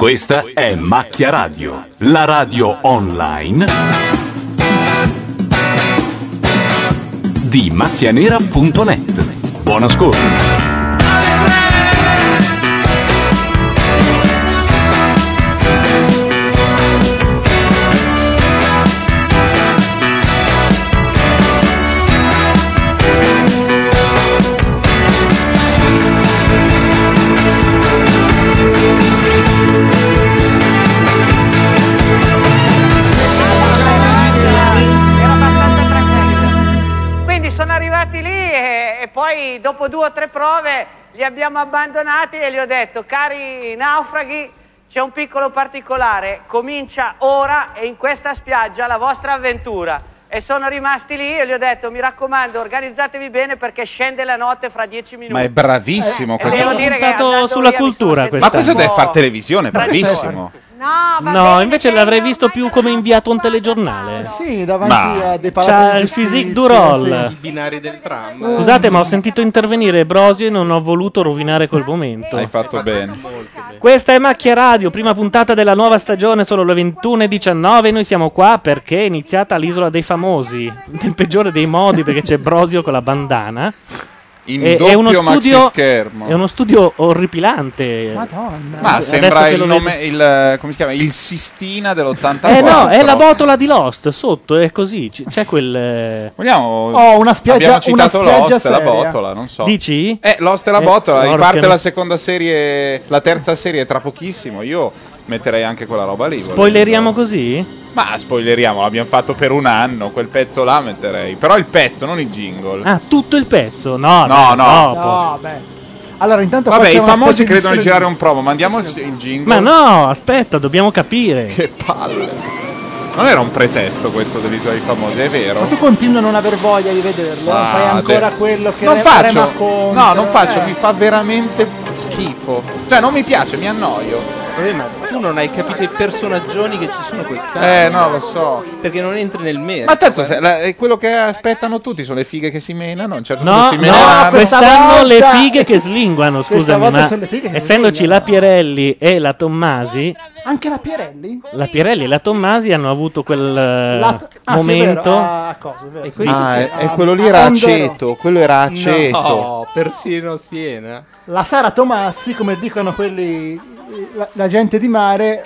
Questa è Macchia Radio, la radio online di macchianera.net. Buon ascolto. Poi dopo 2 o 3 prove li abbiamo abbandonati e gli ho detto: cari naufraghi, c'è un piccolo particolare, comincia ora e in questa spiaggia la vostra avventura. E sono rimasti lì e gli ho detto: mi raccomando, organizzatevi bene perché scende la notte fra 10 minuti. Ma è bravissimo questo. Devo dire che sulla cultura ma questo deve fare televisione, bravissimo. No, invece l'avrei visto più come inviato a un telegiornale. Sì, davanti a dei palazzi c'ha di il giustizia, physique du rôle. I binari del tram. Scusate, ma ho sentito intervenire Brosio e non ho voluto rovinare quel momento. Hai fatto bene. Questa è Macchia Radio, prima puntata della nuova stagione, sono le 21:19. Noi siamo qua perché è iniziata l'Isola dei Famosi, nel peggiore dei modi, perché c'è Brosio con la bandana. È uno studio, è uno studio orripilante. Madonna. Ma sembra il nome, come si chiama? Il Sistina dell'84. No, è la botola di Lost sotto, è così. C'è quel. Vogliamo. Una spiaggia. Abbiamo citato una spiaggia Lost e la seria. botola, non so. Dici? Lost e la botola. porca Riparte la seconda serie, la terza serie tra pochissimo. Io metterei anche quella roba lì. Spoileriamo così? Ma spoileriamo, l'abbiamo fatto per un anno, quel pezzo là metterei. Però il pezzo, non il jingle. Ah, tutto il pezzo? No. No, beh. Allora, intanto vabbè, i facciamo una famosi specie di credono di girare un promo, mandiamo il jingle. Ma no, aspetta, dobbiamo capire. Che palle. Non era un pretesto questo dell'Isola dei Famosi, è vero? Ma tu continui a non aver voglia di vederlo, fai ancora quello che non faccio. racconta. No, non faccio, mi fa veramente schifo. Cioè, non mi piace, mi annoio. Ma tu non hai capito i personaggioni che ci sono quest'anno. No, lo so. Perché non entri nel merito. Ma tanto quello che aspettano tutti sono le fighe che si menano. Certo No, si meneranno. quest'anno volta- le fighe che slinguano, scusami, volta ma sono le fighe che essendoci slinguano. la Pierelli e la Tommasi, Anche la Pierelli? la Pierelli e la Tommasi hanno avuto quel momento. Sì, è vero. Cosa, è vero. E quello lì era aceto. Quello era aceto. No, persino Siena. La Sara Tomassi, come dicono quelli, la gente di mare,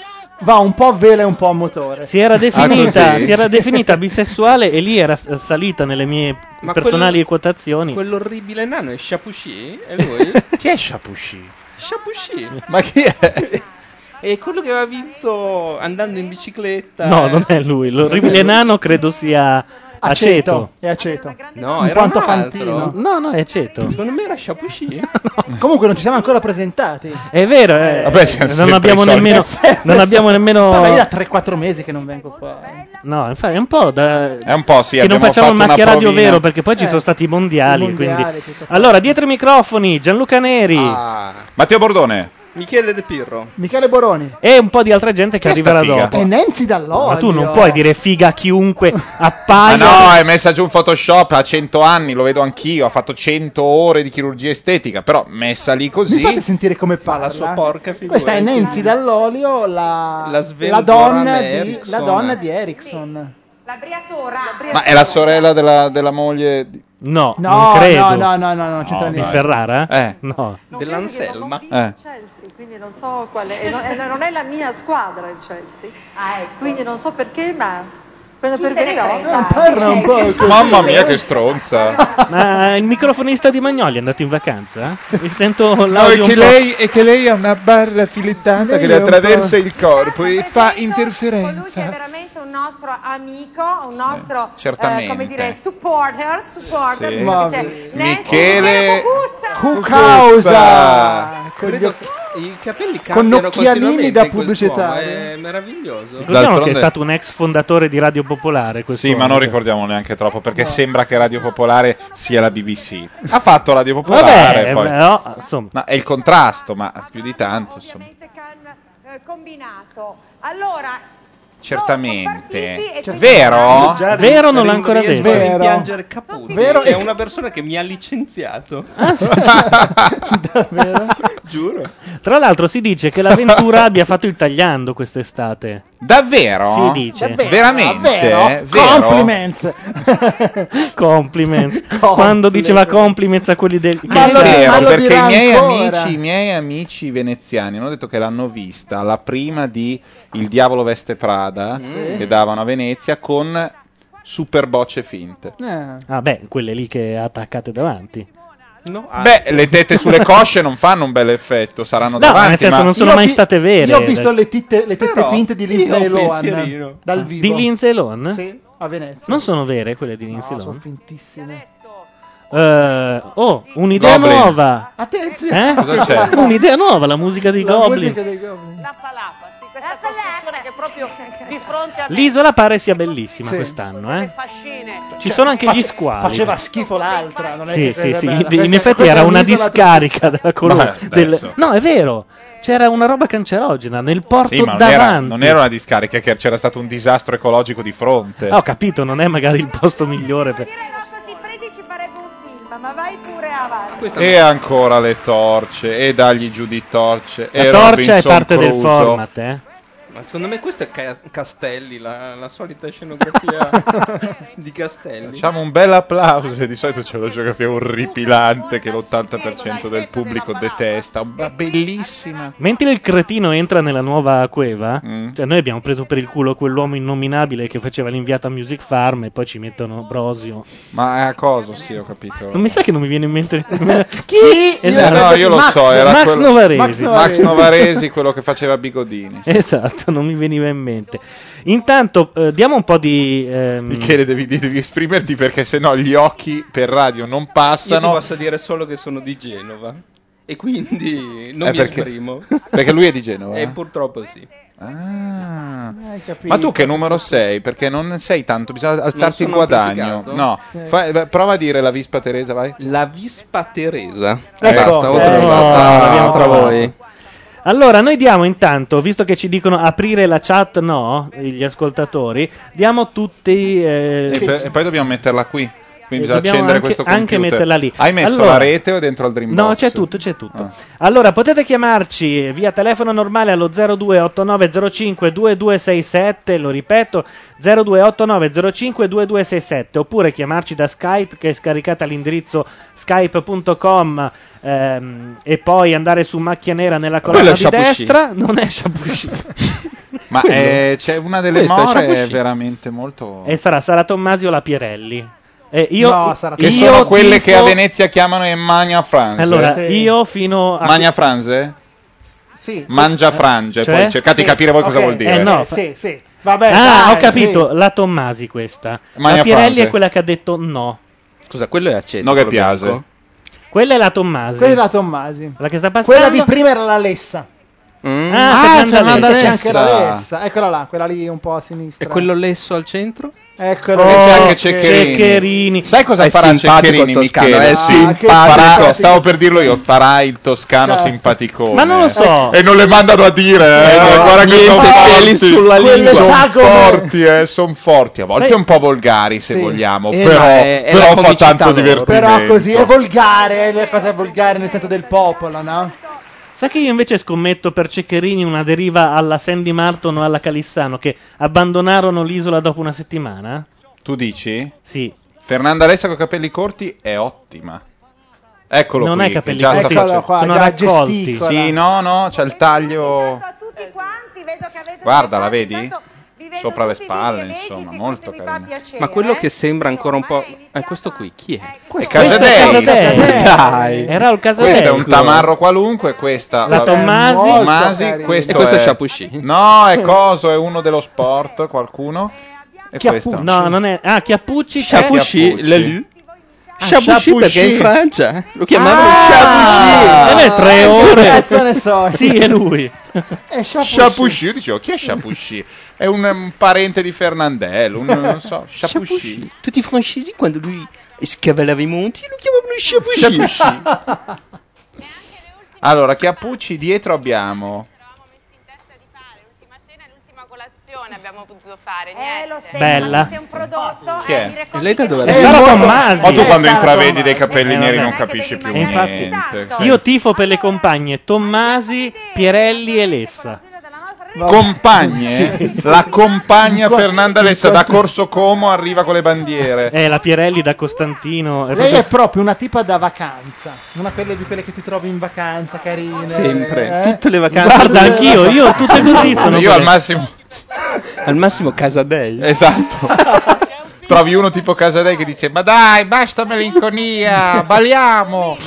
va un po' a vela e un po' a motore. Si era definita, così? si era definita bisessuale e lì era salita nelle mie Ma personali quotazioni. Quell'orribile nano è Chapucci? È lui? Chi è Chapucci? Chapucci. Ma chi è? È quello che aveva vinto andando in bicicletta. No, non è lui. L'orribile nano credo sia aceto. È aceto. No, in era quanto un altro. fantino. No, è aceto. Secondo me era Chapucci. Comunque non ci siamo ancora presentati. È vero, Vabbè, siamo non sempre abbiamo i soliti. nemmeno. Non abbiamo nemmeno. Vabbè, io da 3-4 mesi che non vengo qua. No, infatti è un po' da. È un po', sì. Che non abbiamo facciamo il fatto una macchia radio provina. vero perché poi ci sono stati i mondiali. Mondiali, Quindi. tutto. Allora, dietro i microfoni, Gianluca Neri Matteo Bordone. Michele De Pirro. Michele Boroni. e un po' di altra gente che Chi è sta arriverà figa? dopo. E Nancy Dall'Olio. Ma tu non puoi dire figa a chiunque Ma appaia. no, è messa giù un Photoshop, ha 100 anni, lo vedo anch'io, ha fatto 100 ore di chirurgia estetica, però messa lì Mi così. fate sentire come parla. la sua porca figura. Questa è Nancy Dall'Olio, la sventolame donna Erickson. la donna di Erickson. La briatora. Ma è la sorella della moglie di... No, No, non credo. no, non c'entra Di niente. Ferrara? No. Dell'Anselma. Chelsea, quindi non so quale. Non è la mia squadra il Chelsea. Quindi non so perché, ma quello per vedere. Parla un po'. così. Mamma mia, che stronza. Ma il microfonista di Magnoli è andato in vacanza? Mi sento No, l'audio un po'. è che lei ha una barra filettata Lei che le è un attraversa po'- il corpo e fa Colui che è interferenza. veramente un nostro amico, un nostro certamente. come dire, supporter, Sì. perché Ma- c'è Michele Cucausa. Credo che i capelli Con cambiano occhialini da continuamente in quest'uomo, pubblicità. è meraviglioso. Ricordiamo che è D'altronde- stato un ex fondatore di Radio Popolare. Sì, ma non ricordiamo neanche troppo perché sembra che Radio Popolare sia la BBC. Ha fatto Radio Popolare, Vabbè, poi. no, insomma. Ma è il contrasto, ma più di tanto, insomma. ovviamente combinato. Allora certamente. Cioè, Vero? Vero non l'ha ancora detto. Vero. Vero. Piangere Caputo. Vero. È una persona che mi ha licenziato. Davvero? Giuro. Tra l'altro si dice che l'avventura abbia fatto il tagliando quest'estate. Davvero? Si dice. Davvero? Veramente? Vero? Vero? Compliments. Compliments. Quando diceva compliments a quelli del... Ma È lo- vero, ma lo perché dirà i ancora. miei amici veneziani hanno detto che l'hanno vista la prima di Il Diavolo Veste Prada, che davano a Venezia, con super bocce finte. Ah beh, quelle lì che attaccate davanti. No, Beh, le tette sulle cosce non fanno un bel effetto, saranno No, davanti, nel senso ma non sono Io mai vi- state vere. Io ho visto le tette Però finte di io Lindsay ho un Lohan pensierino. dal vivo. Di Lindsay Lohan? Sì, a Venezia. Non sono vere quelle di No, Lindsay sono Lohan? fintissime. Un'idea Goblin. nuova. Attenzione. Cosa c'è? Un'idea nuova, la musica dei La Goblin. musica dei Goblin. La palapa, sì, questa costruzione che è proprio di fronte a me. L'isola pare sia bellissima Sì. quest'anno, Le fascine. Ci sono anche gli squali. Faceva schifo l'altra, non è Sì, che sì, quella è sì. bella. In Questa- effetti questa era è una un'isola discarica della colonna. Ma adesso. No, è vero. C'era una roba cancerogena nel porto Sì, ma davanti. non era una discarica, che c'era stato un disastro ecologico di fronte. Ho capito, non è magari il posto migliore per... Così Freddy ci farebbe un film, ma vai pure avanti. E ancora le torce, e dagli giù di torce. La e torcia è Robinson parte del Crusoe. format, Ma secondo me questo è Castelli, la solita scenografia di Castelli. Facciamo un bel applauso. E di solito c'è una geografia orripilante che l'80% del pubblico detesta. Ma bellissima. Mentre il cretino entra nella nuova cueva, Mm. cioè noi abbiamo preso per il culo quell'uomo innominabile che faceva l'inviato a Music Farm e poi ci mettono Brosio. Ma è a cosa? Sì, ho capito. Non mi sa che non mi viene in mente... Chi? Esatto. No, io lo so, era Max quello- Novaresi. Max Novaresi, quello che faceva Bigodini. Sì. Esatto, non mi veniva in mente. Intanto diamo un po' di... Michele, devi esprimerti perché sennò gli occhi per radio non Io ti passano. posso dire solo che sono di Genova. E quindi non mi perché- esprimo. Perché lui è di Genova? E purtroppo sì. Ah. Hai capito. Ma tu che numero sei? Perché non sei tanto, bisogna alzarti il sono guadagno. amplificato? No, Sì. prova a dire la Vispa Teresa, vai. La Vispa Teresa. Ecco, Basta, ho ecco. trovato. l'abbiamo tra trovato. voi. Allora, noi diamo intanto, visto che ci dicono aprire la chat, no, gli ascoltatori, diamo tutti... E poi dobbiamo metterla qui. Quindi bisogna dobbiamo accendere anche- questo computer. anche metterla lì. Hai messo Allora- la rete o è dentro al Dreambox? No, c'è tutto, c'è tutto. Ah. Allora, potete chiamarci via telefono normale allo 0289052267, lo ripeto, 0289052267, oppure chiamarci da Skype, che è scaricata all'indirizzo skype.com, e poi andare su macchia nera nella colonna di Shabushi. destra. Non è Shabushi. Ma c'è una delle Questo è more Shabushi. veramente molto... E sarà Tommasi o la Pierelli. Io, No, sarà Che io sono quelle che a tifo- Venezia chiamano Magna Franze. Allora, Sì. io fino a... Magna Franze? Sì. Mangia frange, Cioè? poi cercate Sì. di capire voi cosa Ok. vuol dire. no. Sì, sì. Vabbè, Ah, dai, ho capito, sì. la Tommasi questa. Magna la Pirelli Franze. è quella che ha detto no. Scusa, quello è aceto. No che quello piace. bianco? Quella è la Tommasi. Quella è la Tommasi. La che sta passando. Quella di prima era la Lessa. Ah, Fernanda C'è Lessa. anche la Lessa. Eccola là, quella lì un po' a sinistra. E quello lesso al centro? Eccola E lì. c'è anche che- Ceccherini. Sai cosa È farà simpatico Ceccherini, il toscano, Michele? è simpatico. Farà- Che stavo per dirlo io, farà il toscano Certo. simpaticone. Ma non lo so. E non le mandano a dire, guarda che sono niente peli forti. sulla Quelle lingua. sagome. Sono forti, a volte Sai- un po' volgari se Sì. vogliamo, Ma però, è la però fa comicità tanto loro. divertimento. Però così è volgare, le cose volgari nel senso del popolo, no? Sai che io invece scommetto per Ceccherini una deriva alla Sandy Martin o alla Calissano, che abbandonarono l'isola dopo una settimana? Tu dici? Sì. Fernanda Alessa con capelli corti è ottima. Eccolo Non qui, è che capelli già sta corti, Eccolo facendo- qua, sono già raccolti. gesticola. Sì, no, c'è il taglio. A tutti quanti, vedo che avete Guarda, la tanto, vedi? tanto vi vedo Sopra le tutti spalle, vivi e insomma, leciti, molto questo mi fa carino. piacere, Ma quello che sembra ancora un po'... Insomma, questo qui, chi è? Questo Questo è Casadei. Casadei. Dai. Era il Questo è Casadei. un tamarro qualunque, questa La Tommasi. molto Tommasi, carino. questo, E questo è Shapushi. No, è coso, è uno dello sport, qualcuno. E Chiappucci. questo. No, non è... Ah, Chiappucci c'è. Shapushi, Chiappucci. Lelu. Ah, Shapushi perché è in Shapushi. Francia. Lo chiamavano Ah! E noi 3 ore. Che cazzo ne so? Sì, è lui. È Shapushi, io dicevo, chi è Shapushi? È un parente di Fernandello, non so, Shapushi. Tutti i francesi quando lui scavalava i monti lo chiamavano Shapushi. Allora, Chiappucci dietro abbiamo promozione abbiamo potuto fare, niente. Lo stesso, Bella. se un prodotto Chi è? dire E lei da dove cose l'ha Sara visto? Tommasi. O tu quando Sara intravedi Tommasi. dei capelli neri non che capisci devi più mangiare niente. tanto. Io tifo per le compagne Tommasi, Pierelli e Lessa. Compagne? La compagna Fernanda Lessa da Corso Como arriva con le bandiere. La Pierelli da Costantino. Lei è proprio una tipa da vacanza, una di quelle che ti trovi in vacanza, carine. Sempre, tutte le vacanze. Guarda, anch'io, io tutte così sono. Io quelle. al massimo Casadei. Esatto. Trovi uno tipo Casadei che dice: ma dai, basta melinconia, balliamo.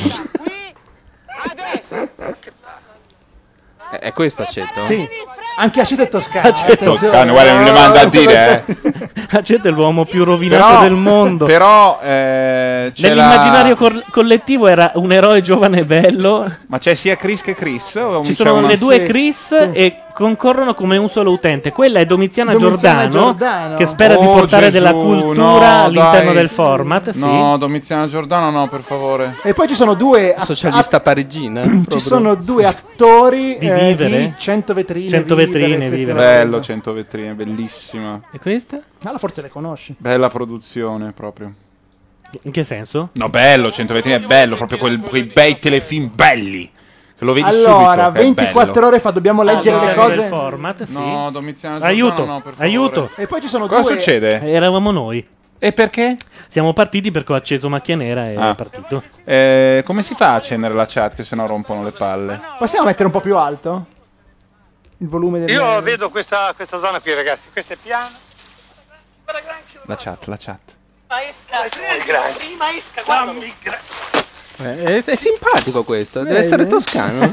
È questo Aceto? Sì, anche Aceto è toscano. Toscano, guarda, non le manda a dire, Aceto è l'uomo più rovinato del mondo. Però c'è nell'immaginario collettivo era un eroe giovane e bello. Ma c'è sia Chris che Chris? O Ci sono le due Chris e concorrono come un solo utente. Quella è Domiziana Giordano, che spera di portare della cultura all'interno del format. Sì. No, Domiziana Giordano no, per favore. E poi ci sono due socialista parigina. Ci sono due attori Di Vivere? di 100 vetrine. 100 vetrine, sì, Vivere. Bello, 100 vetrine, bellissima. E questa? Allora forse le conosci. Bella produzione proprio. In che senso? No, bello, 100 vetrine è bello, proprio quei bei telefilm belli. Che lo vedi Allora, subito che è 24 bello. ore fa, dobbiamo leggere le cose. Del format, sì. No, Domiziana Giordano Aiuto, no, per favore. aiuto. E poi ci sono Cosa due. succede? Eravamo noi. E perché? Siamo partiti perché ho acceso Macchia Nera e è partito. Come si fa a accendere la chat che sennò rompono le palle? Possiamo mettere un po' più alto? Il volume del. Io vedo questa zona qui, ragazzi. Questo è piano. La chat. È simpatico questo, deve essere toscano.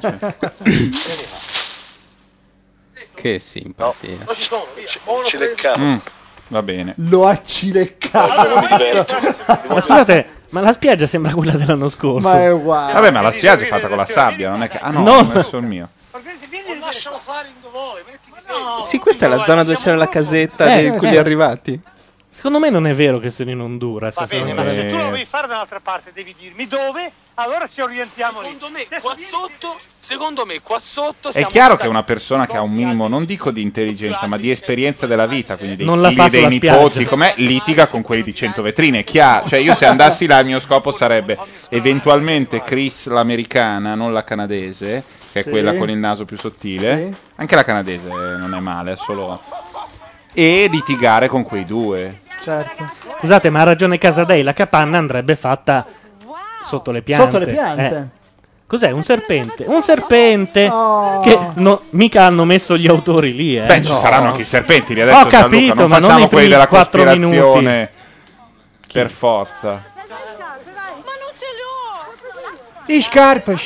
Che simpatia. No, ci leccavo. Va bene. Lo accileccato. Ma scusate, ma la spiaggia sembra quella dell'anno scorso. Ma è uguale. Vabbè, ma la spiaggia è fatta con la sabbia, non è che... Ah no, No. ho messo il mio. Lascialo fare in dove Sì, questa è la zona dove c'è la casetta di quelli arrivati. Secondo me non è vero che sono in Honduras. Va bene, ma se tu lo devi fare da un'altra parte devi dirmi dove, allora ci orientiamo lì. Secondo me qua sotto È chiaro che una persona che ha un minimo, non dico di intelligenza, ma di esperienza della vita, quindi dei Non la figli, fa dei sulla nipoti, spiaggia. com'è, litiga con quelli di 100 vetrine, è chiaro. Cioè io se andassi là il mio scopo sarebbe eventualmente Chris l'americana, non la canadese, che è Sì. quella con il naso più sottile. Sì. Anche la canadese non è male, è solo... E litigare con quei due. Certo. Scusate, ma ha ragione Casadei, la capanna andrebbe fatta sotto le piante. Sotto le piante. Cos'è? Un serpente? Un serpente Oh. che mica hanno messo gli autori lì, Beh, ci saranno anche i serpenti lì adesso. Ho capito, Gianluca, non ma non facciamo nei quelli primi della 4 cospirazione per forza. I scarpe.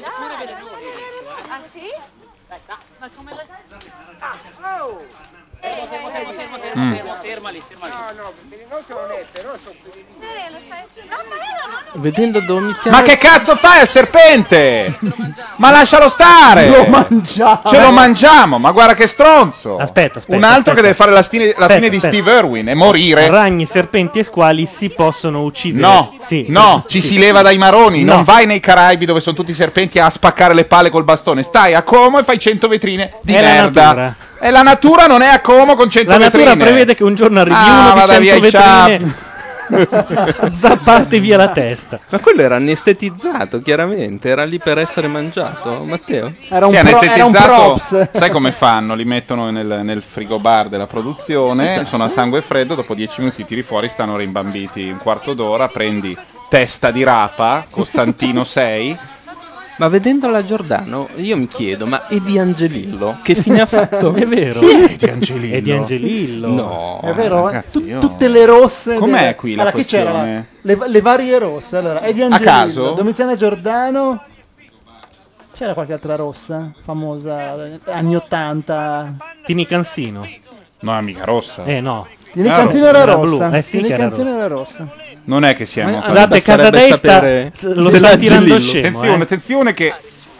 Vedendo Domiziana. Ma che cazzo fai al serpente? Ma lascialo stare! Lo mangiamo. Ce lo mangiamo, ma guarda che stronzo! Aspetta. Un altro che deve fare la fine di Steve Irwin e morire. Ragni, serpenti e squali si possono uccidere. No, Sì. no, ci Sì. si leva dai maroni. No. Non vai nei Caraibi dove sono tutti i serpenti a spaccare le palle col bastone. Stai a Como e fai 100 vetrine di È la merda. natura. E la natura non è a Como con 100 La vetrine. natura prevede che un giorno arrivi Ah, uno di vada 100 via i vetrine. Zapparti via la testa. Ma quello era anestetizzato, chiaramente. Era lì per essere mangiato, Matteo. Era un, Sì, era un anestetizzato, props. sai come fanno? Li mettono nel frigobar della produzione, sono a sangue freddo, dopo 10 minuti tiri fuori, stanno rimbambiti un quarto d'ora, prendi testa di rapa, Costantino 6. Ma vedendo la Giordano, io mi chiedo, ma e di Angelillo? Che fine ha fatto? È vero. È di Angelillo. È di Angelillo. No. È vero? ragazzi, io- Tutte le rosse. Com'è qui la allora, chi c'era? questione? Le varie rosse. Allora, è di Angelillo, caso? Domiziana Giordano. C'era qualche altra rossa famosa anni 80? Tini Cansino. No, è mica rossa. No. Tini Era Canzino rossa. era Era rossa. blu. Sì, Tini che era Canzino era rossa. Non è che siamo... Ma- Guardate, basterebbe Casadei sapere lo sta dell'Angelillo. tirando scemo. Attenzione, attenzione che...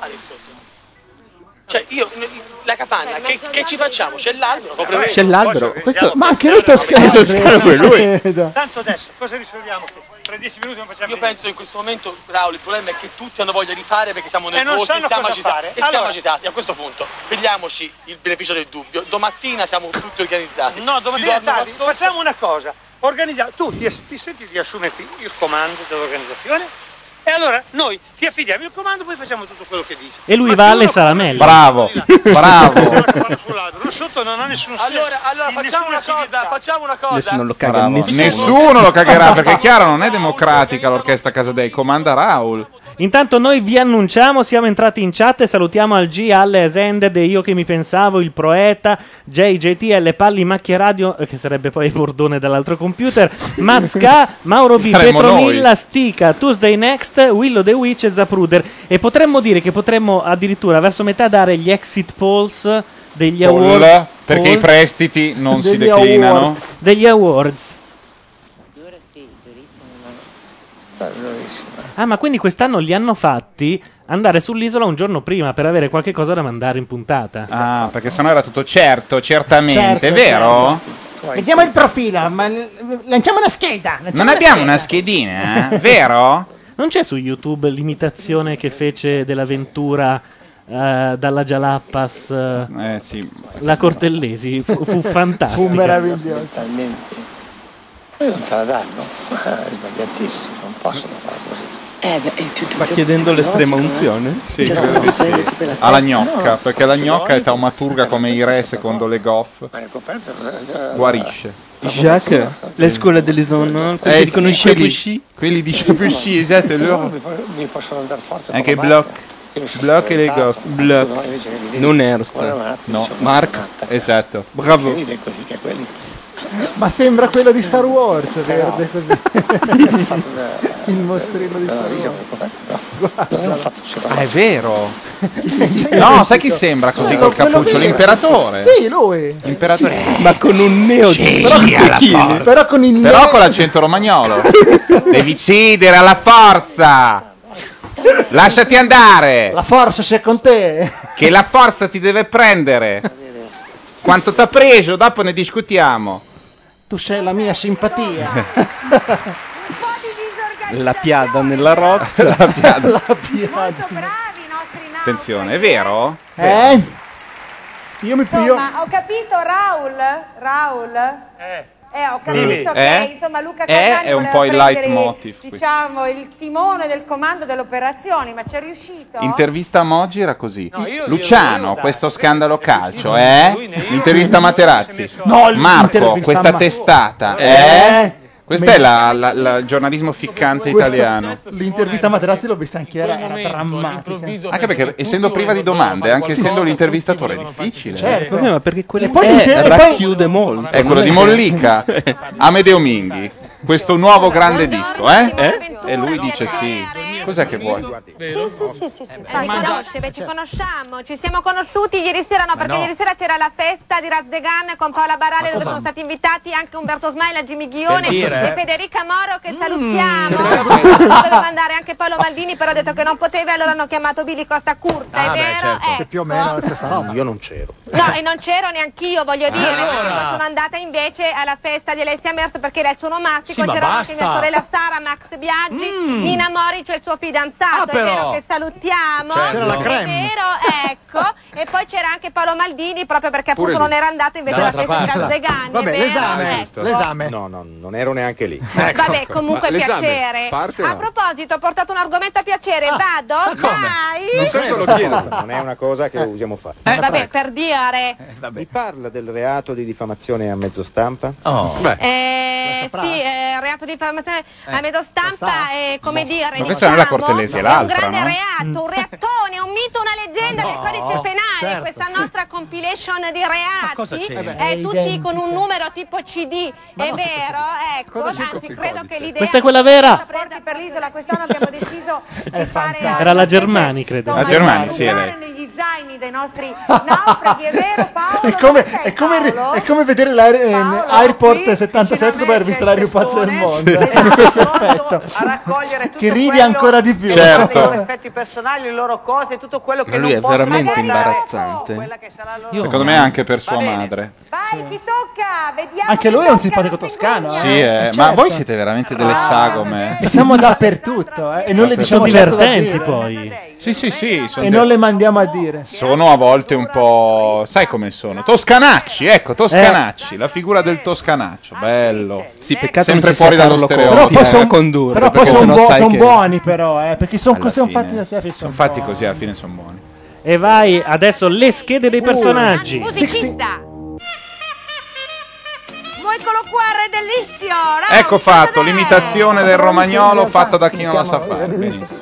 Cioè, la capanna, che ci facciamo? C'è l'albero, completamente. C'è l'albero. Questo... Ma anche lui toscano. Toscano pure lui. Tanto adesso, cosa risolviamo qui? tra 10 minuti non facciamo Io penso in questo momento, Raul, il problema è che tutti hanno voglia di fare perché siamo non nervosi sanno siamo cosa agitati. fare. E siamo Allora- agitati. A questo punto, prendiamoci il beneficio del dubbio. Domattina siamo tutti organizzati. No, Si domattina dorme tardi, da sopra. facciamo una cosa. Organizziamo, tu ti senti di assumerti il comando dell'organizzazione e allora noi ti affidiamo il comando, poi facciamo tutto quello che dici. E lui Ma va alle chiunque- salamelle. Bravo, bravo. Là sotto non ha nessun senso. Allora facciamo una cosa. Adesso non lo caga Bravo. nessuno. Nessuno lo cagherà perché è chiaro, non è democratica l'orchestra Casa Dei, comanda Raul. Intanto noi vi annunciamo, siamo entrati in chat e salutiamo al G, alle Esended, io che mi pensavo, il Proeta, JJTL, Palli, Macchia Radio, che sarebbe poi Bordone dall'altro computer, Mazka, Mauro B, Saremmo Petronilla, noi. Stica, Tuesday Next, Willow the Witch e Zapruder. E potremmo dire che potremmo addirittura verso metà dare gli exit polls degli award. Perché i polls prestiti non si degli declinano. awards. Degli awards. Ah, ma quindi quest'anno li hanno fatti andare sull'isola un giorno prima per avere qualche cosa da mandare in puntata. Ah, perché sennò era tutto certamente, Certo, è vero? Vediamo il profilo, ma lanciamo una scheda. Non abbiamo una schedina, vero? Non c'è su YouTube l'imitazione che fece dell'avventura dalla Jalappas sì. la Cortellesi? Fu fantastica. Fu meraviglioso. Non te la danno, è sbagliatissimo, non possono fare così. Sta chiedendo l'estrema unzione? Sì, credo di sì. Alla gnocca, perché la gnocca è taumaturga come i re secondo le Goff. Guarisce. Jacques, la scuola dell'Ison, quelli dicono Chapucci. Quelli di Chapucci, esatto, loro. Mi possono andare forte. Anche i Block e le Goff. Block. Non Erst. No, Mark. Esatto. Bravo. Ma sembra quello di Star Wars, verde così. Il mostrino di Star Wars. Guarda. Ah, è vero. No, sai chi sembra così col cappuccio? L'imperatore. Sì, lui. L'imperatore. Ma con un neo Sì, di alla forza. Però con il Però con l'accento romagnolo. Devi cedere alla forza. Lasciati andare. La forza c'è con te. Che la forza ti deve prendere. Quanto t'ha preso, dopo ne discutiamo. Tu sei la mia simpatia. La piada nella rozza. La piada. La piada. Attenzione, è vero? Io mi fio. Insomma, ho capito Raul? Ho capito che insomma Luca Casani è un voleva po' il prendere, leitmotiv qui. diciamo, il timone del comando delle operazioni, ma c'è riuscito? Intervista a Moggi era così. io Luciano, questo scandalo calcio, Intervista a Materazzi. No, Marco, l'intervista questa a testata, Questo è il giornalismo ficcante italiano. L'intervista a Materazzi l'ho vista anche era drammatica. Anche perché essendo priva di domande, anche essendo l'intervistatore, è difficile. Certo. Ma perché quello poi racchiude molto. È quello di Mollica, Amedeo Minghi, questo nuovo grande disco, E lui dice sì. Cos'è che vuoi? Sì. Ci conosciamo, ci siamo conosciuti ieri sera, perché ieri sera c'era la festa di Razdegan con Paola Barale dove sono stati invitati anche Umberto Smaila, Jimmy Ghione e Federica Moro che salutiamo. Doveva andare anche Paolo Maldini, però ha detto che non poteva e allora hanno chiamato Billy Costa Curta, è vero? Che più o meno la stessa roba. Io non c'ero. No, e non c'ero neanch'io, voglio dire. Sono andata invece alla festa di Alessia Merz perché era il suo onomastico, c'era anche mia sorella Sara, Max Biaggi, Nina Mori, cioè il suo fidanzato, è vero che salutiamo. C'era la creme. È vero, ecco. E poi c'era anche Paolo Maldini proprio perché appunto non era andato invece alla festa di Cazzegani. Vabbè, è vero? l'esame. No, non ero neanche lì. Vabbè, comunque piacere. A proposito, ho portato un argomento a piacere, vado? Dai! Non sempre lo chiedo. Non è una cosa che usiamo fare. Vabbè, per dire. Mi parla del reato di diffamazione a mezzo stampa? Sì, reato di diffamazione a mezzo stampa è come dire. Ma questa non è la Cortellesi, è l'altra, un grande no? reato, un reattone, un mito, una leggenda del codice penale. Questa nostra compilation di reati, tutti con un numero tipo CD, è vero? Ecco, anzi credo che l'idea. Questa è quella vera. Per l'isola quest'anno abbiamo deciso di fare Era la Germani, credo. La Germani, sì, è lei. negli zaini dei nostri naufraghi, è vero Paolo? È come vedere l'Airport 77 dopo aver visto l'aereo più pazzo del mondo. Questo effetto. A raccogliere tutto Che ridi quello, ancora di più. Certo. i loro effetti personali, le loro cose, tutto quello che Ma lui non è possono veramente raccontare. imbarazzante. Secondo me anche per sua madre. Vai, chi tocca? Vediamo. Anche lui è un simpatico toscano. Sì, Certo. ma voi siete veramente delle sagome. E siamo dappertutto, e non le diciamo Sono certo da divertenti dire. poi. Sì, E non le mandiamo a dire. Sono a volte un po'. Sai come sono? Toscanacci, ecco, Toscanacci, la figura del toscanaccio, bello. Sì, peccato sempre non ci fuori sia dallo Carlo stereotipo. Conti a condurre, Però poi perché sono sennò sai che- buoni, però, perché sono Alla fine. fatti da sé. Sono fatti così, alla fine sono buoni. E vai adesso le schede dei personaggi. Musicista. Eccolo qua, Re Dell'Issio. Ecco fatto, l'imitazione del romagnolo fatta da chi non la sa fare. Benissimo.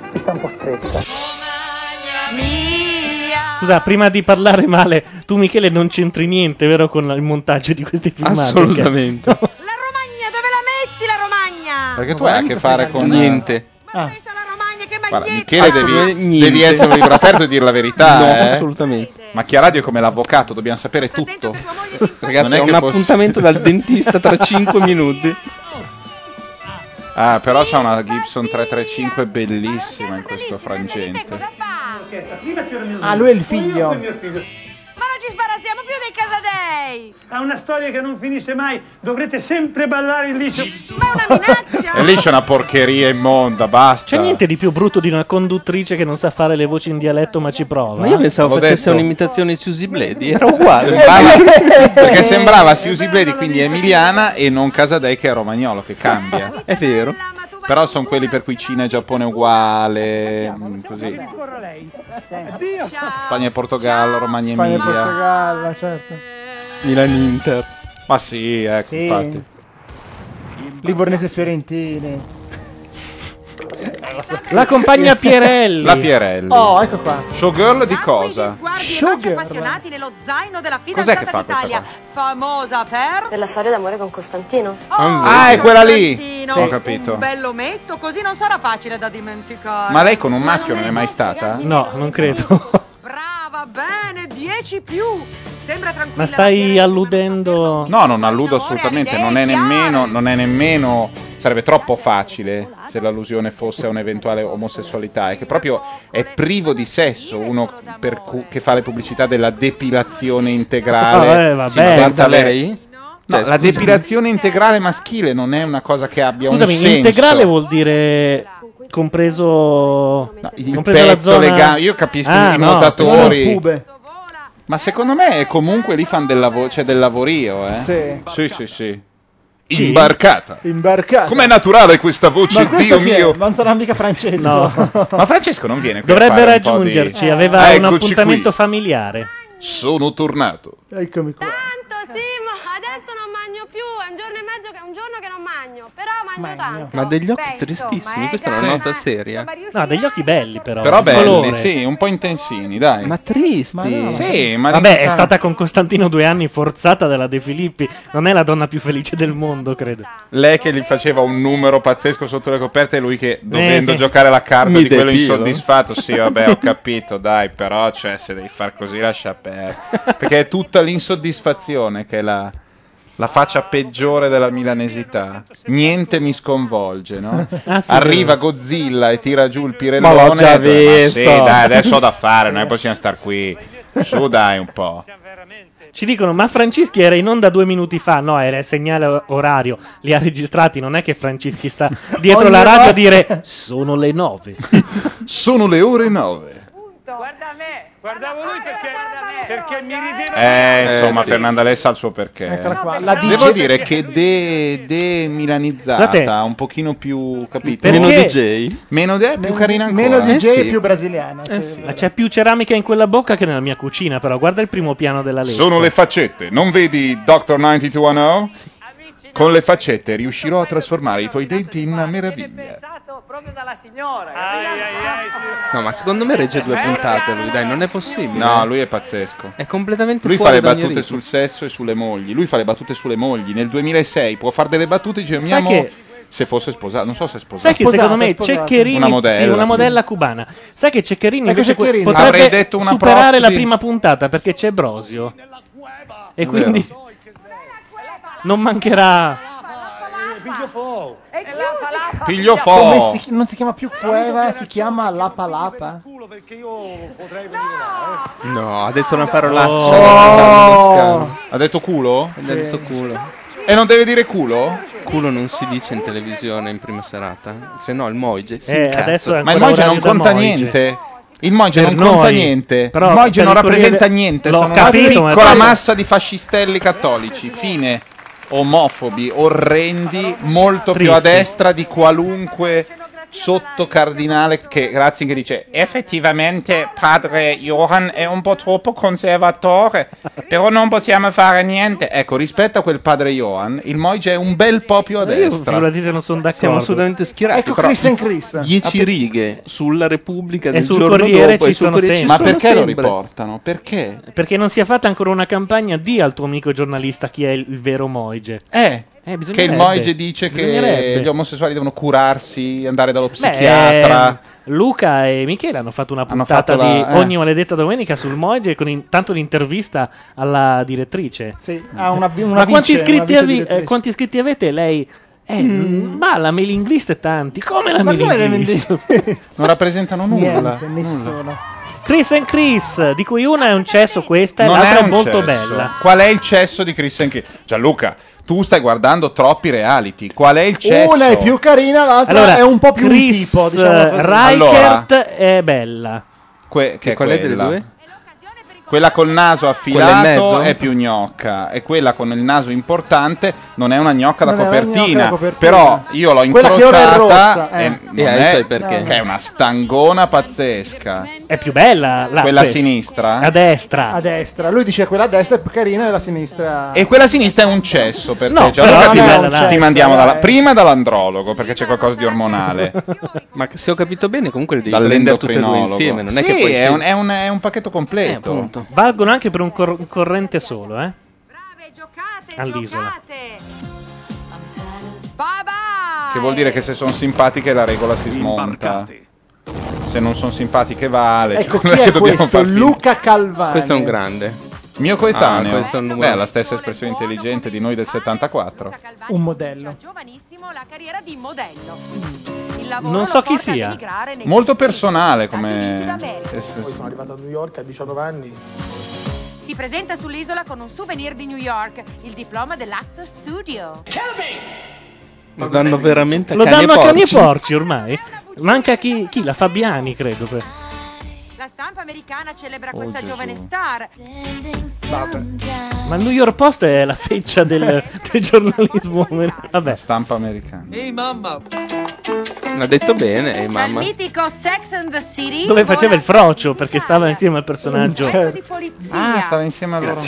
Scusa, prima di parlare male, tu Michele non c'entri niente, vero, con il montaggio di questi filmati? Assolutamente. La Romagna, dove la metti la Romagna? Perché tu hai a che fare con niente. Guarda, Michele, devi essere un libro aperto e dire la verità. No, assolutamente. Macchia Radio è come l'avvocato, dobbiamo sapere tutto. Ragazzi, Non è ho che un posso- appuntamento dal dentista tra 5 minuti. Ah, però c'ha una Gibson 335 bellissima in questo frangente. Ah, lui è il figlio. Ma non ci sbarazziamo più dei Casadei. Ha una storia che non finisce mai. Dovrete sempre ballare il liscio. Ma è una minaccia. E lì c'è una porcheria immonda, basta. C'è niente di più brutto di una conduttrice che non sa fare le voci in dialetto ma ci prova. Ma io pensavo L'ho facesse detto. un'imitazione di Susie Bledi, era uguale. Perché sembrava Susie Bledi, quindi emiliana, e non Casadei che è romagnolo, che cambia. È vero. Però sono quelli per cui Cina e Giappone è uguale, così. Spagna e Portogallo, Romagna e Spagna e Emilia. Portogallo, certo. Milan-Inter. Ma sì, ecco, Sì. infatti. Livornese e Fiorentine. La compagna Pierelli. La Pierelli. Oh, ecco qua. Showgirl di cosa? Guardi appassionati nello zaino della Cos'è che fidanzata fa questa d'Italia, famosa per la storia d'amore con Costantino. Ah, è quella lì. Costantino. Ho capito. Un bellometto, così non sarà facile da dimenticare. Ma lei con un maschio non è mai stata? No, non credo. Brava, bene, 10 più. Sembra tranquilla. Ma stai alludendo? No, non alludo assolutamente, non è nemmeno. Sarebbe troppo facile se l'allusione fosse a un'eventuale omosessualità. È che proprio è privo di sesso uno che fa le pubblicità della depilazione integrale. Vabbè. senza avere- lei? No, Cioè, la depilazione integrale maschile non è una cosa che abbia Scusami, un senso. integrale vuol dire compreso Il compresa la petto, zona. le gambe. Io capisco i no, nuotatori. Non pube. Ma secondo me comunque lì fanno del lavorio, Sì. Sì. Imbarcata. Com'è naturale questa voce, Ma questo Dio chi è? mio. Non sarà mica Francesco. No. Ma Francesco non viene qui Dovrebbe a fare un po' raggiungerci, di- aveva un Eccoci appuntamento qui. familiare. Sono tornato. Eccomi qua. Tanto sì, ma adesso non mangio più, è un giorno e mezzo, un giorno che non mangio, però mangio tanto. Ma degli occhi tristissimi, questa è una nota seria. No, degli occhi belli però. Però di belli, colore. sì, un po' intensini, dai. Ma tristi. Sì, ma Vabbè, è stata con Costantino 2 anni forzata dalla De Filippi. Non è la donna più felice del mondo, credo. lei che gli faceva un numero pazzesco sotto le coperte e lui che dovendo sì. giocare la carta Mi di quello depilo. insoddisfatto. Sì, vabbè, ho capito, dai, però cioè se devi far così lascia perdere. Perché è tutta l'insoddisfazione che è la faccia peggiore della milanesità. Niente mi sconvolge, no? Ah, sì, Arriva vero. Godzilla e tira giù il pirellone. Ma l'ho già e tu, "Ma visto." sì, dai, adesso ho da fare, noi possiamo star qui. Su, dai, un po'. Ci dicono, ma Francischi era in onda 2 minuti fa. No, era il segnale orario. Li ha registrati. Non è che Francischi sta dietro la radio a dire sono le 9. Sono le ore 9. Guarda me, guardavo lui perché mi rideva. Insomma, sì. Fernanda Lessa ha il suo perché. Eccola qua. La Devo DJ. dire che demilanizzata, Guardate. un pochino più, capito? Perché- Meno DJ. Meno più carina ancora. Meno DJ sì. più brasiliana. sì. Ma c'è più ceramica in quella bocca che nella mia cucina. Però guarda il primo piano della Lessa. Sono le faccette. Non vedi Dr. 9210? Con le faccette riuscirò a trasformare i tuoi denti in una meraviglia. Pensato proprio dalla signora. No, ma secondo me regge 2 puntate lui, dai, non è possibile. No, lui è pazzesco. È completamente Lui fa fuori le da ogni battute ritmo. sul sesso e sulle mogli. Lui fa le battute sulle mogli. Nel 2006 può fare delle battute e dice: Sai che se fosse sposato. Non so se è sposato. Sai che secondo me Ceccherini, una modella, sì, una modella cubana. Sai che Ceccherini Ecco invece Ceccherini. potrebbe Avrei detto una superare la prosti. prima puntata perché c'è Brosio. E quindi non mancherà. Piglio fo. Come non si chiama più Cueva, si chiama Lapa Lapa. No, ha detto una parolaccia. Oh. Ha detto culo? Ha detto culo. E non deve dire culo? Culo non si dice in televisione in prima serata. Se no il Moige si adesso è Ma il ancora Moige non orario da conta Moige. niente. Il Moige Per non conta noi. niente. Però Il Moige per non il rappresenta Corriere- niente. l'ho Sono capito, una ma piccola poi- massa di fascistelli cattolici. Fine. Omofobi, orrendi, molto più a Tristi. destra di qualunque sottocardinale che Ratzinger dice effettivamente padre Johann è un po' troppo conservatore, però non possiamo fare niente. Ecco, rispetto a quel padre Johann, il Moige è un bel po' più a Io destra. figurati se non sono d'accordo. Siamo assolutamente schierati. Ecco però Chris and Chris. 10 righe sulla Repubblica E del sul giorno Corriere dopo ci e sul sono Corriere sempre. ci Ma sono perché lo sempre. riportano? Perché? Perché non si è fatta ancora una campagna di al tuo amico giornalista chi è il vero Moige. Che il bisognerebbe. Moige dice che Bisognerebbe. gli omosessuali devono curarsi, andare dallo psichiatra. Luca e Michele hanno fatto una Hanno puntata fatto di la- ogni maledetta domenica sul Moige con intanto l'intervista alla direttrice. Sì, ha una Ma quanti vice, iscritti, una vice quanti iscritti avete? Lei? Ma la mailing list è tanti. Come la Ma mailing come la list? Non rappresentano nulla. Niente, nessuno. Chris and Chris, di cui una è un cesso questa e Non l'altra è è un molto cesso. bella. Qual è il cesso di Chris and Chris? Gianluca, tu stai guardando troppi reality. Qual è il cesso? Una è più carina, l'altra Allora, è un po' più Chris, un tipo, diciamo così. Reichert è bella. Che è qual è delle quella? due? Quella col naso Quella in affilato mezzo? è più gnocca e quella con il naso importante non è una gnocca da Non è una copertina. gnocca da copertina. Però io l'ho Quella che ora è incrociata rossa, e eh. non E hai i è suoi perché? che è una stangona pazzesca. È più bella Quella a questa. sinistra? A destra. A destra. Lui dice quella a destra è più carina e la sinistra. E quella a sinistra è un cesso per No, te. Cioè, però allora non è un ti cesso, mandiamo dai. prima dall'andrologo perché c'è qualcosa di ormonale. Ma se ho capito bene, comunque le devi prendere tutte e due Dall'endocrinologo. insieme. Non è Sì, che poi è un pacchetto completo. appunto. Valgono anche per un corrente solo, Brave, giocate, all'isola. Bye bye. Che vuol dire che se sono simpatiche la regola si smonta. Se non sono simpatiche vale. Ecco, Cioè, chi non è è che dobbiamo questo? far finta. Luca Calvani. Questo è un grande. Mio coetaneo. Ah, questo è un numero. Beh, ha la stessa espressione intelligente di noi del 74. Un modello. Giovanissimo la carriera di modello. Il lavoro Non lo so chi porta ad sia. emigrare negli Molto Stati personale Uniti come d'America. Poi sono espressione. arrivato a New York a 19 anni. Si presenta sull'isola con un souvenir di New York, il diploma dell'Actor Studio. Lo danno veramente a Lo cani danno a cani e porci. porci ormai. Manca chi? La Fabiani, credo. La stampa americana celebra Oh, questa Gesù. giovane star. Ma il New York Post è la feccia del giornalismo. Vabbè. La stampa americana. Ehi mamma! L'ha detto bene, Dal mamma. mitico Sex and the City. Dove faceva il frocio perché stava insieme al un personaggio. pezzo di polizia. Ah, stava insieme a loro.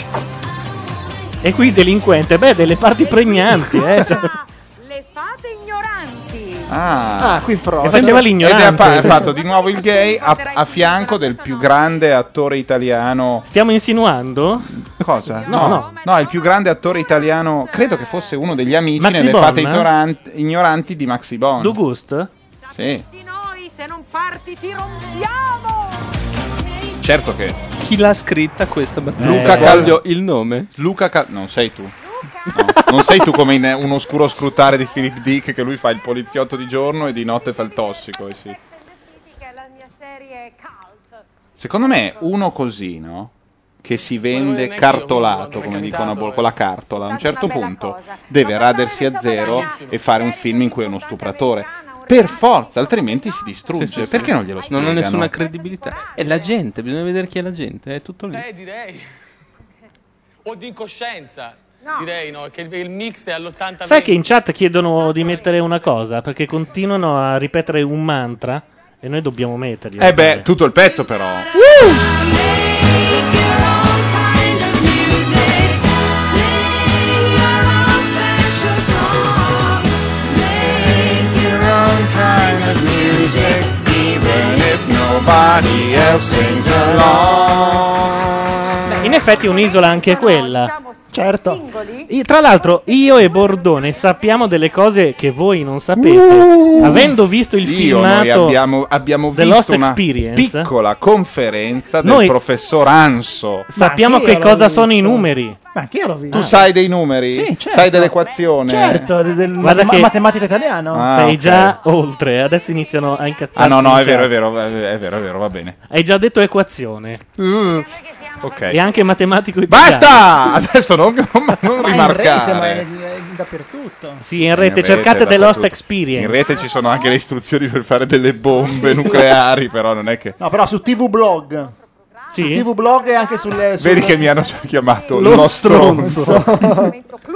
E qui delinquente, delle parti pregnanti, cioè. Le fate ignoranti. Ah, qui E faceva Ed l'ignorante. ha fatto di nuovo il gay a fianco del più grande attore italiano. Stiamo insinuando? Cosa? No. No, il più grande attore italiano. Credo che fosse uno degli amici Maxi nelle Bon, fate eh? ignoranti di Maxi Bon. D'August? Sì, Noi se non parti ti rompiamo. certo che. Chi l'ha scritta questa battuta? Luca Voglio il nome. Non sei tu. No, non sei tu come in un oscuro scrutare di Philip Dick che lui fa il poliziotto di giorno e di notte fa il tossico. Sì. Che è la mia serie cult. Secondo me uno così, no? Che si vende cartolato, come dicono a con la cartola, a un certo punto deve radersi a zero e fare un film in cui è uno stupratore. Per forza, altrimenti si distrugge. Sì, sì, sì. Perché non glielo spiegano? Non ha nessuna credibilità. È la gente, bisogna vedere chi è la gente, è tutto lì. Direi. O di incoscienza. Direi, no? Che il mix è all'80. Sai che in chat chiedono di mettere una cosa perché continuano a ripetere un mantra e noi dobbiamo metterli. Tutto il pezzo però. In effetti è un'isola anche quella. Certo. Tra l'altro, io e Bordone sappiamo delle cose che voi non sapete. Avendo visto il filmato noi abbiamo The visto Lost una Experience, piccola conferenza del Noi professor Anso. sappiamo che cosa sono i numeri. Ma anch'io l'ho visto. Tu sai dei numeri? Sì, certo. Sai dell'equazione? Certo, Guarda che matematica italiano. sei già oltre, adesso iniziano a incazzarsi. No, in è vero, chat. è vero, va bene. Hai già detto equazione. Ok. E anche matematico italiano. Basta! Adesso non rimarcare. Ma è dappertutto. Sì, in rete, cercate The Lost dappertutto. Experience. In rete ci sono anche le istruzioni per fare delle bombe nucleari, però non è che... No, però su TV Blog. Sì? Su TV Blog e anche sulle... Vedi che mi hanno già chiamato Lo stronzo. Clown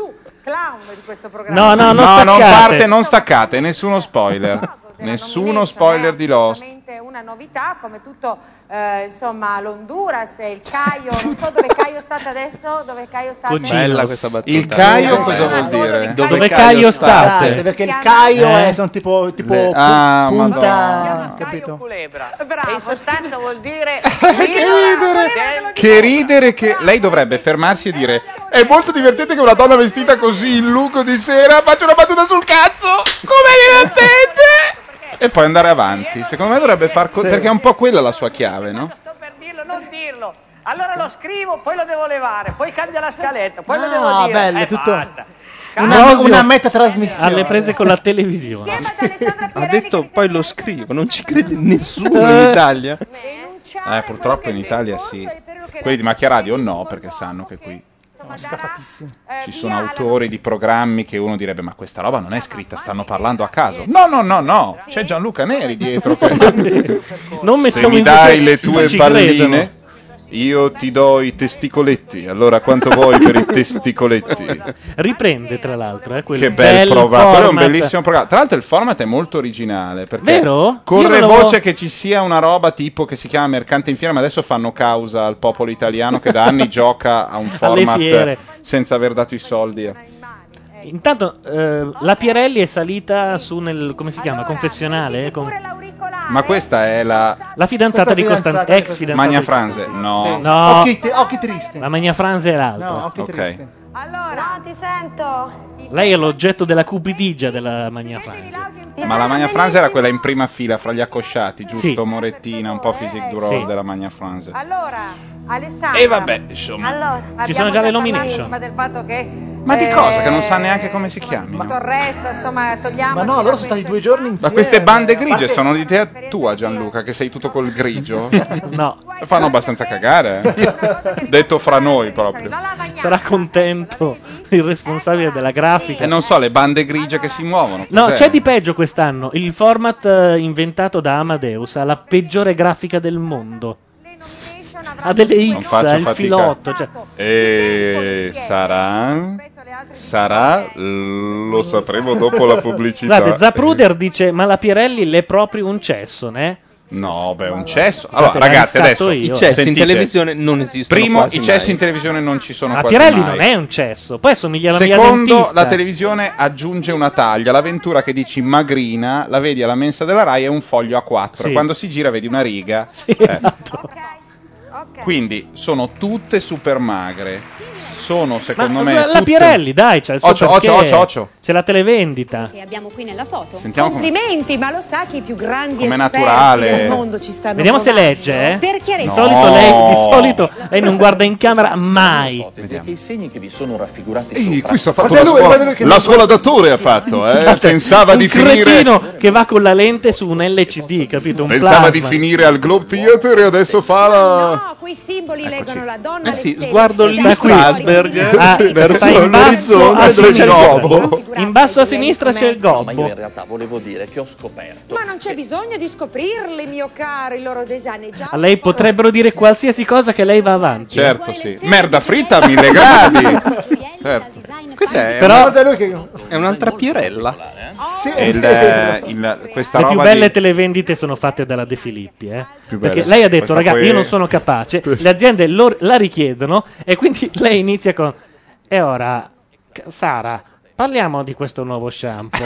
di questo programma. No, non staccate, nessuno spoiler. Nessuno spoiler di Lost. Una novità, come tutto, insomma, l'Honduras e il Caio, non so dove Caio state adesso, dove Caio state. Bella questa battuta. Il Caio cosa vuol dire? Dove Caio state? Perché il Caio sono tipo punta, Madonna. capito? Culebra. E in sostanza vuol dire Che ridere che... Lei dovrebbe fermarsi e dire: è molto divertente che una donna vestita così in luco di sera faccia una battuta sul cazzo. Come divertente! E poi andare avanti. Secondo me dovrebbe far perché è un po' quella la sua chiave, no? sto per dirlo, non dirlo. Allora lo scrivo, poi lo devo levare, poi cambia la scaletta, poi lo devo dire. Bello, tutto... Basta. Una metatrasmissione. Alle prese con la televisione. Ha detto poi lo scrivo, non ci crede nessuno in Italia. Purtroppo in Italia sì. Quelli di Macchia Radio no, perché sanno che qui scappatissimo. ci sono autori di programmi che uno direbbe: ma questa roba non è scritta, stanno parlando a caso. No, c'è Gianluca Neri dietro che... Non Se mi dai le tue palline io ti do i testicoletti. Allora quanto vuoi per i testicoletti? Riprende tra l'altro Che bel programma. Quello è un bellissimo programma. Tra l'altro il format è molto originale, perché vero? corre voce che ci sia una roba tipo che si chiama Mercante in Fiera, ma adesso fanno causa al popolo italiano che da anni gioca a un format senza aver dato i soldi. Intanto la Pierelli è salita su nel, come si chiama, confessionale? Ma questa è la fidanzata di Costantino, ex fidanzata Magna di Franze. No. No. Occhi tristi. La Magna Franze è l'altra. No, occhi tristi. Allora, ti sento. Lei è l'oggetto della cupidigia della Magna Franze. Ma la Magna Franze era quella in prima fila fra gli accosciati, giusto? Sì. Morettina, un po' physique du role della Magna Franze. Allora, Alessandra. E vabbè, insomma. Allora, Ci sono già le nomination. Ma del fatto che Ma di cosa? Che non sa neanche come si chiamino. tutto il resto, insomma, togliamo. Ma no, loro sono stati 2 giorni insieme. Ma queste bande grigie sono di te tua, Gianluca, che sei tutto col grigio? No. Fanno abbastanza cagare, detto fra noi proprio. Sarà contento il responsabile della grafica. E non so, le bande grigie che si muovono. No, cos'è? c'è di peggio quest'anno. Il format inventato da Amadeus ha la peggiore grafica del mondo. Ha delle Non X, faccio ha il fatica. filotto. Cioè... E sarà, lo sapremo dopo la pubblicità. Guardate, Zapruder dice: ma la Pirelli l'è proprio un cesso, ne? No, beh, un cesso. Allora, Guardate, ragazzi, l'ho adesso io. I cessi in sentite. televisione non esistono Primo, quasi i cessi mai. in televisione non ci sono La quasi Pirelli mai. non è un cesso. Poi assomiglia alla mia Secondo, dentista. la televisione aggiunge una taglia. L'avventura che dici magrina, la vedi alla mensa della Rai, è un foglio A4. Sì. Quando si gira vedi una riga. Esatto. Quindi sono tutte super magre. Sono, secondo me, la tutte... Pirelli, dai, c'è il suo perché. Occio. C'è la televendita. Che abbiamo qui nella foto. Sentiamo come... Complimenti, ma lo sa che i più grandi Com'è esperti naturale. del mondo ci stanno Vediamo se provando? legge, eh. Per chiarezza. Di solito lei non guarda in camera mai. Che i segni che vi sono raffigurati Questo ha sopra. fatto la scuola d'attore, ha fatto, Pensava un di finire... cretino che va con la lente su un LCD, capito? Un Pensava plasma. di finire al Globe Theatre e adesso fa la... No, quei simboli leggono la donna. sì, le sguardo stelle, lì sta Strasberg verso sta in basso l'orizzonte a dove c'è il sinistra. gobbo. In basso a sinistra c'è il Ma io in gobbo. realtà volevo dire che ho scoperto. Ma non c'è bisogno di scoprirli, mio caro, i loro design. È già A lei potrebbero dire qualsiasi cosa che lei va avanti. Certo, sì. Merda fritta a 1000 gradi. Certo. Questa è, Però è un'altra Pirella. Sì. Questa le più roba belle di... televendite sono fatte dalla De Filippi, Più perché belle. lei ha detto: Questa ragazzi, qui- io non sono capace, le aziende la richiedono e quindi lei inizia con: e ora, Sara, Parliamo di questo nuovo shampoo.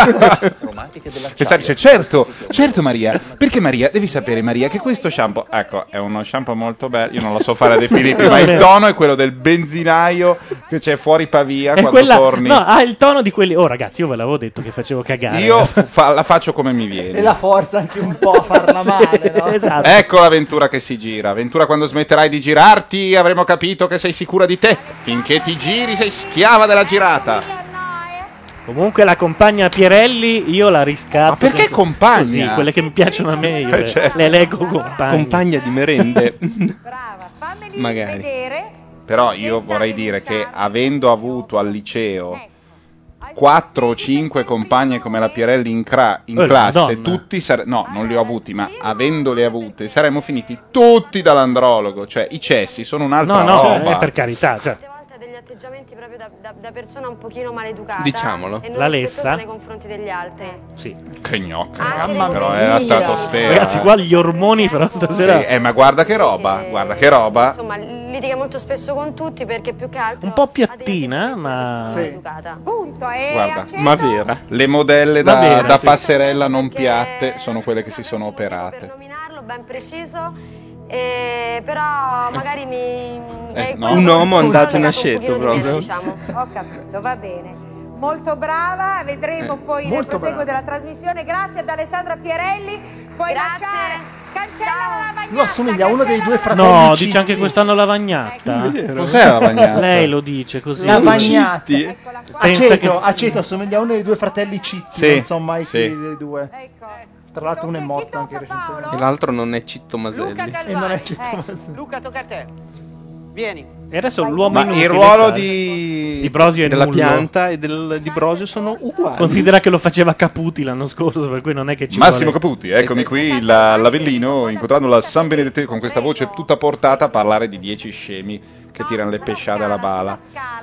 E Sara dice, certo Maria, perché Maria, devi sapere Maria che questo shampoo, ecco, è uno shampoo molto bello, io non lo so fare a De Filippi, ma il tono è quello del benzinaio che c'è fuori Pavia È quando torni. No, ha il tono di quelli. Oh ragazzi, io ve l'avevo detto che facevo cagare. Io la faccio come mi viene. E la forza anche un po' a farla male, no? Esatto. Ecco l'avventura che si gira. Avventura, quando smetterai di girarti avremo capito che sei sicura di te. Finché ti giri sei schiava della girata. Comunque la compagna Pierelli io la riscatto. Ma perché compagna? Così, quelle che mi piacciono a me io Certo. le leggo compagna. Compagna di merende. Magari. Però io vorrei dire che avendo avuto al liceo 4 o 5 compagne come la Pierelli in classe, Madonna. tutti no, non li ho avuti, ma avendole avute saremmo finiti tutti dall'andrologo. Cioè i cessi sono un'altra roba. Per carità, cioè. Degli atteggiamenti proprio da persona un pochino maleducata. Diciamolo. E non La rispettosa Lessa? nei confronti degli altri. Sì. Che gnocca, Anche ragazzi, nei però momenti- è la stratosfera. Ragazzi, qua gli ormoni però stasera. Sì, ma guarda che roba, Insomma, litiga molto spesso con tutti perché più che altro Un po' piattina, ma educata. Punto. E Guarda, accetto- ma vera. Le modelle Ma da, vera, da sì. passerella non piatte sono quelle che si sono operate. Nominarlo ben preciso. Però magari no. Un uomo andato in un aceto pochino di meno, proprio. diciamo. Ho capito, va bene. Molto brava, vedremo poi nel molto proseguo brava. della trasmissione. Grazie ad Alessandra Pierelli. Puoi lasciare. Cancella la lavagnata. Lui assomiglia a uno dei due fratelli. No, Citti. dice anche quest'anno lavagnata. Cos'è la lavagnata? Lei lo dice così. Lavagnata. Pensa che- Aceto assomiglia a uno dei due fratelli Citti. Sì, Non so mai sì. chi dei due. Tra l'altro uno è morto anche recentemente. E l'altro non è Citto Maselli. E non è Citto Luca, tocca a te. Vieni. E adesso l'uomo Ma inutile, il ruolo sai? di Brosio è della nullo. pianta e di Brosio sono uguali. Considera che lo faceva Caputi l'anno scorso, per cui non è che ci Massimo vuole... Caputi, eccomi qui, l'Avellino, incontrando la San Benedetto con questa voce tutta portata a parlare di 10 scemi che tirano le pesciate alla bala.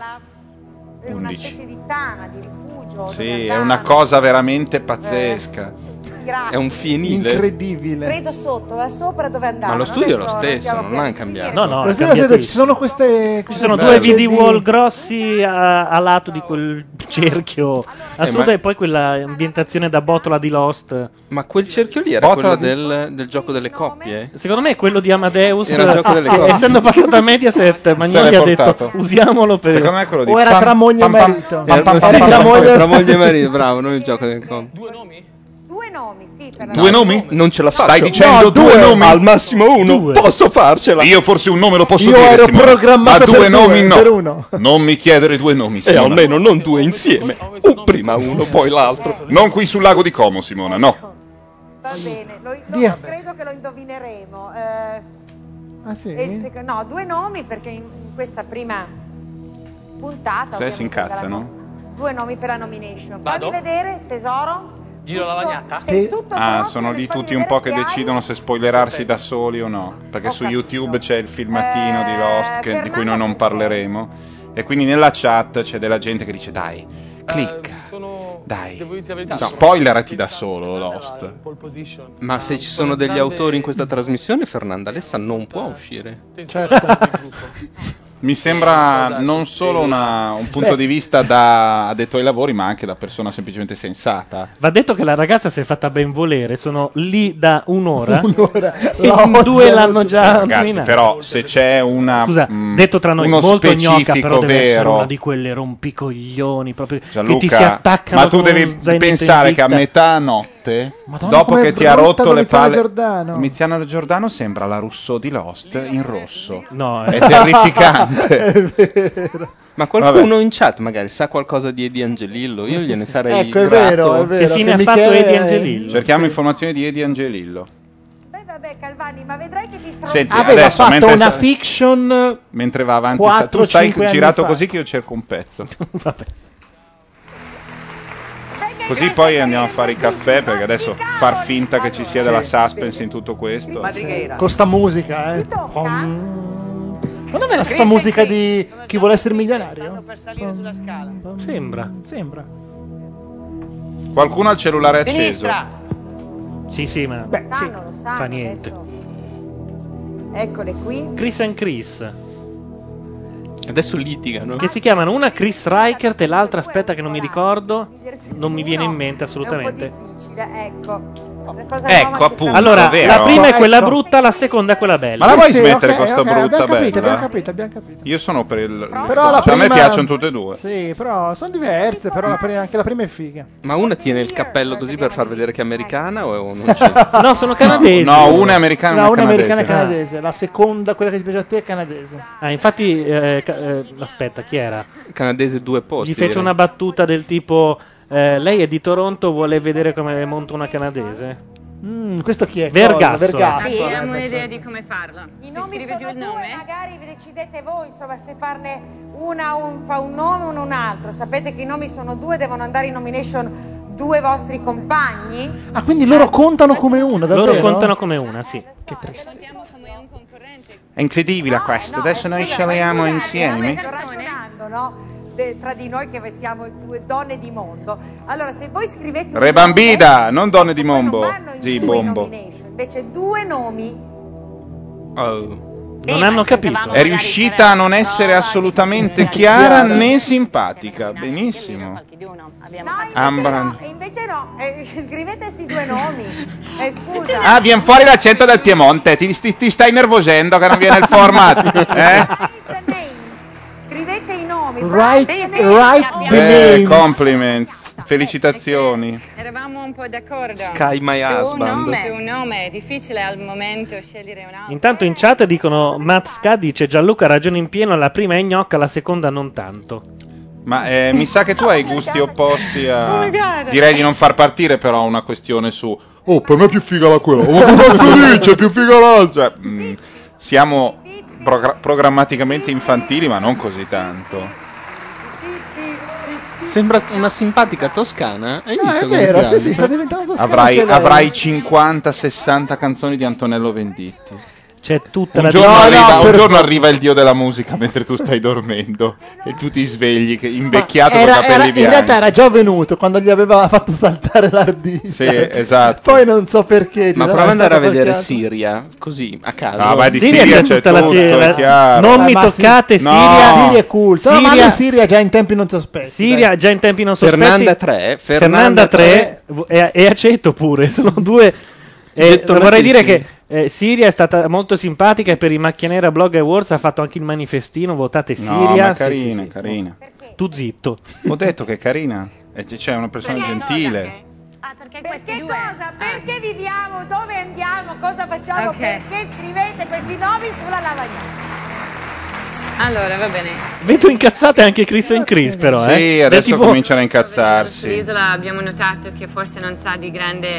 Per una 11. specie di tana, di rifugio. Sì, è una cosa veramente pazzesca. È un fienile. Incredibile. Credo sotto, là sopra dove andavano. Ma lo studio è lo Adesso stesso, stiamo non più l'hanno a cambiato. sentire. No, Lo è stesso, cambiatissimo. ci sono queste Ci sono bello. due VD wall grossi a lato di quel cerchio a sud ma- e poi quella ambientazione da botola di Lost. Ma quel cerchio lì era Botola quello del gioco delle coppie? Secondo me è quello di Amadeus. Era il gioco delle coppie. Essendo passato a Mediaset, Magnoli l'è ha detto portato. usiamolo per. Secondo me è quello di O era tra moglie e marito? Tra moglie e marito, bravo, non il gioco delle coppie. Due nomi, sì. Per la Due nomi? Non ce la faccio. Stai dicendo No, due nomi? Al massimo uno. Due. Posso farcela. Io forse un nome lo posso Io dire, ero Simone, programmato ma due per nomi due, no. per uno. Non mi chiedere due nomi, E Simone. almeno non due insieme. Prima uno, poi l'altro. Non qui sul lago di Como, Simona, no. Va bene, Via. credo che lo indovineremo. Ah sì? E no, due nomi perché in questa prima puntata. Se si ovviamente, incazza, della no? Due nomi per la nomination. Vado? Fammi vedere, tesoro. Giro la lavagnata? Sei tutto Ah, pronto, sono devi lì farmi tutti un vedere po' che hai. decidono se spoilerarsi da soli o no. Perché su YouTube c'è il filmatino di Lost di cui noi non parleremo. E quindi nella chat c'è della gente che dice dai, clicca. Dai, Devo dire la verità. spoilerati da solo Lost. Pole position. Ma se ci sono degli autori in questa trasmissione, Fernanda Lessa non può uscire. Mi sembra non solo un punto di vista da addetto ai lavori, ma anche da persona semplicemente sensata. Va detto che la ragazza si è fatta ben volere, sono lì da un'ora. E La in due odiano l'hanno già Ragazzi, nominata. però se c'è una Scusa, detto tra noi, uno molto gnocca, specifico però deve essere vero, una di quelle rompicoglioni proprio che Gianluca, ti si attaccano. ma tu con devi un zainetto pensare in che a vita. metà notte, Madonna, dopo com'è che ti ha brutta rotto le Domiziano palle, Giordano. Domiziano Giordano sembra la Rousseau di Lost in rosso. No, È terrificante. Ma qualcuno in chat magari sa qualcosa di Eddie Angelillo? Io gliene sarei Ecco, è grato. vero, è vero. Che fine ha che fatto Michele Eddie è- Angelillo? Cerchiamo informazioni di Eddie Angelillo. Beh, vabbè, Calvani, ma vedrai che ti Senti, Aveva adesso, fatto mentre una sta- fiction mentre va avanti, 4, tu stai 5 anni girato fa. così che io cerco un pezzo. Vabbè. Così poi andiamo a fare i caffè, perché adesso far finta che ci sia della suspense in tutto questo. con sta musica, Ma non è la stessa musica di Chi vuole essere milionario? Per salire sulla scala. Sembra. Qualcuno ha il cellulare acceso. Sinistra. Sì, ma Beh, sì. Lo sanno fa niente. adesso. Eccole qui. Chris and Chris. Adesso litigano. Che si chiamano una Chris Reichert e l'altra, aspetta che non mi ricordo, non mi viene in mente assolutamente. È un po' difficile, ecco. Ecco, appunto. Allora, vero. la prima è quella brutta, la seconda è quella bella. Ma la vuoi Sì, smettere ok, con sta ok, brutta abbiamo bella? capito. Io sono per il. Però la Cioè, a me prima- piacciono tutte e due. Sì, però sono diverse, però anche la prima è figa. Ma una tiene il cappello così per far vedere che è americana o non c'è? No, sono canadesi. No, una è americana e No, una una è americana e canadese. canadese. La seconda, quella che ti piace a te, è canadese. Ah, infatti, aspetta, chi era? Canadese 2 posti. Gli fece direi. una battuta del tipo: lei è di Toronto, vuole vedere come monta una canadese? Questo chi è? Vergasso. Sì, abbiamo un'idea di come farlo. I nomi Scrive giù sono il due, nome. magari vi decidete voi, insomma, se farne una fa un nome o un altro. Sapete che i nomi sono due, devono andare in nomination due vostri compagni. Ah, quindi loro contano come uno, davvero? Loro contano come una, sì. Che tristezza. È incredibile questo. Adesso noi scegliamo insieme. Sto ragionando, no? Tra di noi che siamo due donne di mondo. Allora, se voi scrivete un Rebambida, non donne di Mombo. nome, Sì, due Bombo. nomination, invece due nomi. Non hanno capito. È riuscita a non essere assolutamente chiara né simpatica. Benissimo. Ambran. E invece no, scrivete sti due nomi. Scusa. Ah, viene fuori l'accento del Piemonte. Ti stai nervosendo che non viene il format. Scrivete i nomi. Right the names. Compliments. Felicitazioni. Eravamo un po' d'accordo. Sky My Husband. Su un nome è difficile al momento scegliere un altro. Intanto in chat dicono: Matt Ska dice Gianluca ha ragione in pieno, la prima è gnocca, la seconda non tanto. Ma mi sa che tu hai gusti opposti a. Volgare. Direi di non far partire però una questione su. Oh, per me è più figa la quella. Oh, ma cosa dice? Più figa l'altra. Cioè, siamo programmaticamente infantili, ma non così tanto. Sembra una simpatica toscana. Hai No, visto è come vero, si sì, sta diventando toscana Avrai, anche lei. avrai 50-60 canzoni di Antonello Venditti. C'è tutta Un la giorno, arriva, un per giorno favore. arriva il dio della musica mentre tu stai dormendo e tu ti svegli che invecchiato con i Era, capelli in bianchi. realtà era già venuto quando gli aveva fatto saltare l'hard disk. Sì, esatto. Poi non so perché. Ma ci prova ad sarà andare a stato vedere qualche altro. Siria, così, a caso. No, vai di Siria Siria c'è c'è tutta la tutto, Siria. è chiaro. Non mi ma toccate, No. Siria. Siria è culto. No, ma Siria- lui Siria già in tempi non sospetti. Siria già in tempi non sospetti. Fernanda 3, Fernanda 3 e Aceto pure, sono due. E vorrei dire che Siria è stata molto simpatica e per i Macchia Nera Blog Awards ha fatto anche il manifestino, votate No, Siria. ma è Sì, carina, sì, sì. carina. Tu zitto. Ho detto che è carina. E c'è una persona gentile. Perché cosa? Perché viviamo? Dove andiamo? Cosa facciamo? Ok. Perché scrivete questi nomi sulla lavagna? Allora, va bene. Vedo incazzate anche Chris and Chris, però. Sì, Del adesso tipo- cominciano a incazzarsi. Sull'isola abbiamo notato che forse non sarà di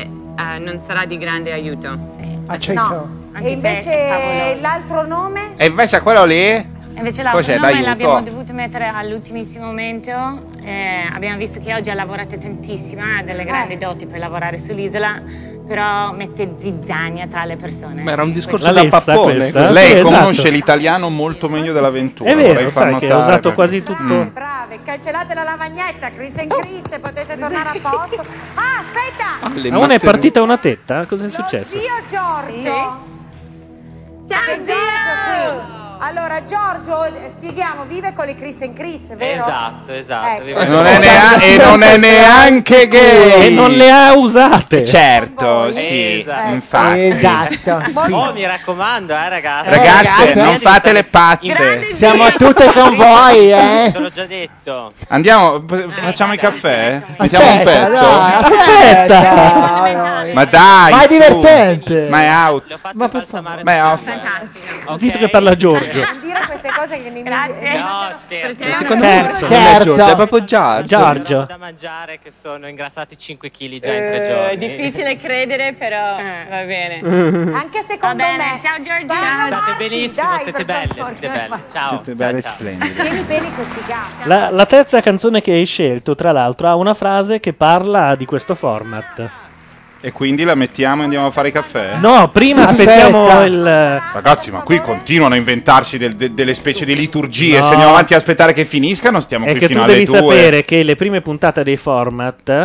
grande aiuto. Aceto. No. E invece l'altro nome? E invece quello lì? Invece Cos'è, l'altro nome d'aiuto? l'abbiamo dovuto mettere all'ultimissimo momento. Abbiamo visto che oggi ha lavorato tantissimo, ha delle grandi doti per lavorare sull'isola, però mette zizzania tra le persone. Ma era un discorso La da lessa pappone. questa? Lei Sì, esatto. conosce l'italiano molto meglio dell'avventura. È vero, vorrei far sai che ha notare, usato perché- quasi tutto. Brave, cancellate la lavagnetta, Chris and Chris, e potete tornare a posto. Ah, aspetta! A una è partita una tetta? Cosa è successo? Zio Giorgio! Ciao Giorgio qui! Allora Giorgio, spieghiamo, vive con le Chris and Chris, vero? Esatto. Ecco. E non è neanche gay. E non le ha usate. Certo, sì, Esatto. infatti. Esatto, sì. Oh, mi raccomando, ragazzi. Ragazze, non fate le pazze. Siamo tutte con voi, Te l'ho già detto. Andiamo, facciamo il caffè? Mettiamo un Aspetta, pezzo? dai, aspetta. Ma dai, Ma è su. divertente. Ma è out. Ma per favore. Ma è off. Zitto che parla Giorgio. Non dire queste cose che No, scherzo. Secondo me Scherzo. non è Giorgio, è proprio Giorgio. Giorgio. Da mangiare che sono ingrassati 5 kg già in 3 giorni. È difficile credere, però va bene. Anche secondo me. Ciao Giorgio. State benissimo, Dai, siete per belle, favore. siete belle. Ciao. Siete belle e ciao. splendide. Tieni bene questi gatti. La terza canzone che hai scelto, tra l'altro, ha una frase che parla di questo format. E quindi la mettiamo e andiamo a fare i caffè? No, prima Aspetta. aspettiamo il. Ragazzi, ma qui continuano a inventarsi delle specie di liturgie. No. Se andiamo avanti a aspettare che finiscano, stiamo È qui che fino tu alle devi 2. sapere che le prime puntate dei format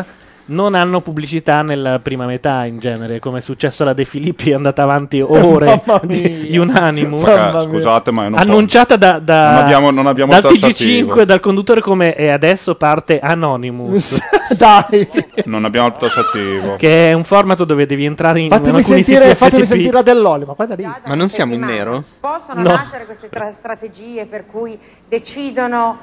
non hanno pubblicità nella prima metà in genere, come è successo alla De Filippi, è andata avanti ore di Unanimous. Scusate, ma io non annunciata non abbiamo dal tassativo. TG5 dal conduttore come e adesso parte Anonymous. Dai, Non abbiamo il tassativo. Che è un format dove devi entrare in fatemi alcuni sentire siti fatemi FTP. sentire la dell'olio, ma guarda lì. Ma non siamo in nero? Possono No. nascere queste strategie per cui decidono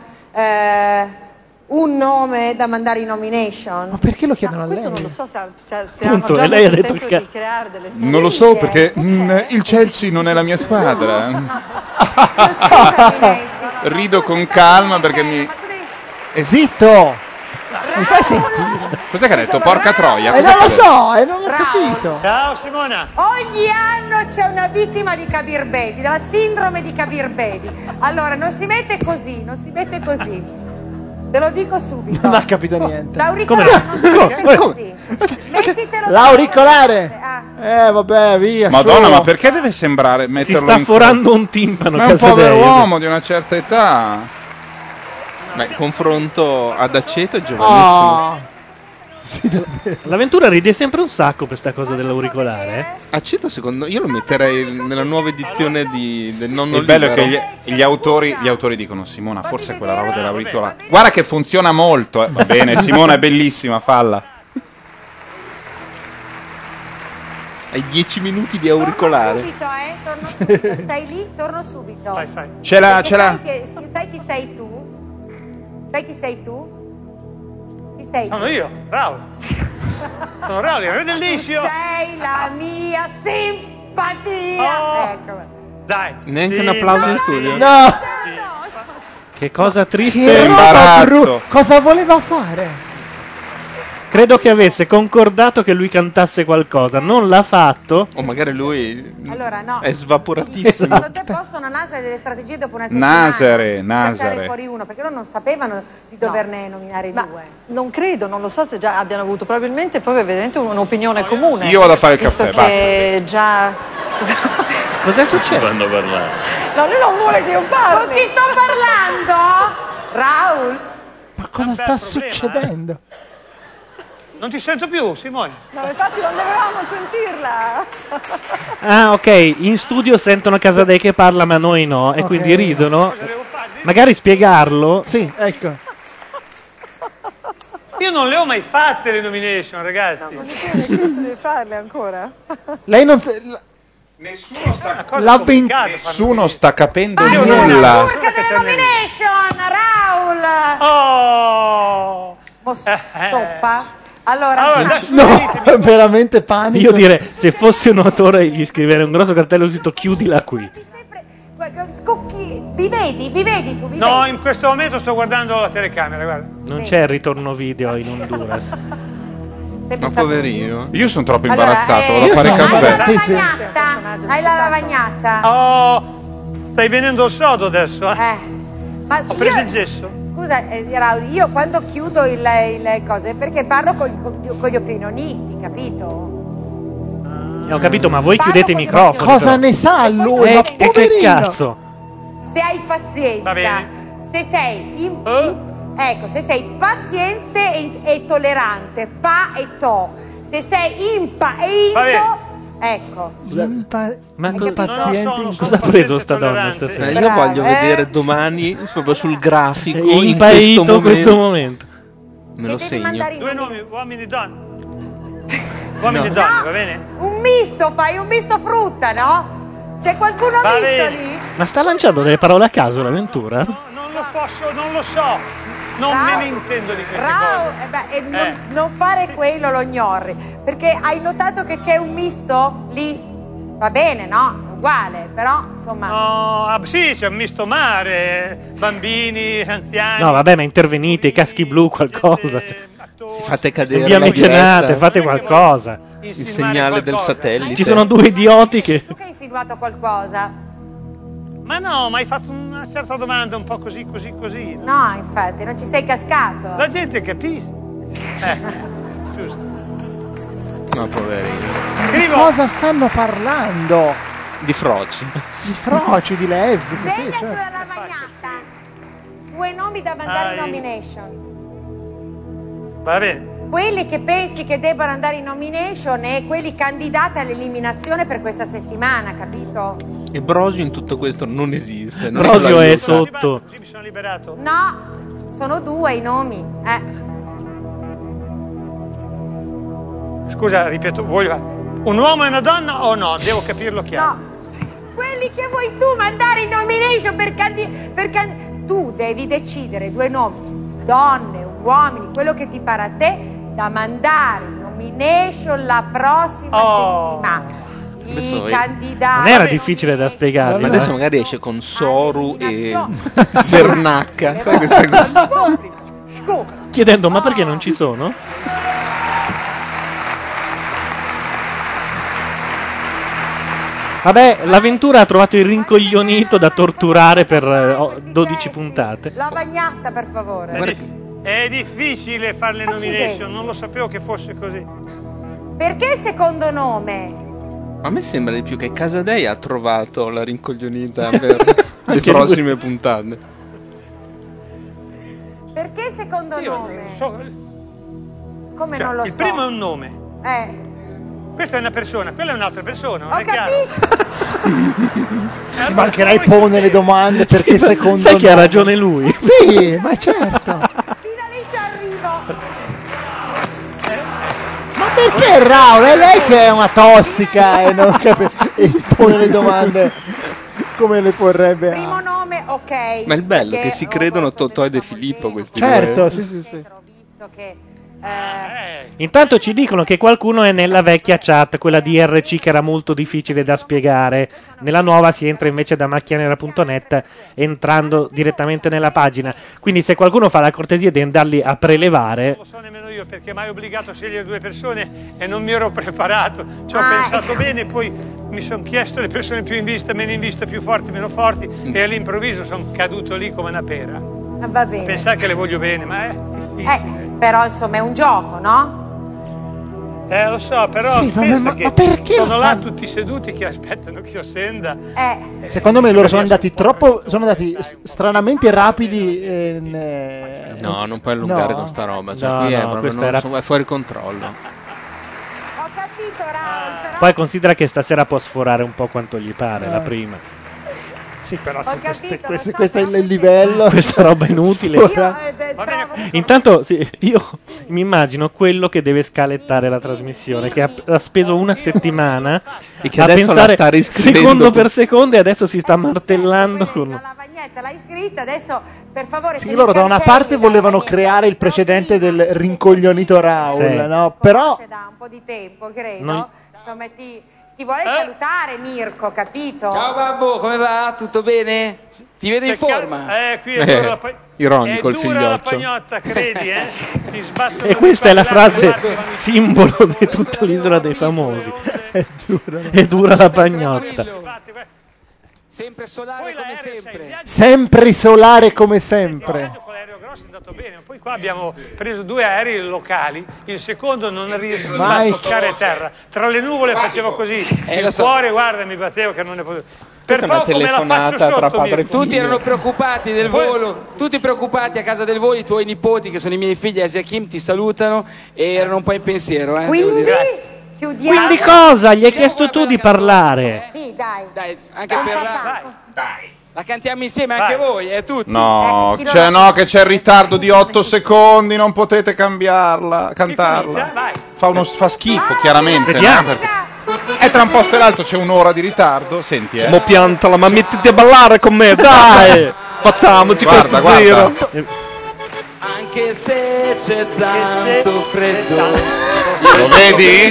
un nome da mandare in nomination? Ma perché lo chiedono a lei? Questo non lo so se Appunto, hanno già lei ha avuto detto tempo che- di creare delle Non lo so perché il Chelsea non è la mia squadra. Rido con calma perché mi... Zitto! Mi fai sentire? Cos'è che ha detto? Porca troia. Non Cos'è lo che ha detto? so, non ho capito. Ciao Simona. Ogni anno c'è una vittima di Kabir Bedi, della sindrome di Kabir Bedi. Allora, non si mette così, non si mette così. Te lo dico subito. Non ha capito niente. L'auricolare non si mette così. Mettitelo L'auricolare! Vabbè, via. Madonna, su. ma perché deve sembrare Si metterlo sta in forando un timpano. Ma è un Casadei. povero uomo di una certa età. Beh, confronto ad Aceto e Giovanni L'avventura ride sempre un sacco per sta cosa dell'auricolare. Aceto, secondo io lo metterei nella nuova edizione del nonno Il bello è libero. che gli autori dicono: Simona, forse quella roba dell'auricolare. Guarda che funziona molto. Va bene, Simona è bellissima, falla. Hai 10 minuti di auricolare. Torno subito, stai lì, torno subito. Fai. Ce l'ha. Sai chi sei tu? Sai chi sei tu? Chi sei tu? Sono io, Raul. Sono Raul, il re del liscio. Sei la mia simpatia. Oh. Ecco. Dai. Neanche un applauso in studio. No! Che cosa triste. Che roba imbarazzo. Cosa voleva fare? Credo che avesse concordato che lui cantasse qualcosa, non l'ha fatto. O magari lui Allora, no. è svaporatissimo. Secondo te possono nascere delle strategie dopo una settimana? Nasere. Per tirare fuori uno, perché loro non sapevano di doverne nominare Ma due. non credo, non lo so se già abbiano avuto, probabilmente poi evidentemente un'opinione comune. Io vado a fare il visto caffè, che già Cos'è successo? Quando parlare. no, lui non vuole che io Con parli. chi sto parlando? Raul? Ma cosa sta succedendo? Non ti sento più, Simone. No, infatti non dovevamo sentirla. Ah, ok. In studio sentono Casadei che parla, ma noi no. E Ok. quindi ridono. Magari spiegarlo. Sì, ecco. Io non le ho mai fatte le nomination, ragazzi. Ma mi chiede chiesto di farle ancora. Lei non... Nessuno sta, Nessuno sta capendo Fai nulla. una burca delle nomination, Raul! Oh! Soppa? Allora, No, veramente panico. Io direi, se fossi un autore, gli scriverei un grosso cartello scritto chiudila qui. mi vedi tu, mi No, vedi? in questo momento sto guardando la telecamera, guarda. Non c'è il ritorno video in Honduras. Ma poverino. Io sono troppo Allora, imbarazzato, vado a io fare sono- caffè. Sì, sì. Hai la lavagnata? Oh, stai venendo il sodo adesso, eh? Ma Ho preso il gesso. Scusa, Raul, io quando chiudo le cose è perché parlo con gli opinionisti, capito? Ho capito, ma voi chiudete i microfoni. Cosa però. ne sa lui? Ma E che poverino. cazzo? Se hai pazienza, Va bene. se sei ecco, se sei paziente e tollerante, pa e to, se sei impa e Va bene. into, ecco. Ma Hai capito? paziente. Cosa ha preso sta donna stasera? Io voglio vedere domani proprio sul grafico in Impaito questo momento. Me lo segno. Due nomi, uomini e donne. Uomini e donne, va bene? Un misto, fai un misto frutta, no? C'è qualcuno Va misto bene. lì? Ma sta lanciando delle parole a caso l'avventura? Non lo posso, non lo so. Non me ne intendo di queste Raul, cose. non fare quello lo ignorri, perché hai notato che c'è un misto lì? Va bene, no? Uguale, però insomma. No, sì, c'è un misto mare, bambini, anziani. No, vabbè, ma intervenite, i caschi blu, qualcosa. Cioè, Fate cadere via la mecenate, diretta. fate qualcosa. Il segnale del satellite. Ci sono due idioti che... Tu che hai insinuato qualcosa? Ma no, ma hai fatto una certa domanda un po' così, così, così. No, infatti, non ci sei cascato. La gente capisce. Giusto. No, poverino. Di cosa stanno parlando? Di froci. Di froci, di lesbiche, sì, Venga certo. sulla lavagnata. Due nomi da mandare in Ah, nomination. Va bene. quelli che pensi che debbano andare in nomination e quelli candidati all'eliminazione per questa settimana, capito? E Brosio in tutto questo non esiste. Non Brosio è sotto. Sì, mi sono liberato. No, sono 2 i nomi. Scusa, ripeto, un uomo e una donna o no? Devo capirlo chiaro. No, quelli che vuoi tu mandare in nomination tu devi decidere 2 nomi, donne, uomini, quello che ti pare a te, da mandare in nomination la prossima settimana. I candidati. Non era difficile da spiegare. Ma adesso magari esce con Soru e Sernacca. Sai queste cose? Chiedendo, ma perché non ci sono? Vabbè, l'avventura ha trovato il rincoglionito da torturare per 12 puntate. La bagnatta, per favore. È difficile fare le nomination, non lo sapevo che fosse così. Perché secondo nome? A me sembra di più che Casadei ha trovato la rincoglionita per le prossime puntate. Perché secondo nome? Non so. Come non lo so? Il primo è un nome. Questa è una persona, quella è un'altra persona, non Ho è chiaro? Ci mancherai pone le domande perché secondo sai che ha ragione lui? Sì, ma certo. Fino a lì ci arrivo. Ma perché Raul? È lei che è una tossica e non e pone le domande come le porrebbe. Primo nome, ok. Ma il bello è che si credono Totò e De Filippo questi Certo, due. sì. Ho visto che Intanto ci dicono che qualcuno è nella vecchia chat, quella di RC, che era molto difficile da spiegare. Nella nuova si entra invece da macchianera.net entrando direttamente nella pagina. Quindi se qualcuno fa la cortesia di andarli a prelevare. Non lo so nemmeno io perché mi hai obbligato a scegliere 2 persone e non mi ero preparato. Ci ho pensato bene, poi mi sono chiesto le persone più in vista, meno in vista, più forti, meno forti e all'improvviso sono caduto lì come una pera. Va bene. Pensare che le voglio bene, ma è difficile. Però insomma è un gioco, no? Lo so, però Sì, pensa ma che perché sono lo là fanno? tutti seduti che aspettano che io senda. Secondo me loro sono andati stranamente rapidi. No, non puoi allungare con sta roba. Cioè, qui è proprio è fuori controllo. Ho capito, Raul. Poi considera che stasera può sforare un po' quanto gli pare, la prima. Sì, però se questo è il livello. Questa roba inutile. Intanto io mi immagino quello che deve scalettare la trasmissione, che ha speso una settimana e che a adesso pensare la sta riscrivendo secondo per secondo e adesso si sta martellando con... La bagnetta l'hai scritta, adesso per favore. Sì, loro da una parte volevano creare il precedente del rincoglionito Raul, Sì. no? Però Da un po' di tempo, credo. Non- Insomma, ti vuole salutare Mirko, capito? Ciao babbo, come va? Tutto bene? Ti vedo in forma? Qui è dura la ironico è il dura la figlioccio. pagnotta, credi, Ti sbattono E questa è la di qua, di là, frase simbolo di tutta l'isola dei famosi. È dura la pagnotta. Sempre solare come sempre. sempre solare come sempre. Con l'aereo grosso è andato bene, poi qua abbiamo preso 2 aerei locali, il secondo non riusciva a toccare terra, tra le nuvole facevo così, il lo so. cuore guarda mi battevo che non ne potevo. Questa è una poco me la faccio telefonata sotto, tra padre e Mirko. Tutti erano preoccupati del volo, tutti preoccupati a casa del volo, i tuoi nipoti che sono i miei figli, Asia e Kim, ti salutano e erano un po' in pensiero. Devo Quindi dire. chiudiamo. Quindi cosa? Gli hai chiesto tu di parlare? Sì, dai. Dai, anche per la cantiamo insieme anche voi, tutti. No, Ecco, che c'è il ritardo di 8 secondi, non potete cantarla. Fa schifo, chiaramente. Vediamo. No? Perché tra un posto e l'altro c'è un'ora di ritardo. Senti, Mo piantala, ma mettiti a ballare con me, dai! Facciamoci Guarda, questo giro. Anche se c'è tanto freddo. Lo vedi?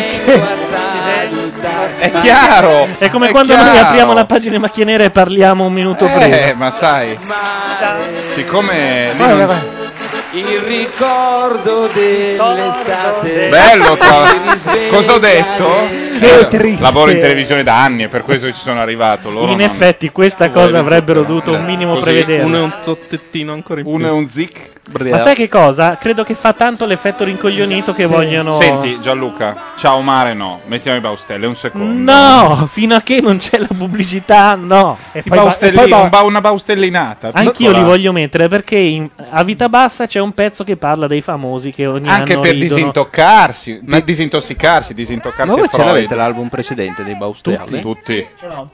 È chiaro. È come è quando chiaro. noi apriamo la pagina macchia nera e parliamo un minuto prima. Ma sai, siccome lì Vai, non- vai. Il ricordo dell'estate. Bello, cosa ho detto? davvero triste. Lavoro in televisione da anni e per questo ci sono arrivato. Loro In non. effetti questa cosa avrebbero dovuto un minimo Così, prevedere. Uno è un zottettino ancora in più. Uno è un zic. Ma sai che cosa? Credo che fa tanto l'effetto rincoglionito che vogliono... Senti Gianluca, ciao mare no, mettiamo i Baustelle, un secondo. No, fino a che non c'è la pubblicità, no. E I Baustellini, una Baustellinata. Anch'io piccola. li voglio mettere perché a Vita Bassa c'è un pezzo che parla dei famosi che ogni Anche anno per ridono. disintossicarsi, disintossicarsi Ma voi è ce l'avete Freud. l'album precedente dei Baustelle? Tutti.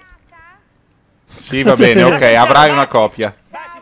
Sì, va bene, ok, avrai una copia.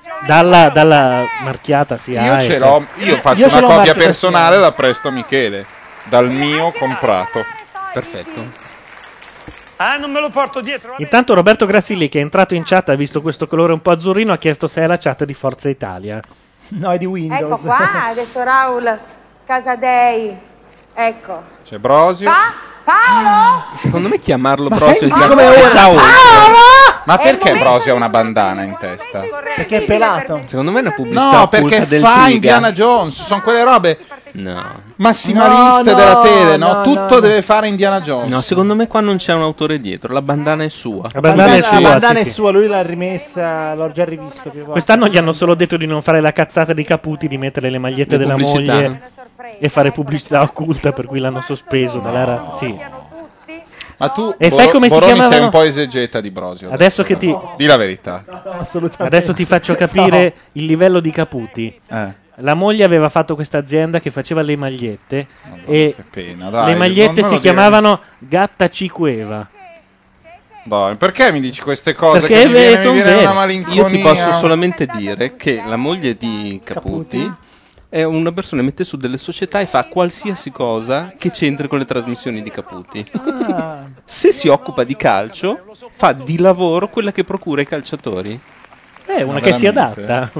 Dalla marchiata si ha. Io ce l'ho, io faccio una copia personale e la presto a Michele. Dal mio comprato. Perfetto. Ah, non me lo porto dietro. Intanto Roberto Grassilli, che è entrato in chat, ha visto questo colore un po' azzurrino, ha chiesto se è la chat di Forza Italia. No, è di Windows. Ecco qua, adesso Raul Casadei. Ecco. C'è Brosio. Paolo? Secondo me chiamarlo Ma Brosio senti come ora? ciao. Ma perché Brosio ha una bandana in testa? Perché è pelato. Secondo me è una pubblicità No, occulta perché del fa Twiga. Indiana Jones, sono quelle robe No. massimaliste No, della no, tele, no? no, Tutto no. deve fare Indiana Jones. No, secondo me qua non c'è un autore dietro, la bandana è sua. La bandana è sua, La bandana sì, è sì. sua, lui l'ha rimessa, l'ho già rivisto più volte. Quest'anno gli hanno solo detto di non fare la cazzata di Caputi, di mettere le magliette Le della pubblicità. moglie e fare pubblicità occulta, per cui l'hanno sospeso sì. Ma tu, E sai come si Boroni, chiamavano? sei un po' esegeta di Brosio. Adesso che ti Di la verità. Assolutamente. Adesso ti faccio capire il livello di Caputi. La moglie aveva fatto questa azienda che faceva le magliette e Che pena, dai. le magliette non me si lo chiamavano Gatta Cicueva. Dai, perché mi dici queste cose? Perché che mi viene, son mi viene vere. una malinconia. Io ti posso solamente dire che la moglie di Caputi è una persona che mette su delle società e fa qualsiasi cosa che c'entri con le trasmissioni di Caputi. Se si occupa di calcio, fa di lavoro quella che procura i calciatori. Una Ma che si veramente? adatta.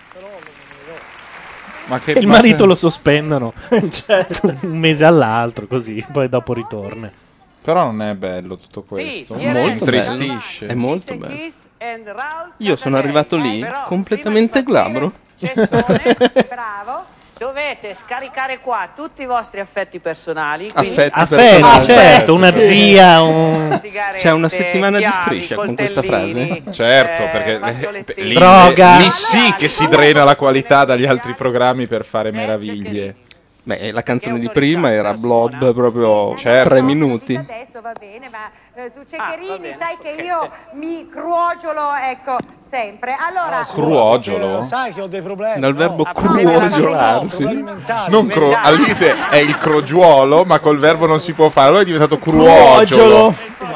Ma che, E il marito lo sospendono un mese all'altro, così, poi dopo ritorna. Però non è bello tutto questo. direi. Molto Intristisce. bello. È molto bello. Io sono arrivato lì completamente glabro. Bravo. Dovete scaricare qua tutti i vostri affetti personali. quindi- Affetti, certo, una zia, C'è una settimana di striscia con questa frase? Certo, perché lì, Droga. lì sì che si drena la qualità dagli altri programmi per fare meraviglie. Beh, la canzone di prima era Blob proprio Certo. 3 minuti. Adesso va bene, ma su Ceccherini sai che io mi cruogiolo, ecco, sempre. Allora, Cruogiolo? Sai che ho dei problemi. Dal verbo no? cruogiolarsi. Non all'ite è il crogiuolo, ma col verbo non si può fare. Allora è diventato cruogiolo.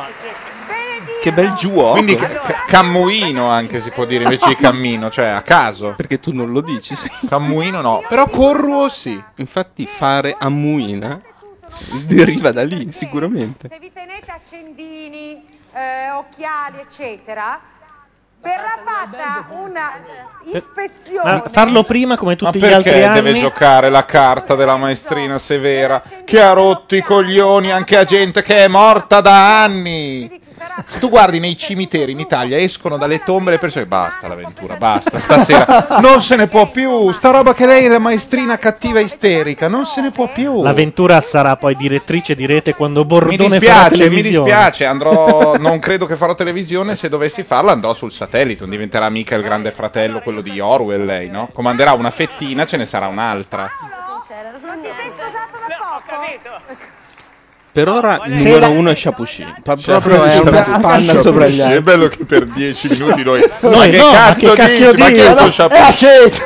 Che bel giuoco. Quindi cammuino anche si può dire invece di cammino, cioè a caso. Perché tu non lo dici, sì. Cammuino no, però corruo sì. Infatti fare ammuina deriva da lì, sicuramente. se vi tenete accendini, occhiali, eccetera, verrà fatta una ispezione. Ma farlo prima come tutti Ma gli altri perché anni. deve giocare la carta della maestrina Severa che ha rotto i coglioni anche a gente che è morta da anni? Tu guardi nei cimiteri in Italia, escono dalle tombe le persone, basta l'avventura, basta, stasera non se ne può più, sta roba che lei è la maestrina cattiva isterica, non se ne può più. L'avventura sarà poi direttrice di rete quando Mi Bordone farà dispiace, televisione. andrò, non credo che farò televisione, se dovessi farla andrò sul satellite, non diventerà mica il grande fratello, quello di Orwell lei, no? Comanderà una fettina, ce ne sarà un'altra. Non ti sei sposato da poco? Per ora il numero uno è Shapushi. Proprio è una spanna sopra gli altri. È bello che per 10 minuti noi Noi che no, ma cazzo che cacchio dici? Ma dici? che è sto È Shapushi? aceto.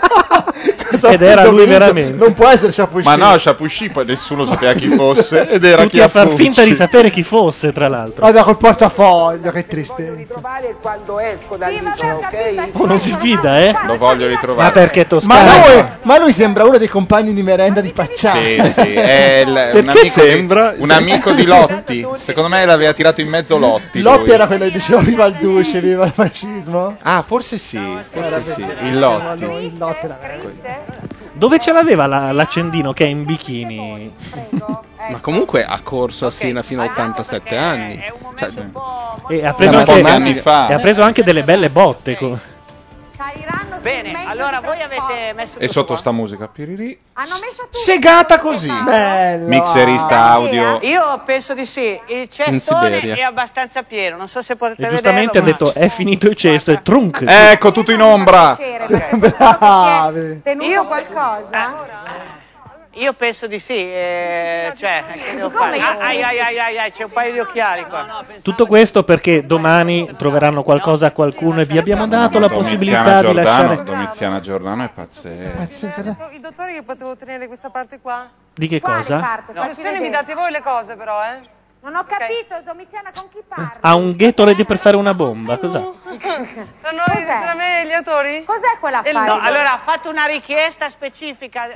Ed era lui veramente. Non può essere Shapushi. Ma no, Shapushi poi nessuno sapeva chi fosse ed era Tutti chi a far finta di sapere chi fosse, tra l'altro. Guarda col portafoglio, che tristezza. Quando esco dall'isola, ok? Oh, non si fida, eh? Lo voglio ritrovare. Ma perché Toscana? Ma lui sembra uno dei compagni di merenda di Pacciano. Sì, sì, è un amico sembra? un amico di Lotti. Secondo me l'aveva tirato in mezzo Lotti. Lotti lui. era quello che diceva viva il duce, viva il fascismo. Ah, forse sì, Era il bellissimo, Lotti. lui, il Lotti era veramente- Dove ce l'aveva l'accendino che è in bikini? Ma comunque ha corso a Siena fino a 87 anni. Cioè, E ha preso, un anche, po' di anni fa. e ha preso anche delle belle botte. Saliranno Bene, allora voi avete messo E sotto sta musica. Piriri. Hanno messo tutti. Segata così. Mixerista audio. Io penso di sì. Il cestone Siberia. è abbastanza pieno. Non so se potete E giustamente ha vederlo. detto: è finito il cesto, è trunk. Ecco, tutto in ombra. Bravi. Tenuto qualcosa? Io penso di sì. Cioè, che devo fare? Ai, c'è un paio di occhiali qua. Tutto questo perché domani troveranno qualcosa a qualcuno e vi abbiamo dato la possibilità di lasciare. Domiziana Giordano è pazzesco. Il dottore che potevo tenere questa parte qua? Di che cosa? Questione mi date voi le cose però, Non ho capito, Domiziana, con chi parli? Ha un Gatorade per fare una bomba, cos'ha? Tra me e gli autori? Cos'è quell'affare? No, allora ha fatto una richiesta specifica.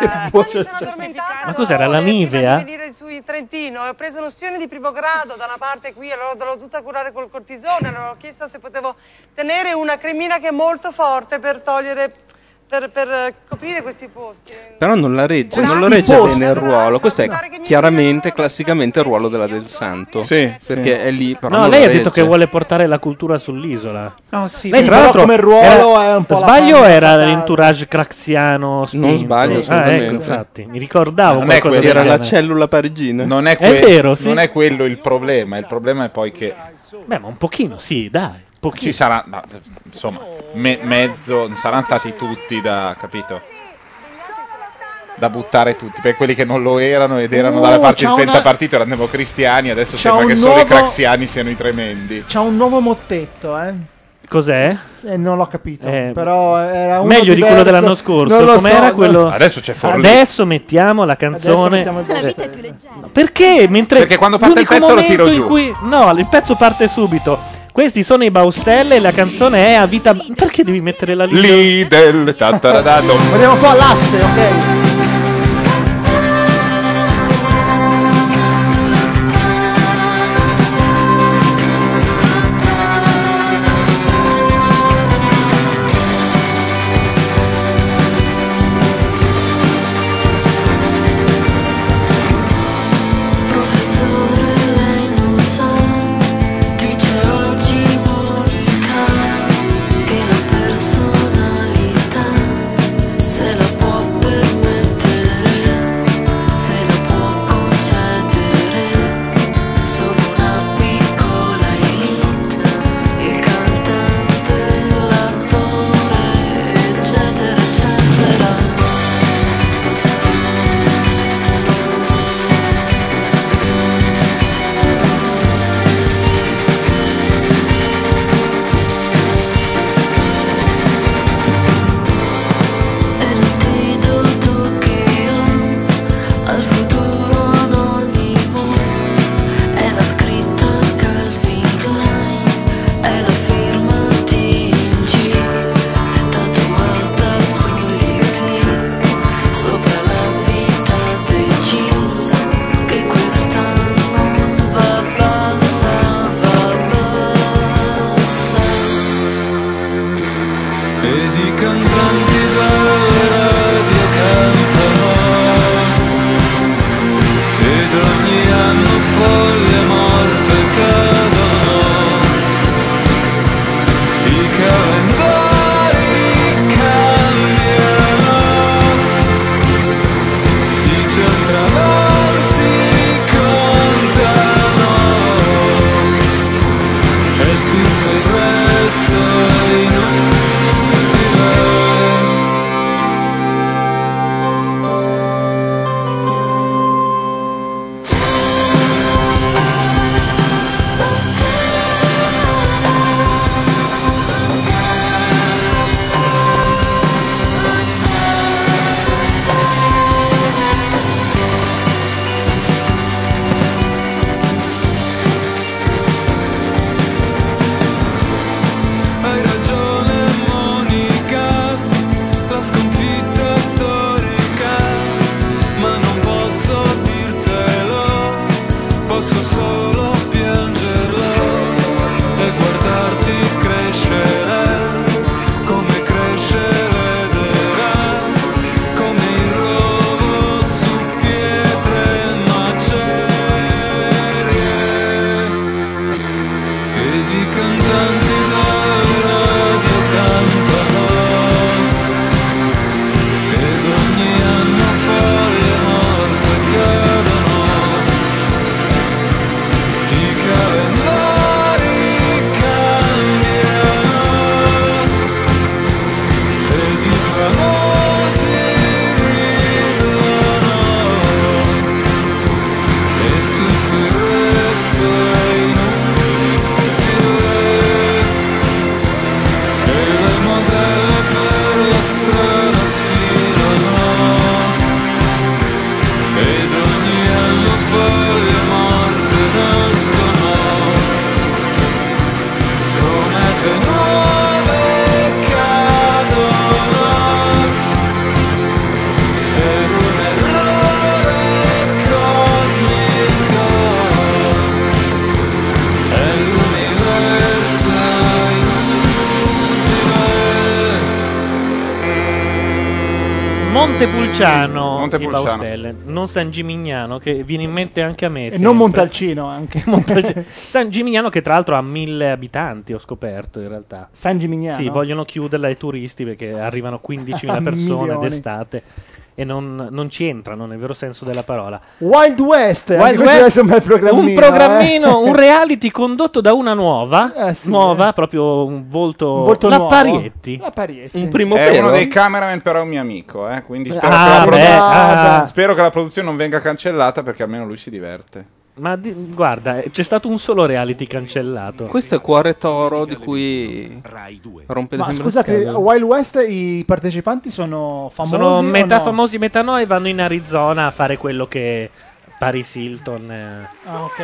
Ma cos'era, la Nivea? Di venire sui Trentino, ho preso un'ostione di primo grado da una parte qui, allora l'ho dovuta curare col cortisone, allora ho chiesto se potevo tenere una cremina che è molto forte per togliere, per coprire questi posti. Però non la regge, non lo regge bene il ruolo. Questo è chiaramente, classicamente il ruolo della Del Santo. Sì, perché è lì. Però No, non lei la ha detto regge. che vuole portare la cultura sull'isola. No, sì, Lei, sì, tra però l'altro, come ruolo è un po' la sbaglio panna era fatale. l'entourage craxiano spinto. Non sbaglio, ecco, assolutamente. infatti, mi ricordavo Non è qualcosa quello, del Era la genere. cellula parigina. Non è, vero, sì. non è quello il problema è poi che Beh, ma un pochino sì, dai. ci sarà, ma, insomma, mezzo, non saranno stati tutti capito? Da buttare tutti, per quelli che non lo erano ed erano dalla parte c'ha del una- pentapartito, erano democristiani, adesso c'ha sembra un che solo i nuovo- craxiani siano i tremendi. C'ha un nuovo mottetto, Cos'è? non l'ho capito. Però era uno Meglio di quello diverso. dell'anno scorso. Non lo Com'era so, quello? Adesso c'è Forlì. Adesso mettiamo la canzone. Adesso mettiamo il Eh, posto. Perché? Perché quando parte il l'unico pezzo lo tiro momento in giù. cui no, il pezzo parte subito. Questi sono i Baustelle e la canzone è a vita. Perché devi mettere la linea? Lidl, tantaradando. Andiamo un po' all'asse, ok? Professore, lei non sa, dice oggi Monica, che la personalità se la può permettere. Montepulciano, Montepulciano. in Baustelle, non San Gimignano, che viene in mente anche a me. E sempre. non Montalcino anche. San Gimignano, che tra l'altro ha 1000 abitanti, ho scoperto in realtà. San Gimignano? Sì, vogliono chiuderla ai turisti perché arrivano 15.000 persone Milioni. d'estate e non ci entrano nel vero senso della parola. Wild West, anche Wild questo West, deve essere un bel programmino, un reality condotto da una nuova, proprio un volto la nuovo. Parietti. La Parietti. Un primo È pelo? uno dei cameraman, però è un mio amico, quindi spero, spero che la produzione non venga cancellata perché almeno lui si diverte. Ma guarda, c'è stato un solo reality cancellato. Questo è Cuore Toro di cui rompe le Ma sempre scusate, le scatole. Wild West i partecipanti sono famosi? Sono metà o no? famosi, metà no, e vanno in Arizona a fare quello che Paris Hilton Ah, ok.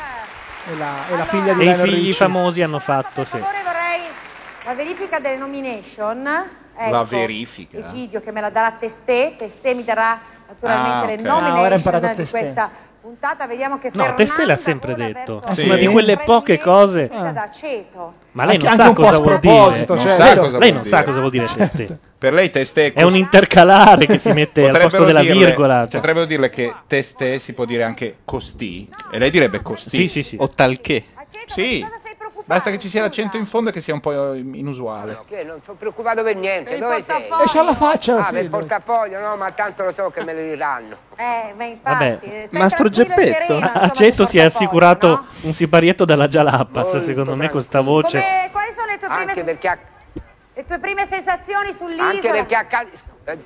E la figlia di e i Lionel figli Richie. famosi hanno fatto, sì. Per favore vorrei la verifica delle nomination. Ecco, La verifica? Egidio che me la darà Testè mi darà naturalmente le ok. nomination ora ha imparato di Testè. questa puntata. Vediamo che No, Fernanda Testè l'ha sempre detto. È Sì. una di quelle poche cose. da aceto. Ma lei non Anche sa un po' cosa a vuol dire. sproposito, Non cioè, sa lei- cosa Lei vuol non sa dire. cosa vuol dire Testè. Per lei Testè È un intercalare che si mette al Potrebbero posto della dirle- virgola. Cioè. Potrebbero dirle che Testè si può dire anche costì. E lei direbbe costì. Sì. O tal che. Sì. Basta che ci sia l'accento in fondo e che sia un po' inusuale. Che non sono preoccupato per niente. Dove sei? E c'ha la faccia, Ah, sì, per il portafoglio, no, ma tanto lo so che me lo diranno. Ma infatti, Vabbè. stai Mastro tranquillo e Geppetto? sereno, Aceto si è assicurato no? un siparietto dalla Jalapas, secondo me, con sta voce. Quali sono le tue prime Anche perché le tue prime sensazioni sull'isola? Anche perché a casa...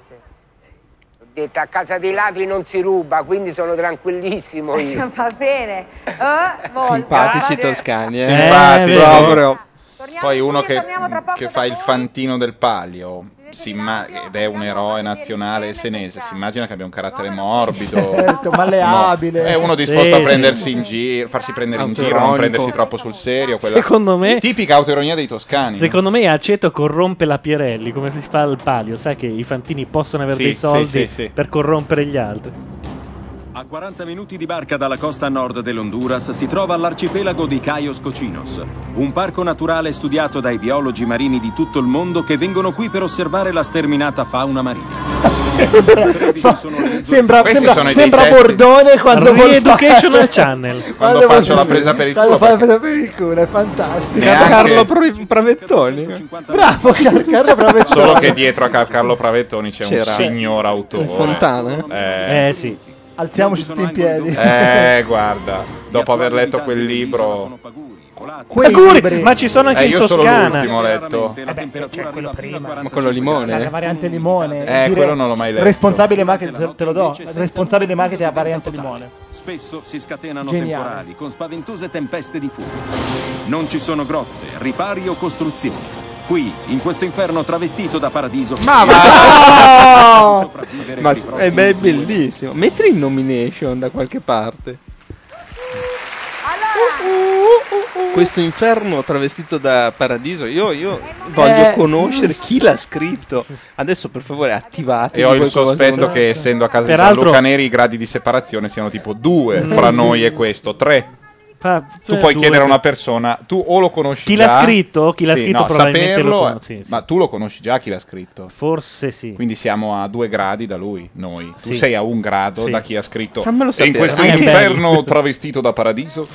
Ho detto, a casa dei ladri non si ruba, quindi sono tranquillissimo io. Va bene. Molto. Simpatici toscani, Simpatici. proprio. Poi uno che tra poco fa il fantino del palio ed è un eroe nazionale senese, si immagina che abbia un carattere morbido, Certo, malleabile. è uno disposto Sì, a sì. prendersi in giro, farsi prendere in giro, non Autoironico. prendersi troppo sul serio, quella Secondo me, tipica autoironia dei toscani. secondo me Aceto corrompe la Pirelli, come si fa al palio. Sai che i fantini possono avere Sì, dei soldi sì. per corrompere gli altri. A 40 minuti di barca dalla costa nord dell'Honduras si trova l'arcipelago di Cayos Cocinos, un parco naturale studiato dai biologi marini di tutto il mondo che vengono qui per osservare la sterminata fauna marina. Sembra Questi sono i sembra dei testi. Bordone quando Re-Educational Channel. Quando faccio la presa per il culo, fa la presa per il culo, è fantastico. Neanche- Carlo Pravettoni. Bravo Carlo Pravettoni. solo che dietro a Carlo Pravettoni c'è un C'era signor autore. Fontana? Sì. Alziamoci tutti in piedi. Guarda, dopo aver letto quel libro. Quei Auguri, libri. ma ci sono anche in Io solo Toscana. l'ultimo ho letto. C'è quello prima. Ma quello limone? La variante limone. Dire quello non l'ho mai letto. Responsabile marketing, te lo do. Responsabile marketing a variante limone. Spesso si scatenano Geniale. temporali con spaventose tempeste di fumo. Non ci sono grotte, ripari o costruzioni. Qui, in questo inferno travestito da paradiso. Ma va! Ma è bellissimo. Mettili in nomination da qualche parte. Questo inferno travestito da paradiso, io voglio conoscere chi l'ha scritto. Adesso per favore attivate. E ho il sospetto che essendo a casa Peraltro- di Gianluca Neri i gradi di separazione siano tipo 2 fra noi e questo, 3. Tu puoi chiedere a una persona, tu o lo conosci Chi già. l'ha scritto? Chi l'ha Sì, scritto no, probabilmente saperlo, lo conosci, sì. Ma tu lo conosci già chi l'ha scritto? Forse sì. Quindi siamo a 2 gradi da lui, noi. Tu Sì. sei a 1 grado Sì. da chi ha scritto. Fammelo E in sapere. questo È inferno bello. travestito da paradiso.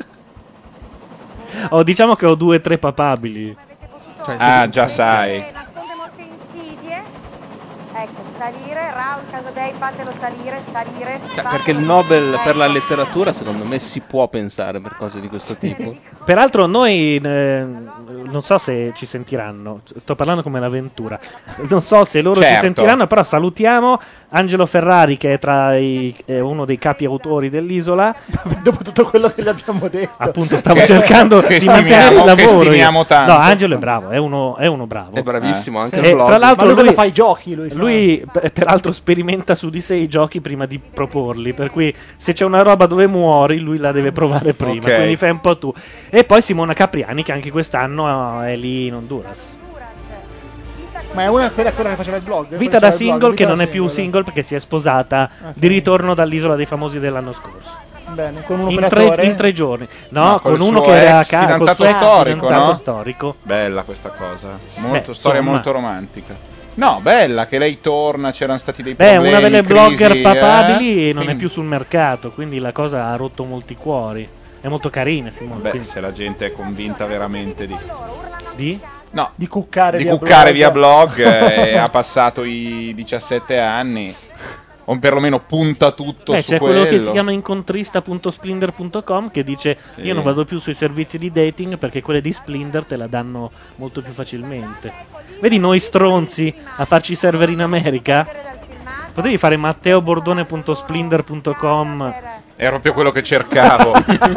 Diciamo che ho 2 o 3 papabili. Già sai. Nasconde molte insidie. Ecco, salire, Raul Casadei, fatelo salire. Perché il Nobel per la letteratura secondo me si può pensare per cose di questo tipo. Peraltro noi non so se ci sentiranno, sto parlando come l'avventura, non so se loro ci Certo. sentiranno, però salutiamo Angelo Ferrari che è è uno dei capi autori dell'Isola. Dopo tutto quello che gli abbiamo detto. Appunto stavo cercando che di mantenere il stimiamo- che lavoro. stimiamo tanto. No, Angelo è bravo, è uno bravo. È bravissimo anche E nel blog. tra l'altro Ma lui cosa fa i giochi? Lui peraltro sperimenta su di sé i giochi prima di proporli, per cui se c'è una roba dove muori lui la deve provare prima, Ok. quindi fai un po' tu. E poi Simona Capriani che anche quest'anno è lì in Honduras. Ma è una quella che faceva il blog? Vita da single che non è più single perché si è sposata di ritorno dall'Isola dei Famosi dell'anno scorso. Bene, con un In operatore. 3 giorni. No, No, con col uno suo che era a ex casa, fidanzato col suo ex storico, fidanzato no? storico. Bella questa cosa. Storia insomma, molto romantica. No, bella, che lei torna, c'erano stati dei Beh, problemi, una delle blogger crisi, papabili non è Quindi- più sul mercato, quindi la cosa ha rotto molti cuori. È molto carina, Simone. Beh, quindi- se la gente è convinta veramente Di? No, di cuccare via blog ha passato i 17 anni, o perlomeno punta tutto Beh, su c'è quello. quello che si chiama incontrista.splinter.com che dice Sì. io non vado più sui servizi di dating perché quelle di Splinter te la danno molto più facilmente. Vedi noi stronzi a farci server in America? Potevi fare matteobordone.splinter.com. È proprio quello che cercavo.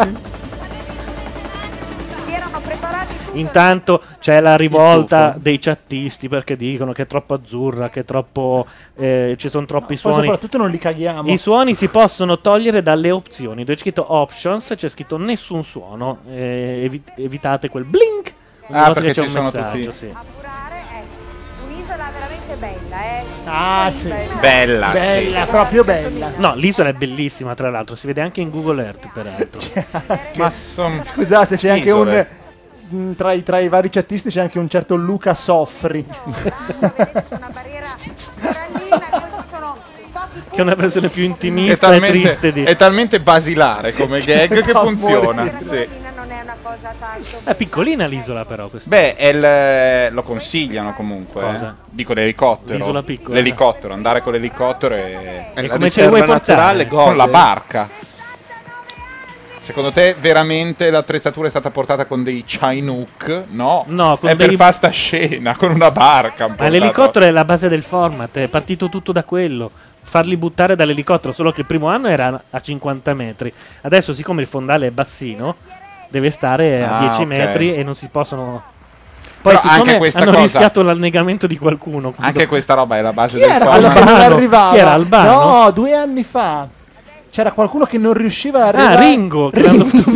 Intanto c'è la rivolta dei chattisti perché dicono che è troppo azzurra, che è troppo ci sono troppi Poi suoni. soprattutto non li caghiamo. I suoni si possono togliere dalle opzioni. Dove c'è scritto options, c'è scritto nessun suono. Evitate quel blink. ogni volta perché che c'è ci un sono messaggio, tutti- sì. Un'isola veramente bella, Ah, sì. Bella, Bella, sì. proprio bella. No, l'isola è bellissima, tra l'altro. Si vede anche in Google Earth, peraltro. Ma Scusate, c'è anche Isole. tra i vari chattisti c'è anche un certo Luca Soffri. Che è una versione più intimista e triste di. È talmente basilare come gag che funziona. Sì. È piccolina l'isola, però. Questa. Beh, lo consigliano comunque. Cosa? Dico l'elicottero. L'isola piccola. L'elicottero, andare con l'elicottero e E come ce li vuoi portare? con la barca. Secondo te veramente l'attrezzatura è stata portata con dei Chinook? No, No, con è per dei- fare sta scena, con una barca. han Ma portato- l'elicottero è la base del format, è partito tutto da quello. Farli buttare dall'elicottero, solo che il primo anno era a 50 metri. Adesso, siccome il fondale è bassino, deve stare a Ah, 10 ok. metri e non si possono. Poi, Però siccome anche questa hanno cosa- rischiato l'annegamento di qualcuno. Anche questa roba è la base Chi del era format. quello che non Albano? arrivava? Chi era, Albano? No, 2 anni fa. C'era qualcuno che non riusciva ad arrivare. Ringo, che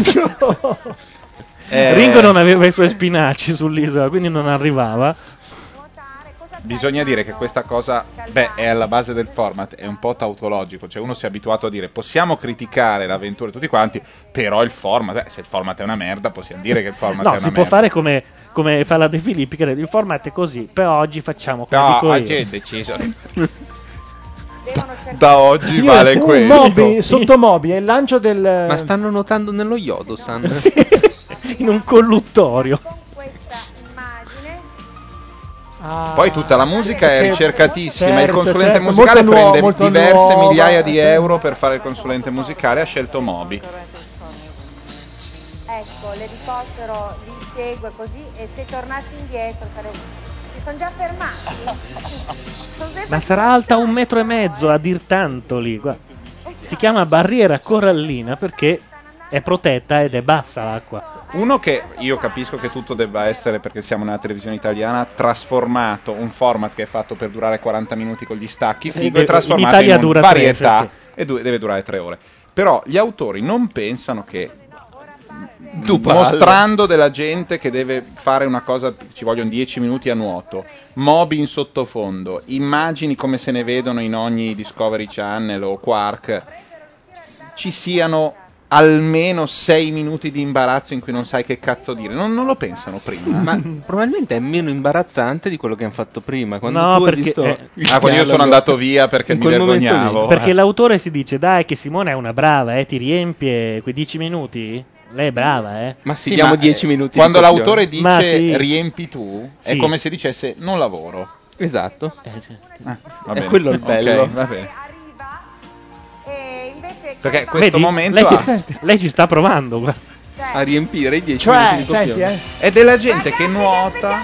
Ringo non aveva i suoi spinaci sull'isola, quindi non arrivava. Bisogna dire che questa cosa, è alla base del format, è un po' tautologico, cioè uno si è abituato a dire possiamo criticare l'avventura tutti quanti, però il format, se il format è una merda possiamo dire che il format è No, una si merda. può fare come fa la De Filippi, che il format è così, però oggi facciamo come No, dico oggi io. è deciso. Da oggi Io vale questo. Moby, sotto Moby è il lancio del. Ma stanno nuotando nello Yodosan. In un colluttorio. Poi tutta la musica è Che- ricercatissima, il certo, consulente certo, musicale molto nuovo, prende molto diverse nuova. migliaia di euro per fare il consulente musicale, ha scelto Moby. Ecco, l'elicottero li segue così e se tornassi indietro sarebbe... Si sono già fermati? Sono sempre- Ma sarà alta 1,5 metri a dir tanto lì. Guarda. Si chiama barriera corallina perché è protetta ed è bassa l'acqua. Uno che io capisco che tutto debba essere, perché siamo nella televisione italiana, trasformato, un format che è fatto per durare 40 minuti con gli stacchi, figo, è trasformato in Italia in dura varietà 3, e deve durare 3 ore. Però gli autori non pensano che Tu parli. mostrando della gente che deve fare una cosa, ci vogliono 10 minuti a nuoto, Moby in sottofondo, immagini come se ne vedono in ogni Discovery Channel o Quark, ci siano almeno 6 minuti di imbarazzo in cui non sai che cazzo dire. Non lo pensano prima. Ma probabilmente è meno imbarazzante di quello che hanno fatto prima. Quando No, tu hai perché- visto quando io sono andato via perché in mi quel momento lì. vergognavo. Perché l'autore si dice dai che Simone è una brava, ti riempie quei 10 minuti? Lei è brava, Ma Sì, diamo ma, 10 minuti. Quando di l'autore questione. Ma dice sì. riempi tu, è Sì. come se dicesse non lavoro. Esatto. Va È bene. quello il Ok, bello. va bene. E invece... Perché questo Vedi? momento Lei ci sta provando, guarda. A riempire i 10 Cioè, minuti di senti, questione. è della gente che nuota.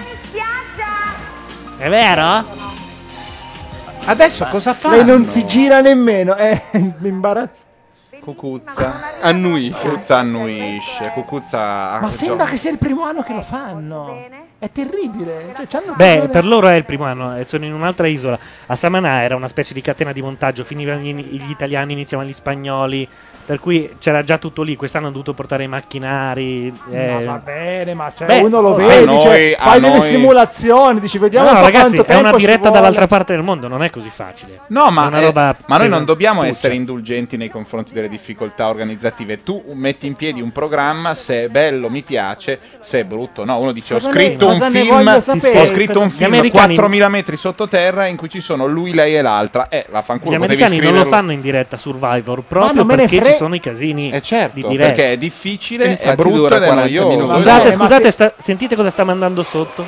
È vero? Adesso cosa fa? Lei non si gira nemmeno, è imbarazzo. Cucuzza annuisce. Cucuzza annuisce. Cucuzza Ma sembra che sia il primo anno che lo fanno. È terribile. Cioè, c'hanno Beh, ragione. per loro è il primo anno, sono in un'altra isola. A Samanà era una specie di catena di montaggio, finivano gli italiani, iniziavano gli spagnoli, per cui c'era già tutto lì. Quest'anno hanno dovuto portare i macchinari. No, va bene, ma cioè, Beh, uno lo a vede, noi- cioè, a fai delle noi- simulazioni, dici vediamo No, un po' ragazzi, quanto è una tempo ci diretta vuole. dall'altra parte del mondo, non è così facile. No, ma, È una roba ma noi non dobbiamo pesantuccia. essere indulgenti nei confronti delle difficoltà organizzative. Tu metti in piedi un programma, se è bello mi piace, se è brutto no. Uno dice Cosa ho scritto un film 4.000 metri sottoterra in cui ci sono lui, lei e l'altra. Vaffanculo, Gli americani non lo fanno in diretta Survivor proprio perché ci sono i casini di diretta. Perché è difficile, è brutto ed è noioso. Scusate, sentite cosa sta mandando sotto.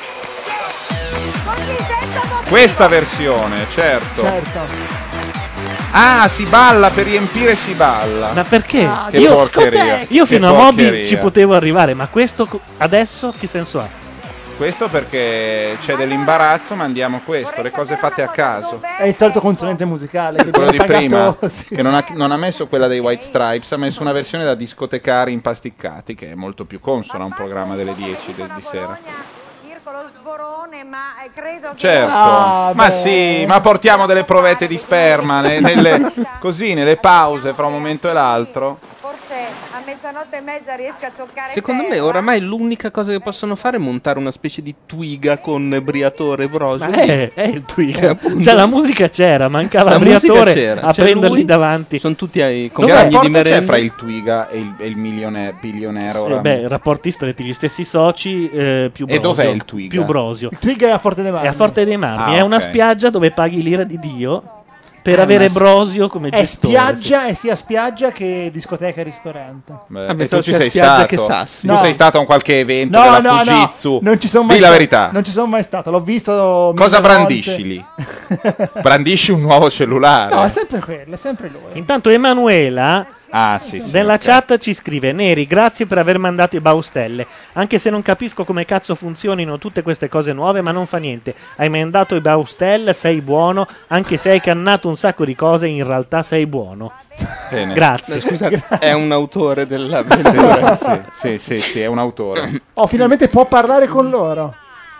Questa versione, certo. Ah, si balla, per riempire si balla. Ma perché? Che porcheria. Io fino Che a Moby porcheria. ci potevo arrivare, ma questo adesso che senso ha? Questo perché c'è dell'imbarazzo, ma andiamo questo, le cose fatte a caso. È il solito consulente musicale che Quello di viene pagato, prima, sì. che non ha messo quella dei White Stripes, ha messo una versione da discotecari impasticcati, che è molto più consona a un programma delle 10 di sera. Con lo sborone, ma credo che... Certo, ma sì, ma portiamo delle provette di sperma così nelle pause fra un momento e l'altro. Forse a mezzanotte e mezza riesca a toccare Secondo me oramai l'unica cosa che possono fare è montare una specie di twiga con Briatore e Brosio. Ma è il Twiga. Cioè la musica c'era, mancava La il musica Briatore c'era, a c'è prenderli lui, davanti. Sono tutti ai Che rapporto c'è fra il Twiga e il bilionero? Rapporti stretti, gli stessi soci, più Brosio. E dov'è il Twiga? Più Brosio. Il Twiga è a Forte dei Marmi. È a Forte dei Marmi, Ah, è una ok. spiaggia dove paghi l'ira di Dio per avere Brosio come È gestore. spiaggia, è sia spiaggia che discoteca e ristorante. E tu ci sei stato? Tu sei stato a un qualche evento No, della no, Fujitsu? non ci sono mai Dì la stato. verità. Non ci sono mai stato, l'ho visto. Cosa 1000 brandisci volte. lì? Brandisci un nuovo cellulare? No, è sempre quello, è sempre lui. Intanto Emanuela sì, nella ok. chat ci scrive: Neri, grazie per aver mandato i baustelle. Anche se non capisco come cazzo funzionino tutte queste cose nuove, ma non fa niente. Hai mandato i baustelle, sei buono. Anche se hai cannato un sacco di cose, in realtà sei buono. Bene. Grazie. Scusate, è un autore dell'avventura. Sì, è un autore. Oh, finalmente può parlare con loro.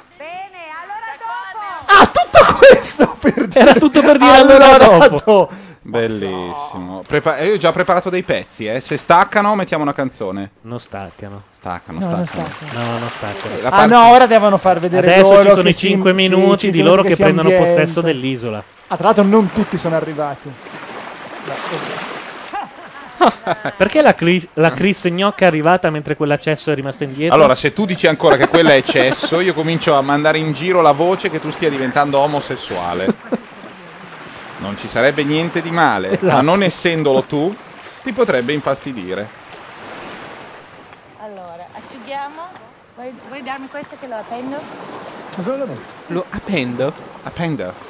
Ah, tutto questo per dire. Era tutto per dire allora dopo. Bellissimo. Io ho già preparato dei pezzi, Se staccano, mettiamo una canzone. Non staccano. Staccano. No, non staccano. La Ah parte- no, ora devono far vedere Adesso loro ci sono che i 5 minuti di loro che prendono possesso dell'isola. Ah, tra l'altro non tutti sono arrivati. Perché la Chris Gnocca è arrivata mentre quella Cesso è rimasta indietro? Allora, se tu dici ancora che quella è eccesso, io comincio a mandare in giro la voce che tu stia diventando omosessuale. Non ci sarebbe niente di male, ma Esatto. non essendolo tu, ti potrebbe infastidire. Allora, asciughiamo. Vuoi darmi questo che lo appendo? Lo appendo? Appendo.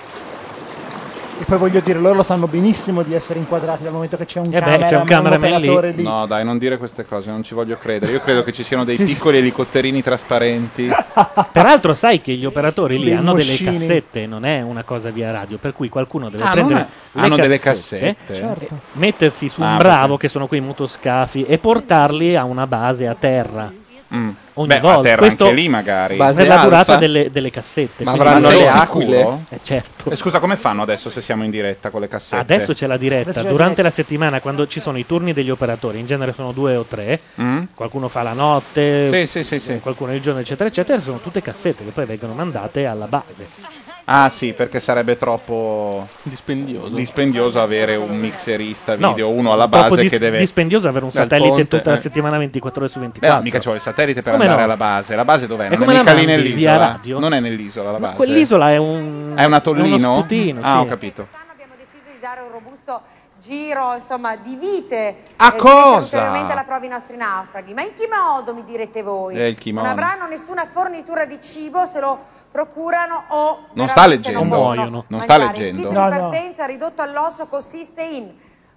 E poi voglio dire, loro lo sanno benissimo di essere inquadrati dal momento che c'è un c'è un cameraman operatore lì. No, dai, non dire queste cose, non ci voglio credere. Io credo che ci siano dei piccoli elicotterini trasparenti. Peraltro sai che gli operatori lì Dei hanno delle moscini. cassette, non è una cosa via radio, per cui qualcuno deve Ah, prendere non è- le hanno delle cassette, cassette? Certo. mettersi su un Ah, bravo, perché- che sono quei motoscafi, e portarli a una base a terra. Ogni Beh, volta. a terra Questo anche lì magari. per la durata delle cassette. Ma Quindi avranno sei le sicuro? aquile? Certo. Scusa, come fanno adesso se siamo in diretta con le cassette? Adesso c'è la diretta, durante la settimana quando ci sono i turni degli operatori, in genere sono 2 o 3, qualcuno fa la notte, Sì. qualcuno il giorno eccetera eccetera, sono tutte cassette che poi vengono mandate alla base. Ah sì, perché sarebbe troppo dispendioso avere un mixerista No, video, uno alla troppo base che deve... dispendioso avere un Dal satellite ponte, tutta la settimana 24 ore su Beh, 24. no, mica ci vuole il satellite per Come andare no? alla base. La base dov'è? È Non come è la mica lì mandi via nell'isola. radio? Non è nell'isola la base. Quell'isola è un... È un atollino? È uno sputino, Ah, sì. ho capito. di dare un robusto giro, insomma, di vite A di cosa? mettere ulteriormente alla prova i nostri naufraghi. Ma in che modo, mi direte voi? Il kimono. Non avranno nessuna fornitura di cibo se lo procurano o Non sta veramente leggendo. non possono Muoiono. Non sta mangiare. leggendo. Il kit di partenza ridotto all'osso consiste in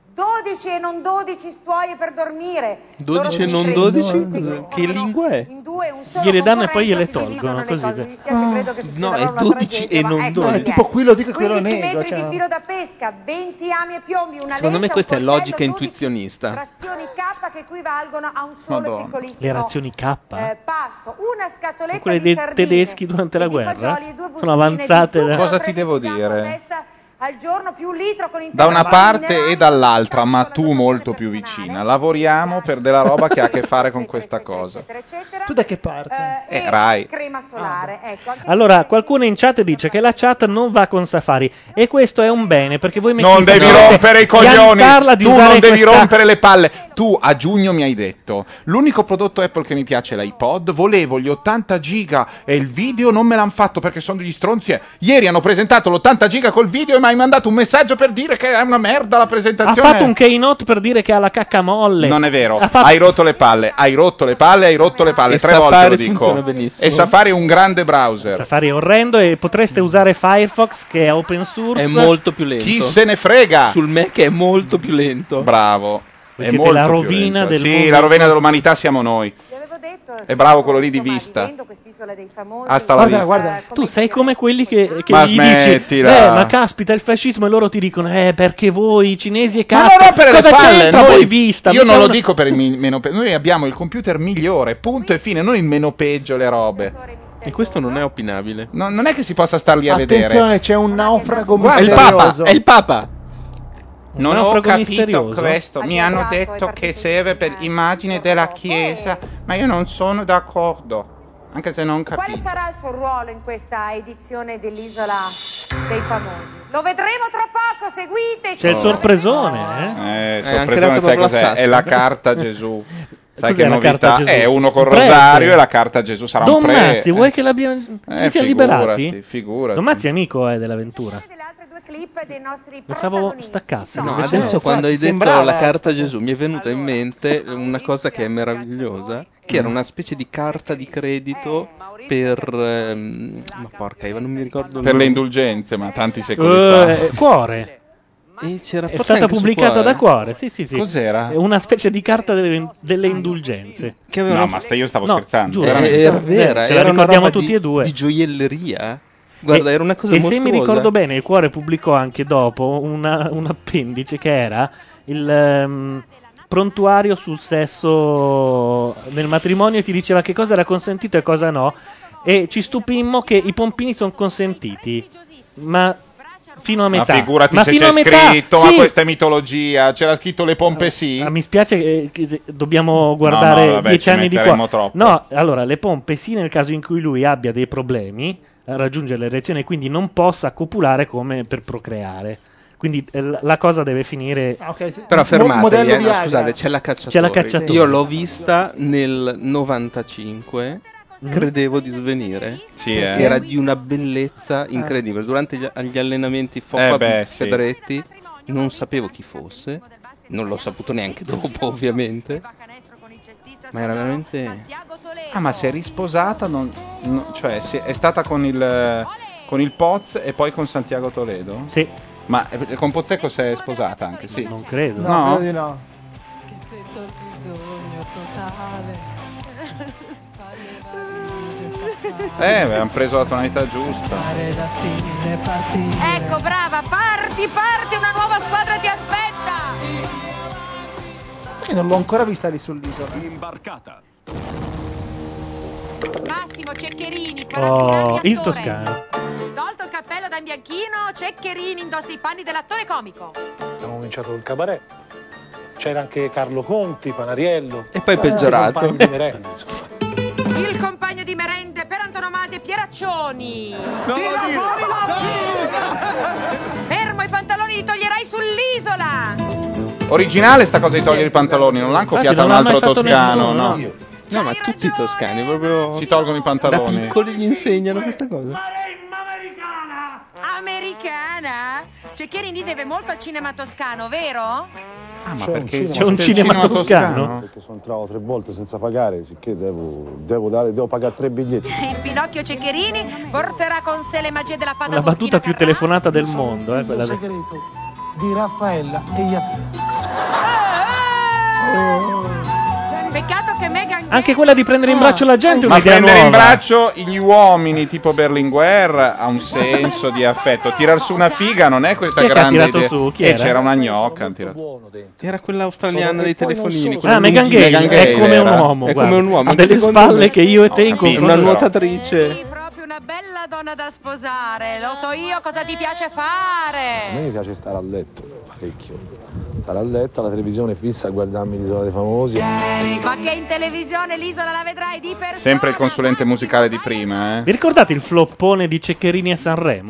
12 e non 12 stuoie per dormire. 12 e Loro non si 12? scelgono Che lingua è? in due, un solo Gliele danno e poi concorrente, gliele si tolgono dividono le così. cose. Mi dispiace, credo che No, succederà è una 12 tragedia, e ma non ecco 12. chi è. È tipo quello di quello 15 nego. metri Cioè. di filo da pesca, 20 ami e piombi, una Secondo me lenza, questa è un coltello, logica 12 intuizionista. razioni K che equivalgono a un solo Madonna. piccolissimo Le razioni K? pasto, una scatoletta Quelle di dei sardine, tedeschi durante la e di guerra fagioli, e due sono bustine avanzate di zucchero, Cosa ti devo dire? al giorno più un litro con Da una intero parte e dall'altra, ma tu molto più vicina. Lavoriamo per della roba che ha a che fare con questa cosa. Tu da che parte? Rai. crema solare, ecco, anche Allora, qualcuno in chat dice che la chat non va con Safari e questo è un bene perché voi Non devi rompere i coglioni. piantarla di Tu usare non devi questa- rompere le palle. tu a giugno mi hai detto l'unico prodotto Apple che mi piace è l'iPod, volevo gli 80 giga e il video non me l'hanno fatto perché sono degli stronzi. Ieri hanno presentato l'80 giga col video e mi hai mandato un messaggio per dire che è una merda la presentazione. Ha fatto un keynote per dire che ha la cacca molle. Non è vero, fatto... hai rotto le palle, hai rotto le palle, E 3 volte Safari lo dico. funziona benissimo. E Safari è un grande browser. Safari è orrendo e potreste usare Firefox che è open source. È molto più lento. Chi se ne frega? Sul Mac è molto più lento. Bravo. Voi È siete molto la più rovina lento. del Sì, mondo. la rovina dell'umanità siamo noi. È bravo quello lì di vista. Vivendo quest'isola dei famosi. Hasta la vista. Guarda, Tu sei come quelli che Ma gli dici smettila. ma caspita il fascismo e loro ti dicono perché voi cinesi e Ma cazzo non rompere le cosa palle, c'entra noi- voi vista? Io Mica non lo una- dico per il meno peggio. Noi abbiamo il computer migliore, punto e fine, non il meno peggio le robe. E questo non è opinabile. Non è che si possa star lì a vedere. attenzione, c'è un naufrago Guarda, misterioso. È il Papa. Non ho naufrago capito misterioso? questo. Mi hanno detto che serve per immagine della Chiesa, ma io non sono d'accordo. Anche se non Quale capisco. sarà il suo ruolo in questa edizione dell'Isola dei Famosi? Lo vedremo tra poco, seguiteci. C'è il sorpresone, anche Sorpresone, dato sai proprio cos'è? l'assassino. È la carta Gesù. Sai Cos'è che la carta novità? Gesù? È uno col Un prete? rosario e la carta Gesù sarà Don un prete. Mazzi, vuoi che l'abbiamo ci siamo liberati? Figurati. Don Mazzi è amico dell'avventura. Clip dei nostri Pensavo staccasse. No, invece adesso no. quando hai detto sembrava la carta Gesù mi è venuta in mente una cosa che è meravigliosa, che era una specie di carta di credito per ma porca Eva, non mi ricordo il Per le nome. indulgenze, ma tanti secoli fa. Cuore. E c'era È forse stata anche su pubblicata da Cuore, sì. Cos'era? È una specie di carta delle indulgenze. Che avevano- No, ma io stavo No, scherzando. giuro, veramente. Era vera, ce la era una ricordiamo roba tutti e due. di gioielleria. Guarda, era una cosa e molto se mi ricordo bene, il Cuore pubblicò anche dopo un appendice che era il prontuario sul sesso nel matrimonio e ti diceva che cosa era consentito e cosa no. E ci stupimmo che i pompini sono consentiti, ma fino a metà. Ma figurati ma se fino c'è a metà, scritto, sì. ma questa è mitologia. C'era scritto le pompe sì. Mi spiace che dobbiamo guardare No, vabbè, 10 ci anni di qua. metteremo troppo. No, allora le pompe sì nel caso in cui lui abbia dei problemi a raggiungere l'erezione e quindi non possa copulare come per procreare. Quindi la cosa deve finire. Però fermatevi, modello no, Viagra. scusate, c'è la Cacciatori. C'è la Cacciatori. Io l'ho vista nel 95, credevo di svenire. Sì, Era di una bellezza incredibile. Durante gli allenamenti sì. Pedretti non sapevo chi fosse, non l'ho saputo neanche dopo ovviamente, ma era veramente... Ah, ma si è risposata, cioè è stata con il Poz e poi con Santiago Toledo? Sì. Ma con Pozzecco si è sposata anche, sì. Non credo. No? Credo di no. Avevano preso la tonalità giusta. Ecco, brava, parti, una nuova squadra ti aspetta. Sai che non l'ho ancora vista lì sull'isola. Imbarcata. Massimo Ceccherini, 40 anni, Il attore. toscano. Tolto il cappello da imbianchino, Ceccherini indossa i panni dell'attore comico. Abbiamo cominciato col cabaret. C'era anche Carlo Conti, Panariello. E poi peggiorato. compagni di merenda, insomma. Il compagno di merende per antonomasia Pieraccioni. Fermo i pantaloni, li toglierai sull'isola. Originale sta cosa di togliere i pantaloni, non l'hanno Infatti copiata non un l'ha mai altro fatto toscano, nessuno, no? No, ma tutti i toscani proprio Si tolgono i da pantaloni. piccoli gli insegnano questa cosa. Americana? Ceccherini deve molto al cinema toscano, vero? Ah, ma C'è perché C'è un cinema toscano? Perché sono entrato 3 volte senza pagare, sicché devo pagare 3 biglietti. Il Pinocchio Ceccherini porterà con sé le magie della fata La battuta turchina più Carrà. telefonata del mondo, quella Il segreto di Raffaella e Peccato che Meghan Anche quella di prendere in braccio la gente è Ma un'idea prendere nuova. in braccio gli uomini tipo Berlinguer ha un senso di affetto. Tirar su una figa non è questa Chi è che ha grande tirato idea. su? Chi E era? c'era una gnocca. hanno tirato. Era quella australiana dei telefonini. Ah, Meghan Gale è come un uomo. È guarda. come un uomo. Ha delle secondo spalle me- che io e te Ho in capito. Una confronto. nuotatrice. proprio una bella donna da sposare. Lo so io cosa ti piace A fare. me piace stare a letto, parecchio. Stare a letto, alla televisione fissa a guardarmi l'Isola dei Famosi. Ma che in televisione l'isola la vedrai di persona. Sempre il consulente musicale di prima, Vi ricordate il floppone di Ceccherini a Sanremo?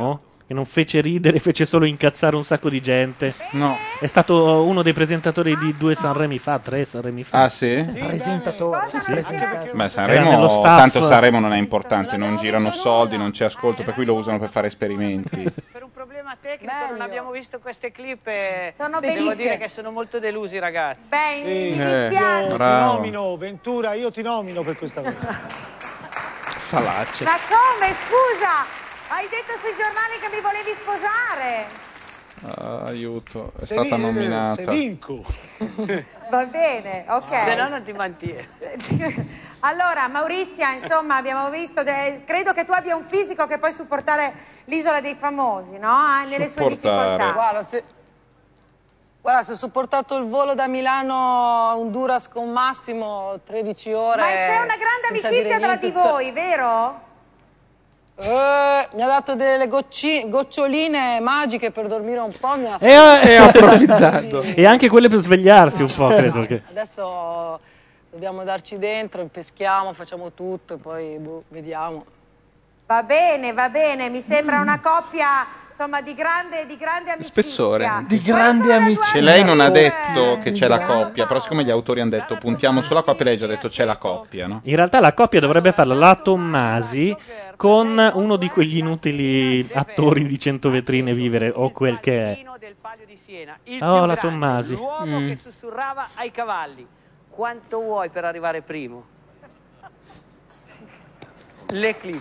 che non fece ridere, fece solo incazzare un sacco di gente. No. È stato uno dei presentatori di 2 Sanremi fa, 3 Sanremi fa. Ah, sì? Presentatore. Sì. Beh, Era nello Sanremo, staff. tanto Sanremo non è importante, non girano soldi, non c'è ascolto, per cui lo usano per fare esperimenti. Per un problema tecnico non abbiamo visto queste clip e Sono devo bellissime. dire che sono molto delusi i ragazzi. Beh, mi Io dispiace. ti bravo. nomino, Ventura, io ti nomino per questa cosa. Salacce. Ma come, scusa? Hai detto sui giornali che mi volevi sposare. Aiuto, è stata nominata. Se vinco. Va bene, ok. Se no non ti mantieni. Allora, Maurizia, insomma, abbiamo visto, credo che tu abbia un fisico che puoi supportare l'isola dei famosi, no? Nelle sue difficoltà. Guarda, se ho sopportato il volo da Milano a Honduras con Massimo 13 ore. Ma c'è una grande senza amicizia dire tra niente, di voi, vero? Mi ha dato delle goccioline magiche per dormire un po'. Mi ha E approfittato. E anche quelle per svegliarsi un po', credo che. Adesso dobbiamo darci dentro, peschiamo, facciamo tutto e poi vediamo. Va bene, mi sembra una coppia, insomma, di grande amicizia. Spessore. Di grande amicizia. Che lei non ha detto che c'è la coppia, però siccome gli autori hanno detto puntiamo sulla coppia, lei ha già detto c'è la coppia, no? In realtà la coppia dovrebbe farla la Tommasi con uno di quegli inutili attori di 100 vetrine vivere o quel che è. Il Oh, più la grande, Tommasi. l'uomo che sussurrava ai cavalli. Quanto vuoi per arrivare primo? Le clip.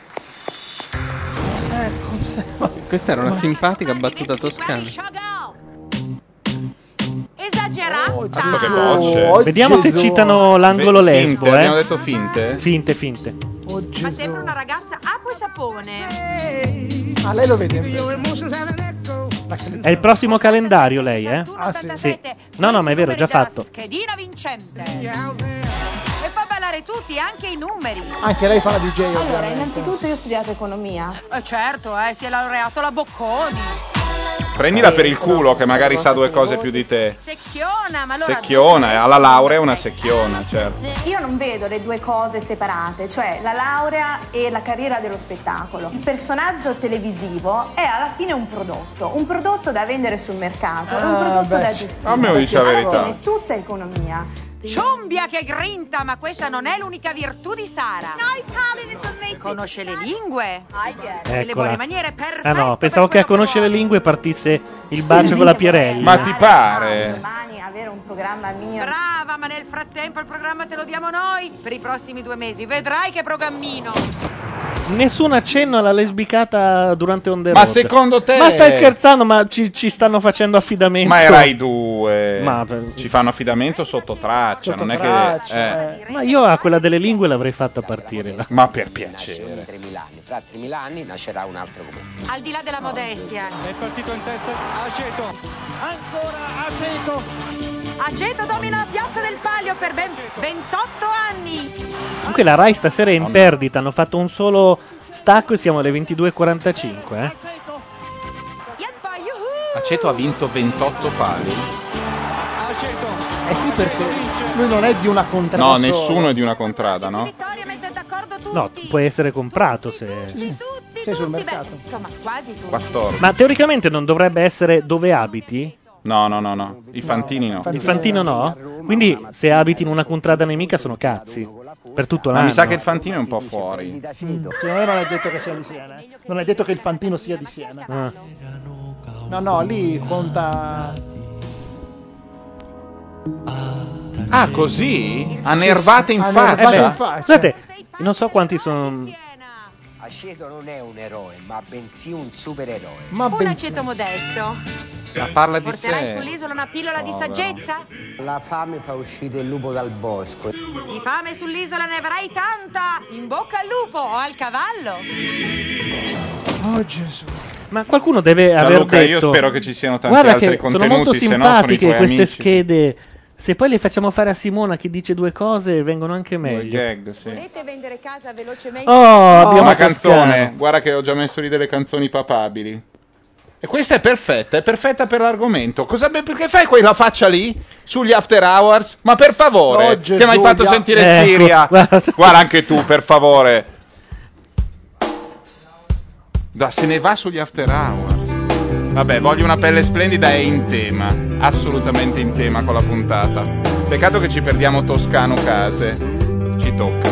Questa era una simpatica battuta toscana. Esagerata. Cazzo che voce. Vediamo se citano l'angolo Finte, lesbo, abbiamo detto finte? Finte. Ma sembra una ragazza acqua e sapone. Ah, lei lo vede? È il prossimo calendario lei, eh? Ah, sì. Sì. No, ma è vero, è già fatto. Schedina vincente. E fa ballare tutti, anche i numeri. Anche lei fa la DJ, Allora, ovviamente. innanzitutto io ho studiato economia. Certo, si è laureato la Bocconi. Prendila per il culo che magari sa 2 cose più di te. Secchiona, ma allora... Secchiona, ha la laurea, è una secchiona, certo. Io non vedo le due cose separate, cioè la laurea e la carriera dello spettacolo. Il personaggio televisivo è alla fine un prodotto da vendere sul mercato, un prodotto da gestire. A me lo dice la verità. È tutta economia. Ciumbia che grinta, ma questa non è l'unica virtù di Sara. Conosce le lingue. E le buone maniere perfette. Ah no, pensavo che a conoscere le lingue partisse il bacio con la Pierelli. Ma ti pare? Domani avere un programma mio. Brava, ma nel frattempo il programma te lo diamo noi. Per i prossimi 2 mesi vedrai che programmino. Nessun accenno alla lesbicata durante On The Ma Road. secondo te? Ma stai scherzando? Ma ci stanno facendo affidamento? Ma è Rai 2. Ma- Ci fanno affidamento sotto traccia, non è che... Ma io a quella delle lingue l'avrei fatta partire. Ma per piacere. 3.000 anni. Fra 3.000 anni nascerà un altro come te. Al di là della modestia. È partito in testa Aceto. Ancora Aceto. Aceto domina la piazza del Palio per ben 28 anni. Comunque la Rai stasera è in perdita. Hanno fatto un solo stacco e siamo alle 22:45. Aceto ha vinto 28 pali. Eh sì, perché lui non è di una contrada. No, sola. nessuno è di una contrada, no? No, può essere comprato se... Sei sul mercato. Insomma, quasi tutti. 14. Ma teoricamente non dovrebbe essere dove abiti? No. I fantini no. Il fantino no? Quindi se abiti in una contrada nemica sono cazzi. Per tutto Ma l'anno. mi sa che il fantino è un po' fuori. Secondo me non è detto che sia di Siena. Non è detto che il Fantino sia di Siena. Ah. No, lì conta. Ah, così? A nervate in a faccia? nervate in faccia. Scusate, non so quanti sono... Aceto non è un eroe, ma bensì un supereroe. Un aceto modesto. Parla di Porterai sé. sull'isola una pillola di saggezza? La fame fa uscire il lupo dal bosco. Di fame sull'isola ne avrai tanta! In bocca al lupo o al cavallo! Oh Gesù. Ma qualcuno deve aver Luca, detto... io spero che ci siano tanti Guarda altri che contenuti, sono molto se no sono i simpatiche tuoi queste amici. schede. Se poi le facciamo fare a Simona che dice 2 cose vengono anche Due meglio. gag, sì. Volete vendere casa velocemente? Abbiamo Una Toscano. canzone, guarda che ho già messo lì delle canzoni papabili. E questa è perfetta per l'argomento. Perché fai quella faccia lì sugli after hours? Ma per favore, Oh, Gesù, che mi hai fatto sentire Ecco, Siria. guarda. Guarda anche tu, per favore. Se ne va sugli After Hours. Vabbè, Voglio una pelle splendida è in tema, assolutamente in tema con la puntata. Peccato che ci perdiamo Toscano Case. Ci tocca.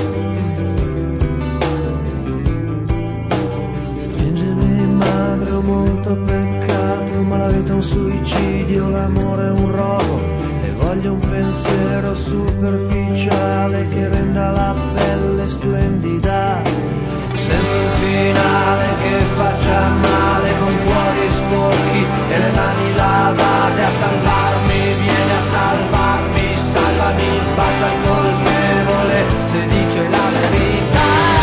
Stringimi madre, ho molto peccato, ma la vita è un suicidio, l'amore è un rogo e voglio un pensiero superficiale che renda la pelle splendida, senza un finale che faccia male, con cuori sporchi e le mani lavate. A salvarmi, vieni a salvarmi, salvami, bacia il colpevole se dice la verità.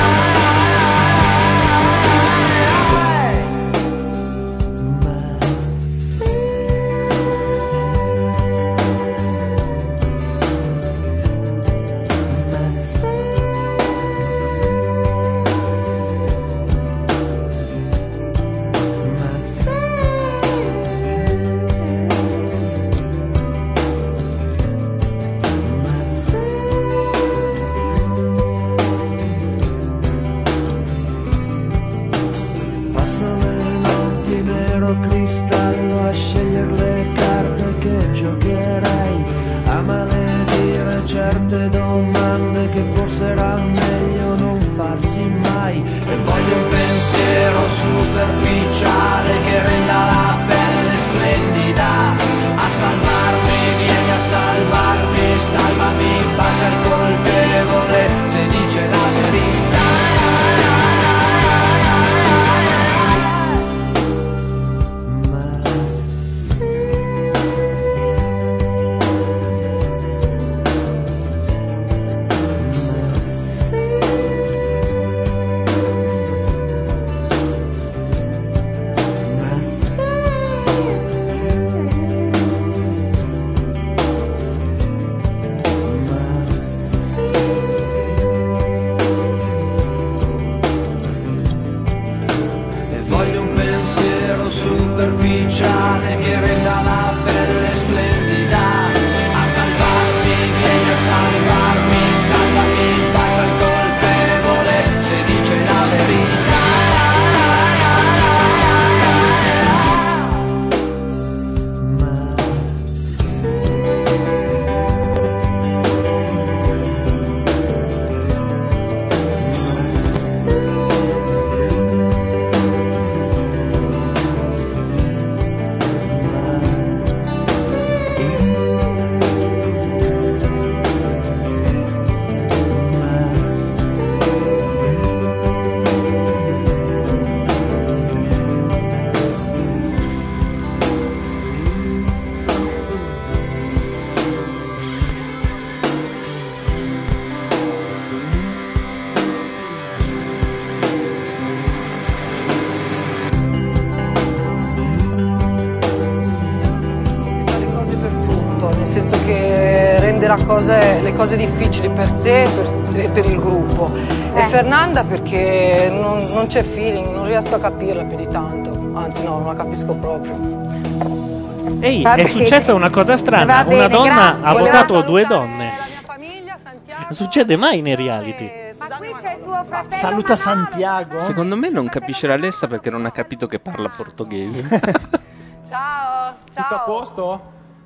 Cristallo a scegliere le carte che giocherei, a maledire certe domande che forse era meglio non farsi mai. E voglio un pensiero superficiale che renda la pelle splendida. A salvarmi, vieni a salvarmi, salvami, bacia il colpevole se dice la verità. Superficiale che renda la pelle splendida. A salvarmi, vieni a salvarmi, salvami, bacia il colpevole se dice la verità. Le cose difficili per sé e per il gruppo. E Fernanda perché non c'è feeling, non riesco a capirla più di tanto, anzi no, non la capisco proprio. Ehi, è successa una cosa strana, una donna ha votato due donne. Non succede mai nei reality. Ma qui c'è il tuo fratello. Saluta Santiago. Secondo me non capisce la Lessa perché non ha capito che parla portoghese. Ciao, Tutto a posto?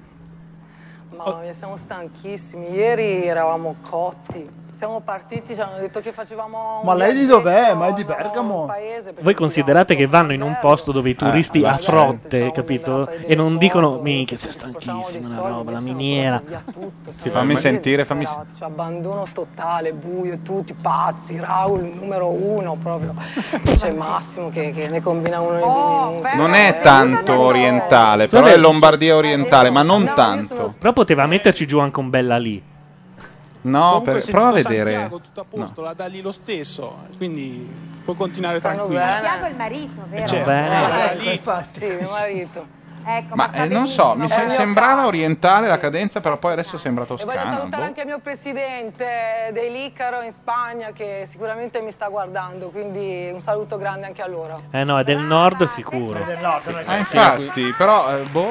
Mamma mia, siamo stanchissimi. Ieri eravamo cotti. Siamo partiti, ci hanno detto che facevamo. Ma lei di dov'è? Ma è di Bergamo? Voi considerate che vanno in un posto dove i turisti a frotte, capito? E non dicono, minchia, sei stanchissimo, una roba, la miniera. Fammi sentire, fammi Cioè, abbandono totale, buio, tutti pazzi. Raul, numero uno proprio. C'è Massimo che ne combina uno nei minuti. Non è tanto orientale, però è Lombardia orientale, ma non tanto. Però poteva metterci giù anche un bella lì. No, Comunque prova a sentito vedere. Santiago, tutto a posto, la dà lì lo stesso, quindi può continuare Stanno tranquillo. bene. Santiago è il marito, vero? Certo. Bene. Sì, mio marito. Ecco, Ma sta non so, mi benissimo. sembrava orientale la cadenza, però poi adesso sembra E voglio toscana. salutare anche il mio presidente dell'Icaro in Spagna che sicuramente mi sta guardando, quindi un saluto grande anche a loro. No, è del nord sicuro. Infatti, però, boh.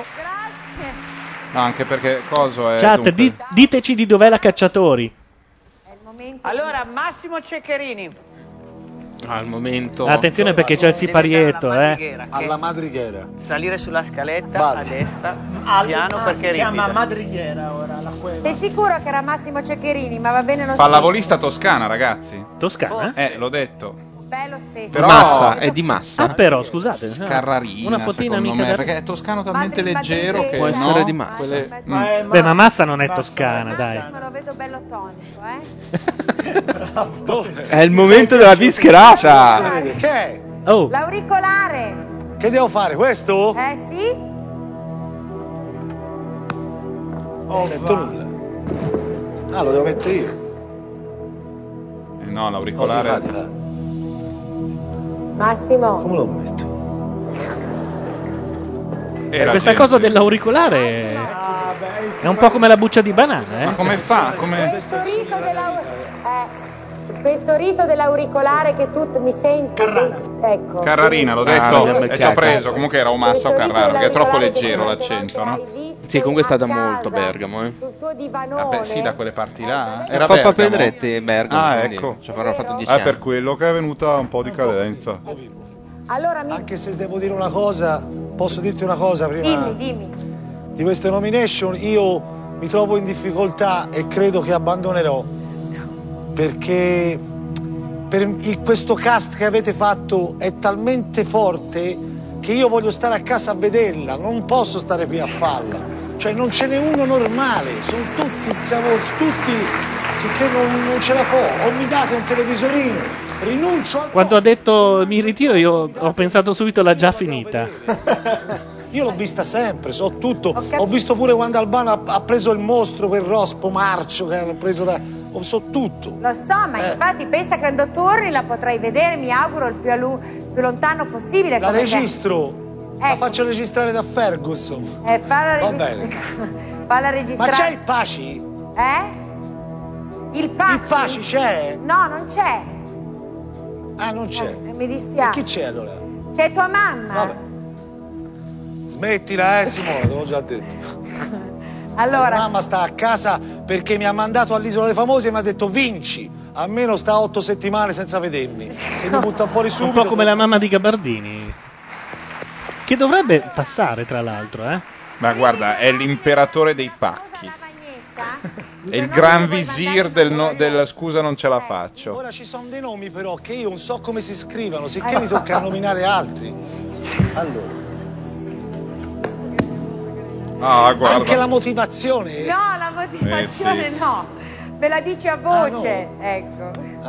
No, anche perché coso è. Chat, dunque- diteci di dov'è la Cacciatori. Allora, Massimo Ceccherini. Al momento. Attenzione perché c'è il siparietto, Alla madrighiera. Salire sulla scaletta Base. a destra, Ah, piano perché si chiama ripida. madrighiera ora la cueva. Sei sicuro che era Massimo Ceccherini? Ma va bene lo Pallavolista toscana, ragazzi. Toscana? L'ho detto. Bello stesso. Però- Massa, è di Massa. Ah, però, scusate. Scarrarina, Una fotina secondo mica me, da... perché è toscano talmente leggero che Può no, essere di Massa. quelle- Beh, ma Massa non è toscana, dai. Me lo vedo bello tonico, È il momento della bischerata. Che è? Oh. L'auricolare. Che devo fare? Questo? Sì? Non sento nulla. Ah, lo devo mettere io. no, l'auricolare. Massimo. Come lo metto? Questa cosa dell'auricolare è un po' come la buccia di banana, Ma come fa? Come... Questo rito dell'auricolare che tu mi senti. Ecco. Carrarina, l'ho detto, e ci ho preso. Comunque era o Massa o Carrara, che è troppo leggero l'accento, no? Sì, comunque è stata molto Bergamo, Vabbè, sì, da quelle parti là. Era Papà Pedretti Bergamo. Ah, quindi ecco. ci avranno fatto 10 È anni. per quello che è venuta un po' di cadenza. Allora Anche se devo dire una cosa, posso dirti una cosa prima dimmi. di queste nomination, io mi trovo in difficoltà e credo che abbandonerò perché questo cast che avete fatto è talmente forte che io voglio stare a casa a vederla, non posso stare qui a farla. Cioè non ce n'è uno normale, siamo tutti, sicché non ce la può, o mi date un televisorino, rinuncio a... Quando ha detto mi ritiro, io ho pensato subito l'ha già finita. Io l'ho vista sempre, so tutto. Ho visto pure quando Albano ha preso il mostro per Rospo Marcio, che hanno preso da... so tutto. Lo so, ma infatti pensa che quando torni la potrai vedere, mi auguro, il più lontano possibile. La registro, la faccio registrare da Ferguson. Falla Va bene. Falla registrare. Ma c'è il Paci? Il Paci? Il Paci c'è? No, non c'è. Ah, non c'è. Mi dispiace. E chi c'è allora? C'è tua mamma. Vabbè. Smettila, Simone, te l'ho già detto. Allora. Mamma sta a casa perché mi ha mandato all'Isola dei Famosi e mi ha detto vinci. Almeno sta 8 settimane senza vedermi. Se mi butta fuori Un subito... po' come la mamma di Gabardini. Che dovrebbe passare, tra l'altro, Ma guarda, è l'imperatore dei pacchi. È il gran visir del scusa non ce la faccio. Ora ci sono dei nomi però che io non so come si scrivono, sicché mi tocca nominare altri. Allora. Ah, guarda. Anche la motivazione. No, la motivazione sì. no. Me la dici a voce. Ecco.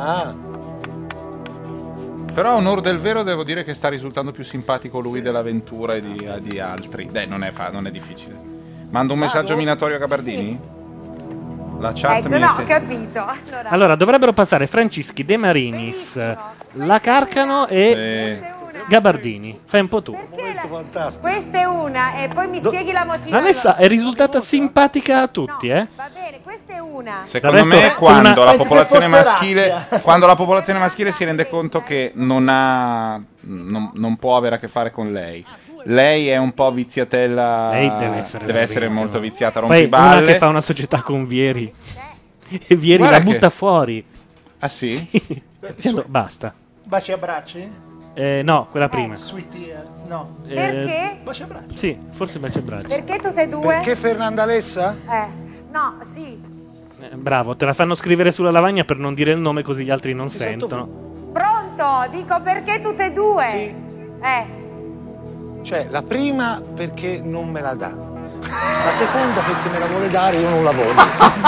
Però a onor del vero devo dire che sta risultando più simpatico lui dell'avventura e di altri. Dai, non è difficile. Mando un messaggio minatorio a Gabardini? La chat Ecco, mi no, ho mette... capito. Allora, dovrebbero passare Francischi, De Marinis, La Carcano e Gabardini. Fai un po' tu. Questa è una e poi mi spieghi la motivazione. Alessa è risultata simpatica a tutti, Va bene, questa è una. Secondo me quando la popolazione maschile si rende conto che non può avere a che fare con lei. Lei è un po' viziatella. Lei deve essere molto viziata, Poi rompiballe. una che fa una società con Vieri e Vieri Guarda la butta fuori. Ah sì? Dicendo, basta. Baci e abbracci? No, quella prima. Sweet Tears, no. Perché? Baci e abbracci. Sì, forse baci e abbracci. Perché tutte e due? Perché Fernanda Alessa? No, sì. Bravo, te la fanno scrivere sulla lavagna per non dire il nome così gli altri non sentono. Pronto? Dico perché tutte e due? Sì. Cioè, la prima perché non me la dà. La seconda perché me la vuole dare e io non la voglio.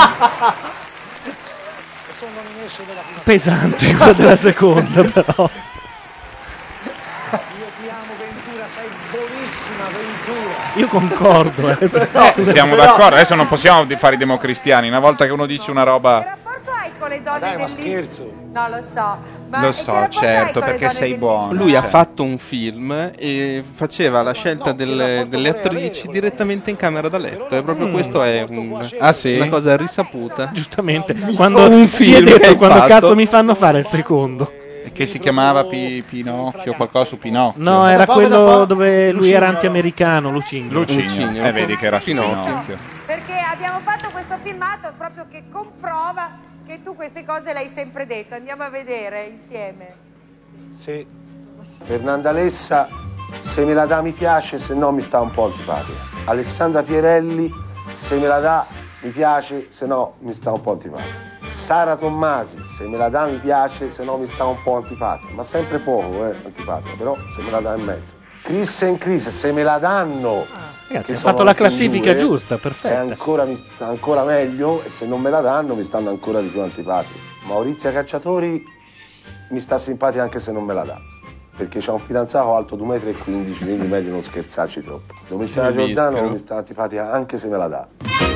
E sono nomination della prima. Pesante quella della seconda, però. Io ti amo Ventura, sei buonissima Ventura. Io concordo, Siamo d'accordo, adesso non possiamo fare i democristiani. Una volta che uno dice una roba. Rapporto hai con le donne Dai, ma dell'I- scherzo. No, lo so. Ma Lo che so, rapporto hai certo, con le perché donne sei dell'I- buono. Lui ha fatto un film e faceva la scelta delle attrici direttamente in camera da letto. E proprio questo è una cosa risaputa. Giustamente. Quando un si è film che detto hai quando fatto. cazzo mi fanno fare il secondo. Che si chiamava Pinocchio, qualcosa su Pinocchio. No, era quello dove lui era anti-americano, Lucinio. Lucinio. Vedi che era su Pinocchio. Perché abbiamo fatto questo filmato proprio che comprova che tu queste cose le hai sempre detto. Andiamo a vedere insieme. se Fernanda Lessa, se me la dà mi piace, se no mi sta un po' antipatica. Alessandra Pierelli, se me la dà mi piace, se no mi sta un po' antipatica. Sara Tommasi, se me la dà mi piace, se no mi sta un po' antipatica, ma sempre poco, antipatica, però se me la dà è meglio. Chris and Chris, se me la danno, ragazzi, ha fatto la classifica giusta, perfetta. Mi sta ancora meglio, e se non me la danno mi stanno ancora di più antipatici. Maurizia Cacciatori mi sta simpatica anche se non me la dà, perché c'ha un fidanzato alto 2,15 m, quindi meglio non scherzarci troppo. Domiziana Giordano mi sta antipatica anche se me la dà.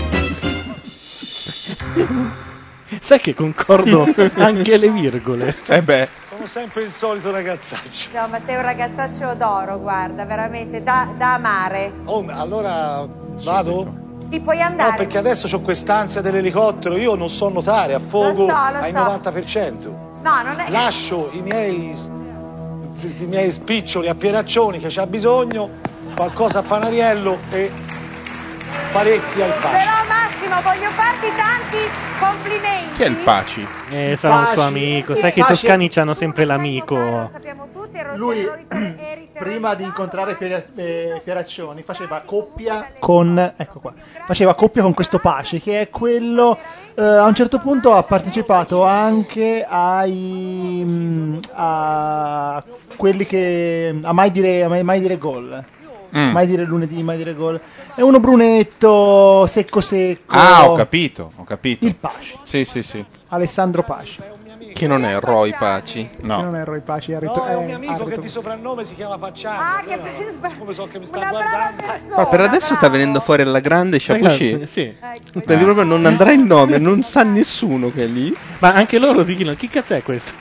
Sai che concordo anche le virgole. Sono sempre il solito ragazzaccio. No, ma sei un ragazzaccio d'oro, guarda, veramente da amare. Oh, allora vado? Sì, puoi andare. No, perché adesso ho quest'ansia dell'elicottero, io non so nuotare, affogo Lo so. al 90%. No, non è... Lascio i miei spiccioli a Pieraccioni che c'ha bisogno, qualcosa a Panariello e parecchi al Paci. Però Massimo, voglio farti tanti complimenti. Chi è il Paci? Sarà un suo amico. Sai che i toscani hanno sempre l'amico. Lui, prima di incontrare Pieraccioni, faceva coppia con questo Paci, che è quello. A un certo punto ha partecipato anche a quelli che a mai dire gol. Mai dire lunedì, mai dire gol. È uno brunetto, secco. Ah, ho capito. Il Paci. Sì. Alessandro Paci. Che non è Roy Paci. No. Che non è Roy Paci, è un mio amico che di soprannome si chiama Pacciano. Ah, che come so che mi sta guardando. Ma per adesso sta venendo fuori alla grande Chapuchet. Sì. Perché proprio non andrà il nome, non sa nessuno che è lì. Ma anche loro dicono: chi cazzo è questo?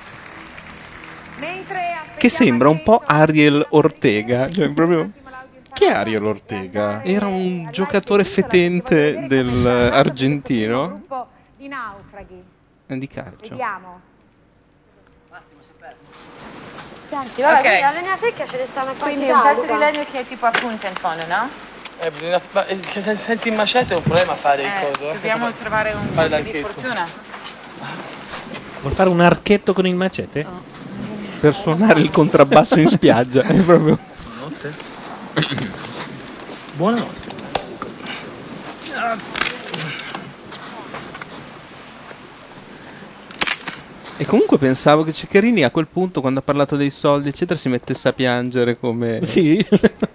Che sembra un po' Ariel Ortega. Cioè, proprio. Chi è Ariel Ortega? Era un giocatore fetente dell'argentino. Gruppo di naufraghi. Di calcio. Vediamo. Senti, vabbè, Ok. quindi la linea secca ce ne stanno Quindi un pezzo di legno che tipo appunta in fondo, no? Bisogna, senza il macete è un problema fare il coso. Dobbiamo trovare un Fare punto di l'archetto. fortuna. Vuol fare un archetto con il macete? Per suonare il contrabbasso in spiaggia. È proprio. Buonanotte. E comunque pensavo che Ceccherini a quel punto, quando ha parlato dei soldi, eccetera, si mettesse a piangere come. Sì.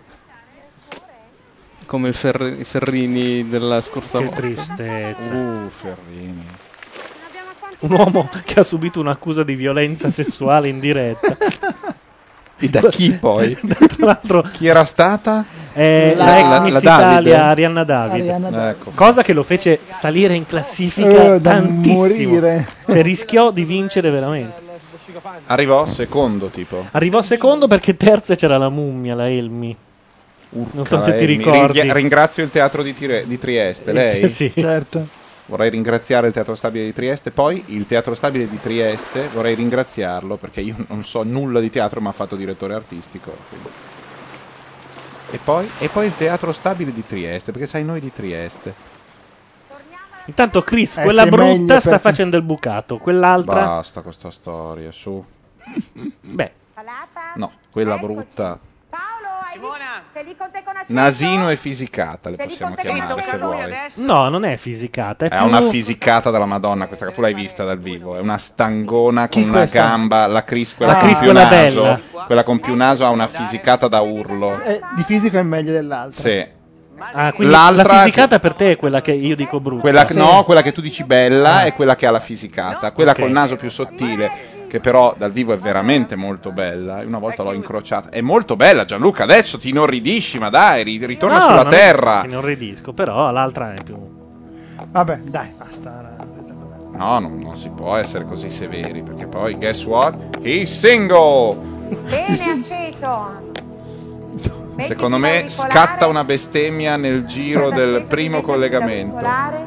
Come il Ferrini della scorsa Che volta. tristezza. Ferrini. Un uomo che ha subito un'accusa di violenza sessuale in diretta. E da chi poi? Tra l'altro, Chi era stata? la ex Miss Italia Arianna Davide. Ecco. Cosa che lo fece salire in classifica da tantissimo. morire. Cioè, rischiò di vincere veramente. Arrivò secondo, tipo. Arrivò secondo perché terza c'era la mummia, la Elmi. Non so se ti ricordi. Ringrazio il teatro di Trieste. Lei? Sì. Certo. Vorrei ringraziare il Teatro Stabile di Trieste. Poi il Teatro Stabile di Trieste vorrei ringraziarlo perché io non so nulla di teatro, ma ha fatto direttore artistico. Quindi. E poi il Teatro Stabile di Trieste, perché sai noi di Trieste. Intanto Chris, quella se meglio brutta sta per- facendo il bucato, quell'altra. Basta con sta storia, su. Beh, No, quella brutta. Simona, sei lì con te con Aceto? Nasino e fisicata le Sei lì possiamo con te con chiamare se Aceto vuoi. adesso? no, non è fisicata. È una fisicata della Madonna questa, che tu l'hai vista dal vivo. È una stangona con una questa? gamba. La Chris, quella La con Chris, più quella naso. bella. Quella con più naso ha una fisicata da urlo. Di fisico è meglio dell'altro. Sì. Ah, quindi L'altra- la fisicata per te è quella che io dico brutta. Quella, no, quella che tu dici bella è quella che ha la fisicata. Quella Ok. col naso più sottile, che però dal vivo è veramente molto bella. E una volta l'ho incrociata. È molto bella, Gianluca. Adesso ti inorridisci, ma dai, ritorna No, sulla non- terra. Non ridisco, però l'altra è più. Vabbè, dai, basta. No, non si può essere così severi, perché poi, guess what? He's single! Bene, Aceto. Mettiti Secondo me l'auricolare. scatta una bestemmia nel giro Aceto, del devi primo mettersi collegamento. l'auricolare.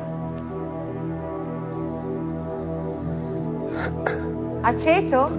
Aceto?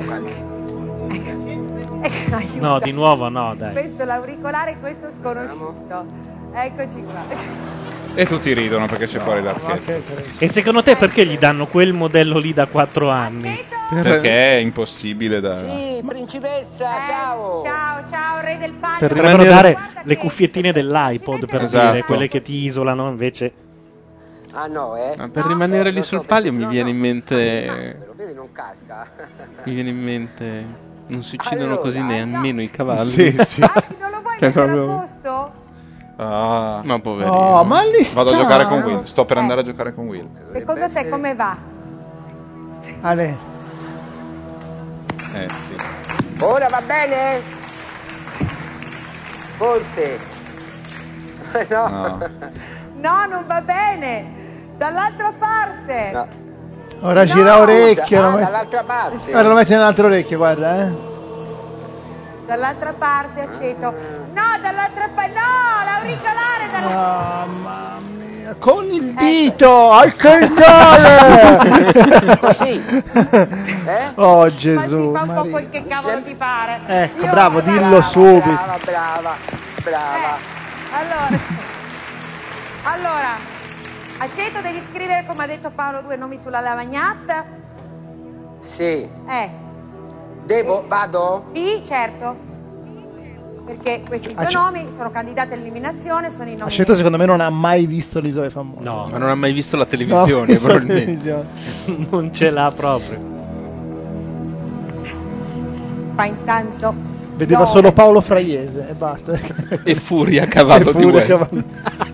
Ecco, aiuta. No, di nuovo no, dai. Questo l'auricolare, questo sconosciuto. Eccoci qua. E tutti ridono perché c'è fuori l'archetto. E secondo te perché gli danno quel modello lì da 4 anni? Perché è impossibile da... Sì, principessa, ciao. Ciao, re del palio. Potrebbero dare le cuffiettine dell'iPod per Esatto. dire, quelle che ti isolano invece. Ah no, Ma per rimanere lì sul palio mi viene in mente. Lo vedi, non casca. Mi viene in mente. Non si uccidono così nemmeno i cavalli. Sì, sì. Non lo vuoi Che mettere a proprio- posto? Ah. Ma poverino. Oh, ma lì Vado a sta. giocare con Will. Sto per andare a giocare con Will. Secondo te come va? Ale. Sì. Ora va bene? Forse. No. No, non va bene. Dall'altra parte. No. Ora gira orecchio. Ah, lo metti- dall'altra parte. Ora lo metti nell'altro orecchio, guarda, Dall'altra parte, Aceto. No, dall'altra parte. No, l'auricolare dall'altra Mamma mia. Con il dito al cantare. Così. Oh Gesù. Fa un po' Maria. quel che cavolo ti pare. Ecco, Io- bravo, dillo subito. Brava. Allora, Aceto devi scrivere, come ha detto Paolo, 2 nomi sulla lavagnata. Sì. Devo? Vado? Sì, certo. Perché questi due nomi sono candidati all'eliminazione, sono i nomi. Aceto secondo me non ha mai visto l'Isola Famosa. No, ma non ha mai visto la No, televisione, visto la probabilmente. televisione. Non ce l'ha proprio. Fa intanto. Vedeva Dove? solo Paolo Fraiese e basta. E Furia, cavallo E di Furia, West. cavallo.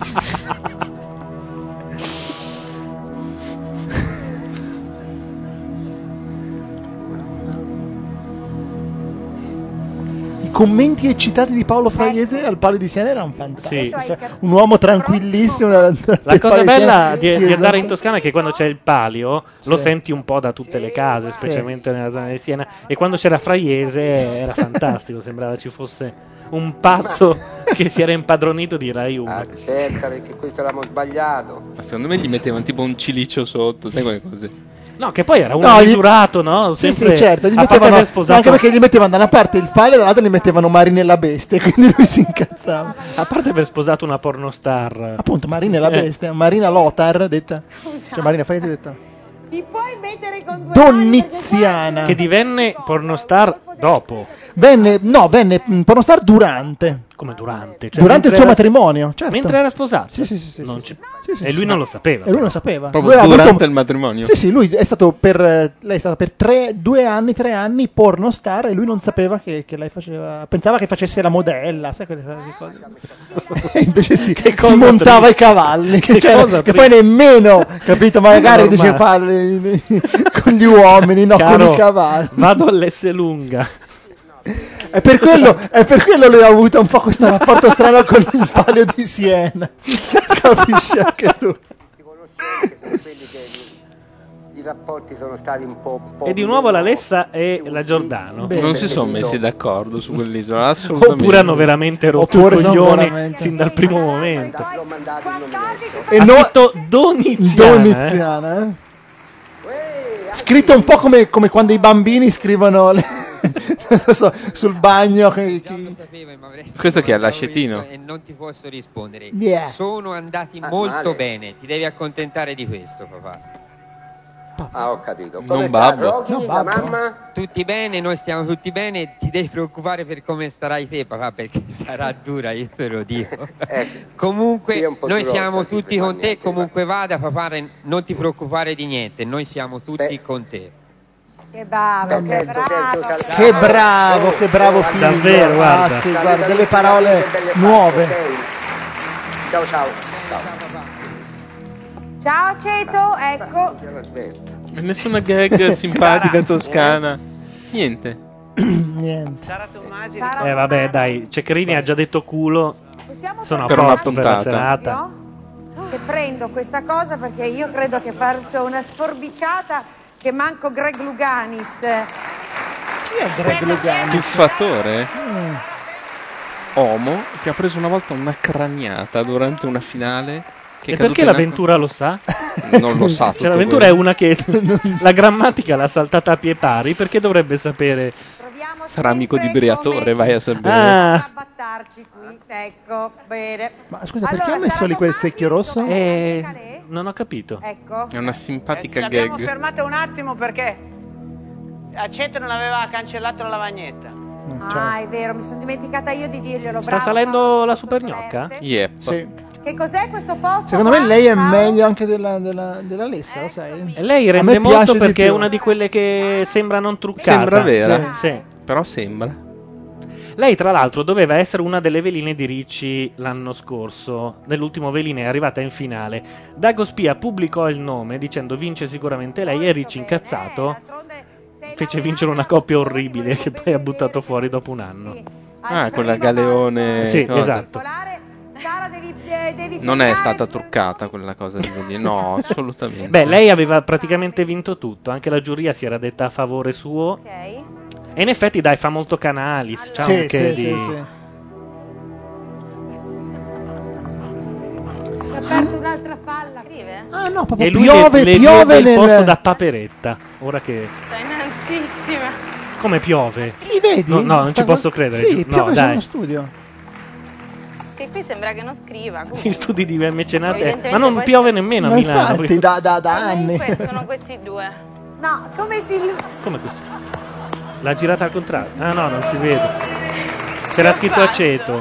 I commenti eccitati di Paolo Fraiese al Palio di Siena erano fantastici. Sì. Cioè, un uomo tranquillissimo. La cosa bella di andare in Toscana è che quando c'è il palio lo Sì. senti un po' da tutte le case, specialmente nella zona di Siena. E quando c'era Fraiese era fantastico, sembrava ci fosse un pazzo che si era impadronito di Rai 1. Aspetta, perché questo l'abbiamo sbagliato. Ma secondo me gli mettevano tipo un cilicio sotto, sai quelle cose. No, che poi era uno No, misurato, no? Sì, Sempre- sì, certo. Gli a parte mettevano, aver sposato- anche perché gli mettevano da una parte il palio e dall'altra gli mettevano Marinella Bestia. Quindi lui si incazzava. A parte aver sposato una pornostar. Appunto, Marinella Bestia. Marina Lothar, detta. Cioè, Marina Fraiese detta. Ti puoi mettere con due Donniziana. Che divenne pornostar dopo. Venne pornostar durante. Come durante? Cioè, Durante il mentre suo era- matrimonio, certo. Mentre era sposato? Sì. Non ci- sì, e lui non lo sapeva. E lui non lo sapeva. Proprio Lui ha durante avuto- il matrimonio. Sì, lui è stato per lei è stata per 3 anni pornostar e lui non sapeva che lei faceva, pensava che facesse la modella, sai quelle cose. E invece si cosa montava triste. i cavalli, Che cioè, cosa che poi nemmeno, capito, magari Normale. dice parli con gli uomini, no, Caro, con i cavalli. Vado all'Esselunga. È per quello lui ha avuto un po' questo rapporto strano con il Palio di Siena. Capisci anche tu. I rapporti sono stati un po'. E di nuovo la Lessa e la Giordano. Non si sono messi d'accordo su quell'isola, assolutamente. Oppure hanno veramente rotto Oppure i sono coglioni veramente- sin dal primo momento. E Ha no- scritto Doniziana. Doniziana, eh? Scritto un po' come quando i bambini scrivono non lo so, sul bagno. Questo chi è, l'ascetino? E non ti posso rispondere. Yeah. Sono andati male. molto bene, ti devi accontentare di questo, papà. Ah, ho capito. Non Come sta babbo. Rocky, No, la babbo. mamma? Tutti bene, noi stiamo tutti bene, ti devi preoccupare per come starai te, papà, perché sarà dura, io te lo dico. Comunque, Sì, è un po' noi durosa, siamo sì, tutti per con far te, niente, comunque vada, papà, non ti preoccupare di niente, noi siamo tutti con te. Che bravo, che bravo. Che bravo figlio. Davvero, guarda. Ah, sì, guarda, delle parole nuove. Ciao. Ciao Aceto, ecco. Nessuna gag simpatica toscana. Niente. Niente. Vabbè, dai, Ceccherini ha già detto culo. Sono a Per una posto per la puntata. serata. Che prendo questa cosa perché io credo che faccio una sforbiciata che manco Greg Luganis. Chi è Greg Lugano? Tuffatore? Omo che ha preso una volta una craniata durante una finale. Che è E perché caduta in l'avventura lo sa? acqua. Non lo sa. Cioè, tutto l'avventura è quello. una che la grammatica l'ha saltata a pie pari, perché dovrebbe sapere Sarà amico di Briatore, vai a sapere. Abbattarci qui, ecco, bene. Ma scusa, perché ho messo lì quel secchio rosso? Non ho capito. Ecco. È una simpatica L'abbiamo gag. fermata un attimo perché Aceto non aveva cancellato la lavagnetta. Ah, è vero, mi sono dimenticata io di dirglielo. Sta bravo, salendo la super gnocca? Yep. Sì. Che cos'è questo posto? Secondo me qua? lei è meglio anche della Lessa, lo sai? E lei A rende me molto piace di perché è più. una di quelle che sembra non truccata. Sembra vera. Sì. Però sembra. Lei, tra l'altro, doveva essere una delle veline di Ricci l'anno scorso. Nell'ultimo Veline è arrivata in finale. Dago Spia pubblicò il nome dicendo vince sicuramente lei e Ricci, incazzato, fece vincere una coppia orribile che poi ha buttato fuori dopo un anno. Ah, quella Galeone. Sì, cosa. esatto. Sara, devi Non è stata truccata quella cosa di Veline. No, assolutamente. Beh, lei aveva praticamente vinto tutto. Anche la giuria si era detta a favore suo. E in effetti, dai, fa molto Canalis. C'ha anche di... Si è aperta un'altra falla. Scrive? Ah no, proprio E lui piove le diede il nel... posto da paperetta. Ora che... Sta innanzissima. Come piove? Sì, vedi? No, non ci posso credere. Sì, No, piove dai. sullo studio. Che qui sembra che non scriva. Gli studi di mecenate. Evidentemente Ma non poi piove nemmeno a Ma Milano. infatti, da anni. Comunque sono questi due. No, come si... Come questo? L'ha girata al contrario. Ah no, non si vede. C'era scritto aceto.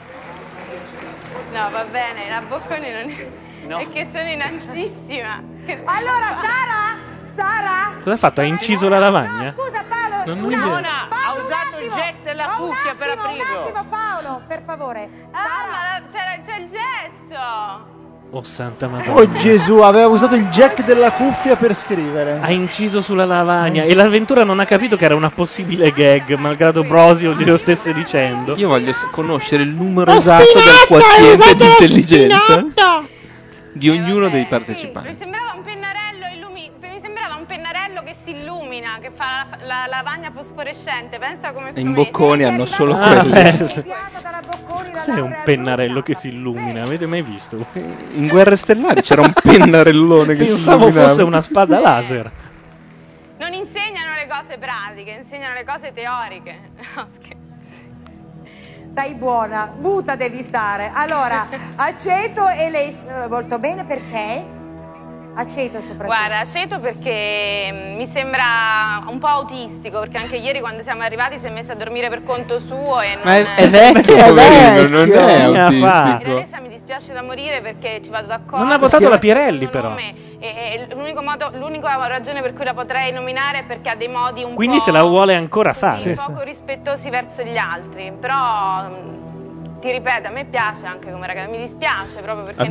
No, va bene, la Bocconi non è... È che sono innanzissima. Allora, Sara? Cosa ha fatto? Ha inciso la lavagna? Scusa Paolo, Non ho idea. Ha usato il jack della cuffia per aprirlo. Un attimo Paolo, per favore. Ah, ma c'è il gesto. Oh santa madonna. Oh Gesù, aveva usato il jack della cuffia per scrivere. Ha inciso sulla lavagna e l'avventura non ha capito che era una possibile gag, malgrado Brosio glielo stesse dicendo. Io voglio conoscere il numero esatto del quoziente di intelligenza di ognuno dei partecipanti. Mi sembrava un pennarello che si illumina, che fa la lavagna fosforescente. Pensa come E in Bocconi hanno solo quelli. Cos'è un pennarello che si illumina? Avete mai visto? In Guerre Stellari c'era un pennarellone che si Pensavo illuminava. fosse una spada laser. Non insegnano le cose pratiche, insegnano le cose teoriche. No, scherzo. Stai buona, muta devi stare. Allora, Aceto e lei molto bene perché? Aceto soprattutto. Guarda, Aceto perché mi sembra un po' autistico, perché anche ieri quando siamo arrivati si è messo a dormire per conto suo e non... Ma è vecchio, poverino, non è autistico. Elisa, mi dispiace da morire perché ci vado d'accordo. Non ha votato la Pirelli però. E l'unica ragione per cui la potrei nominare è perché ha dei modi un Quindi po'... se la vuole ancora fare. poco rispettosi verso gli altri, però ti ripeto, a me piace anche come ragazza, mi dispiace proprio perché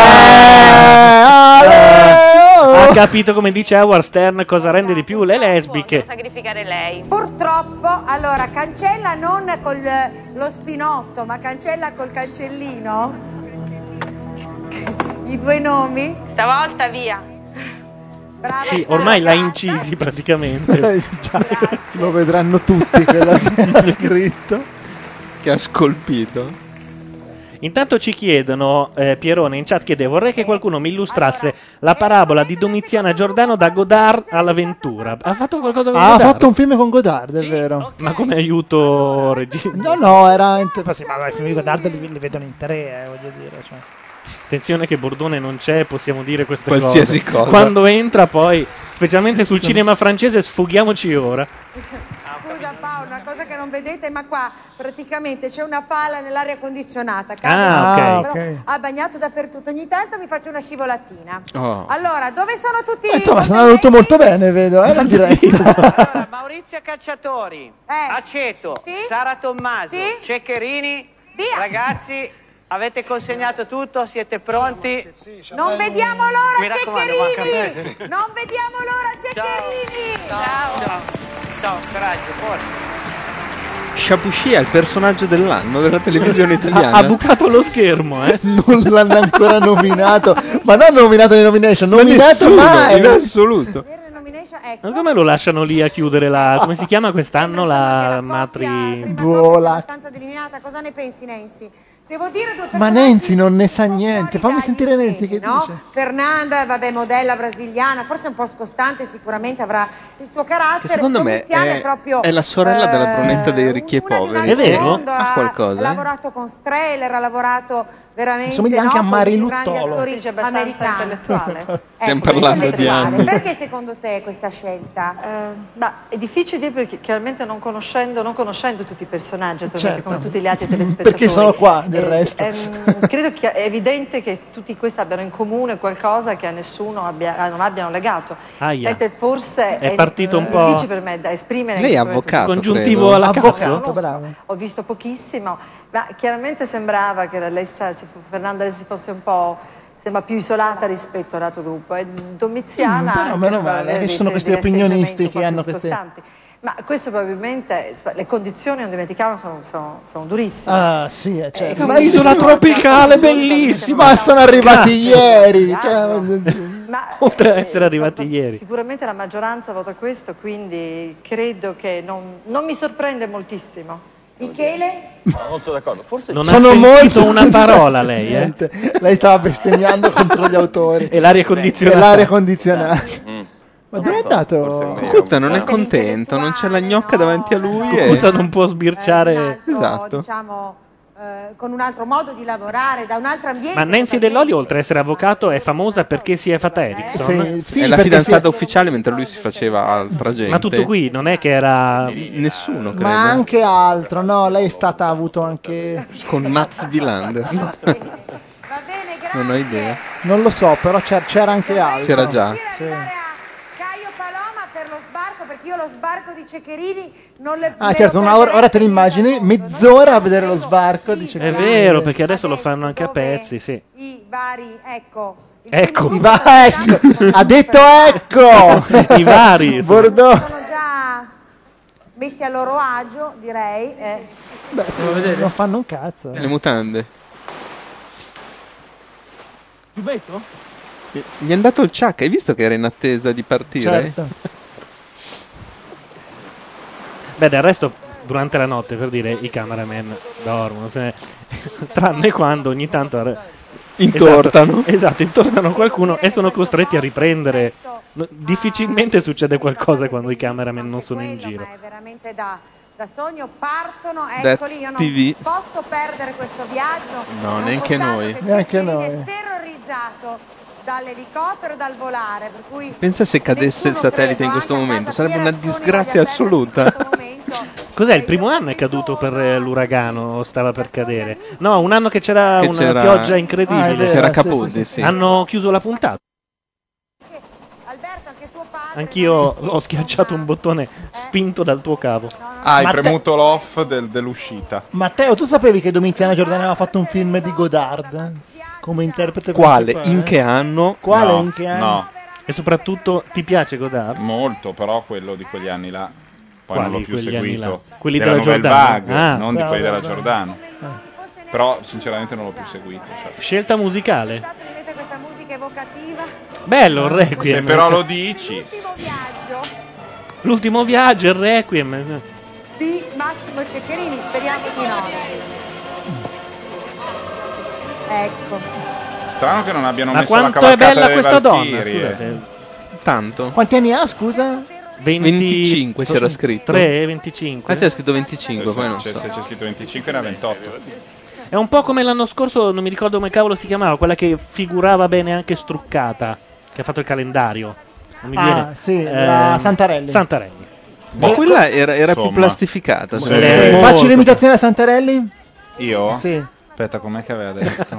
Ha capito, come dice Howard Stern, cosa rende di più le lesbiche. sacrificare lei. Purtroppo, allora, cancella non con lo spinotto, ma cancella col cancellino i due nomi. Stavolta via. Brava. Sì, ormai l'ha incisi praticamente. Già, lo vedranno tutti quello che ha scritto. Che ha scolpito. Intanto ci chiedono, Pierone in chat chiede: vorrei che qualcuno mi illustrasse la parabola di Domiziana Giordano da Godard all'avventura. Ha fatto qualcosa con Ha Godard? fatto un film con Godard, è vero. Ma come aiuto regista? No, era... Ma sì, ma i film di Godard li vedono in tre, voglio dire. Cioè. Attenzione che Bordone non c'è, possiamo dire queste Qualsiasi cosa. Quando entra poi, specialmente sul cinema francese, sfoghiamoci ora. Scusa Paolo, una cosa che non vedete, ma qua praticamente c'è una pala nell'aria condizionata. Ah, ok. Però ha bagnato dappertutto. Ogni tanto mi faccio una scivolatina. Oh. Allora, dove sono tutti? Insomma, sta andando tutto molto bene, vedo, la diretta. Allora, Maurizia Cacciatori, Aceto, Sì? Sara Tommaso, Sì? Ceccherini. Via. Ragazzi, avete consegnato tutto? Siete pronti? Non vediamo l'ora, Mi raccomando, Ceccherini! Non vediamo l'ora, Ceccherini! Ciao, coraggio, forza. Chapucci è il personaggio dell'anno della televisione italiana. Ha bucato lo schermo, Non l'hanno ancora nominato. Ma non nominato nei nomination, nominato Nessuno, mai. in assoluto. Ecco. Ma come lo lasciano lì a chiudere la... come si chiama quest'anno la Matri... Abbastanza delineata, cosa ne pensi Nancy? Devo dire due Ma Nenzi non ne sa niente. Fammi sentire Nenzi che no? dice. Fernanda, vabbè, modella brasiliana, forse un po' scostante, sicuramente avrà il suo carattere. Che secondo me Domiziana proprio, è la sorella della Brunetta dei ricchi e poveri. È vero? Ha qualcosa, Ha lavorato con Strehler, ha lavorato veramente Somiglia anche a con Mari i grandi Luttolo. attori americani. Stiamo parlando di anni. Perché secondo te questa scelta? È difficile dire perché chiaramente non conoscendo tutti i personaggi, Certo. come tutti gli altri telespettatori. Perché sono qua, del resto. Credo che è evidente che tutti questi abbiano in comune qualcosa che a nessuno non abbiano legato. Aia. Senti, forse È partito un po'. difficile per me da esprimere. Lei è in questo avvocato, momento. Congiuntivo alla Avvocato, bravo. Ho visto pochissimo, ma chiaramente sembrava che Fernanda si fosse un po'. Sembra più isolata rispetto all'altro gruppo. E Domiziana. Però meno male che ci sono questi opinionisti che hanno queste. Costanti. Ma questo probabilmente le condizioni, non dimentichiamo, sono durissime. Ah, sì, certo. Ma isola tropicale bellissima. Ma sono arrivati ieri. Oltre a essere arrivati ieri. Sicuramente la maggioranza vota questo, quindi credo che non mi sorprende moltissimo. Michele? Molto d'accordo. Forse Non Sono ha sentito molto- una parola lei, eh? Niente. Lei stava bestemmiando contro gli autori. E l'aria condizionata. E l'aria condizionata. Ma dove è andato? Cucuzza non è contento, non c'è la gnocca davanti a lui. Cucuzza non può sbirciare. Esatto. Diciamo, con un altro modo di lavorare, da un altro ambiente. Ma Nancy Dell'Olio, oltre ad essere avvocato, è famosa perché si è fatta Ericsson. È la fidanzata ufficiale mentre lui si faceva altra gente. Ma tutto qui, non è che era. Nessuno, credo. Ma anche altro, no? Lei è stata avuto anche. Con Mats Wilander. Non ho idea. Non lo so, però c'era anche altro. C'era già. Sì. Caio Paloma per lo sbarco, perché io lo sbarco di Ceccherini non le Ah, certo, ora te l'immagini, mezz'ora a vedere lo sbarco. Dice È vero, perché adesso lo fanno anche a pezzi, sì. i vari, ecco. Ecco. Ecco, ha detto ecco! I vari. Bordeaux. Sono già messi a loro agio, direi. Beh, non fanno un cazzo. Le mutande. Gli è andato il ciak, hai visto che era in attesa di partire? Certo. Beh, del resto, durante la notte, per dire, i cameraman dormono, tranne quando ogni tanto intortano. Esatto, intortano qualcuno e sono costretti a riprendere. Difficilmente succede qualcosa quando i cameraman non sono in giro. Ma è veramente da sogno, partono, That's eccoli, io non TV. posso perdere questo viaggio. No, neanche noi. Neanche noi. Terrorizzato dall'elicottero e dal volare, per cui Pensa se cadesse il satellite in questo momento, sarebbe una disgrazia assoluta. Cos'è? Il primo anno è caduto per l'uragano o stava per cadere? No, un anno che c'era Che una c'era- pioggia incredibile. C'era Capaldi, sì. Hanno chiuso la puntata. Anch'io ho schiacciato un bottone spinto dal tuo cavo. Ah, hai Ma premuto l'off dell'uscita. Matteo, tu sapevi che Domiziana Giordani aveva fatto un film di Godard come interprete Quale? principale? In che anno? Quale? No, In che anno? no. E soprattutto, ti piace Godard? Molto, però quello di quegli anni là. Poi Quali non l'ho più quegli anni seguito. là? Quelli della della Nouvelle Giordano? Vague, Ah. non di quelli della Bravo, Giordano. Però sinceramente non l'ho più seguito. Cioè. Scelta musicale? vedete questa musica evocativa. Bello il Requiem. Se però lo dici. L'ultimo viaggio, il Requiem. Di Massimo Ceccherini, speriamo di no. Ecco. Strano che non abbiano Ma messo la quanto è cavalcata bella delle questa donna? Valchirie. Scusate. Tanto. Quanti anni ha, scusa? 25 c'era scritto. 3, 25. Ah, c'era scritto 25, Se poi non so. c'è scritto 25 era 28. È un po' come l'anno scorso, non mi ricordo come cavolo si chiamava, quella che figurava bene anche struccata, che ha fatto il calendario. Non mi viene. Sì, la Santarelli. Santarelli. Ma quella era più Insomma. plastificata. Sì. Facci l'imitazione a Santarelli? Io? Sì. Aspetta, com'è che aveva detto?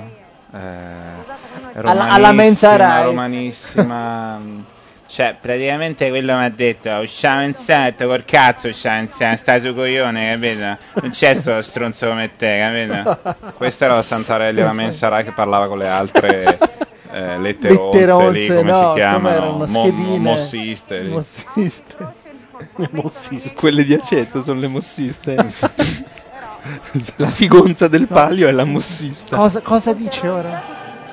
Alla Mensa Rai. Romanissima. Cioè, praticamente quello mi ha detto: usciamo in set, col cazzo usciamo in set, stai su coglione, capito? Non c'è sto stronzo come te, capito? Questa era la Santarelli, la Mensa Rai che parlava con le altre letteronze lì, come no, si chiamano? com'erano? Schedine. Mossiste. lì. Mossiste. Quelle di aceto sono le mossiste. La figonza del palio è la mossista. Cosa dice ora?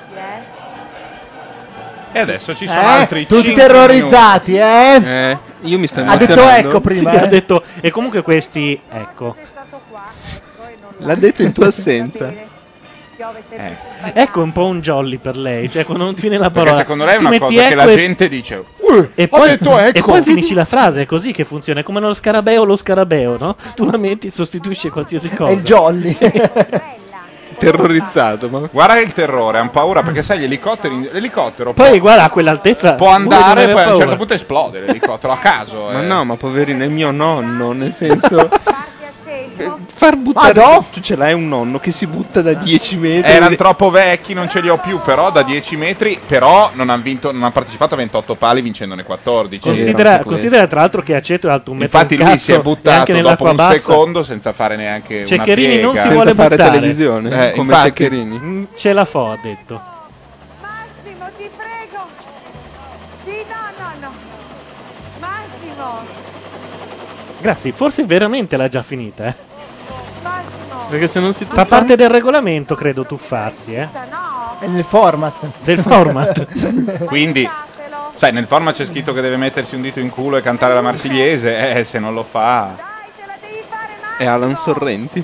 E adesso ci sono altri tutti 5 terrorizzati, Io mi sto Ha detto emozionando. ecco prima. Sì, ha detto, e comunque questi, ecco. L'ha detto in tua assenza. piove sempre sul bagnato. Ecco un po' un jolly per lei, cioè quando non ti viene la Perché parola. secondo lei è tu una metti cosa che ecco la e- gente dice. E ho poi, detto ecco. e poi finisci la frase, è così che funziona, è come nello scarabeo, no? Tu la metti e sostituisci qualsiasi cosa. È il jolly. Sì. Terrorizzato. Ma... Guarda il terrore, hanno paura perché sai l'elicottero Poi guarda a quell'altezza può andare e poi a un paura. certo punto esplode l'elicottero a caso. Ma no, ma poverino, è mio nonno, nel senso... Far buttare... no? Tu ce l'hai un nonno che si butta da 10 metri. Erano troppo vecchi, non ce li ho più, però da 10 metri, però non hanno partecipato a 28 pali vincendone 14. Considera tra l'altro che Aceto è alto un metro Infatti un lui si è cazzo, e buttato anche dopo nell'acqua un bassa. secondo senza fare neanche una Ceccherini non piega. si vuole fare buttare. televisione, come infatti. Ceccherini. Ce la fa, ha detto. Massimo, ti prego. Sì, no. Massimo. Grazie, forse veramente l'ha già finita, eh. Perché se non si Fa parte del regolamento, credo, tuffarsi, eh. È nel format. Del format. Quindi, sai, nel format c'è scritto che deve mettersi un dito in culo e cantare la marsigliese, se non lo fa... È Alan Sorrenti.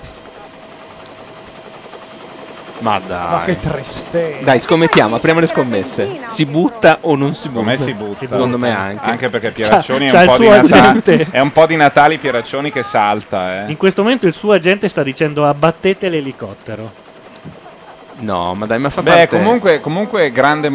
Ma dai. Ma che tristezza. Dai, scommettiamo, apriamo le scommesse. Si butta o non si butta? Secondo me si butta. Secondo me anche. Anche perché Pieraccioni C'ha è, il un po' suo di agente. è un po' di Natali Pieraccioni che salta. In questo momento il suo agente sta dicendo abbattete l'elicottero. No, ma dai, ma fa Beh, parte... comunque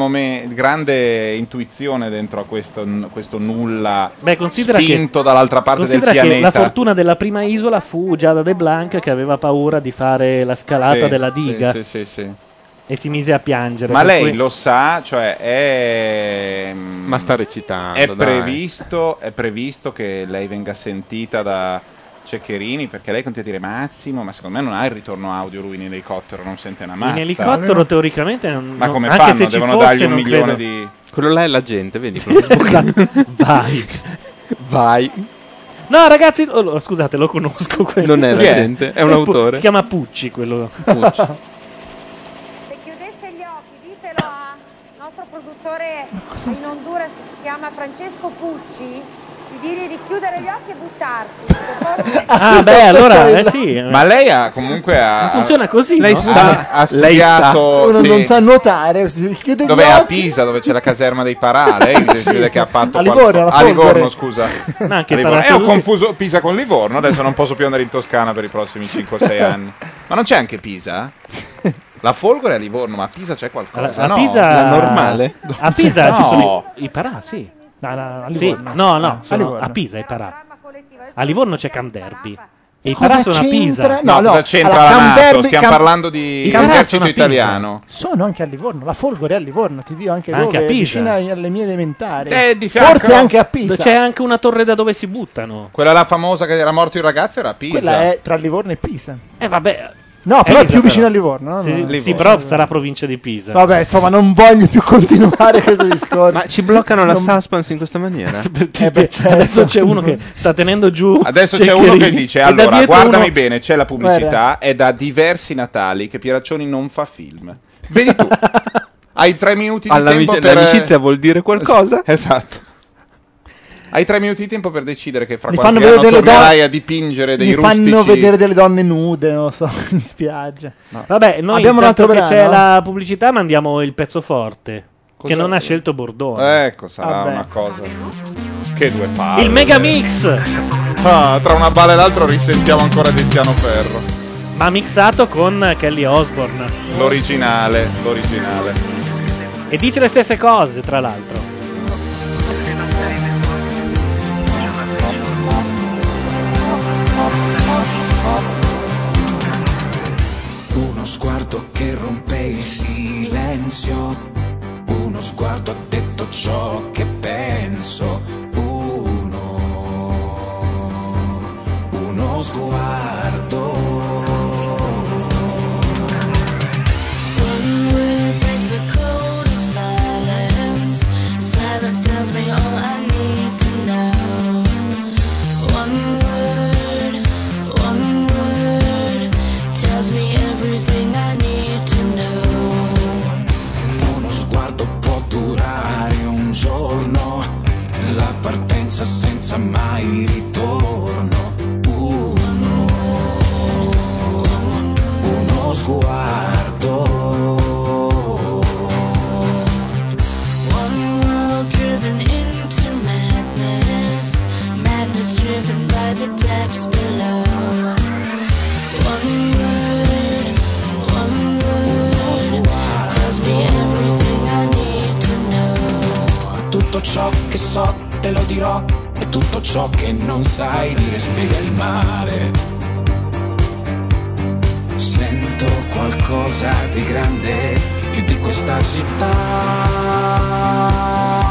grande intuizione dentro a questo nulla spinto dall'altra parte del considera pianeta. che la fortuna della prima isola fu Giada De Blanc che aveva paura di fare la scalata Sì, della diga. sì. E si mise a piangere. Ma per lei cui- lo sa, cioè è... Ma sta recitando, È dai. previsto che lei venga sentita da Ceccherini, perché lei continua a dire Massimo, ma secondo me non ha il ritorno audio lui in elicottero, non sente una mazza. In elicottero teoricamente non, Ma come anche fanno? se ci Devono fosse, dargli un non milione credo. di... Quello là è la gente, vedi? Quello sboccato. Vai. Vai. No, ragazzi, scusate, lo conosco quello. Non è la gente, è un autore. Si chiama Pucci quello. Pucci. Se chiudesse gli occhi, ditelo al nostro produttore in Honduras che si chiama Francesco Pucci, di dirgli di chiudere gli occhi e buttarsi. Ah, beh, allora sì. Ma lei ha comunque funziona così, lei no? ha studiato Uno sì, non sa nuotare, si chiude dove gli è a occhi. Pisa, dove c'è la caserma dei Parà. Lei si vede che ha fatto A Livorno, a a Livorno, Folgore. scusa. Ma anche A Livorno. Paracadute. Ho confuso Pisa con Livorno, adesso non posso più andare in Toscana per i prossimi 5-6 anni. Ma non c'è anche Pisa? La Folgore è a Livorno, ma a Pisa c'è qualcosa? A No. Pisa La normale? A Pisa No. ci sono i Parà, sì. No, a Sì, Livorno. no, a sono Livorno. a Pisa i Parà. A Livorno c'è Camp Derby. E i Cosa Parà sono a Pisa. c'entra? No, cosa c'entra alla la Camp NATO? Derby- Stiamo parlando di I Parà esercito sono a Pisa. italiano. Sono anche a Livorno, la Folgore è a Livorno, ti dico anche, Anche dove, a Pisa. vicino alle mie elementari. Di fianco. Forse anche a Pisa. C'è anche una torre da dove si buttano. Quella là famosa che era morto il ragazzo era a Pisa. Quella è tra Livorno e Pisa. Vabbè. No, però è Pisa, più vicino però. a Livorno. No? Sì, No. sì, però sarà provincia di Pisa. Vabbè, insomma, non voglio più continuare questo discorso. Ma ci bloccano la Non- suspense in questa maniera? beh, certo. Adesso c'è uno che sta tenendo giù. Adesso c'è uno che dice: e da allora, dietro guardami uno- bene, c'è la pubblicità. Guarda. È da diversi Natali che Pieraccioni non fa film. Vedi tu, hai 3 minuti di tempo per. L'amicizia vuol dire qualcosa? Esatto. Hai 3 minuti di tempo per decidere che fra Mi qualche fanno anno vedere delle tornerai donne- a dipingere dei Mi rustici. fanno vedere delle donne nude, non lo so, in spiaggia. Vabbè, noi Abbiamo un intanto altro che brano? c'è la pubblicità mandiamo il pezzo forte. Cosa- Che non ha scelto Bordone. Ecco, sarà Vabbè. una cosa. Che due palle. Il Mega Mix! Ah, tra una balla e l'altra risentiamo ancora Tiziano Ferro. Ma mixato con Kelly Osbourne. L'originale. E dice le stesse cose, tra l'altro. Uno sguardo che rompe il silenzio, uno sguardo ha detto ciò che penso, uno sguardo. One word breaks the code of silence. Silence tells me all I need to know. One word tells me everything I need to know. Uno sguardo può durare un giorno, la partenza senza mai ritorno. Uno uno sguardo. One world driven into madness, madness driven by the depths below. One word tells me everything I need to know. Tutto ciò che so te lo dirò, e tutto ciò che non sai dire spiega il male. Sento qualcosa di grande, più di questa città.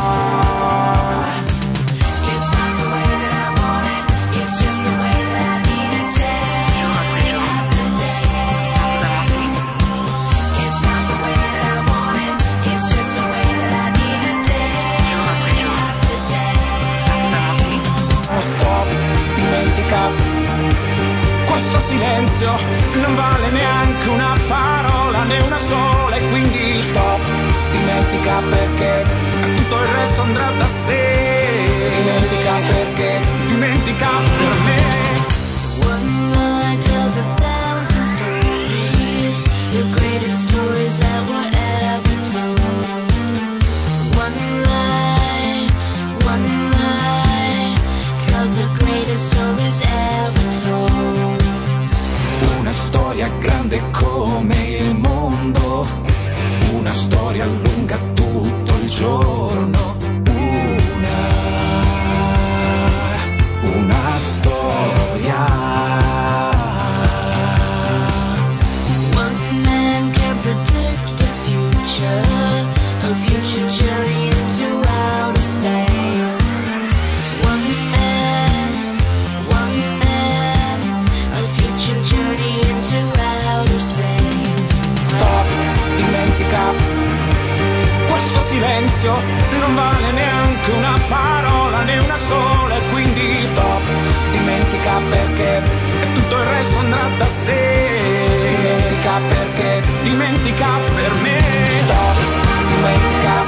Questo silenzio non vale neanche una parola, né una sola, e quindi stop, dimentica perché tutto il resto andrà da sé. Dimentica perché, dimentica per me. One line tells 1,000 stories, the greatest stories that were ever told. One line tells the greatest stories ever told. Una storia grande come il mondo, una storia lunga tutto il giorno, una storia. One man can predict the future, a future journey into outer space. One man, a future journey into outer space. Stop, dimentica. Questo silenzio non vale neanche una parola, né una sola, e quindi stop, dimentica perché tutto il resto andrà da sé. Dimentica perché, dimentica per me. Stop, dimentica.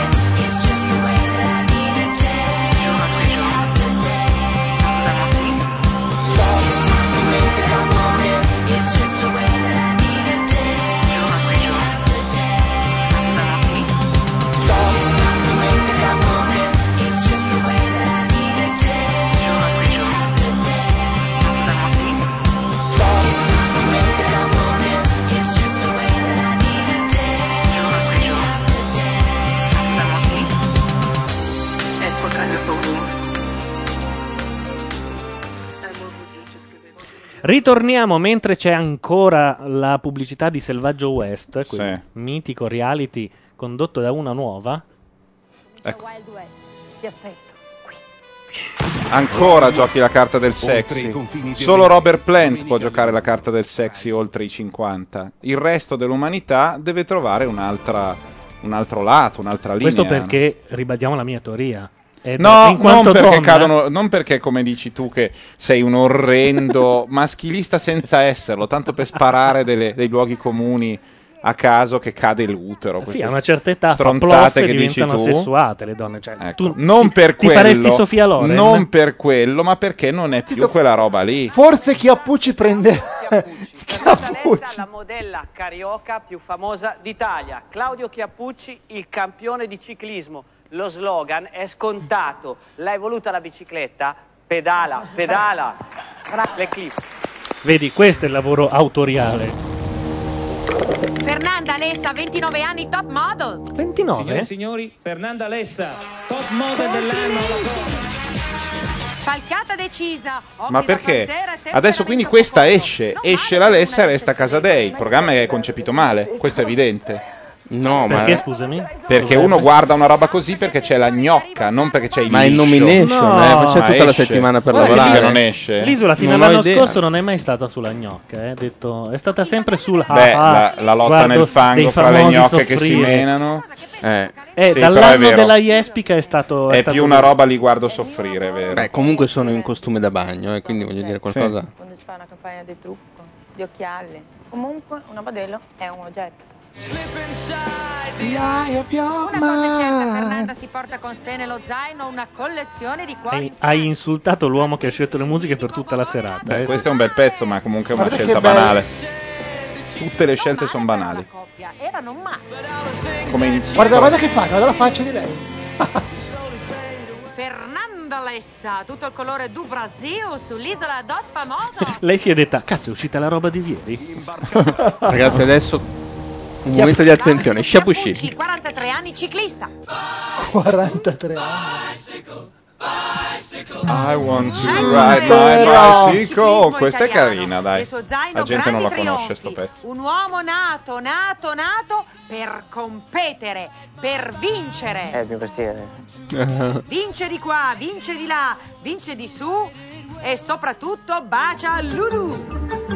Ritorniamo mentre c'è ancora la pubblicità di Selvaggio West, quel mitico reality condotto da una nuova. Ecco. Wild West. Ti aspetto. Ancora giochi la carta del sexy. Solo Robert Plant può giocare la carta del sexy oltre i 50. Il resto dell'umanità deve trovare un altro lato, un'altra linea. Questo perché ribadiamo la mia teoria. No, non perché come dici tu che sei un orrendo maschilista senza esserlo, tanto per sparare dei luoghi comuni a caso che cade l'utero. Sì, a una certa età stronzate che diventano dici tu. sessuate le donne. Cioè, Ecco, tu non per ti quello, faresti Sofia Loren? Non per quello, ma perché non è più quella roba lì. Forse Chiappucci prende. Chiappucci. La modella carioca più famosa d'Italia, Claudio Chiappucci, il campione di ciclismo. Lo slogan è scontato. L'hai voluta la bicicletta? Pedala, pedala. Le clip. Vedi, questo è il lavoro autoriale. Fernanda Lessa, 29 anni, top model. 29? Signore e signori, Fernanda Lessa, top model dell'anno. Falcata decisa. Ma perché? Adesso quindi questa esce la Lessa e resta a casa dei. Il programma è concepito male, questo è evidente. No, perché, scusami? Perché uno guarda una roba così perché c'è la gnocca, non perché c'è il Ma è liscio. nomination, c'è tutta esce. la settimana per Guarda, lavorare. che non esce. L'isola fino Non all'anno ho idea. scorso non è mai stata sulla gnocca, detto, è stata sempre sul la lotta sguardo nel fango dei fra le famosi gnocche che si soffrire. menano. Sì, dall'anno però è vero. della Jespica è stato È stato più una roba li guardo soffrire, è vero. Beh, comunque sono in costume da bagno, quindi voglio dire qualcosa. Quando si fa una campagna di trucco, di occhiali. Comunque una modello è un oggetto. Una cosa è certa, Fernanda si porta con sé nello zaino una collezione di cuori. Hai insultato l'uomo che ha scelto le musiche per tutta la serata. Beh, questo è un bel pezzo, ma comunque è una Guarda scelta che bello. banale. tutte le scelte sono banali. Erano male. Come in... Guarda che fa, guarda la faccia di lei. Fernanda Lessa, tutto il colore du Brasil sull'isola dos Famosos. Lei si è detta, cazzo, è uscita la roba di ieri? Ragazzi, adesso un momento di attenzione. Shabushi. 43 anni, ciclista. 43 anni. I want to ride my bicycle. Questa è carina, dai. La gente non la conosce, sto pezzo. Un uomo nato per competere, per vincere. È il mio mestiere. Vince di qua, vince di là, vince di su e soprattutto bacia Lulu.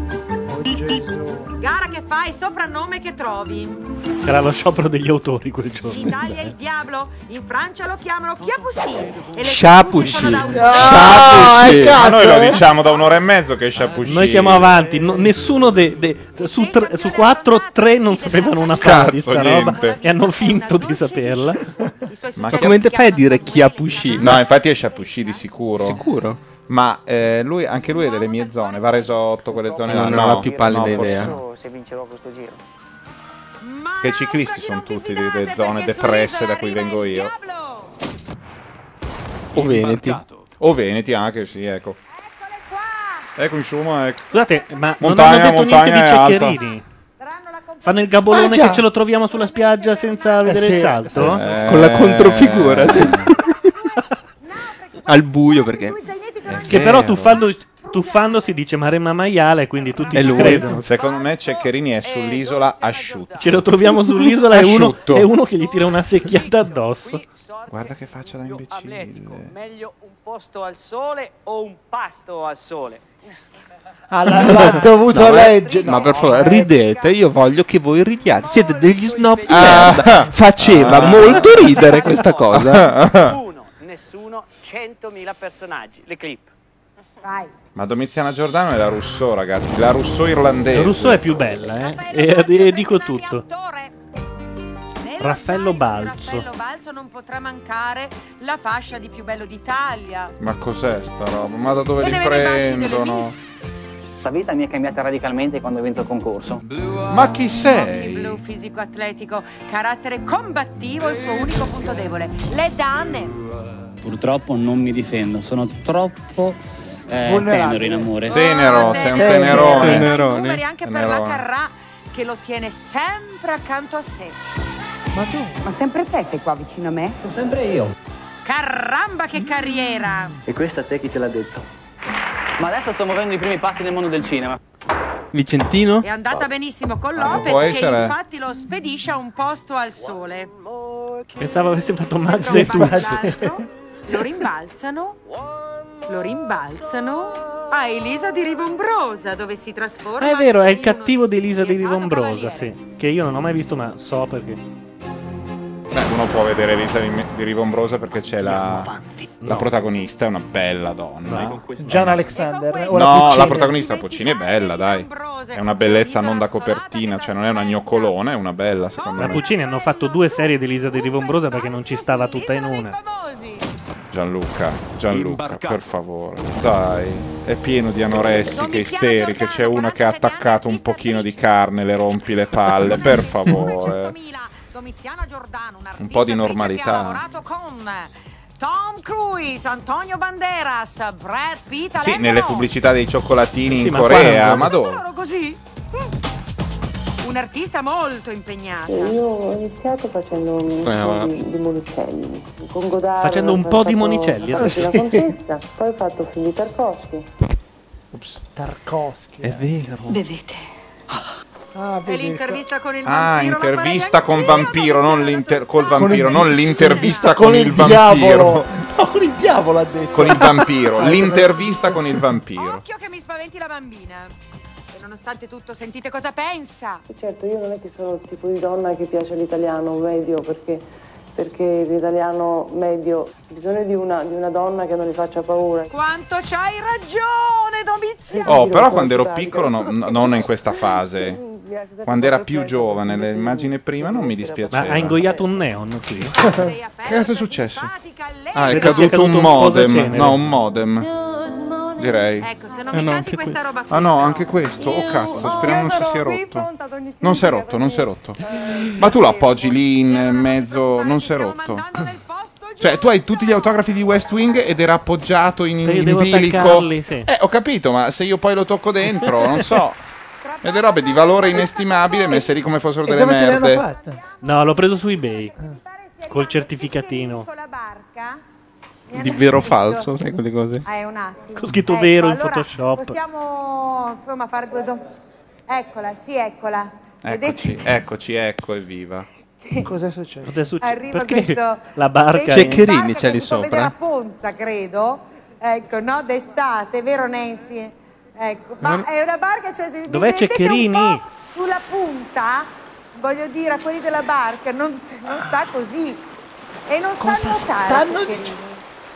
Gara che fai, soprannome che trovi. C'era lo sciopero degli autori quel In giorno. Italia il diavolo, in Francia lo chiamano Chiapussi. E le Shapushi. Ma noi lo diciamo da un'ora e mezzo che è Shapushi. Noi siamo avanti, nessuno su 4, 3 non sapevano una fava di sta roba niente. e hanno finto di saperla. Ma come te fai a dire Chiapusci? No, infatti è Shapushi di sicuro. Sicuro? Ma anche lui è delle mie zone, Varesotto, quelle zone là. Non ho la più pallida idea. Se vincerò questo giro. Che i ciclisti sono tutti delle zone depresse da cui vengo io. O Veneti. O Veneti anche, sì, ecco. Ecco insomma, ecco. Scusate, ma Montagna, non hanno detto niente di montagna è alta. Ceccherini? Fanno il gabolone già. che ce lo troviamo sulla spiaggia senza vedere sì, il salto? Con la controfigura, sì. Al buio perché. Che però tuffandosi dice Maremma Maiale, quindi tutti ci credono. Secondo me Ceccherini è sull'isola asciutta. Ce lo troviamo sull'isola e Asciutto. uno che gli tira una secchiata addosso. Guarda che faccia da imbecille. Meglio un posto al sole o un pasto al sole? L'ha dovuto leggere. Ma per favore, ridete, io voglio che voi ridiate. Siete degli snob di merda. Faceva molto ridere questa cosa. Uno, nessuno, 100.000 personaggi. Le clip. Vai. Ma Domiziana Giordano è la Rousseau, ragazzi. La Rousseau irlandese. La Rousseau è più bella, e dico tutto. Raffaello Balzo. Raffaello Balzo non potrà mancare la fascia di più bello d'Italia. Ma cos'è sta roba? Ma da dove E li le vedi baci delle prendono? Miss. La vita mi è cambiata radicalmente quando ho vinto il concorso. Ma chi sei? Blu fisico atletico, carattere combattivo, il suo unico punto debole. Le donne. Purtroppo non mi difendo, sono troppo tenero in amore. Tenero, sei un tenerone. Numeri anche per la Carrà che lo tiene sempre accanto a sé. Ma tu? Ma sempre te sei qua vicino a me? Sono sempre io. Caramba che carriera! E questa a te chi te l'ha detto? Ma adesso sto muovendo i primi passi nel mondo del cinema. Vicentino? È andata benissimo con può Lopez che essere. infatti lo spedisce a un posto al sole. Pensavo avesse fatto Max e tu. Lo rimbalzano a Elisa di Rivombrosa, dove si trasforma. È vero, è il cattivo di Elisa di Rivombrosa, sì. Che io non ho mai visto, ma so perché. Uno può vedere Elisa di Rivombrosa perché c'è la protagonista, è una bella donna. Gian Alexander. o No, Puccini. la protagonista Puccini è bella, dai. È una bellezza non da copertina, cioè non è una gnoccolona, è una bella, secondo La me. Puccini hanno fatto 2 serie di Elisa di Rivombrosa perché non ci stava tutta in una. Gianluca, per favore, dai. È pieno di anoressiche, isteriche, c'è una che ha attaccato un pochino di carne, le rompi le palle, per favore. Domiziana Giordano, Un po' di che ha normalità. lavorato con Tom Cruise, Antonio Banderas, Brad Pitt, Sì, Alain nelle Delon. pubblicità dei cioccolatini Sì, in ma Corea, qua ma dove? Loro così. Un artista molto impegnato. Io ho iniziato facendo un po' di Monicelli. Con Godard Facendo un ho po' di fatto Monicelli, La adesso. contessa, poi ho fatto film di Tarkovsky. Tarkovsky. È vero. Bevete. E l'intervista con il Ah, vampiro. intervista con vampiro, non col vampiro, il- non l'intervista con con il il diavolo. vampiro. No, con il diavolo ha detto. Con il vampiro, l'intervista con il vampiro. Occhio che mi spaventi la bambina. E nonostante tutto, sentite cosa pensa. Certo, io non è che sono il tipo di donna che piace l'italiano medio, perché l'italiano medio ha bisogno di una donna che non gli faccia paura. Quanto c'hai ragione, Domiziano. Oh, però quando ero piccolo, non in questa fase. Quando era più giovane, l'immagine prima non mi dispiaceva. Ma ha ingoiato un neon qui? Che cosa è successo? Ah, è Credo sia caduto un caduto un modem. posacenere. No, un modem. direi. Ecco, se non mi cadi questa roba qui. Ah no, anche questo. Oh cazzo, speriamo non si sia rotto. Non si è rotto, non si è rotto. Ma tu lo appoggi lì in mezzo, non si è rotto. Cioè, tu hai tutti gli autografi di West Wing ed era appoggiato in devo bilico. attaccarli, sì. Ho capito, ma se io poi lo tocco dentro, non so. Vede robe di valore inestimabile messe lì come fossero delle merde. No, l'ho preso su eBay. Col certificatino. Di vero o falso, sai quelle cose? Un attimo. Ho scritto vero in allora, Photoshop. Possiamo insomma fare due Eccola, sì, eccola. Eccoci, ecco, evviva. Cos'è successo? Cos'è successo? Arriva Perché questo- la barca Ceccherini c'è lì Si può vedere sopra. a Ponza, credo. Ecco, no, d'estate, vero Nancy? Ecco, ma è una barca, cioè se vi Dov'è mettete Ceccherini? un po' sulla punta, voglio dire, a quelli della barca, non sta così. E non sanno nuotare, Ceccherini.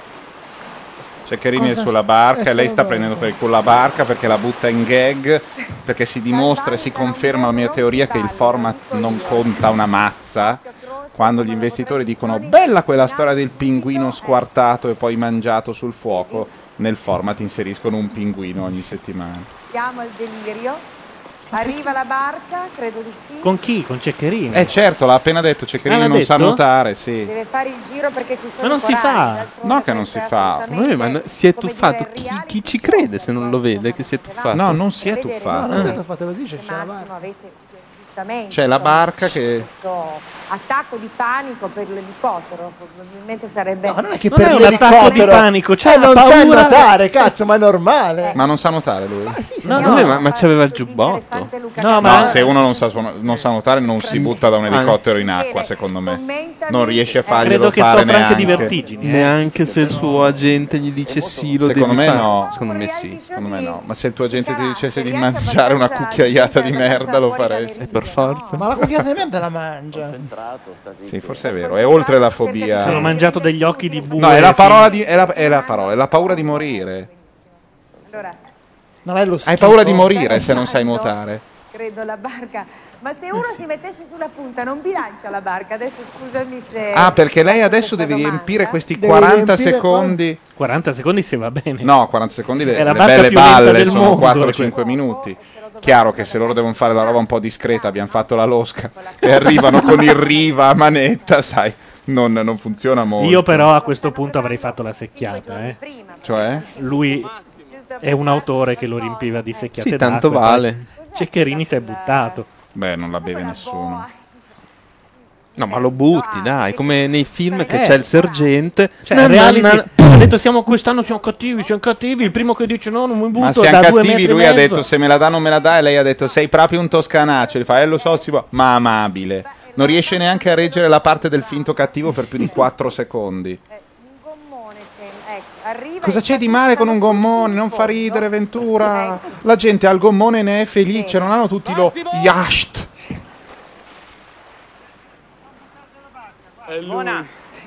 Ceccherini è Cosa sulla sta- barca e lei sono sta prendendo per il culo la barca perché la butta in gag, perché si dimostra e si conferma la mia teoria che il format non conta una mazza. Quando gli investitori dicono bella quella storia del pinguino squartato e poi mangiato sul fuoco, nel format inseriscono un pinguino ogni settimana. Siamo al delirio. Arriva la barca, credo di sì. Con chi? Con Ceccherini? Certo, l'ha appena detto, Ceccherini l'ha non sa detto? nuotare, sì. Deve fare il giro perché ci sono Ma non si coralli, fa. d'altronde No che non si fa. Ma si è tuffato. Chi ci crede se non lo vede che si è tuffato? No, non si è tuffato. No, non si è tuffato, lo dice. Massimo avesse giustamente C'è la barca che... questo attacco di panico per l'elicottero, probabilmente sarebbe. No, non è che Non per è un attacco di l'elicottero. panico, c'è non la sa paura. nuotare, cazzo, ma è normale. Ma non sa nuotare lui? No, Vabbè, ma c'aveva il giubbotto. No, No, se uno non sa nuotare non si butta da un elicottero in acqua, secondo me. Non riesce a farglielo Credo che fare soffra anche di neanche. vertigini. Neanche se il suo agente gli dice sì, lo Secondo devi me fare. no. Secondo me sì. Secondo me no. Ma se il tuo agente ti dicesse di mangiare una cucchiaiata di merda lo faresti. Per forza. Ma la cucchiata di merda la mangia. Sì, forse è vero. È oltre la fobia. Sono mangiato degli occhi di bue. No, è la parola di, è la parola, è la paura di morire. Non è lo Hai schifo. paura di morire se non sai nuotare. Credo la barca. Ma se uno si mettesse sulla punta non bilancia la barca. Adesso scusami se. Ah, perché lei adesso deve riempire questi Deve 40 riempire secondi. 40 secondi se va bene. No, 40 secondi È le la barca belle più lenta balle del sono mondo, 4-5 minuti. Chiaro che se loro devono fare la roba un po' discreta, abbiamo fatto la losca e arrivano con il riva a manetta, sai, non funziona molto. Io però a questo punto avrei fatto la secchiata, Cioè? Lui è un autore che lo riempiva di secchiate Sì, tanto d'acqua, vale. poi Ceccherini si è buttato. Beh, non la beve nessuno. No, ma lo butti, dai, come nei film che c'è il sergente. Cioè, reality, ha detto quest'anno siamo cattivi, il primo che dice no, non mi butto Ma da siamo 2 cattivi, metri e lui ha mezzo. detto se me la dà non me la dà e lei ha detto sei proprio un toscanaccio, gli fa lo so, si può, ma amabile. Non riesce neanche a reggere la parte del finto cattivo per più di 4 secondi. Cosa c'è di male con un gommone? Non fa ridere, Ventura. La gente al gommone ne è felice, non hanno tutti lo yacht. È lui. Mona.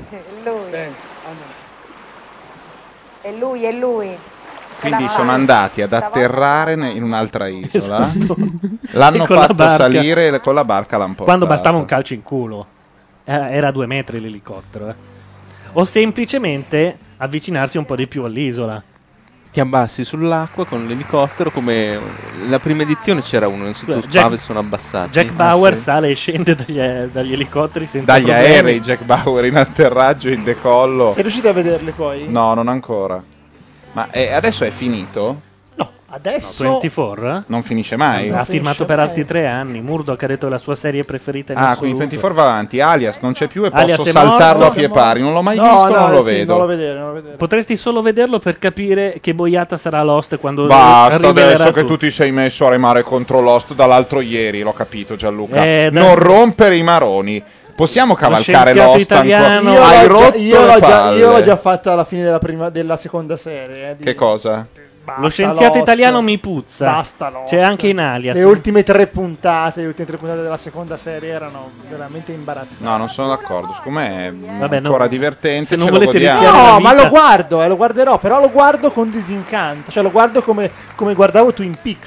È lui. È lui. Quindi sono andati ad atterrare in un'altra isola. Esatto. L'hanno E con la fatto barca. salire e con la barca l'hanno portato. Quando bastava un calcio in culo. Era a 2 metri l'elicottero. O semplicemente avvicinarsi un po' di più all'isola. Ti abbassi sull'acqua con l'elicottero come la prima edizione c'era uno, non si Jack- tuffava e sono abbassati. Jack Bauer sì. sale e scende dagli elicotteri senza Dagli problemi. aerei, Jack Bauer in atterraggio, in decollo. Sei riuscito a vederle poi? No, non ancora. Ma adesso è finito? Adesso 24? Non finisce mai. Ha firmato per altri 3 anni. Murdoch ha detto la sua serie preferita in Ah, assoluto. quindi 24 va avanti. Alias non c'è più e Alias posso è saltarlo morto. a pie pari. Non l'ho mai No, visto, no, non lo sì, vedo. non lo vedere, non lo vedere. Potresti solo vederlo per capire che boiata sarà Lost quando Basta rivelerà adesso che tutto. tu ti sei messo a remare contro Lost dall'altro ieri, l'ho capito Gianluca. Dai. Non rompere i maroni. Possiamo cavalcare scienziato Lost ancora? italiano. Hai rotto Io le l'ho palle. già fatta alla fine della seconda serie. Che cosa? Basta Lo scienziato Lost. italiano mi puzza. Basta Lost. C'è anche in Alias. Le ultime 3 puntate della seconda serie erano veramente imbarazzanti. No, non sono d'accordo. Secondo me è Vabbè, ancora no. divertente. Se non ce lo volete godiamo. rischiare la No, vita. ma lo guardo, lo guarderò, però lo guardo con disincanto, cioè lo guardo come guardavo Twin Peaks.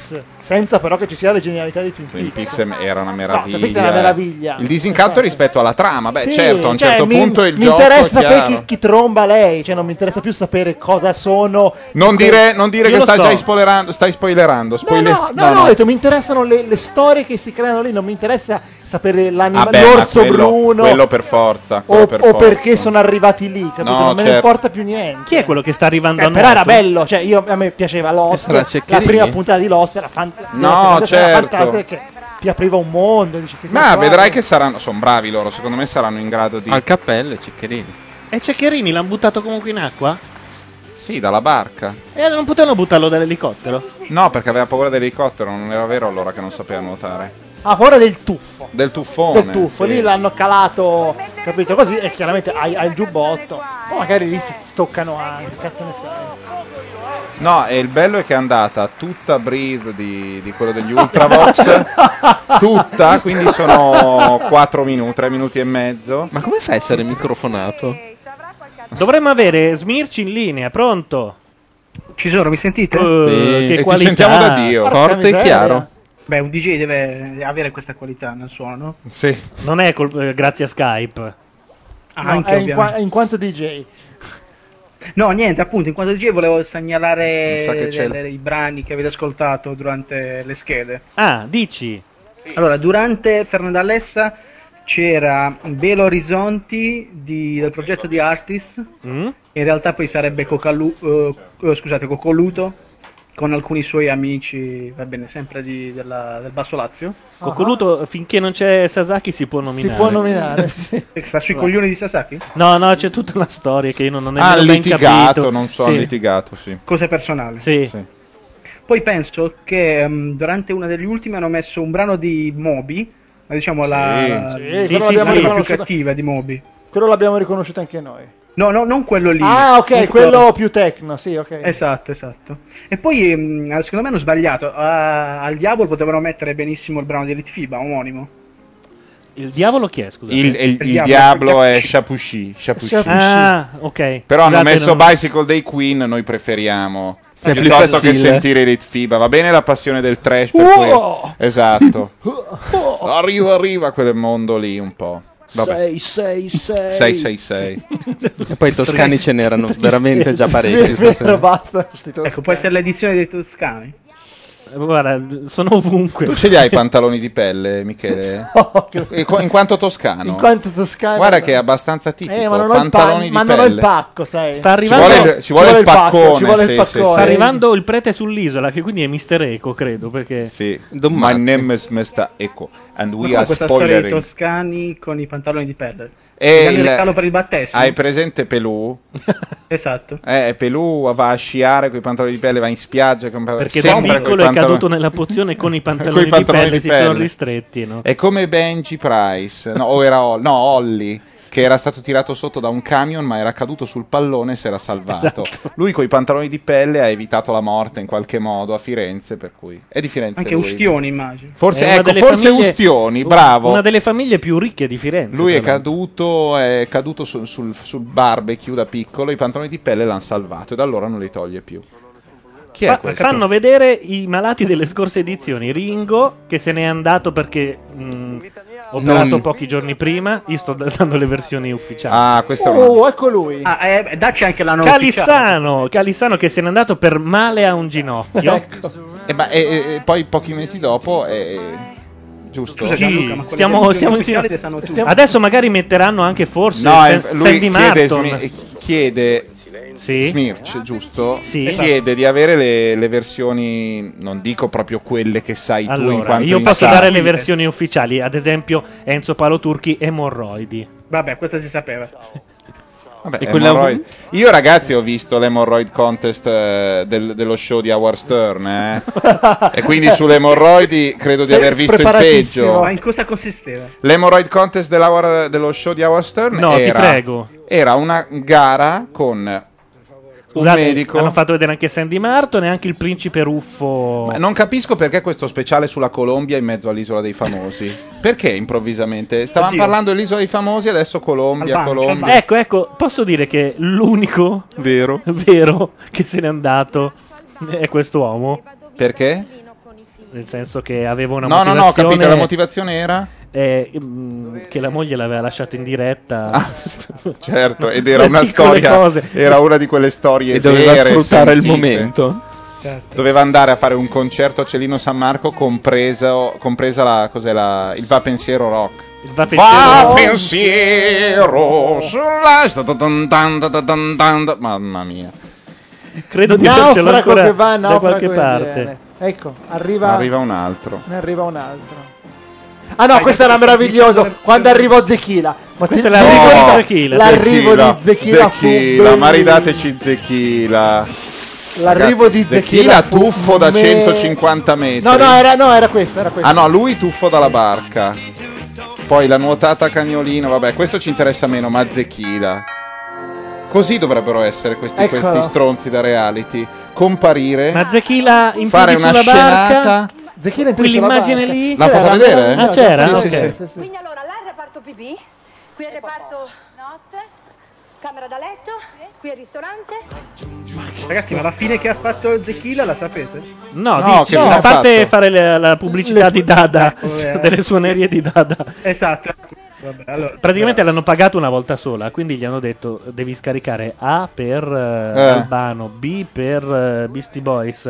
senza però che ci sia la genialità di Twin Twin Peaks. Peaks era una meraviglia. Twin Peaks è una meraviglia. Il disincanto rispetto alla trama. Beh, Sì, certo, a un cioè, certo punto il mi gioco interessa è sapere chiaro. chi tromba lei, cioè non mi interessa più sapere cosa sono. Non dire Io che lo stai so. già spoilerando. Stai spoilerando. No, ho detto mi interessano le storie che si creano lì, non mi interessa sapere Vabbè, l'orso ma quello- bruno quello per forza. o, quello per o forza. perché sono arrivati lì, capito? No, non me ne certo. importa più niente. Chi è quello che sta arrivando a Però nuoto? era bello, cioè a me piaceva Lost, Sarà la Ceccherini? prima puntata di Lost era No, certo. fantastica, che ti apriva un mondo, dici, chissà Ma qua. vedrai che saranno. Sono bravi loro. Secondo me saranno in grado di. Al cappello e Ceccherini. E Ceccherini l'hanno buttato comunque in acqua? Sì, dalla barca. E non potevano buttarlo dall'elicottero? No, perché aveva paura dell'elicottero. Non era vero allora che non sapeva nuotare. Ah, ora del tuffo. Del tuffone. Del tuffo, sì. lì l'hanno calato, capito? Così e chiaramente hai il giubbotto. O magari lì si stoccano anche, cazzo ne sai. No, e il bello è che è andata tutta Breathe di quello degli Ultravox. Tutta, quindi sono 4 minuti, 3 minuti e mezzo. Ma come fai a essere microfonato? Dovremmo avere Smirci in linea, pronto? Ci sono, mi sentite? Che ti qualità. sentiamo da Dio. Porca Forte e miseria. chiaro. Beh, un DJ deve avere questa qualità nel suono, no? Sì. Non è grazie a Skype. No, Anche, è ovviamente. in quanto DJ. No, niente, appunto, in quanto DJ volevo Mi sa segnalare che c'è i brani che avete ascoltato durante le schede. Ah, dici? Allora, durante Fernanda Alessa c'era Belo Orizzonti del progetto di Artist. Mm? In realtà poi sarebbe Coccoluto con alcuni suoi amici, va bene, sempre del Basso Lazio. Coccoluto, finché non c'è Sasaki si può nominare. Si può nominare, sì. Sta sui coglioni di Sasaki? No, c'è tutta una storia che io non ho nemmeno Ha ben litigato, capito. non so, Sì. ha litigato, sì. Cose personali. Sì. Poi penso che durante una degli ultimi hanno messo un brano di Moby, ma diciamo la quello l'abbiamo più riconosciuto. cattiva di Moby. Quello l'abbiamo riconosciuto anche noi. No, non quello lì. Ah, ok, quello più techno, sì, ok. Esatto. E poi, secondo me hanno sbagliato. Al Diavolo potevano mettere benissimo il brano di Elite FIBA, omonimo. Il diavolo chi è, scusate? Il diavolo è Shapushi. Ah, ok. Però hanno Scusate, messo non- Bicycle Day Queen, noi preferiamo. Sì, è più Piuttosto che facile. sentire Elite FIBA. Va bene la passione del trash per cui... Esatto. Arriva quel mondo lì un po'. Vabbè. 666. E poi i toscani ce n'erano veramente già parecchi. Vero, basta. Ecco, può essere l'edizione dei Toscani. Guarda, sono ovunque. Tu ce li hai i pantaloni di pelle, Michele? In quanto toscano? In quanto toscano. Guarda che è abbastanza tipico. Ma non ho il pantaloni di ma non pelle. ho il pacco, sai. Sta arrivando, Ci vuole il paccone. ci vuole il sì, paccone. sì, sta sì. arrivando il prete sull'isola, che quindi è Mister Eco, credo. Perché Sì. My name is Mr. Eco and we are Questa storia dei spoilering. toscani con i pantaloni di pelle. E Danno il regalo per il battesimo. Hai presente Pelù? Esatto. Pelù va a sciare con i pantaloni di pelle, va in spiaggia con perché da sempre coi piccolo è pantaloni- caduto nella pozione con i coi pantaloni, pantaloni di pelle, di si sono pelle. ristretti, no? È come Benji Price, no, o era Ollie, che era stato tirato sotto da un camion ma era caduto sul pallone e si era salvato. Esatto. Lui coi pantaloni di pelle ha evitato la morte in qualche modo a Firenze, per cui è di Firenze Anche lui. Ustioni, immagino. Forse, È una ecco, delle forse famiglie- Ustioni, bravo. Una delle famiglie più ricche di Firenze. Lui è tra l'altro. caduto sul barbecue da piccolo, i pantaloni di pelle l'hanno salvato e da allora non li toglie più. Chi è questo? Fanno vedere i malati delle scorse edizioni. Ringo, che se n'è andato perché operato Non- pochi giorni prima. Io sto dando le versioni ufficiali. Ah, questo è Oh, ecco lui. Dacci anche la nota ufficiale. Calissano che se n'è andato per male a un ginocchio. Ecco. E poi pochi mesi dopo giusto? Scusa, Sì, Gianluca, ma stiamo quelle versioni insieme. ufficiali le sanno tutti. Adesso magari metteranno anche forse No, lui Sandy Martin. chiede Sì. Smirch, giusto? Sì. Chiede di avere le versioni, non dico proprio quelle che sai tu in Allora, quanto io posso insani. dare le versioni ufficiali, ad esempio Enzo Paolo Turchi, emorroidi. Vabbè, questa si sapeva. Vabbè, E quella- emorroid. Io ragazzi ho visto l'Hemorrhoid Contest dello show di Howard Stern e quindi sulle emorroidi credo di Sei aver visto il preparatissimo. peggio. Ma in cosa consisteva? L'Hemorrhoid Contest dello show di Howard Stern No, ti prego. era una gara con un Scusate, medico. hanno fatto vedere anche Sandy Martin e anche il principe Ruffo. Ma non capisco perché questo speciale sulla Colombia in mezzo all'isola dei famosi. Perché improvvisamente? Stavamo Oddio. parlando dell'isola dei famosi, adesso Colombia, Colombia. Ecco, posso dire che l'unico vero che se n'è andato è quest'uomo. Perché? nel senso che aveva una No, motivazione. no, ho capito, la motivazione era? Che la moglie l'aveva lasciato in diretta. Certo, ed era Le una piccole storia, cose. era una di quelle storie E doveva vere, sfruttare il sentite. momento. Certo. Doveva andare a fare un concerto a Celino San Marco, compresa il Va Pensiero Rock. Il Va Pensiero sulla... Mamma mia. Credo di avercelo Naufrago ancora che va, da naufrago qualche che parte. viene. Ecco, arriva un altro. Ne arriva un altro. Ah no, questo era meraviglioso. Quando arrivò Zechila. Ma Questo è te- l'arrivo no, di Zechila. L'arrivo di Zechila fu Zechila, ma bellissimo. ridateci Zechila. L'arrivo di Zechila fu tuffo da me- 150 metri. No, era questo, era questo. Ah no, lui tuffo dalla barca. Poi la nuotata a cagnolino, vabbè, questo ci interessa meno, ma Zechila. Così dovrebbero essere questi Eccolo. stronzi da reality. Comparire, Ma Zechila in fare piedi una sulla barca. scenata. Zechila in piedi sulla Quell'immagine barca. lì. L'ha fatta vedere? Ah, c'era? Sì, Ok. sì. Quindi allora, là il reparto pipì, qui è il reparto notte, camera da letto, qui è il ristorante. Ragazzi, ma la fine che ha fatto Zechila la sapete? No, No, dici, che a fine ha parte fatto? fare la pubblicità di Dada, Ecco, delle suonerie di Dada. Esatto. Vabbè, allora, Praticamente l'hanno pagato una volta sola, quindi gli hanno detto devi scaricare A per Albano, B per Beastie Boys,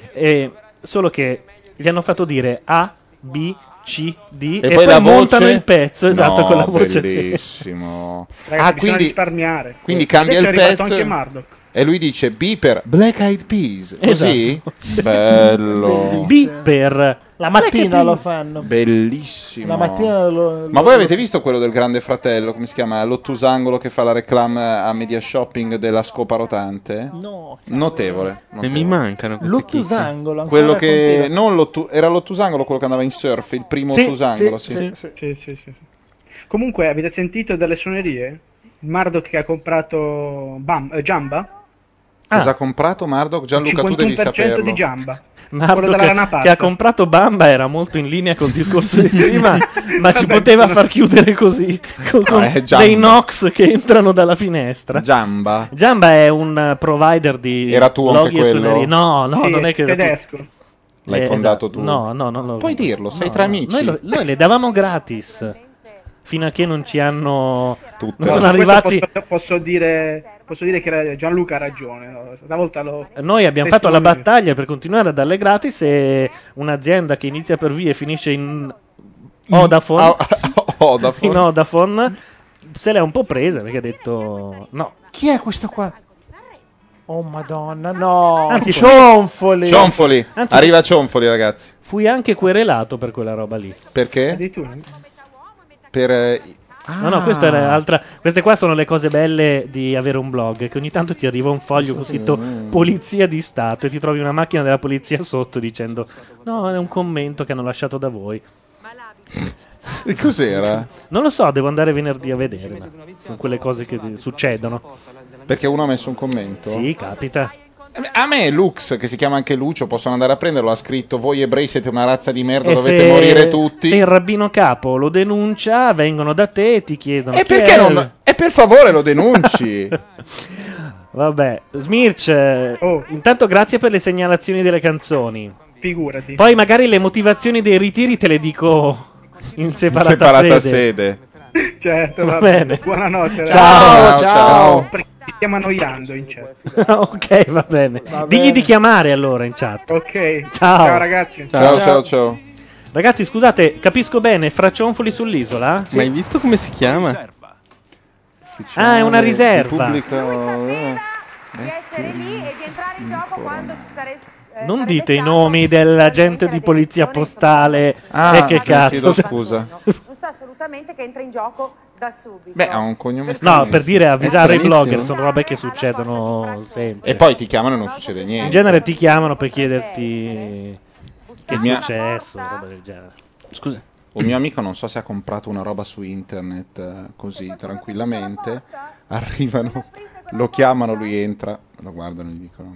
solo che gli hanno fatto dire A, B, C, D e poi la voce? montano il pezzo, esatto, No, con la voce. bellissimo. ragazzi, bisogna quindi, risparmiare. quindi cambia Adesso il è arrivato pezzo anche Murdoch. e lui dice B per Black Eyed Peas. Così? Esatto. Bello. B per La mattina lo fanno. Bellissimo. La mattina Ma voi avete visto quello del Grande Fratello, come si chiama? L'Ottusangolo che fa la reclama a Media Shopping della scopa rotante? No. Notevole. E mi mancano queste L'Ottusangolo. ancora Quello che continua. era l'Ottusangolo quello che andava in surf, il primo Sì, Ottusangolo, sì, sì. Sì, sì, sì. Comunque, avete sentito delle suonerie? Murdoch che ha comprato Jamba? Cosa ha comprato Murdoch? Gianluca, tu devi 51% saperlo. di Jamba. quello Murdoch della rana che ha pazza. comprato Bamba era molto in linea col discorso di prima, ma ci poteva far chiudere così con è Jamba. dei Nox che entrano dalla finestra. Jamba. Jamba è un provider di Era tuo anche loghi e quello? suonerie. No, Sì, non è che tedesco. L'hai fondato tu? No, non lo Puoi dirlo, sei tra amici. Noi le davamo gratis fino a che non ci hanno Tutte. non sono No, questo arrivati. posso dire che Gianluca ha ragione. No? Stavolta Noi abbiamo fatto la battaglia per continuare a darle gratis e un'azienda che inizia per V e finisce in Vodafone, Vodafone. in Vodafone se l'è un po' presa perché ha detto no. Chi è questo qua? Oh madonna, no. Anzi, Cionfoli. Cionfoli. Anzi- Arriva Cionfoli, ragazzi. Fui anche querelato per quella roba lì. Perché? addirittura. Per No, questa è altra. Queste qua sono le cose belle di avere un blog. Che ogni tanto ti arriva un foglio con scritto Polizia di Stato e ti trovi una macchina della polizia sotto dicendo no, è un commento che hanno lasciato da voi. E cos'era? Non lo so, devo andare venerdì a vedere. Ma sono quelle cose che succedono. Perché uno ha messo un commento? Sì, capita. A me Lux, che si chiama anche Lucio, possono andare a prenderlo, ha scritto voi ebrei siete una razza di merda, E dovete se- morire tutti. Se il rabbino capo lo denuncia, vengono da te e ti chiedono. E chi perché è? non... E per favore lo denunci. Vabbè, Smirch, intanto grazie per le segnalazioni delle canzoni. Figurati. Poi magari le motivazioni dei ritiri te le dico in separata, sede. Certo, Va va bene. Buonanotte. Ciao, ciao. Perché ti stiamo annoiando in chat. Ok, va bene. Digli di chiamare allora in chat. Ok. Ciao. Ragazzi. Ciao. Ragazzi, scusate, capisco bene, fra cionfoli sull'isola? Ma hai visto come si chiama? Ah, è una riserva. Di essere lì e di entrare in gioco quando ci sarebbe. Non dite i nomi dell'agente di polizia postale. Ah, che cazzo. chiedo scusa. Giusto assolutamente che entra in gioco da subito. Beh, ha un cognome No, stranissimo. per dire avvisare i Stranissimo. blogger, sono robe che succedono sempre. E poi ti chiamano e non succede niente. In genere ti chiamano per chiederti che è successo, roba del genere. Scusa. Un mio amico non so se ha comprato una roba su internet così tranquillamente. Arrivano, lo chiamano, lui entra, lo guardano e gli dicono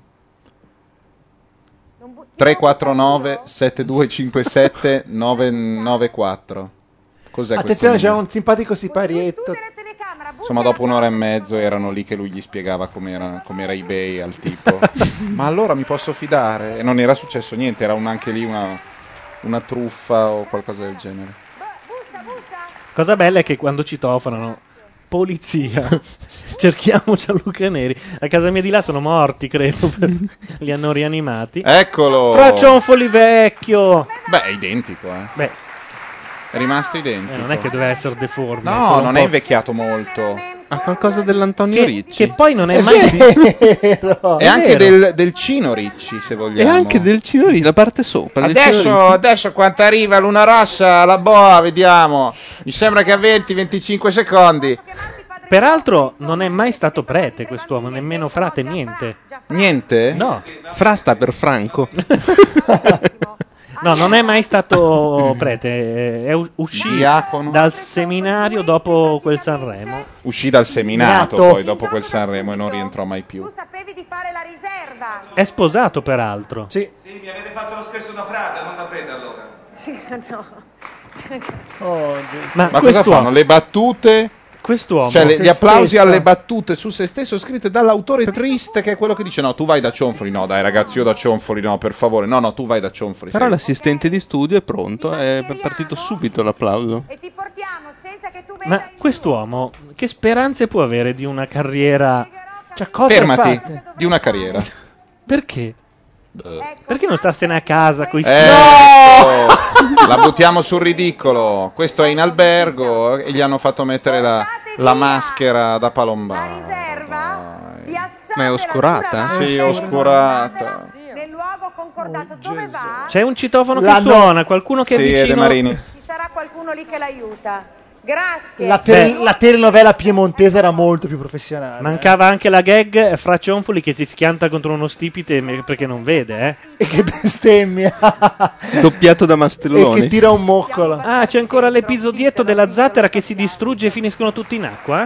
349 7257 994. Cos'è Attenzione, questo c'è un simpatico siparietto. Insomma, dopo un'ora e mezzo erano lì che lui gli spiegava com'era eBay al tipo. Ma allora mi posso fidare? E non era successo niente, era anche lì una una truffa o qualcosa del genere. Cosa bella è che quando citofonano polizia, cerchiamo Gianluca Neri. A casa mia di là sono morti, credo, li hanno rianimati. Eccolo! Fra Cionfoli vecchio. Beh, è identico, Beh, è rimasto identico. non è che doveva essere deforme. No, solo un non po'. è invecchiato molto. Ha qualcosa dell'Antonio Ricci. Che poi non è mai E anche del Cino Ricci, se E vogliamo. anche del Cino Ricci, la parte sopra. del Cino Ricci. Adesso quanto arriva Luna Rossa, la boa, vediamo. Mi sembra che a 20-25 secondi. Peraltro non è mai stato prete quest'uomo, nemmeno frate, niente. Niente? No. Fra sta per Franco. No, non è mai stato prete, è uscito Diacono. dal seminario dopo quel Sanremo. Uscì dal seminato Nato. poi dopo quel Sanremo e non rientrò mai più. È sposato peraltro. Sì. Sì, mi avete fatto lo scherzo da frate, non da prete allora. Sì, no. Ma cosa quest'uomo- fanno? Le battute? Quest'uomo Cioè se gli applausi stesso. alle battute su se stesso scritte dall'autore triste, che è quello che dice no, tu vai da Cionfoli. No, dai ragazzi, io da Cionfoli no, per favore. No, tu vai da Cionfoli. Però sì. l'assistente di studio è pronto, è partito subito l'applauso. Ma quest'uomo che speranze può avere di una carriera? Cioè, cosa Fermati, infatti? di una carriera. Perché? Perché non starsene a casa coi figli? Ecco, la buttiamo sul ridicolo. Questo è in albergo e gli hanno fatto mettere la maschera da palombaro. Ma è oscurata? Sì, oscurata. Nel luogo concordato dove va? C'è un citofono che L'hanno- suona, qualcuno che Sì, è è De vicino. Marini. Ci sarà qualcuno lì che l'aiuta. Grazie. La telenovela piemontese era molto più professionale. Mancava anche la gag fra Cionfoli che si schianta contro uno stipite perché non vede, E che bestemmia. Doppiato da E Mastelloni. che tira un moccolo. Ah, c'è ancora l'episodietto della zattera che si distrugge e finiscono tutti in acqua?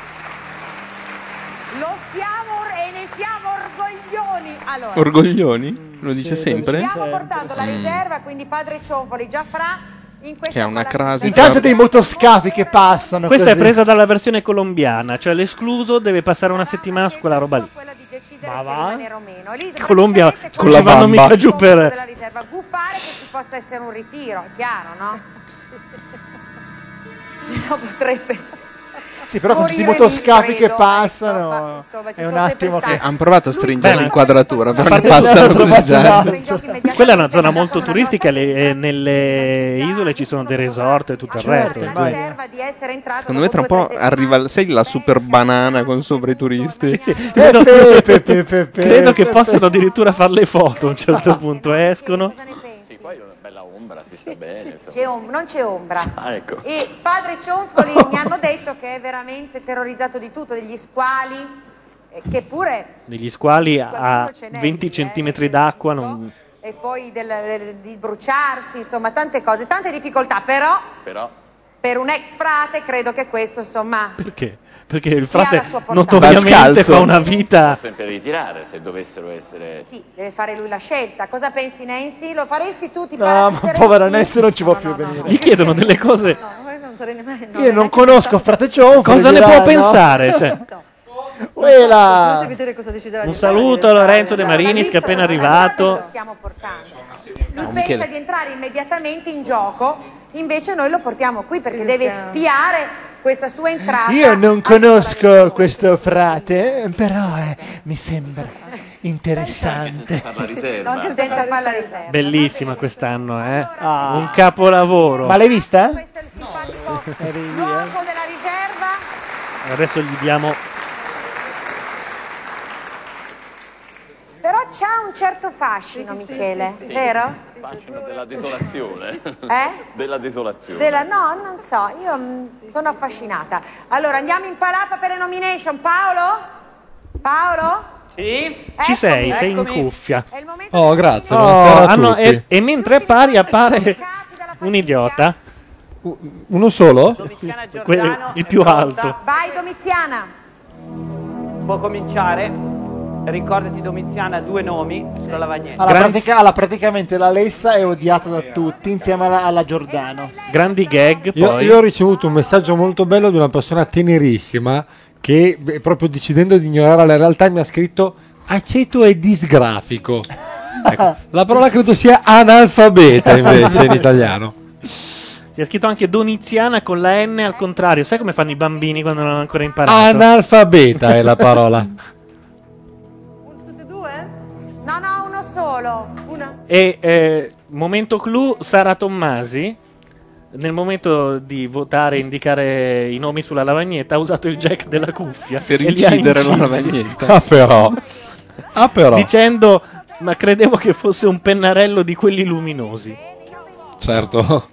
Lo siamo e ne siamo orgoglioni. Allora, Orgoglioni? Lo dice sempre? stiamo portando la riserva, quindi padre Cionfoli già fra in Che questa ha una crasi. Intanto dei motoscafi che passano. Questa così. è presa dalla versione colombiana, cioè l'escluso deve passare una settimana su quella roba lì. Ma va? Meno. Lì Colombia Con non la ci vanno bamba. mica giù della per... riserva gufare che ci possa essere un ritiro, è chiaro, no? Sì, no, potrebbe. Sì, però con tutti i morire motoscafi lì, che credo, passano. insomma, ci È un sono attimo sempre che. Hanno provato a stringere Beh, l'inquadratura, però ne parte- passano così trovato tanti. Quella è una zona molto turistica, nelle isole ci sono dei resort e tutto il resto. per cui- riserva di essere entrato Secondo me tra un po' arriva, sai la super banana con sopra i turisti? Sì, credo, credo che possano addirittura fare le foto a un certo punto, escono. Sì, poi è una bella ombra, si sta bene. Non c'è ombra. Ah, ecco. E padre Cionfoli mi hanno detto che è veramente terrorizzato di tutto, degli squali, che pure, Degli squali a 20 centimetri d'acqua non... e poi di bruciarsi, insomma tante cose, tante difficoltà, però Però per un ex frate credo che questo insomma Perché? Perché il Sì, alla frate sua portata. notoriamente Da scalzo. fa una vita... può sempre ritirare se dovessero essere. sì, deve fare lui la scelta. Cosa pensi Nancy? Lo faresti tu? Ti No, partiresti? ma povera Nancy non ci può più venire. Gli chiedono delle cose... Io non conosco frate Cionfoli. Cosa ne dirà, può no? pensare? Cioè, Uela. un saluto a Lorenzo De Marinis che è appena arrivato. Stiamo portando. Lui pensa di entrare immediatamente in gioco, invece noi lo portiamo qui perché deve spiare questa sua entrata. Io non conosco questo frate, però mi sembra interessante. Per la riserva. senza fare la riserva. Bellissima quest'anno, eh? Un capolavoro. Ma l'hai vista? Questo è il simpatico luogo della riserva. Adesso gli diamo... Però c'ha un certo fascino, Michele, vero? Fascino della desolazione. Eh? Della desolazione. No, non so, io sono affascinata. Allora, andiamo in palapa per le nomination. Paolo? Sì? Ci sei in cuffia. Oh, grazie. Oh, Buonasera a tutti. e mentre è pari appare un idiota. Uno solo? Il più alto. Vai Domiziana. Può cominciare. Ricordati Domiziana ha 2 nomi sulla lavagnetta. Praticamente la Lessa è odiata da tutti insieme alla Giordano. Grandi gag poi. Io ho ricevuto un messaggio molto bello di una persona tenerissima che proprio decidendo di ignorare la realtà mi ha scritto: Aceto è disgrafico. Ecco, la parola credo sia analfabeta invece in italiano. Si è scritto anche Doniziana con la N al contrario. Sai come fanno i bambini quando non hanno ancora imparato? Analfabeta è la parola. No, uno solo. Una. E momento clou, Sara Tommasi, nel momento di votare e indicare i nomi sulla lavagnetta, ha usato il jack della cuffia per e li ha incidere la incisi. lavagnetta. Però. Dicendo, ma credevo che fosse un pennarello di quelli luminosi. Certo.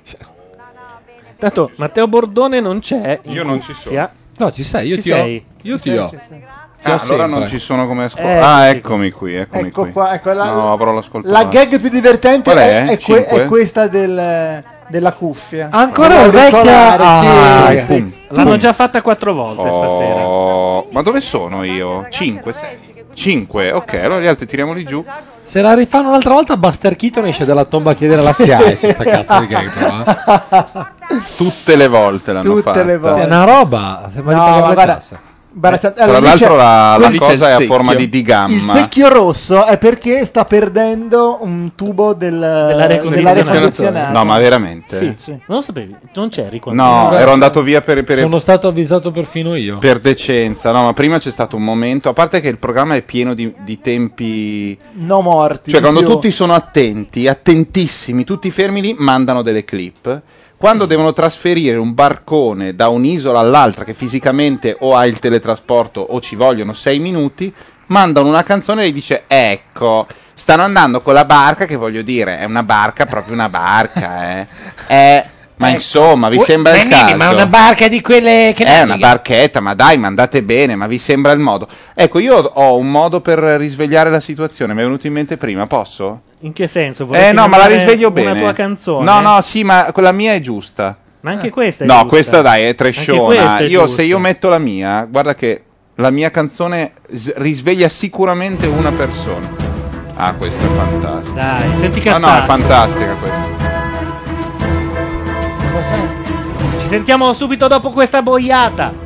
Tanto Matteo Bordone non c'è. Io non ci sono. No, ci sei, io Ci ti ho. sei. Io ti ho. Ti ho allora sempre. non ci sono come ascoltare. Eccomi qui. Ecco qua, ecco No, avrò l'ascolto. la gag più divertente Qual è? è Cinque? questa della cuffia. Ancora L'auricolare, vecchia? sì, sì. L'hanno già fatta 4 volte stasera. Ma dove sono io? 5, 6. 5, ok, allora gli altri tiriamoli giù. Se la rifanno un'altra volta, Buster Keaton esce dalla tomba a chiedere la SIAE su sta cazzo di gag, però. Tutte le volte l'hanno fatta. Tutte le volte. È una roba. Sembra di pagare ma le guarda, tasse. Tra l'altro la quel- cosa è a secchio. forma di digamma. il secchio rosso è perché sta perdendo un tubo dell'aria condizionata. No, ma veramente? Sì. Non lo sapevi? Non c'eri quando No, ero andato via per Sono stato avvisato perfino io. per decenza. No, ma prima c'è stato un momento, a parte che il programma è pieno di tempi. No morti. Cioè, di quando più. tutti sono attenti, attentissimi, tutti fermi lì, mandano delle clip. Quando devono trasferire un barcone da un'isola all'altra, che fisicamente o ha il teletrasporto o ci vogliono 6 minuti, mandano una canzone e gli dice: ecco, stanno andando con la barca, che voglio dire, è una barca, proprio una barca, ma insomma, vi sembra il caso? Ma una barca di quelle che È una barchetta, ma dai, mandate bene, ma vi sembra il modo? Ecco, io ho un modo per risvegliare la situazione, mi è venuto in mente prima, posso? In che senso? Vorresti No, ma la mandare risveglio bene. Una tua canzone? No, sì, ma quella mia è giusta. Ma anche questa è No, giusta. questa dai, è Anche trashona. questa è Se giusta. io metto la mia, guarda che la mia canzone risveglia sicuramente una persona. Ah, questa è fantastica. Dai, senti No, cantare. è fantastica questa. Ci sentiamo subito dopo questa boiata.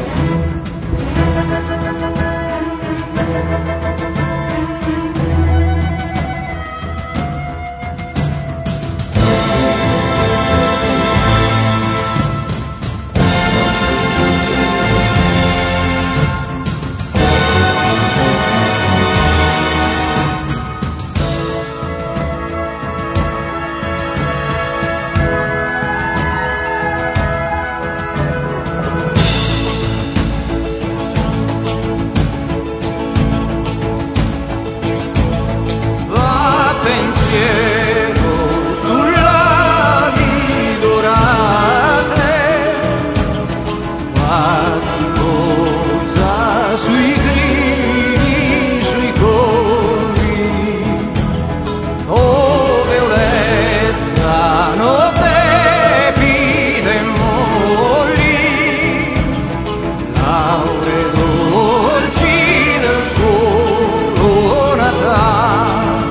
Va pensiero sulle ali dorate, va di cosa sui grilli, sui colli, oh violenza, no tepide molli, lauree dolci del suolo natale.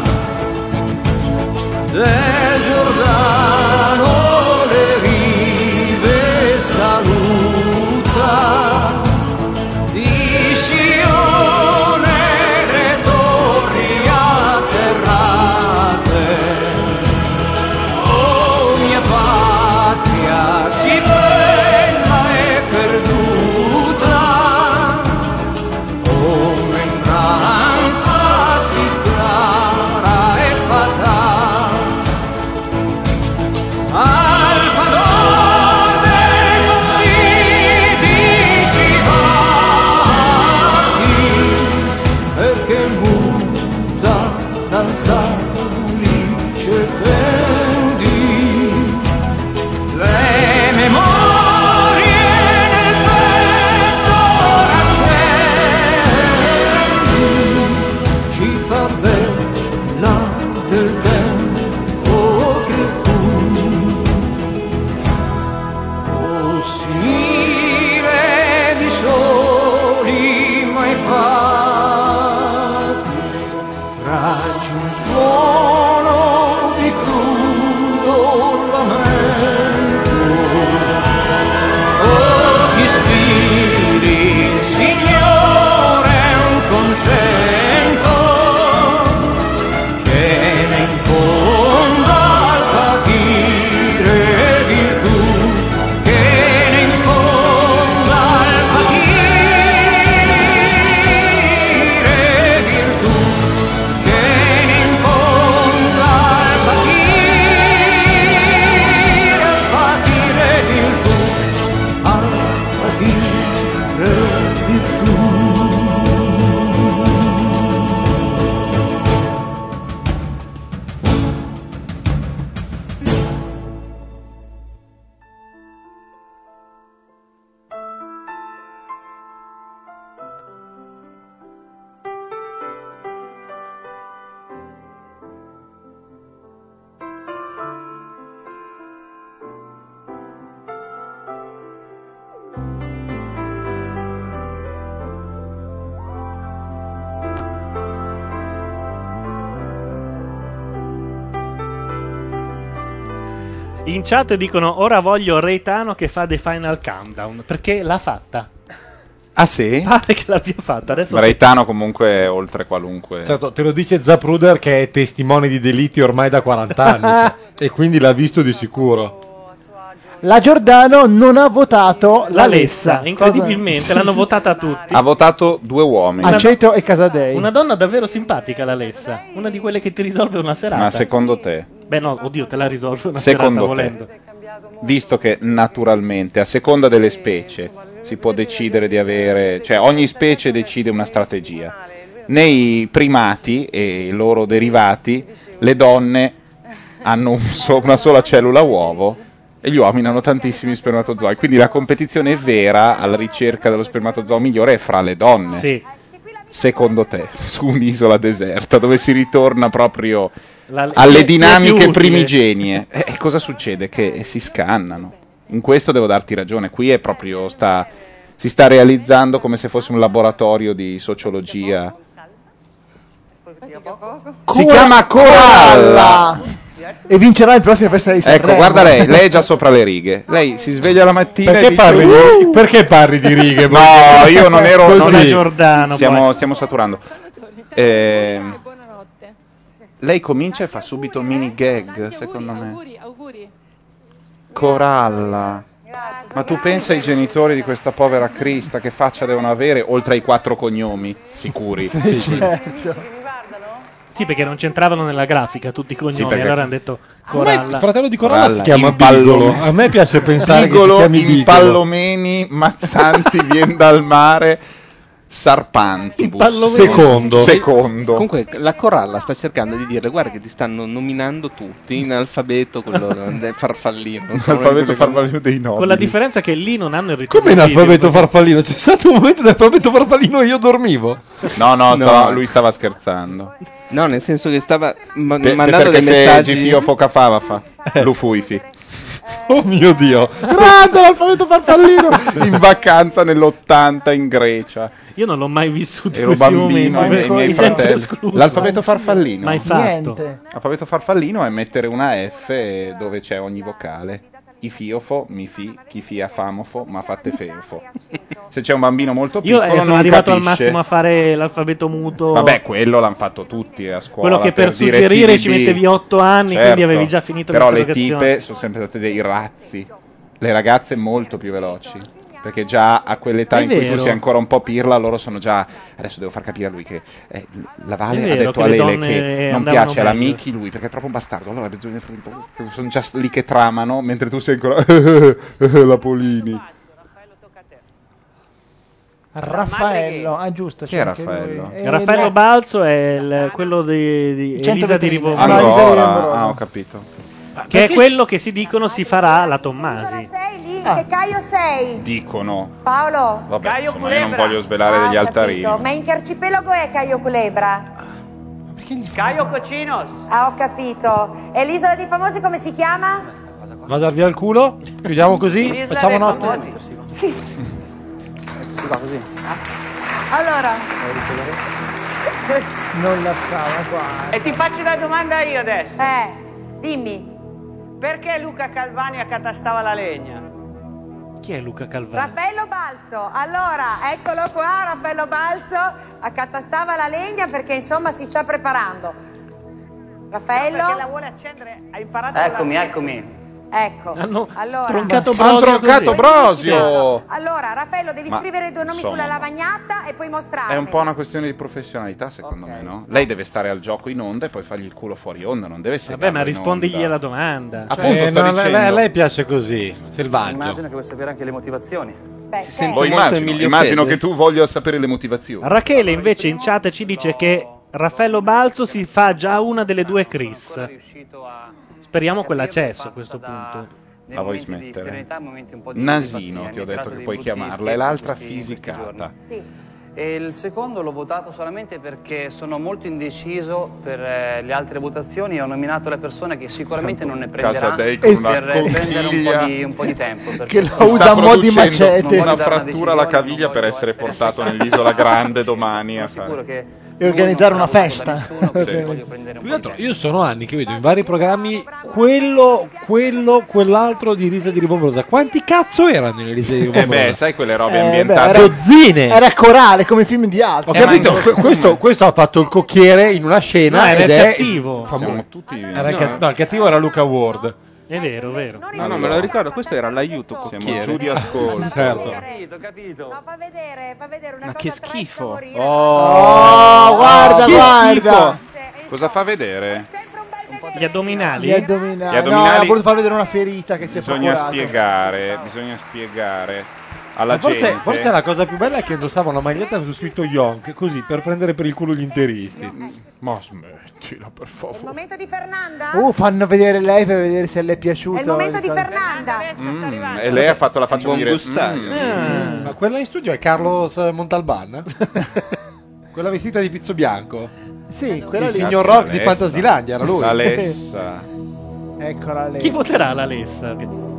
Del Giordano le rive saluta, di Sione le torri atterrate. Oh mia patria, si bella e perduta, oh membranza si clara e fatale. Alfa donne confidi civati, perché muta danza felice fendi le memorie nel petto raccendi, ci fa bella del tempo che fu. Oh, simile di soli mai fatti, traggi un suono In chat dicono ora voglio Reitano che fa The Final Countdown, perché l'ha fatta. Ah sì? Pare che l'abbia fatta. Adesso Reitano comunque è oltre qualunque. Certo, te lo dice Zapruder che è testimone di delitti ormai da 40 anni cioè, e quindi l'ha visto di sicuro. La Giordano non ha votato la Lessa. Incredibilmente l'hanno votata tutti. Ha votato 2 uomini. Aceto e Casadei. Una donna davvero simpatica, la Lessa. Una di quelle che ti risolve una serata. Ma secondo te? Beh no, oddio, te la risolve una Secondo serata te? volendo. Visto che naturalmente a seconda delle specie si può decidere di avere, cioè ogni specie decide una strategia. Nei primati e i loro derivati le donne hanno una sola cellula uovo e gli uomini hanno tantissimi spermatozoi, quindi la competizione vera alla ricerca dello spermatozoo migliore è fra le donne. Sì. Secondo te, su un'isola deserta dove si ritorna proprio alle chi è dinamiche più utile? primigenie, cosa succede? Che si scannano. In questo devo darti ragione, qui è proprio si sta realizzando come se fosse un laboratorio di sociologia. Si chiama Coralla! E vincerà il prossimo festa di Sanremo. Ecco, guarda lei è già sopra le righe. Lei si sveglia la mattina Perché e dice, perché parli di righe? No, io non ero Così. non è Giordano, stiamo saturando. Lei comincia e fa subito mini gag, secondo me. Coralla. Ma tu pensa ai genitori di questa povera Crista, che faccia devono avere oltre ai 4 cognomi sicuri? Sì, certo. Sì, perché non c'entravano nella grafica tutti i cognomi, perché- allora hanno detto Il Coralla. fratello di Coralla si chiama Impallome. Bigolo. A me piace pensare Bigolo, che si chiami Bigolo. Impallomeni, Mazzanti, vien dal mare, Sarpantibus. Secondo. Comunque la Coralla sta cercando di dire guarda che ti stanno nominando tutti in alfabeto quello del farfallino. L'alfabeto farfallino dei nobili. Con la differenza che lì non hanno il ritorno. Come in alfabeto farfallino? C'è stato un momento dell'alfabeto farfallino e io dormivo. No, lui stava scherzando. No, nel senso che stava mandando Perché dei messaggi. Gifio Focafavafa. Lufuifi. Oh mio Dio. Grande l'alfabeto farfallino. In vacanza nell'80 in Grecia. Io non l'ho mai vissuto Ero questi bambino momenti. e i miei Mi sento fratelli. escluso. L'alfabeto farfallino. Mai fatto. Niente. L'alfabeto farfallino è mettere una F dove c'è ogni vocale. Ifiofo, mifi, chifia famofo, ma fatte feofo. Se c'è un bambino molto Io piccolo sono non arrivato capisce. al massimo a fare l'alfabeto muto. Vabbè, quello l'hanno fatto tutti a scuola. Quello che per dire suggerire TBD. ci mettevi 8 anni, Certo. quindi avevi già finito Però le l'interrogazione. tipe sono sempre state dei razzi. Le ragazze molto più veloci. Perché già a quell'età È in cui tu vero. sei ancora un po' pirla, loro sono già. Adesso devo far capire a lui che la Vale È ha vero detto che a le Lele donne che non andavano piace alla meglio. Miki lui perché è troppo un bastardo. Allora bisogna fare un po'. Sono già lì che tramano, mentre tu sei ancora. La Polini. Raffaello, giusto. Chi c'è è anche Raffaello? lui. Raffaello Balzo è quello di Elisa di Rivoli. Allora, ho capito. Che è quello che si dicono si farà alla Tommasi. Sei lì, che Caio sei? Dicono. Paolo? Vabbè, insomma, io non voglio svelare degli Ho altarini. capito. Ma in che arcipelago è Caio Culebra? Caio Cocinos. Ah, ho capito. E l'isola dei famosi come si chiama? Va a dar via il culo? Chiudiamo così? L'isola Facciamo dei notte? famosi. Sì. Si va così. Allora, Non la sa, ma qua. E ti faccio una domanda io adesso. dimmi. Perché Luca Calvani accatastava la legna? Chi è Luca Calvani? Raffaello Balzo. Allora, eccolo qua, Raffaello Balzo accatastava la legna perché insomma si sta preparando. Raffaello? Perché la vuole accendere, ha imparato Eccomi. Ecco. Allora. Troncato Hanno troncato Brosio. Allora, Raffaello, devi Ma, scrivere 2 nomi insomma, sulla lavagnata e poi mostrarli. È un po' una questione di professionalità, secondo me, no? Lei deve stare al gioco in onda e poi fargli il culo fuori onda, non deve segarlo Vabbè, ma in rispondigli onda. alla domanda. Appunto, sto no, dicendo. a lei piace così, selvaggio. Immagino che vuoi sapere anche le motivazioni. Oh, immagino che tu voglia sapere le motivazioni. Rachele invece in chat ci dice che Raffaello Balzo si fa già una delle 2 Chris. Speriamo quella Cesso a questo punto. La vuoi smettere? Nasino, ti ho detto che puoi chiamarla, e l'altra fisicata. E il secondo l'ho votato solamente perché sono molto indeciso per le altre votazioni e ho nominato le persone che sicuramente non ne prenderà Casadei per con una prendere un po' di tempo. Che Si lo sta usa a mo' di producendo macete. una frattura alla caviglia per essere portato nell'isola grande domani a Sono sicuro fare. che E organizzare una festa. Più che altro, io sono anni che vedo in vari programmi quell'altro di Risa di Ribombrosa. Quanti cazzo erano in Risa di Ribombrosa? Sai quelle robe ambientate. Dozzine! Era corale come i film di altri. Ho capito, questo ha fatto il cocchiere in una scena. No, era ed il è cattivo. Siamo tutti. No, il cattivo era Luca Ward. È vero, vero. No, me lo ricordo, questo era l'aiuto Siamo giù di ascolto. Certo. Capito. No, fa vedere una Ma cosa che tra schifo. morire. Oh, guarda, che guarda. Cosa fa vedere? Gli addominali? Gli addominali. Gli addominali- No, ha voluto far vedere una ferita che si è Bisogna procurato. spiegare alla Ma gente. forse la cosa più bella è che indossava una maglietta con su scritto Yonk, così per prendere per il culo gli interisti. Ma smettila, per È il favore. momento di Fernanda? Fanno vedere lei per vedere se le è piaciuto. È il momento di Fernanda. E lei ha fatto la faccia Buon dire. gustaio. Ma quella in studio è Carlos Montalban? Quella vestita di pizzo bianco? Sì, quella Il lì. signor Rock di Fantasilandia, era lui. La Lessa. Eccola lei. Chi voterà la Lessa?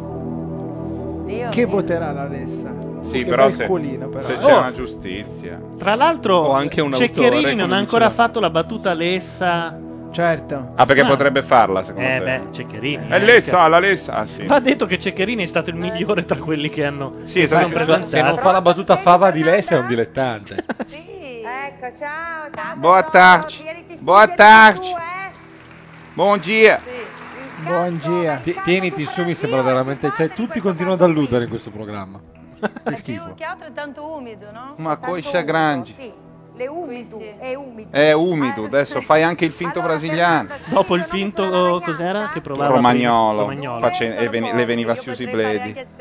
Che voterà la Lessa? Sì, Che però bel se culino, però. c'è una giustizia. Tra l'altro, O anche un autore, Ceccherini come non ha ancora diceva. fatto la battuta Lessa. Certo. Ah, perché Ah. potrebbe farla, secondo te? Beh, Ceccherini. È Lessa, la Lessa. Ah, sì. Va detto che Ceccherini è stato il migliore tra quelli che hanno Sì, che si sono esatto. presentati. Se non fa la battuta fava di lei, sei un dilettante. Ecco, ciao. Boa tarde. Boa tarde. Buon dia. Buon dia. Tieniti su, mi sembra veramente. Cioè, tutti continuano ad alludere in questo programma. Che schifo. Che altro è tanto umido, no? Una coscia grande. Sì, è umido. È umido, adesso fai anche il finto brasiliano. Dopo il finto, cos'era? Che provava Romagnolo. prima? Le veniva Siusi Bledi. No,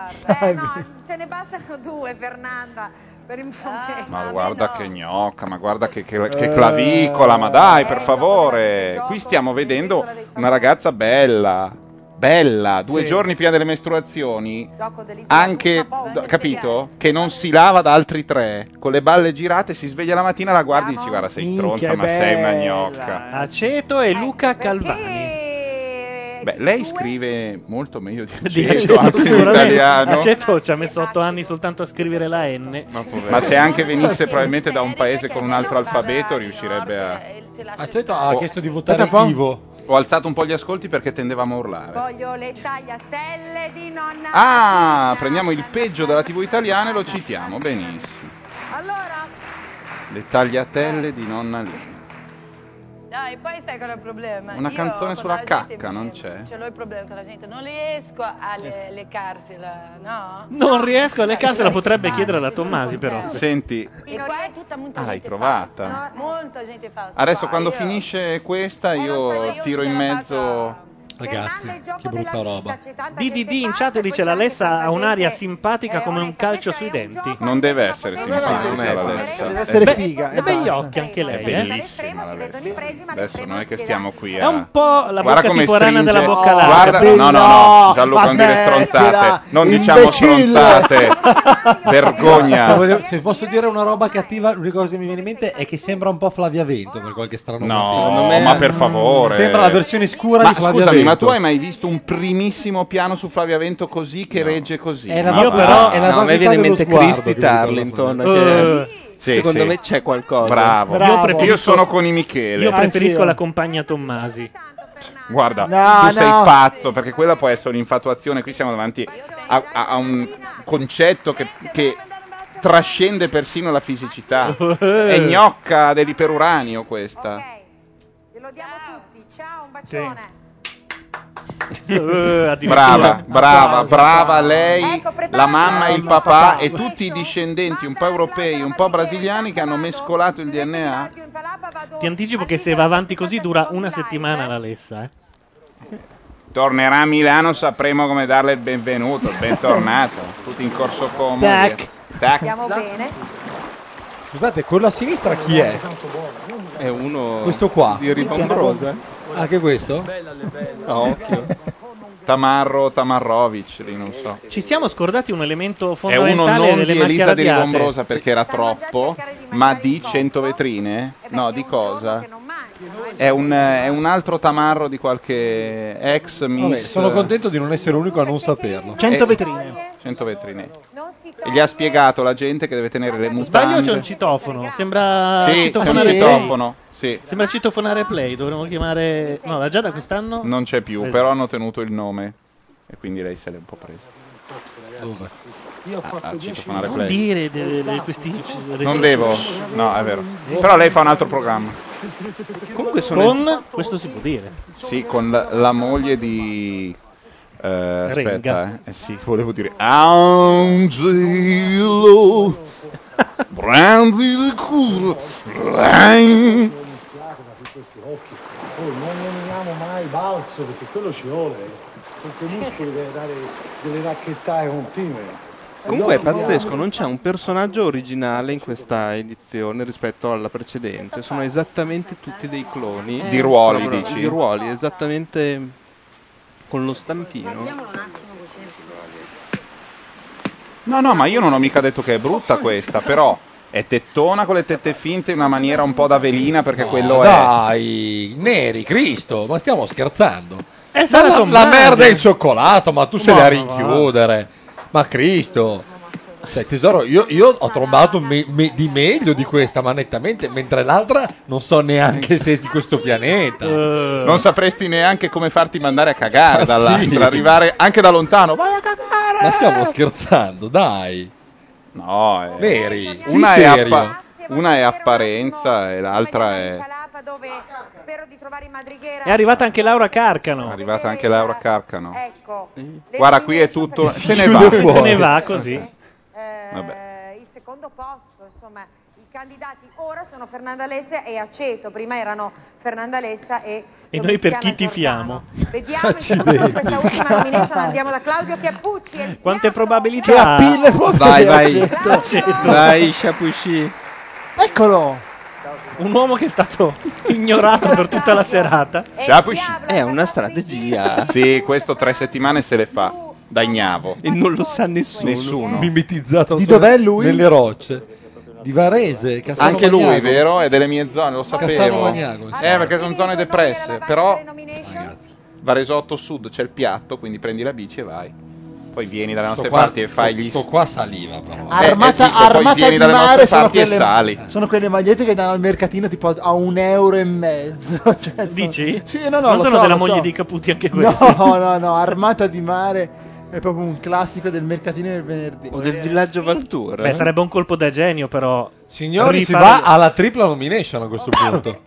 ce ne bastano due, Fernanda, per il momento. Ma guarda che gnocca, ma guarda che clavicola, ma dai, per favore. Qui stiamo vedendo una ragazza bella. Bella, 2 giorni prima delle mestruazioni, anche, capito? Che non si lava da altri 3, con le balle girate, si sveglia la mattina, la guardi e dici guarda sei stronza, ma sei una gnocca. Aceto e Luca Calvani. Beh, lei scrive molto meglio di Di Aceto, anche in sicuramente. italiano. Aceto ci ha messo 8 anni soltanto a scrivere la N. Ma se anche venisse probabilmente da un paese con un altro alfabeto riuscirebbe a... Aceto ha chiesto di votare Aspetta un po'. Ivo. Ho alzato un po' gli ascolti perché tendevamo a urlare. Voglio le tagliatelle di nonna. Ah, prendiamo il peggio della TV italiana e lo citiamo, benissimo. Allora, Le tagliatelle di nonna Lina. Dai, poi sai qual è il problema? Una Io canzone con sulla la gente cacca, non c'è? Ce l'ho il problema con la gente, non riesco a leccarsela, no? Non riesco a leccarsela, potrebbe chiedere alla Tommasi però. Senti, E qua è tutta molta l'hai gente trovata? falsa, molta gente falsa. Adesso Qua, quando io- finisce questa io tiro in mezzo... Ragazzi, che brutta roba. DDD in chat dice la Lessa ha un'aria simpatica come un calcio sui denti. Non deve essere simpatica Non è la simpatica. Lessa. Deve essere Beh, figa. E begli occhi anche È lei, bellissima la Lessa. Adesso non è che stiamo qui È a... un po' la Guarda bocca come tipo rana stringe. della bocca Guarda, larga. no, Gianluca, ma non dire smettila, stronzate. Non diciamo imbecille. stronzate. Vergogna. Se posso dire una roba cattiva, l'unica cosa che mi viene in mente è che sembra un po' Flavia Vento per qualche strano motivo. No, ma per favore. Sembra la versione scura Ma di Flavia scusami, Vento. ma tu hai mai visto un primissimo piano su Flavia Vento così che regge così? È la Ma io va. però- è la No, a me vagità viene in dello mente sguardo Christy che mi ricorda Tarlington, Flavia che Sì, secondo sì. me c'è qualcosa. Bravo. Io sono con i Michele. Io preferisco Anch'io. la compagna Tommasi. Guarda, No, tu sei no. pazzo perché quella può essere un'infatuazione. Qui siamo davanti a un concetto che trascende persino la fisicità. È gnocca dell'iperuranio questa. glielo diamo tutti. Ciao, un bacione. Brava lei, la mamma e il papà e tutti i discendenti un po' europei, un po' brasiliani che hanno mescolato il DNA. Ti anticipo che se va avanti così dura una settimana la Lessa. Tornerà a Milano, sapremo come darle il benvenuto, il bentornato. Tutti in corso Como. Tac. Andiamo bene. Scusate, quello a sinistra chi è? È uno Questo qua. di Ribombrosa. Anche questo? A occhio. Tamarrovic, lì non so. Ci siamo scordati un elemento È uno fondamentale non delle di macchie Elisa di radiate. Ribombrosa perché era troppo, ma di 100 vetrine? No, di cosa? È un altro tamarro di qualche ex Vabbè, miss. sono contento di non essere l'unico a non saperlo. 100 vetrine. 100 vetrinetti. E gli ha spiegato la gente che deve tenere le mutande. Sbaglio, c'è un citofono. Sembra Sì, citofonare c'è un citofono. Sì. Sembra citofonare Play. Dovremmo chiamare. No, già da quest'anno. Non c'è più, però hanno tenuto il nome. E quindi lei se l'è un po' presa. Io ho fatto a 10 citofonare Non Play. dire questi. Non devo. No, è vero. Però lei fa un altro programma. Comunque con questo si può dire. Sì, con la moglie di. Aspetta, sì, volevo dire Angelo, prendi il culo. Poi non nominiamo mai Balzo perché quello ci vuole, perché i muscoli deve dare delle racchettate continue. Comunque è pazzesco, non c'è un personaggio originale in questa edizione rispetto alla precedente. Sono esattamente tutti dei cloni. Di ruoli, Proprio dici? Di ruoli, esattamente con lo stampino. No, ma io non ho mica detto che è brutta questa, però è tettona con le tette finte in una maniera un po' da velina perché quello è. Dai, Neri, Cristo, ma stiamo scherzando. È stata la tombata. merda e il cioccolato, ma tu sei Ma da va. rinchiudere. Ma Cristo. Sai, tesoro, io ho trombato di meglio di questa, ma nettamente, mentre l'altra non so neanche se è di questo pianeta. Non sapresti neanche come farti mandare a cagare Ah, dall'altra, sì. arrivare anche da lontano. Vai a cagare! Ma stiamo scherzando, dai. No, è. Neri, Una, sii è serio. una è apparenza e l'altra è. È arrivata anche Laura Carcano. È arrivata anche Laura Carcano. Ecco. Guarda, qui è tutto. Se ne va. Se ne va così. Vabbè. Il secondo posto, insomma, i candidati ora sono Fernanda Lessa e Aceto, prima erano Fernanda Lessa e noi per chi Domiziana tifiamo? Vediamo intanto questa ultima nomination, andiamo da Claudio Chiappucci. Quante probabilità Che appeal può Vai, vedere vai. Aceto. Vai, Chapucci. Eccolo. Un uomo che è stato ignorato per tutta la serata. È una strategia. Sì, questo 3 settimane se le fa. Da ignavo. E non lo sa nessuno. Nessuno. Mimetizzato Di solo dov'è lui? Nelle rocce. Di Varese, Cassano Anche lui, Magnago. vero? È delle mie zone, lo Cassano sapevo. Magnago, sì. Perché sono zone depresse. Però Varesotto Sud c'è il piatto, quindi prendi la bici e vai. Poi vieni dalle nostre parti e fai gli. Sto qua saliva però. Armata, dico, poi armata vieni di dalle mare nostre sono parti e quelle, sali. sono quelle magliette che danno al mercatino tipo a €1,50. Cioè, Dici? Sì, no, non lo sono so, della lo moglie so. di Caputi anche questi. No, Armata di mare è proprio un classico del mercatino del venerdì. O del villaggio Valtour. Beh, sarebbe un colpo da genio, però. Signori, si rifare- va alla tripla nomination a questo punto.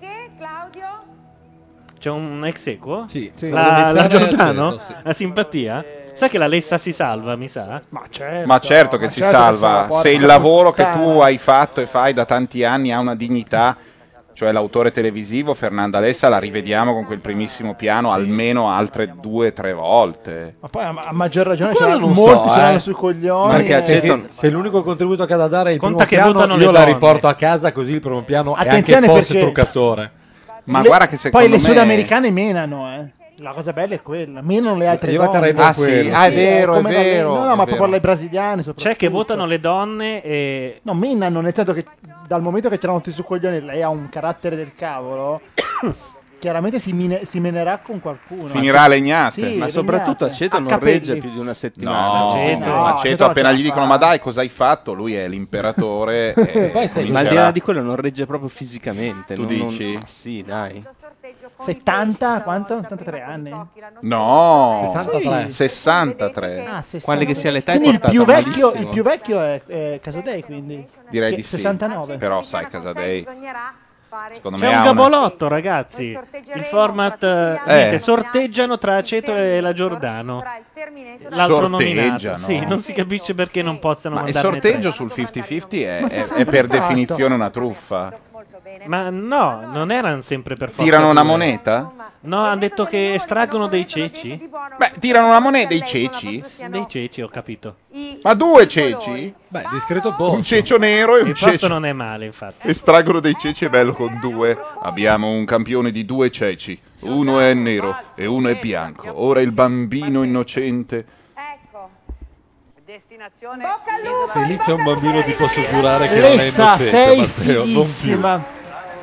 C'è un ex equo? Sì. La Giordano? Aceto, sì. La simpatia? Sai che la Lessa si salva, mi sa? Ma certo. Ma certo che si salva. Se il lavoro che tu hai fatto e fai da tanti anni ha una dignità, cioè l'autore televisivo Fernanda Lessa, la rivediamo con quel primissimo piano almeno altre 2 o 3 volte. Ma poi a maggior ragione Quello non molti so, ce l'hanno sui coglioni. Se l'unico contributo che ha da dare è il Conta primo che piano, votano io le la donne. riporto a casa così il primo piano è anche Attenzione post perché- truccatore. Ma guarda che secondo Poi le me sudamericane menano, La cosa bella è quella, menano le altre Io donne. voterei per quello. è vero, come è da- vero. No, è ma vero. proprio le brasiliane soprattutto. C'è che votano le donne e. No, menano, nel senso che dal momento che c'erano tutti su coglioni, lei ha un carattere del cavolo. Chiaramente si menerà con qualcuno. Finirà a legnate. Sì, Ma soprattutto legnate. Aceto A non capelli. regge più di una settimana. No, Aceto. Aceto Aceto appena ce gli la dicono fa. ma dai cosa hai fatto, lui è l'imperatore e Poi sai, Ma al di comincerà. là di quello non regge proprio fisicamente. Tu dici? Ma sì, dai. 70, quanto? 73 anni? No, 63. 63. Ah, 60. Quale che sia l'età è Quindi il portata più vecchio, malissimo. il più vecchio è Casadei, quindi. Direi Che- di sì. 69. Però sai Casadei, secondo me C'è un ha una. gabolotto, ragazzi. Il format. Niente, sorteggiano tra Aceto e la Giordano. L'altro nominato. Sorteggiano. Sì, non si capisce perché non possano Ma il mandarne sorteggio tre. sul 50-50 Ma si è è sempre per fatto. definizione una truffa. Ma no, non erano sempre per forza. Tirano una due. moneta? No, hanno detto che estraggono dei ceci. Beh, tirano una moneta dei ceci? Dei ceci, ho capito. Ma 2 ceci? Beh, discreto posto. Un cecio nero e un Il posto cecio. non è male, infatti. Estraggono dei ceci, è bello con 2. Abbiamo un campione di 2 ceci. Uno è nero e uno è bianco. Ora il bambino innocente. Destinazione. Se lì c'è un bambino ti posso giurare che non è Lessa, innocente, sei Matteo, non più. fighissima.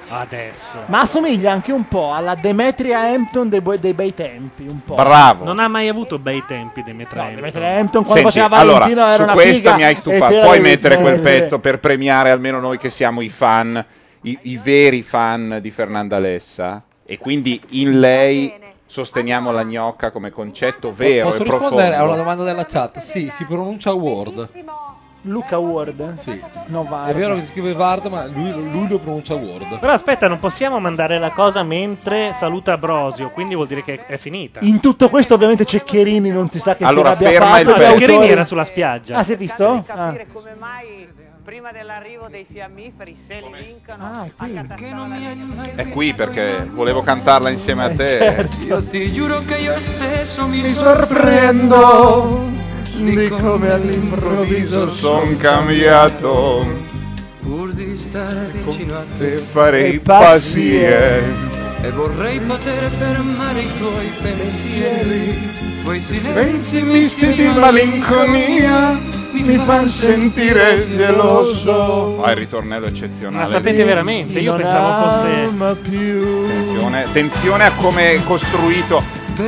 Adesso. Ma assomiglia anche un po' alla Demetria Hampton dei bei tempi, un po'. Bravo. Non ha mai avuto bei tempi Demetria Hampton. Demetria Hampton quando Senti, faceva Valentino allora, era su una questo figa mi hai e stufato. te Puoi l'avevi mettere quel smesso. pezzo per premiare almeno noi che siamo i fan, i veri fan di Fernanda Lessa? E quindi in lei sosteniamo la gnocca come concetto vero Posso e rispondere a una profondo. domanda della chat? Sì, si pronuncia Ward. Luca Ward? Sì. No, Vard. È vero che si scrive Vard, ma lui lo pronuncia Ward. Però aspetta, non possiamo mandare la cosa mentre saluta Brosio, quindi vuol dire che è finita. In tutto questo ovviamente Ceccherini non si sa che Allora, fine abbia ferma fatto. il gli pezzo. autori- Ceccherini era sulla spiaggia. Ah, si è visto? Di capire come mai prima dell'arrivo dei fiammiferi se li vincano a catastare. È qui perché volevo cantarla insieme a te. certo. Io ti giuro che io stesso mi sorprendo di come all'improvviso Son cambiato, pur di stare vicino a te te farei pazzia. e vorrei poter fermare i tuoi pensieri, quei silenzi misti di malinconia mi fan sentire geloso. Ah, il ritornello eccezionale. Ma sapete veramente? Io pensavo fosse. Attenzione a come è costruito.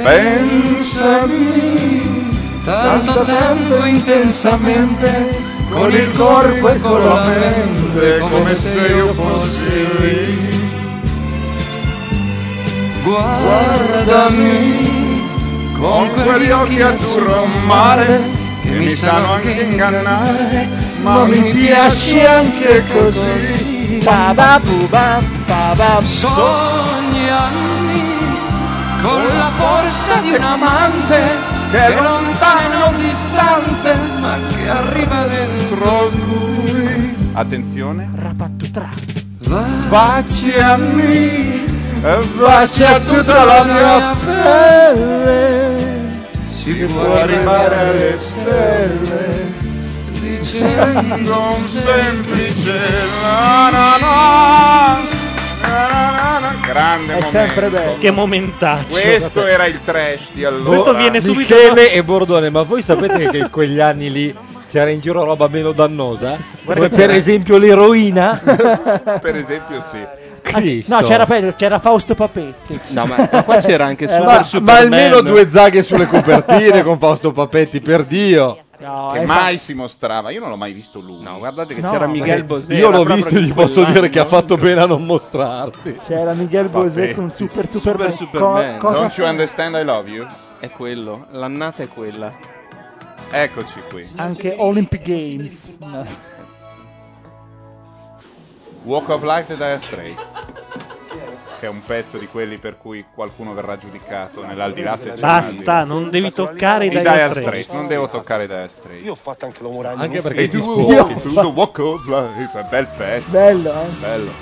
Pensami tanto intensamente, con il corpo e con la mente, come se io fossi lì. Guardami Con quegli occhi azzurro mare che mi sanno anche ingannare, ma mi piaci anche così. Sognami con la forza di un amante che è lontano e non distante, ma che arriva dentro lui. Attenzione. Baciami, bacia tutta la mia pelle, si può arrivare alle stelle, dicendo un semplice na na na. Grande È momento. sempre bello. Che momentaccio. Questo era il trash di allora. Questo viene subito. Michele e Bordone, ma voi sapete che in quegli anni lì c'era in giro roba meno dannosa? Come per esempio l'eroina? Per esempio sì. Cristo. No, c'era peggio, c'era Fausto Papetti. No, ma qua c'era anche ma almeno due zaghe sulle copertine con Fausto Papetti, per Dio. No, Che mai si mostrava. Io non l'ho mai visto lui. No, guardate che No, c'era perché Miguel Bosé. Io l'ho era visto e proprio gli di posso dire che ha quell'anno. fatto bene a non mostrarsi. C'era Miguel Bosé con Super Superman. Superman. Don't you understand I love you? È quello, l'annata è quella. Eccoci qui. Anche Olympic Games. No. Walk of Life dei Dire Straits, che è un pezzo di quelli per cui qualcuno verrà giudicato nell'aldilà se c'è Basta, non devi toccare i i Dire Dire Straits. Straits. Non devo toccare i Dire Straits. Io ho fatto anche l'uomo ragno. Anche perché E ti tu sposti. walk through the Walk of Life. È bel pezzo. Bello, Bello.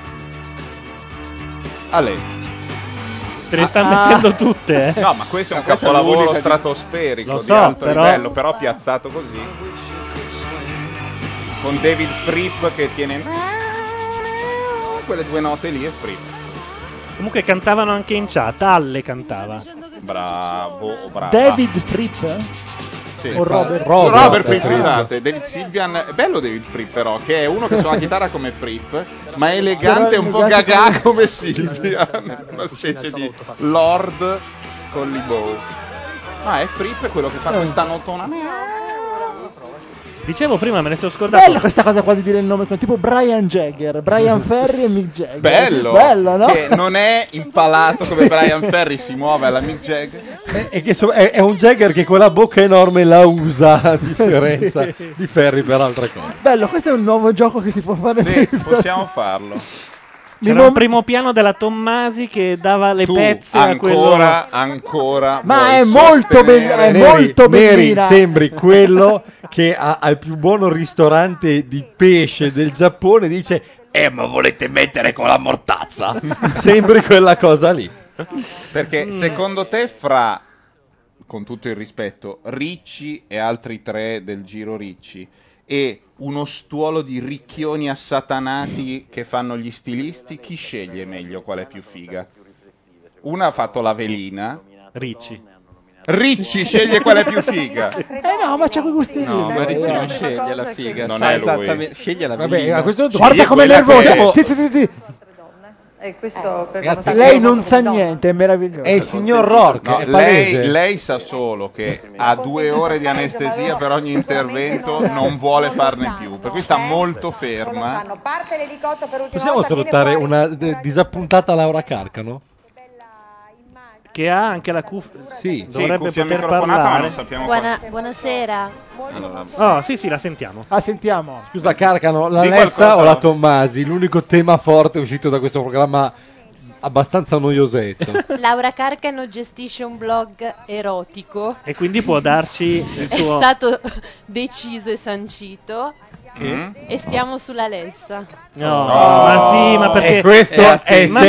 A lei. Te le sta mettendo tutte, No, ma questo è un questa è capolavoro l'unica di- stratosferico Lo di so, alto però- livello, però piazzato così. Con David Fripp che tiene quelle due note lì e Fripp. Comunque cantavano anche in chat. Alle cantava. Bravo, bravo. David Fripp? Sì. O Robert? Robert Fripp, scusate. David Sylvian. È bello David Fripp, però, che è uno che suona la chitarra come Fripp, ma è elegante e un po' gaga come Sylvian. Una specie di Lord con l'Ibow. Ma è Fripp, è quello che fa questa notona. Dicevo prima, me ne sono scordato. Bella questa cosa qua di dire il nome, tipo Brian Jagger, Brian Ferry e Mick Jagger. Bello, Bello, no? che non è impalato come Brian Ferry si muove alla Mick Jagger. E che è un Jagger che quella bocca enorme la usa a differenza di Ferry per altre cose. Bello, questo è un nuovo gioco che si può fare. Sì, possiamo farlo. C'era un primo piano della Tommasi che dava le pezze a quello. Ancora. Ma vuoi è molto sostenere- è molto Neri, bellina. sembri quello che al più buono ristorante di pesce del Giappone dice ma volete mettere con la mortazza? Sembri quella cosa lì. Perché secondo te fra, con tutto il rispetto, Ricci e altri tre del Giro Ricci e uno stuolo di ricchioni assatanati che fanno gli stilisti, chi sceglie meglio qual è più figa? Una ha fatto la velina. Ricci sceglie qual è più figa. No, ma c'ha quei gusti No, lì. ma Ricci non sceglie la figa. Non sa è lui. esattamente- Sceglie la Vabbè, velina. a questo punto Guarda com'è quella nervosa. che- Sì. questo per Ragazzi, Lei non sa niente, è meraviglioso. È il signor Rourke, No, è palese. lei sa solo che ha 2 ore di anestesia per ogni intervento, non vuole farne più, per cui sta molto ferma. Parte l'elicottero per ultima Possiamo volta, viene salutare fuori. una disappuntata Laura Carcano? Che ha anche la cuffia. Sì, dovrebbe cuffia poter microfonata, ma parlare. non sappiamo Buonasera. Allora, Oh, sì, la sentiamo. Ah, sentiamo. Scusa Carcano, la Di Lessa qualcosa. o la Tommasi? L'unico tema forte uscito da questo programma abbastanza noiosetto. Laura Carcano gestisce un blog erotico. E quindi può darci il È suo. stato deciso e sancito. Che? E stiamo sulla Lessa. No, ma sì, ma perché. E questo è ma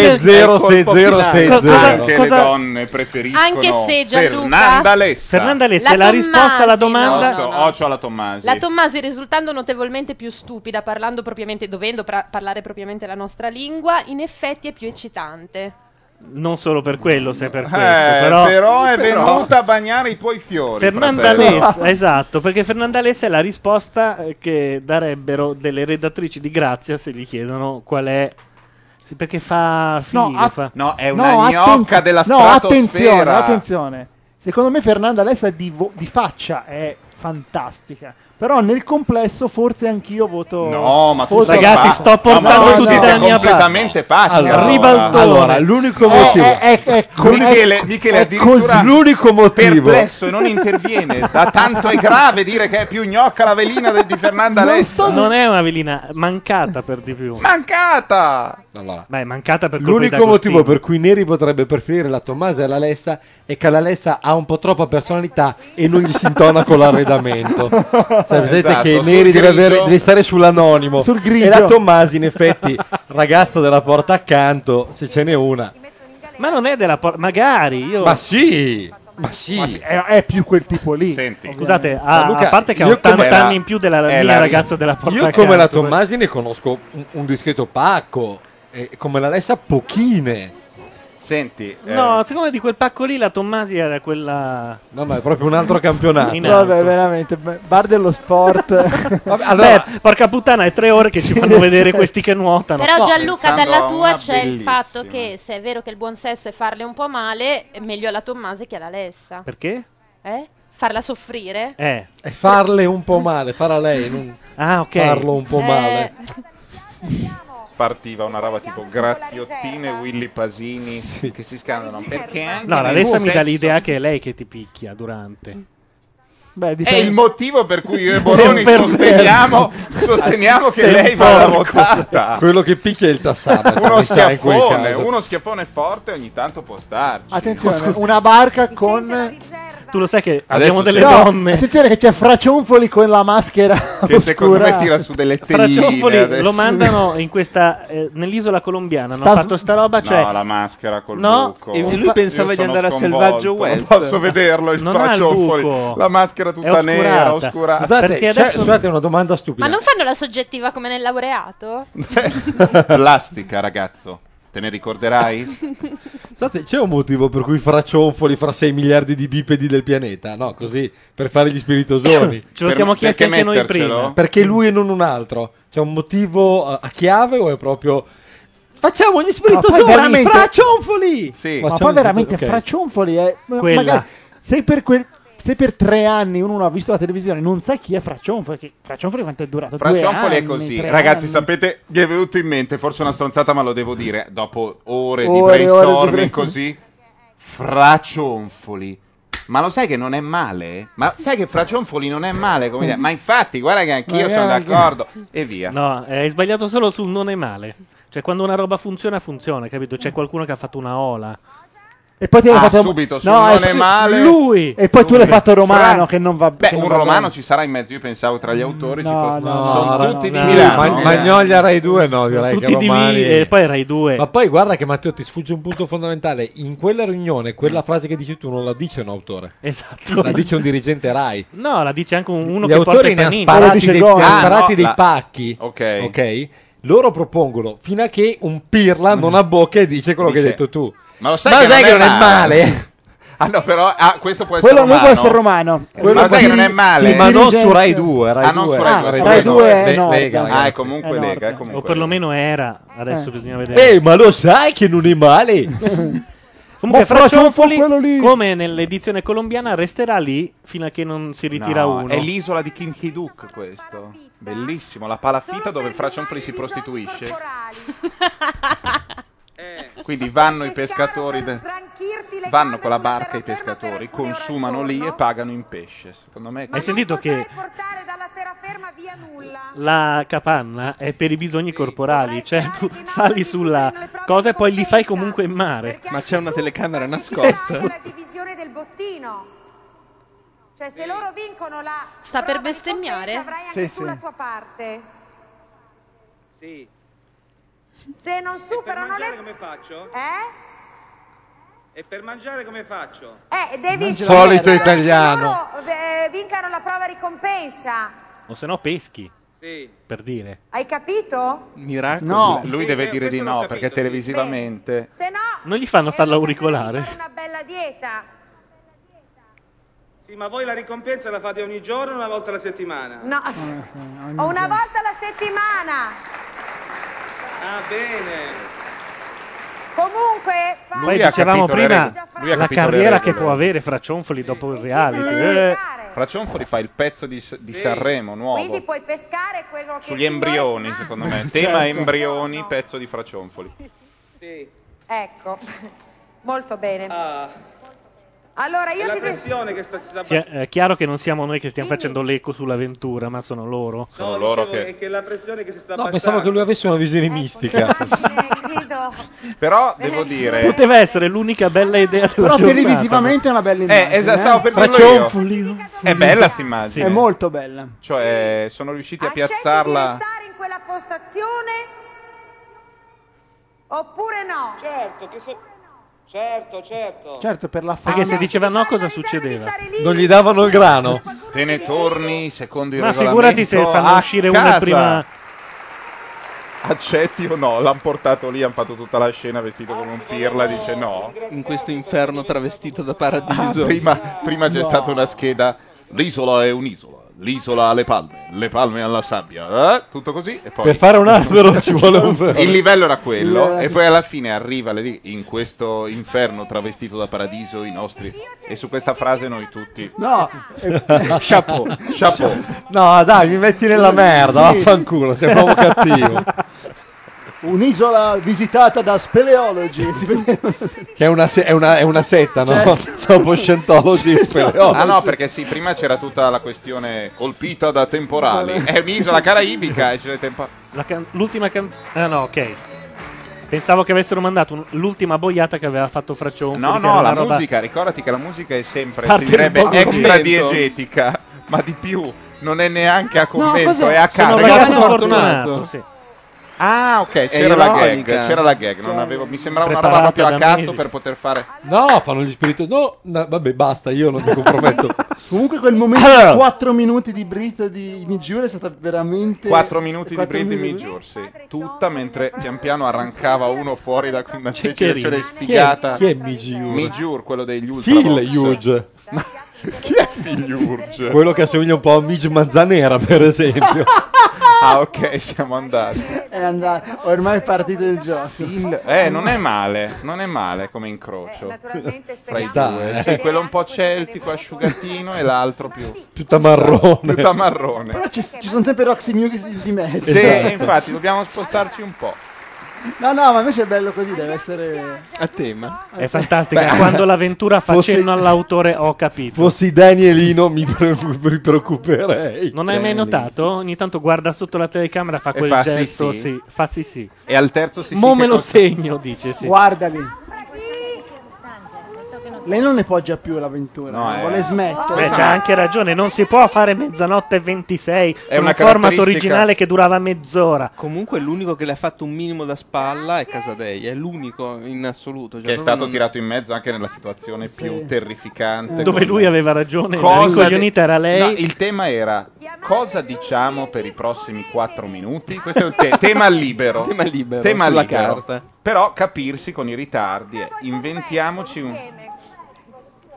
606060. Anche le donne preferiscono Anche se, Gianluca, Fernanda Lessa. Fernanda Lessa, La la risposta alla Tommasi, domanda. Ocio alla Tommasi. la Tommasi, risultando notevolmente più stupida, parlando propriamente, dovendo parlare propriamente la nostra lingua, in effetti è più eccitante. Non solo per quello, se per questo. Però è venuta a bagnare i tuoi fiori. Fernanda fratello. Lessa, esatto, perché Fernanda Lessa è la risposta che darebbero delle redattrici di Grazia se gli chiedono qual è. Sì, perché fa figo, fa. No, è una gnocca della No, stratosfera. attenzione. Secondo me Fernanda Lessa di faccia è fantastica. Però nel complesso forse anch'io voto. No, ma tu voto- sei Ragazzi, pazzo. sto portando ma voi tutti siete dalla mia completamente pazzi. Allora, l'unico motivo. Michele addirittura l'unico motivo. perplesso e non interviene. Da tanto è grave dire che è più gnocca la velina di Fernanda Lessa. Non è una velina, mancata per di più. Mancata! Allora, Beh, mancata per colpa di l'unico motivo D'Agostino. per cui Neri potrebbe preferire la Tommasi alla Lessa è che la Lessa ha un po' troppa personalità e non gli si intona con l'arredamento. Sapete Esatto, che sul Neri grigio. deve stare sull'anonimo. Sul grigio. E la Tommasi, in effetti, ragazza della porta accanto, se ce n'è una. Ma non è della magari io. Ma sì! Ma sì! È più quel tipo lì. Senti, Scusate, Luca, a parte che ha io 80 come anni in più della mia ragazza della porta Io accanto, come la Tommasi ne conosco un discreto pacco. E come la Lessa pochine. Senti, No, secondo me di quel pacco lì la Tommasi era quella. No, ma è proprio un altro campionato. In alto. Vabbè, veramente. Bar dello sport. Vabbè, allora, Beh, porca puttana, è 3 ore che ci fanno vedere questi che nuotano. Però No, Gianluca, pensando dalla a tua una c'è il bellissima. fatto che se è vero che il buon sesso è farle un po' male, è meglio alla Tommasi che alla Lessa. Perché? Farla soffrire? e farle un po' male, farà lei, non Ah, ok. farlo un po' male. partiva una roba tipo Graziottine e Willy Pasini che si scandano. Perché anche No, la nel Lessa mi dà sesso- l'idea che è lei che ti picchia durante. Beh, È il motivo per cui io e Boroni Sei un perverso. sosteniamo che Sei lei un vada porco. votata. Quello che picchia è il tassametro. Uno mi sa, in quel schiaffone, caso. uno schiaffone forte ogni tanto può starci. Attenzione, una barca con. Tu lo sai che Adesso abbiamo delle c'è- donne. Attenzione che c'è Fraccionfoli con la maschera Che secondo me oscura. tira su delle telline Fraccionfoli adesso. lo mandano in questa nell'isola colombiana. Hanno Sta- fatto sta roba. Cioè, No, la maschera col No, buco. e lui pensava Io di sono andare a sconvolto. Selvaggio West. Non posso vederlo il Non ha il Fraccionfoli. buco. La maschera È tutta oscurata. nera, oscurata. Scusate, Perché adesso- scusate, una domanda stupida. Ma non fanno la soggettiva come nel laureato? Plastica, ragazzo. Te ne ricorderai? Scusate, c'è un motivo per cui Fraccionfoli fra 6 miliardi di bipedi del pianeta? No, così, per fare gli spiritosoni. ce lo siamo chiesti perché anche noi mettercelo? prima. Perché lui e non un altro? C'è un motivo a chiave o è proprio... Facciamo gli spiritosoni, veramente- Fraccionfoli! Sì. Ma Facciamo poi gli veramente ok. Fraccionfoli è. Quella. Magari, se per 3 anni uno non ha visto la televisione, non sa chi è Fraccionfoli. Che Fraccionfoli quanto è durato? 2 Fraccionfoli è anni, così. 3 Ragazzi, anni. sapete, mi è venuto in mente, forse una stronzata, ma lo devo dire, dopo ore di Ore di brainstorming brainstorming. così. Fraccionfoli. Ma lo sai che non è male? Ma sai che Fraccionfoli non è male? Come dire? Ma infatti, guarda che anch'io sono Magari. d'accordo. E via. No, hai sbagliato solo sul non è male. Cioè, quando una roba funziona, funziona, capito? C'è qualcuno che ha fatto una ola. E poi ti hai fatto. subito, sul non è male. Lui! E poi tu l'hai fatto romano, Fra- che non va Beh, che non un va romano bene. ci sarà in mezzo. Io pensavo tra gli autori ci No, fosse. no, sono no, tutti no, di no. Milano. Magnolia Rai 2 no, direi Tutti che di romani... lì e poi Rai 2. Ma poi guarda che Matteo ti sfugge un punto fondamentale. In quella riunione, quella frase che dici tu non la dice un autore. Esatto. La dice un dirigente Rai. No, la dice anche uno Gli che porta autori i ne hanno panini. sparati, dice dei, gol. ne hanno Ah, sparati no, dei la- pacchi. Ok. Loro propongono fino a che un pirla non abbocca e dice quello che hai Dice, detto tu. Ma lo sai Ma che sai non che è non è male? Ah no, però questo può essere Quello romano. può essere romano. Ma sai che non è male. Sì, ma non su Rai 2. Ah, non su Rai 2. Rai 2 è Nord. Lega, Ah, è comunque Lega. O perlomeno era. Adesso bisogna vedere. Ma lo sai che non è male. Comunque Ma Fraccionfoli, quello lì. come nell'edizione colombiana, resterà lì fino a che non si ritira No, uno. è l'isola di Kim Ki-duk questo. Bellissimo, la palafitta dove Fraccionfoli si prostituisce. Quindi vanno i pescatori, vanno con la barca i pescatori, consumano lì e pagano in pesce. Secondo me. Hai sentito che la capanna è per i bisogni corporali, cioè tu sali sulla cosa e poi li fai comunque in mare. Ma c'è una telecamera nascosta. la divisione del bottino. Cioè se loro vincono la Sta per bestemmiare? avrai anche tu la tua parte. Sì. Se non superano le come faccio? E per mangiare come faccio? devi Solito italiano. loro, vincano la prova ricompensa. O se no peschi, Sì. per dire. Hai capito? Miracolo. No, lui deve dire di no perché televisivamente. Se no Non gli fanno fare l'auricolare. una bella dieta. Sì, ma voi la ricompensa la fate ogni giorno o una volta alla settimana? No, o una volta alla settimana. Ah, bene. Comunque Poi dicevamo prima la carriera che può avere Fraccionfoli dopo il reality. Fraccionfoli fa il pezzo di Sanremo nuovo. quindi puoi pescare quello che Sugli si embrioni, secondo me. Tema embrioni, pezzo di Fraccionfoli. Sì. Ecco, molto bene. Allora io È la ti pressione che sta È chiaro che non siamo noi che stiamo facendo l'eco sull'avventura, ma sono loro. Sono loro dicevo che. è che la pressione che si sta No, abbassando. pensavo che lui avesse una visione mistica. Però devo dire. Poteva essere l'unica bella idea della Però giornata. televisivamente è una bella immagine. Esatto, stavo per dirlo Fraccionfoli. È bella sta immagine. È molto bella. Cioè, sono riusciti a Accetti di piazzarla. restare in quella postazione oppure no? Certo, certo. Certo, per la fame. Perché se diceva no, cosa succedeva? Non gli davano il grano. Te ne torni secondo il Ma regolamento. figurati se fanno a uscire uno casa. prima. Accetti o no? L'hanno portato lì, hanno fatto tutta la scena vestito come un pirla. Dice no. In questo inferno travestito da paradiso. Prima c'è stata una scheda. L'isola è un'isola. L'isola ha le palme alla sabbia. Tutto così. E poi. Per fare un albero ci vuole un vero. Il livello era quello. E poi alla fine arriva lì in questo inferno travestito da paradiso i nostri. E su questa frase noi tutti. No, Chapeau. Chapeau. No, dai, mi metti nella merda, vaffanculo, sei proprio cattivo. un'isola visitata da speleologi. Si vede- Che è una setta, no? Certo. Dopo Scientology e speleologi. Ah no, perché sì, prima c'era tutta la questione colpita da temporali. È un'isola caraibica e c'è le temporali. L'ultima Ah no, ok. Pensavo che avessero mandato l'ultima boiata che aveva fatto Fraccionfoli. No, che no, era la una roba- musica, ricordati che la musica è sempre, Parte si direbbe un po' extra commento. diegetica, ma di più, non è neanche a commento, cos'è? è a Sono caso. un ragazzo fortunato, sì. Ah, ok, c'era la ironica. gag, c'era la gag, non avevo, mi sembrava una roba Preparata proprio a da cazzo mesi. per poter fare. No, fanno gli spiriti. No, vabbè, basta, io non mi comprometto. Comunque quel momento di 4 minuti di Brit di Mijur è stata veramente 4 minuti di 4 Brit di minuti. Mijur, sì. Tutta mentre pian piano arrancava uno fuori da una specie di Ceccherino. versione sfigata. Chi è Mijur? Mijur, quello degli Ultra. Phil Hughes. Chi è Phil Hughes? Quello che assomiglia un po' a Midge Manzanera, per esempio. Ah, ok, siamo andati. È andato, ormai è partito il gioco. Non è male come incrocio. Fra i Sta, due. Sì, quello un po' celtico, asciugatino e l'altro più tamarrone. Più tamarrone. Però ci sono sempre Roxy Music di mezzo. Sì, Esatto. infatti dobbiamo spostarci un po'. No, ma invece è bello così, deve essere a tema. È fantastica. Beh, Quando l'avventura fa fossi- cenno all'autore, ho capito. Fossi Danielino mi preoccuperei. Non hai mai notato? Ogni tanto guarda sotto la telecamera, fa E quel fa sì, gesto, sì. sì, fa sì sì. E al terzo sì Mo sì, me che lo cosa- segno, dice sì. Guardali. Lei non ne poggia più l'avventura, vuole smettere. Beh, c'ha anche ragione, non si può fare mezzanotte e 26 con una un format caratteristica- originale che durava mezz'ora. Comunque l'unico che le ha fatto un minimo da spalla è Casadei, è l'unico in assoluto. Che è stato tirato in mezzo anche nella situazione più terrificante. Dove con- lui aveva ragione, la Cosa rincoglionita era lei. No, il tema era cosa diciamo per i prossimi 4 minuti? Questo è il tema libero. Tema libero, Tema sulla libero. carta. Però capirsi con i ritardi. Inventiamoci un.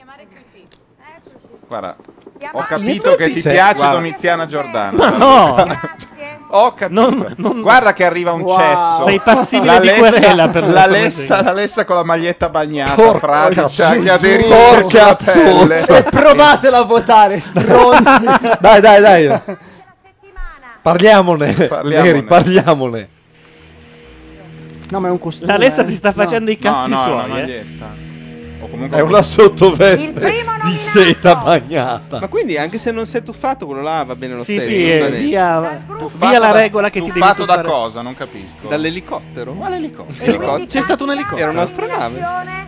Guarda, ho capito che ti piace Domiziana Giordano. Ma no! Ho capito. Guarda che arriva un cesso. Sei passibile di querela per la Lessa con la maglietta bagnata, fradicia, che aderisce porca sulla pelle. E provatela a votare, stronzi. Dai. Parliamone. Neri, parliamone. No, ma è un costume. La Lessa si sta facendo i cazzi no, suoi. è una maglietta. O comunque È una sottoveste di seta bagnata. Ma quindi anche se non sei tuffato, quello là va bene lo Sì, stesso. sì, non va bene. via la regola che ti devi Tuffato da tuffare. cosa? Non capisco. Dall'elicottero? Quale elicottero? C'è stato un elicottero. Era un'astronave.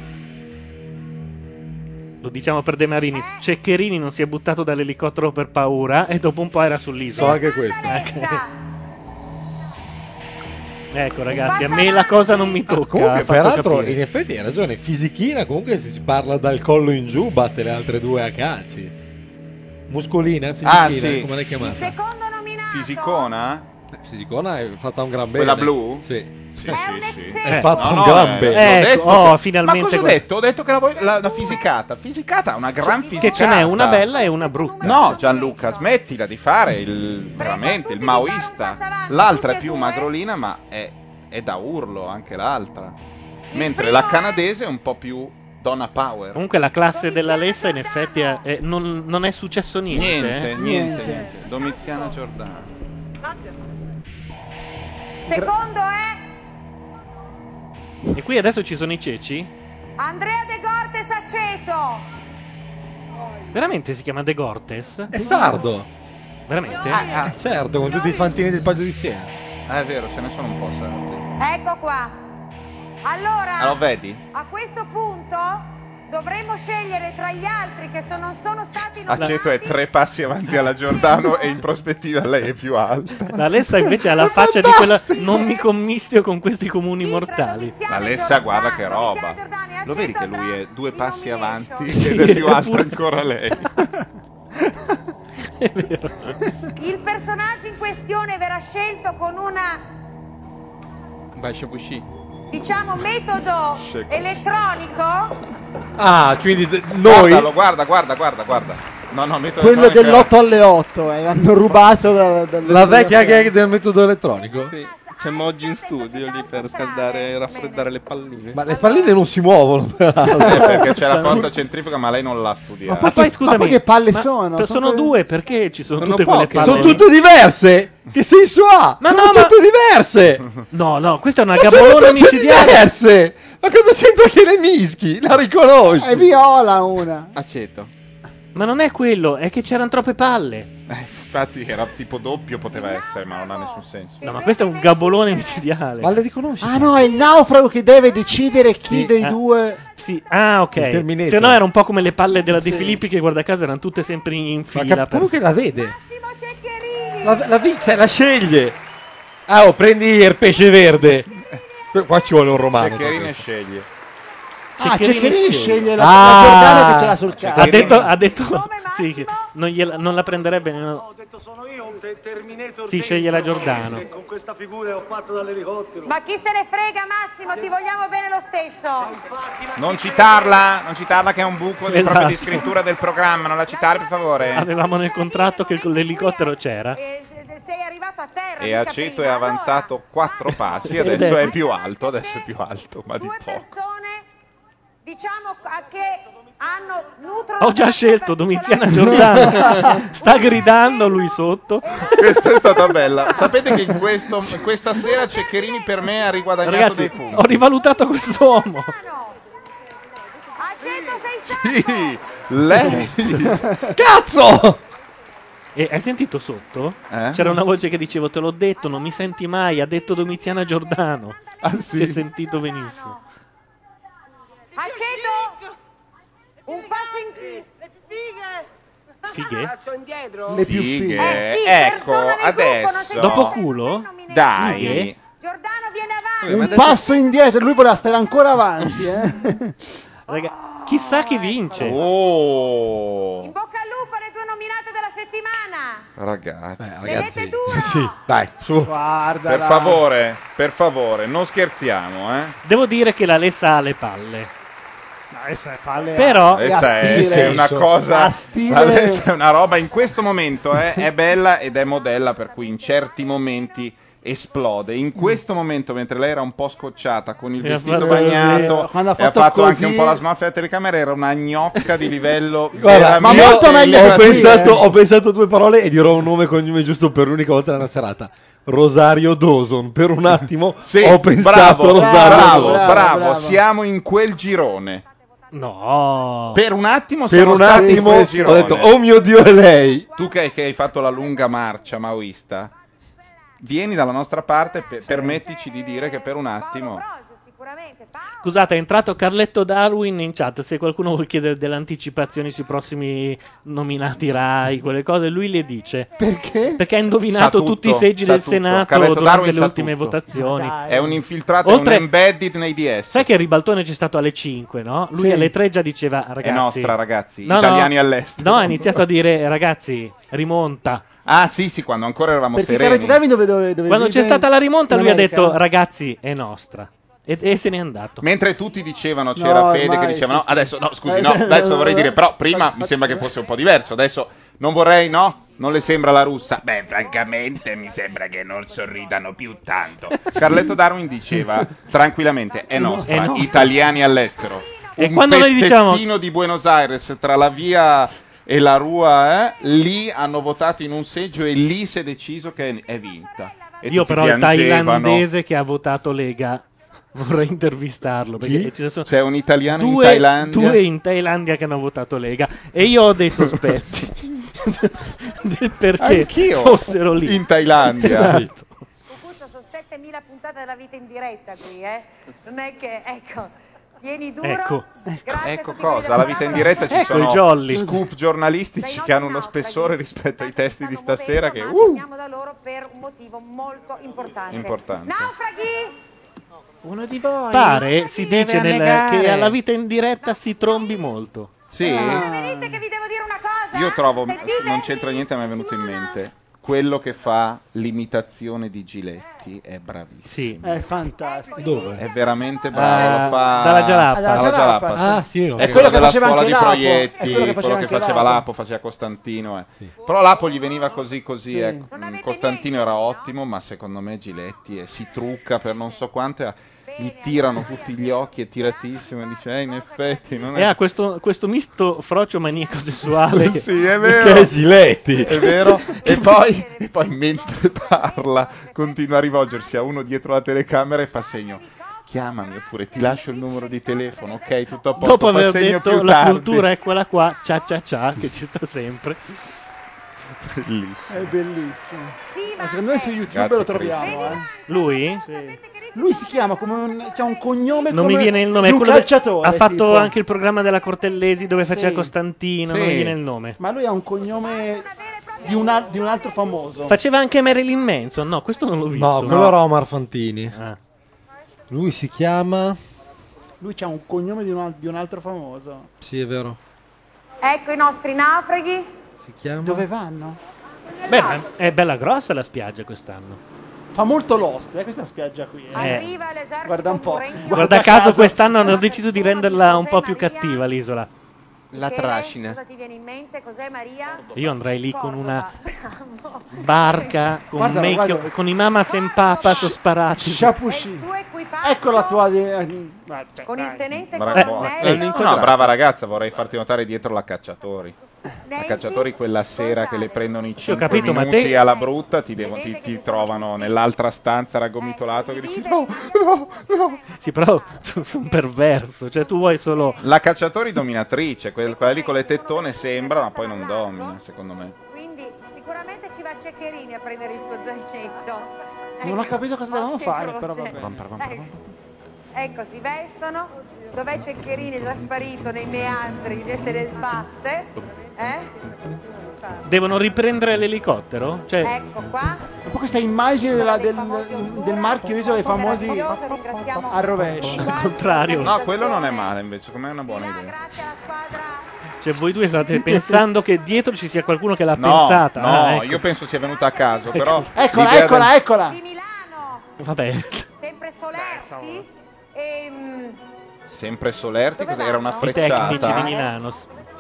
Lo diciamo per De Marinis. Ceccherini non si è buttato dall'elicottero per paura e dopo un po' era sull'isola. So anche questo. Ecco ragazzi, a me la cosa non mi tocca. Comunque, ha fatto peraltro, capire. in effetti hai ragione. Fisichina, comunque, se si parla dal collo in giù, batte le altre due a calci. Muscolina, fisichina, sì. come l'hai chiamata? Fisicona? Fisicona è fatta un gran bene. Quella blu? Sì. Sì. È fatto un gran bene. Ecco, finalmente. Ma cosa ho detto? Ho detto che la fisicata. Fisicata ha una gran fisicata. Che ce n'è una bella e una brutta. No, Gianluca, smettila di fare veramente il maoista. L'altra è più magrolina, ma è da urlo anche l'altra. Mentre la canadese è un po' più donna power. Comunque la classe della Lessa in effetti non è successo niente. Niente. Domiziana Giordano. Secondo è E qui adesso ci sono i ceci? Andrea De Gortes Aceto. Veramente si chiama De Gortes? È sardo. Veramente? Certo, con tutti i fantini del Palio di Siena. È vero, ce ne sono un po' sardi. Ecco qua. Allora, Lo vedi? a questo punto dovremmo scegliere tra gli altri che non sono stati nominati. Aceto è 3 passi avanti alla Giordano e in prospettiva lei è più alta. La Lessa invece ha la faccia di quella non mi commistio con questi comuni mortali. La Lessa guarda che roba. Lo vedi che lui è 2 passi avanti Sì, ed è più alta eppure- ancora lei. È vero. Il personaggio in questione verrà scelto con una, diciamo, metodo elettronico. Ah, quindi noi. Guarda. No, metto Quello elettronico. dell'8 alle 8, l'hanno rubato La vecchia gag del metodo elettronico. Sì. C'è Moggi in studio lì per scaldare e raffreddare le palline. Ma le palline non si muovono. Perché c'è la forza centrifuga, ma lei non l'ha studiata. Ma poi scusami, poi che palle ma sono? Sono due, perché ci sono Sono tutte quelle poche. palle? Sono tutte diverse. Che senso ha? Ma sono no, ma- tutte diverse. No, questa è una Ma sono gabolona tutte micidiale. diverse. Ma cosa c'entra che le mischi? La riconosci? È viola una. Aceto. Ma non è quello, è che c'erano troppe palle. Infatti era tipo doppio, poteva essere, ma non ha nessun senso. No, ma questo è un gabolone micidiale. Ma le riconosci? Ah no, è il naufrago che deve decidere chi dei due. Sì, ah, ok. Il Terminator. Se no era un po' come le palle della De Filippi, che guarda caso erano tutte sempre in Ma fila. comunque la vede. La sceglie. Ah, prendi il pesce verde. Qua ci vuole un romano. Ceccherine sceglie. Ceccherini sceglie la Ah. Giordano perché la sul cazzo. Ha detto sì, che non la prenderebbe. No. Sì, sceglie la Giordano. Con questa figura ho fatto dall'elicottero. Ma chi se ne frega, Massimo, ti vogliamo bene lo stesso. Non citarla che è un buco Esatto. proprio di scrittura del programma, non la citare per favore. Avevamo nel contratto che l'elicottero c'era. Sei arrivato a terra. E Aceto è avanzato 4 passi, adesso è più alto, ma di poco. Persone, diciamo, che nutrono. Ho già scelto Domiziana Giordano. Sta gridando lui sotto. Questa è stata bella. Sapete che in questa sera Ceccherini per me ha riguadagnato Ragazzi, dei punti. ho rivalutato quest'uomo. Sì, lei. Cazzo! E hai sentito sotto? C'era una voce che diceva: te l'ho detto, non mi senti mai. Ha detto Domiziana Giordano. Sì? Si è sentito benissimo. Aceto, un passo in Fighe? Le più Fighe. fighe. Ecco, adesso. Dopo culo? Dai. Fighe? Giordano viene avanti. Un passo indietro, lui voleva stare ancora avanti. Raga, chissà chi vince. Oh. In bocca al lupo alle due nominate della settimana. Ragazzi. Tenete duro. Sì, dai, su. Guarda. Per favore, non scherziamo, Devo dire che la Lessa ha le palle. Adesso è palle. Però Adesso è una cosa. A stile- Adesso è una roba. In questo momento è bella ed è modella, per cui in certi momenti esplode. In questo momento, mentre lei era un po' scocciata con il E ha vestito fatto bagnato così. Quando ha e ha fatto fatto così- anche un po' la smorfia della telecamera, era una gnocca di livello Guarda, veramente io elevatissimo. ho pensato due parole e dirò un nome e cognome giusto per l'unica volta nella serata. Rosario Dawson. Per un attimo Sì, ho pensato a Rosario Dawson. bravo, siamo in quel girone. No. Per un attimo Per siamo un stati in attimo quel ho girone. detto, oh mio Dio, è lei. Tu che hai fatto la lunga marcia maoista, vieni dalla nostra parte, permettici di dire che per un attimo... Scusate, è entrato Carletto Darwin in chat. Se qualcuno vuole chiedere delle anticipazioni sui prossimi nominati Rai, quelle cose, lui le dice. Perché? Perché ha Sa indovinato tutto, tutti i seggi sa del tutto. Senato Carletto durante Darwin le sa ultime tutto. votazioni. È un infiltrato, Oltre- è un embedded nei DS. Sai che il ribaltone c'è stato alle 5, no? Lui Sì. alle 3 già diceva ragazzi. È nostra, ragazzi, italiani all'estero. No, ha iniziato a dire ragazzi, rimonta. Ah sì, quando ancora eravamo Perché sereni. Carletto Darwin dove Quando vive c'è stata la rimonta, in lui ha America? detto ragazzi, è nostra. E se n'è andato. Mentre tutti dicevano, c'era No, Fede ormai, che diceva sì, no, sì. adesso no, scusi, no, adesso vorrei dire, però prima mi sembra che fosse un po' diverso, adesso non vorrei, no? Non le sembra la russa? Beh, francamente mi sembra che non sorridano più tanto. Carletto Darwin diceva tranquillamente, è nostra, È nostra. italiani all'estero. E Un quando noi diciamo- pezzettino di Buenos Aires tra la via e la Rua, lì hanno votato in un seggio e lì si è deciso che è vinta. E Io tutti però il piangevano. thailandese che ha votato Lega vorrei intervistarlo perché ci sono C'è un italiano in due, Thailandia. due in Thailandia che hanno votato Lega e io ho dei sospetti del perché Anch'io fossero lì in Thailandia. Esatto. Cucuzzo, sono 7000 puntate della vita in diretta qui, eh? Non è che, ecco, tieni duro. Ecco cosa, alla vita in diretta ci Ecco i sono jolly. scoop giornalistici che hanno uno spessore rispetto ai testi di stasera che Andiamo da loro per un motivo molto importante. importante. Naufraghi! Uno di voi pare si deve dice annegare. che alla vita in diretta si trombi molto. Sì, Venite che vi devo dire una cosa. io trovo, non c'entra niente, ma mi è venuto in mente. Quello che fa l'imitazione di Giletti è bravissimo. Sì. È fantastico. Dove? È veramente bravo. Lo fa dalla Jalappa. Dalla Jalappa, sì. Ah, sì, ok. È quello della faceva scuola anche di Lapo. proietti, È quello che faceva anche faceva Lapo. Lapo, faceva Costantino. Però Lapo gli veniva così. Sì. Costantino era ottimo, ma secondo me Giletti si trucca per non so quanto. Gli tirano tutti gli occhi, è tiratissimo. E dice, in effetti non E è. ha questo misto frocio maniaco sessuale. Sì, è vero. Che è Giletti. È vero. e poi mentre parla continua a rivolgersi a uno dietro la telecamera e fa segno. Chiamami oppure ti lascio il numero di telefono, ok? Tutto a posto. Dopo fa aver segno detto più la tardi. cultura è quella qua, cia cia cia, che ci sta sempre. Bellissimo. È bellissimo. Ma secondo me su YouTube Grazie, lo troviamo. Lui? Sì. Lui si chiama come c'ha un cognome Non come mi viene il nome, di è un quello calciatore. ha fatto tipo. anche il programma della Cortellesi dove Sì. faceva Costantino, non Sì. mi viene il nome. Ma lui ha un cognome di un altro famoso. Faceva anche Marilyn Manson, no, questo non l'ho visto. No, quello era Omar Fantini. Ah. Lui si chiama... Lui ha un cognome di un altro famoso. Sì, è vero. Ecco i nostri naufraghi. Si chiama... Dove vanno? Beh, ma è bella grossa la spiaggia quest'anno. Fa molto Lost, questa spiaggia qui. Arriva l'esercito Guarda un po'. Burengo. Guarda caso quest'anno hanno deciso di renderla un po' più cattiva l'isola. La trascina. Cosa ti viene in mente? Cos'è Maria? Io andrei lì con una barca, con, Guarda, Meikyo- guarda. con i Mamas and Papas sparati. Shapushi. Ecco la tua... Con il tenente Brava, colonnello. no, brava ragazza, vorrei farti notare dietro la Cacciatori. La Cacciatori quella sera che le prendono i 5 capito, ma minuti te- alla brutta ti trovano nell'altra stanza raggomitolato che dici no. Sì, però tu sei un perverso, cioè tu vuoi solo... La Cacciatori dominatrice, quella lì con le tettone sembra, ma poi non domina, secondo me. Quindi sicuramente ci va Ceccherini a prendere il suo zancetto. Non ho capito cosa dovevamo fare, però Croce. vabbè. Ecco, si vestono. Dov'è Ceccherini? È già sparito nei meandri, se ne sbatte. Devono riprendere l'elicottero? Cioè, Ecco qua. Un po' questa immagine del marchio Isola dei Famosi al rovescio. al contrario. No, quello non è male invece, secondo me è una buona idea. Cioè voi due state pensando che dietro ci sia qualcuno che l'ha No, pensata. no, Ah, ecco. io penso sia venuta a caso, però... Eccola, l'idea eccola, del- eccola. Vabbè. Sempre Solerti. Sempre Solerti, era una I tecnici frecciata. di Milano.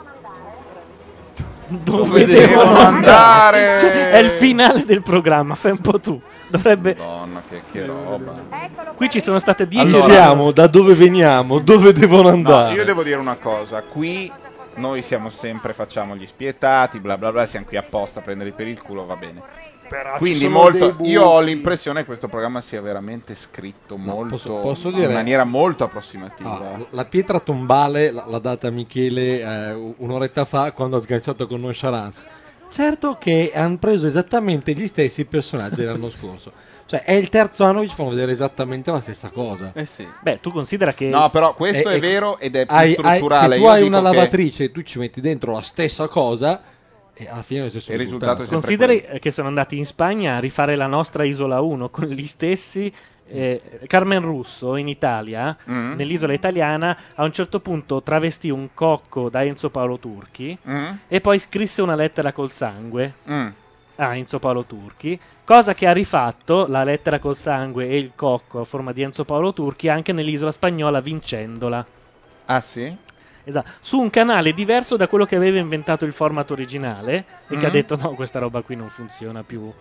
Dove devono andare? Cioè, è il finale del programma, fai un po' tu. Dovrebbe. Madonna, che roba. Qui ci sono state 10 Chi siamo? Da dove veniamo? Dove devono andare? No, io devo dire una cosa, qui noi siamo sempre, facciamo gli spietati, bla bla bla, siamo qui apposta a prendere per il culo, va bene. Però Quindi ci sono molto, dei buchi. io ho l'impressione che questo programma sia veramente scritto molto, posso in dire- maniera molto approssimativa. La pietra tombale l'ha data Michele un'oretta fa quando ha sganciato con Nonchalance. Certo che hanno preso esattamente gli stessi personaggi dell'anno scorso. Cioè è il terzo anno che ci fanno vedere esattamente la stessa cosa. Sì. Beh, tu considera che. No, però questo è vero ed è più strutturale. Se tu Io hai dico una che lavatrice e tu ci metti dentro la stessa cosa e alla fine è lo stesso il risultato è sempre Consideri che sono andati in Spagna a rifare la nostra Isola 1 con gli stessi. Carmen Russo in Italia, nell'isola italiana, a un certo punto travestì un cocco da Enzo Paolo Turchi e poi scrisse una lettera col sangue a Enzo Paolo Turchi, cosa che ha rifatto la lettera col sangue e il cocco a forma di Enzo Paolo Turchi anche nell'isola spagnola, vincendola. Ah sì? Esatto, su un canale diverso da quello che aveva inventato il format originale e che ha detto no, questa roba qui non funziona più.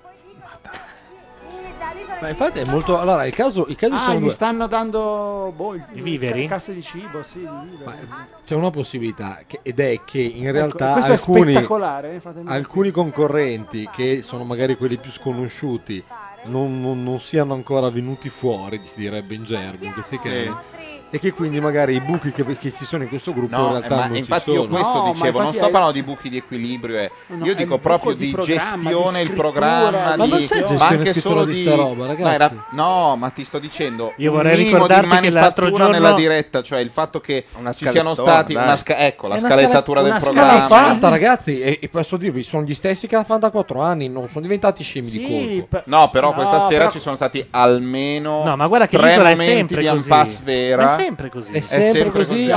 Ma infatti è molto. Allora, i casi sono gli due. stanno dando I viveri? casse di cibo, sì, di viveri. C'è una possibilità ed è che in realtà questo è spettacolare, fatemi alcuni concorrenti che sono magari quelli più sconosciuti non siano ancora venuti fuori, si direbbe in gergo, in questi casi, e che quindi magari i buchi che ci sono in questo gruppo in No, realtà ma non infatti ci sono. io questo dicevo, non sto parlando di buchi di equilibrio, io dico proprio di gestione, il programma, Ma non c'è gestione ma anche scrittura solo di di sta roba, ragazzi. no, ma ti sto dicendo Io un vorrei minimo ricordarti di che l'altro manifattura giorno nella diretta, cioè il fatto che ci siano stati dai. la scalettatura del L'hanno programma. fatta, ragazzi, e posso dirvi, sono gli stessi che la fanno da 4 anni, non sono diventati scemi di colpo. No, però questa sera ci sono stati almeno No, ma guarda che 3 l'isola è momenti sempre di così. impasse vera. Ma è sempre così. È sempre così.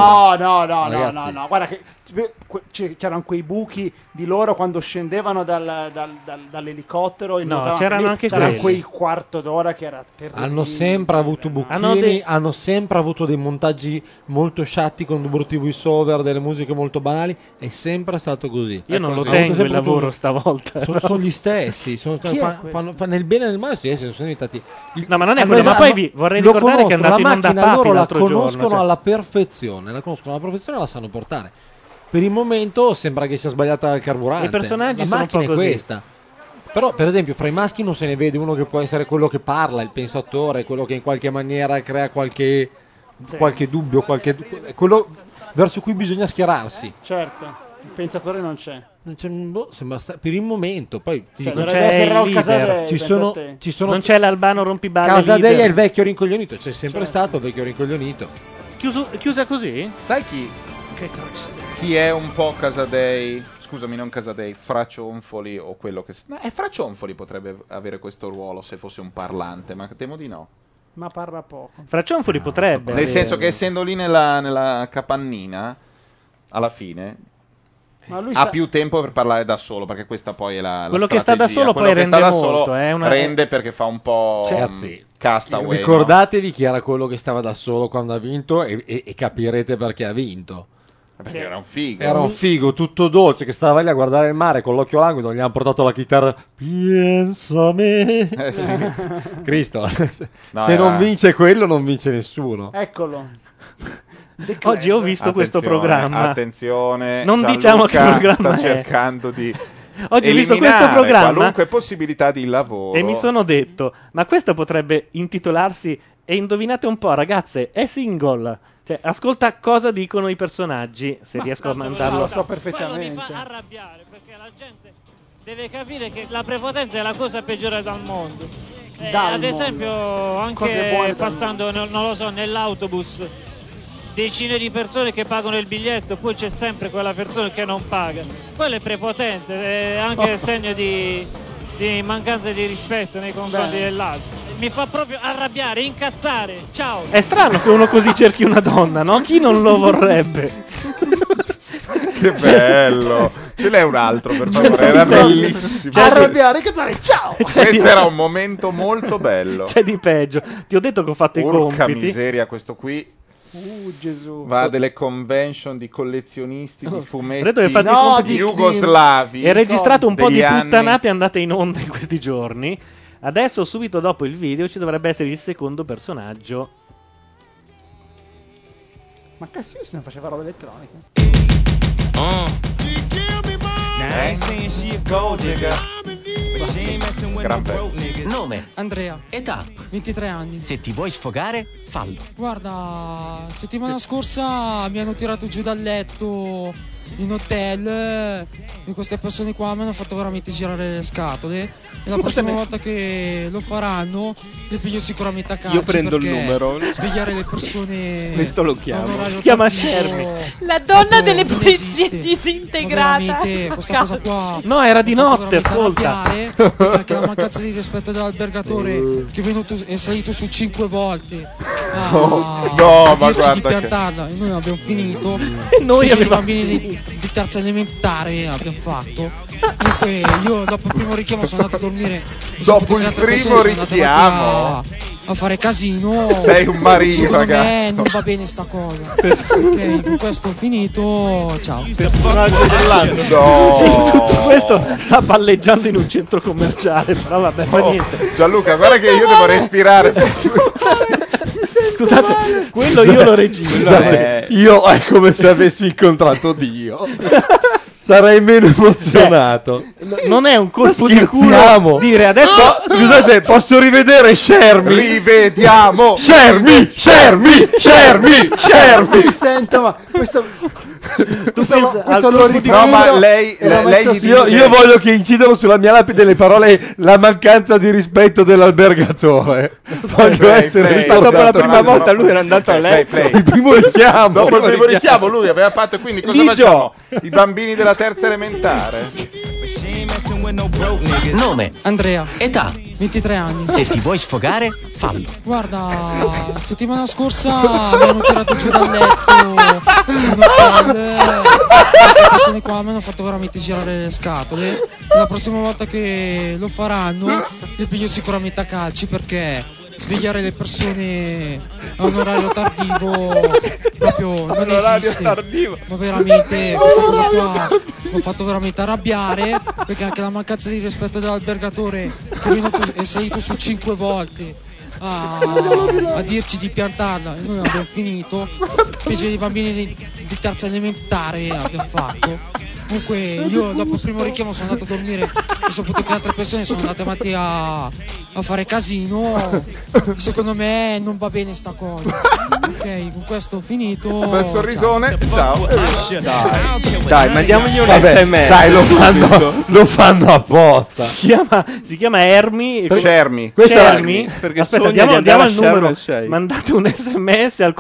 No, Ragazzi. guarda che c'erano quei buchi di loro quando scendevano dall'elicottero e No, nuotavano c'erano lì. anche C'era quelli. quei quarto d'ora che era terribile. Hanno sempre avuto buchini, hanno sempre avuto dei montaggi molto sciatti con brutti voice over, delle musiche molto banali, è sempre stato così. Io non lo Hanno tengo sempre il avuto- lavoro stavolta. Sono gli stessi, Chi è questo? nel bene e nel male sono diventati. No, ma non è quello, ma poi vorrei ricordare che è andato in onda macchina, Papi loro la l'altro giorno. conoscono cioè. alla perfezione, e la sanno portare. Per il momento sembra che sia sbagliata il carburante. I personaggi la sono un macchina po' è così. questa. Però, per esempio, fra i maschi non se ne vede uno che può essere quello che parla, il pensatore, quello che in qualche maniera crea qualche dubbio, quello verso cui bisogna schierarsi. Certo, il pensatore non c'è. Sembra per il momento, poi ti Cioè, dico, dovrebbe essere Raul leader. Casadei, ci pensa sono, a te. ci sono Non c'è l'Albano rompiballe Casadei leader. è il vecchio rincoglionito, c'è sempre stato il vecchio rincoglionito. Chiusa così? Sai chi? Che triste. Chi è un po' Casadei? Scusami, non Casadei, Fracionfoli o quello che... Fracionfoli potrebbe avere questo ruolo se fosse un parlante, ma temo di no. Ma parla poco. Fracionfoli potrebbe. Nel senso che essendo lì nella capannina, alla fine... Ma lui ha più tempo per parlare da solo, perché questa poi è la Quello che sta da strategia. solo Quello poi che rende sta da molto, solo è una- rende perché fa un po' Ragazzi, castaway, ricordatevi chi era quello che stava da solo quando ha vinto e capirete perché ha vinto. Perché era un figo. Era un figo tutto dolce che stava lì a guardare il mare con l'occhio languido, gli hanno portato la chitarra. Pensa a me. Sì. Cristo. No, Se non vince quello non vince nessuno. Eccolo. Oggi ho visto questo programma. Attenzione, Non Gianluca diciamo che programma sta è. cercando di Oggi ho visto questo eliminare programma qualunque possibilità di lavoro. e mi sono detto, ma questo potrebbe intitolarsi e indovinate un po', ragazze, è single. Cioè, ascolta cosa dicono i personaggi, se riesco a mandarlo. Lo so Quello mi perfettamente. fa arrabbiare perché la gente deve capire che la prepotenza è la cosa peggiore dal mondo. Dal Ad mondo. esempio, Cose anche buone dal passando, non lo so, nell'autobus, decine di persone che pagano il biglietto, poi c'è sempre quella persona che non paga. Quello è prepotente, è anche segno di mancanza di rispetto nei confronti dell'altro. Mi fa proprio arrabbiare, incazzare. Ciao. È strano che uno così cerchi una donna, no? Chi non lo vorrebbe? Che bello. Ce n'è un altro, per favore, era bellissimo. Arrabbiare, incazzare, ciao. Questo era un momento molto bello. C'è di peggio. Ti ho detto che ho fatto i Porca compiti. miseria, questo qui. Gesù. Va a delle convention di collezionisti di fumetti Credo che fate i compiti jugoslavi. È registrato un po' degli di anni. puttanate andate in onda in questi giorni. Adesso, subito dopo il video, ci dovrebbe essere il secondo personaggio. Ma Cassino se ne faceva roba elettronica. Gran pezzo. Nome? Andrea. Età? 23 anni. Se ti vuoi sfogare, fallo. Guarda, settimana scorsa mi hanno tirato giù dal letto in hotel e queste persone qua mi hanno fatto veramente girare le scatole e la prossima volta che lo faranno li piglio sicuramente a calci. Io prendo il perché numero. svegliare le persone Questo lo chiamo. a un orario Si chiama tardivo Shermy. La donna proprio delle non pulizie esiste. disintegrata. Ma veramente questa cosa qua No, era di mi ha fatto notte, veramente ascolta. arrabbiare, perché anche la mancanza di rispetto dell'albergatore che è salito su 5 volte No, ma dirci di guarda che... piantarla e noi abbiamo finito E noi Così i avevamo bambini di terza elementare abbiamo fatto. Comunque io dopo il primo richiamo sono andato a dormire. Dopo il primo richiamo? A fare casino. Sei un marino, Secondo me ragazzo. non va bene sta cosa. Ok, con questo ho finito. Ciao. No. Tutto questo sta palleggiando in un centro commerciale, però vabbè, fa niente. Gianluca, guarda che io devo respirare. Scusate, quello io lo registro. Scusate, io è come se avessi incontrato Dio. Sarei meno emozionato. Non è un colpo di culo Scherziamo. dire adesso. No, scusate, posso rivedere Shermy? Rivediamo. Shermy. Mi sento, ma questo al lo colpo di riprendo. No, ma lei e lo lei metto gli su- dice... Io voglio che incidano sulla mia lapide le parole la mancanza di rispetto dell'albergatore. Voglio essere play. ricordato. Dopo la prima No, volta no, lui era andato a play, letto. play. Il primo richiamo. Dopo il primo richiamo lui aveva fatto, e quindi cosa Ligio. facciamo? I bambini della terza elementare. Nome? Andrea. Età? 23 anni. Se ti vuoi sfogare, fallo. Guarda, settimana scorsa mi hanno tirato giù dal letto in hotel. Queste persone qua mi hanno fatto veramente girare le scatole. E la prossima volta che lo faranno li piglio sicuramente a calci perché svegliare le persone a un orario tardivo proprio non esiste. Ma veramente questa cosa qua mi ha fatto veramente arrabbiare perché anche la mancanza di rispetto dell'albergatore che è salito su 5 volte a dirci di piantarla e noi abbiamo finito. Invece i bambini di terza elementare abbiamo fatto. Comunque io dopo il primo richiamo sono andato a dormire e saputo che altre persone sono andate avanti a fare casino. Secondo me non va bene sta cosa. Ok, con questo ho finito. Bel sorrisone, ciao. Dai, mandiamogli un Vabbè, SMS. dai, lo fanno apposta. Si chiama Ermi. Shermy. Shermy. Perché Aspetta, sogna di andiamo andare al a Sharm numero. el Sheikh. Mandate un SMS al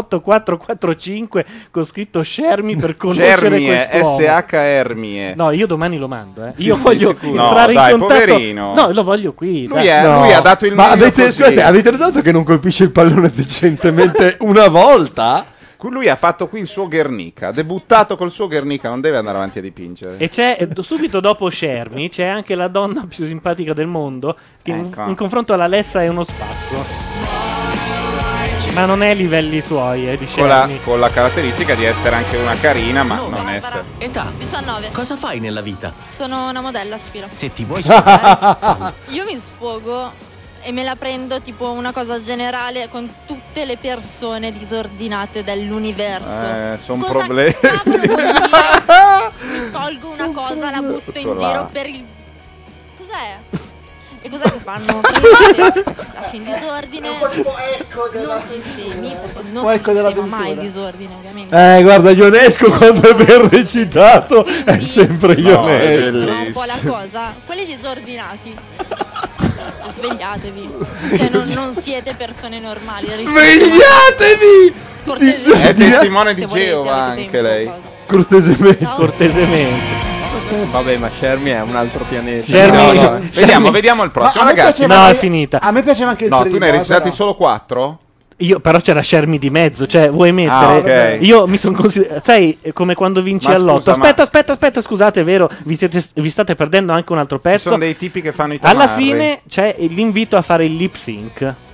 48445 con scritto Shermy per conoscere Shermie, quest'uomo. SH Ermie. No, io domani lo mando, Sì, Io sì, voglio sicuro. entrare No, dai, in contatto. poverino. No, lo voglio qui. Lui, dai. lui ha dato il Ma meglio avete, così. scusate, avete notato che non colpisce il pallone decentemente una volta? Lui ha fatto qui il suo Guernica, ha debuttato col suo Guernica, non deve andare avanti a dipingere. E c'è subito dopo Shermy c'è anche la donna più simpatica del mondo che Ecco. in confronto all'Alessa è uno spasso. Ma non è ai livelli suoi, di Shermy. Con la caratteristica di essere anche una carina, ma non essere. Età? 19. Cosa fai nella vita? Sono una modella, aspiro. Se ti vuoi sfogare, fallo. Io mi sfogo e me la prendo tipo una cosa generale con tutte le persone disordinate dell'universo. Sono Cosa problemi. cavolo vuol dire? Mi tolgo una cosa, la butto in tutto là. giro per il... Cos'è? E cos'è che fanno? Prendete, lasci in disordine, non sistemi, perché non si sistema mai il disordine ovviamente. Guarda, Ionesco quando è ben recitato è sempre Ionesco. No, un po' la cosa, quelli disordinati, svegliatevi, cioè non siete persone normali. Svegliatevi! È testimone di Se volete, Geova avete anche tempo, lei. Cortesemente. Cortesemente. Vabbè, ma Shermy è un altro pianeta. Shermy- No, no. Vediamo, vediamo il prossimo, ragazzi. No, è finita. A me piaceva anche il No, primo. tu ne hai registrati però. solo 4? Io però c'era Shermy di mezzo, cioè vuoi mettere? ok. Io mi sono considerato, sai, è come quando vinci Ma all'otto. scusa, Aspetta, scusate, è vero, vi state perdendo anche un altro Ci pezzo. sono dei tipi che fanno i tamarri. Alla fine c'è l'invito a fare il lip sync.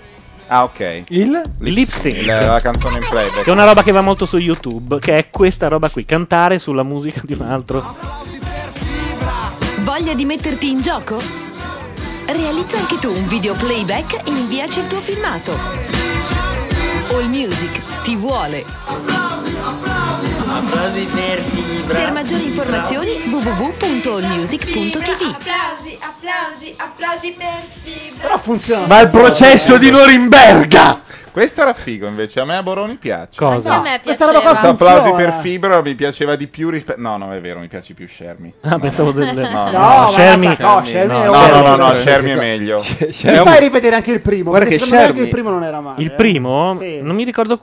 Ah, ok. Il lip sync. La canzone in playback. Che è una roba che va molto su YouTube, che è questa roba qui, cantare sulla musica di un altro. Voglia di metterti in gioco? Realizza anche tu un video playback e inviaci il tuo filmato. All Music ti vuole. Applausi per Fibra. Per maggiori informazioni www.allmusic.tv. Applausi per Fibra. Però funziona. Ma il processo di Norimberga! Questo era figo, invece a me a Boroni piace. Cosa? Anche a me Questa roba qua piaceva. Applausi funziona. per Fibra mi piaceva di più rispetto. No, non è vero, mi piace più Shermy. Ah, pensavo delle... No, No, Shermy. no, Shermy è no, Shermy è meglio. Mi fai rivedere anche il primo? Guarda Perché che secondo me Shermy- anche il primo non era male. Il primo? Sì. Non mi ricordo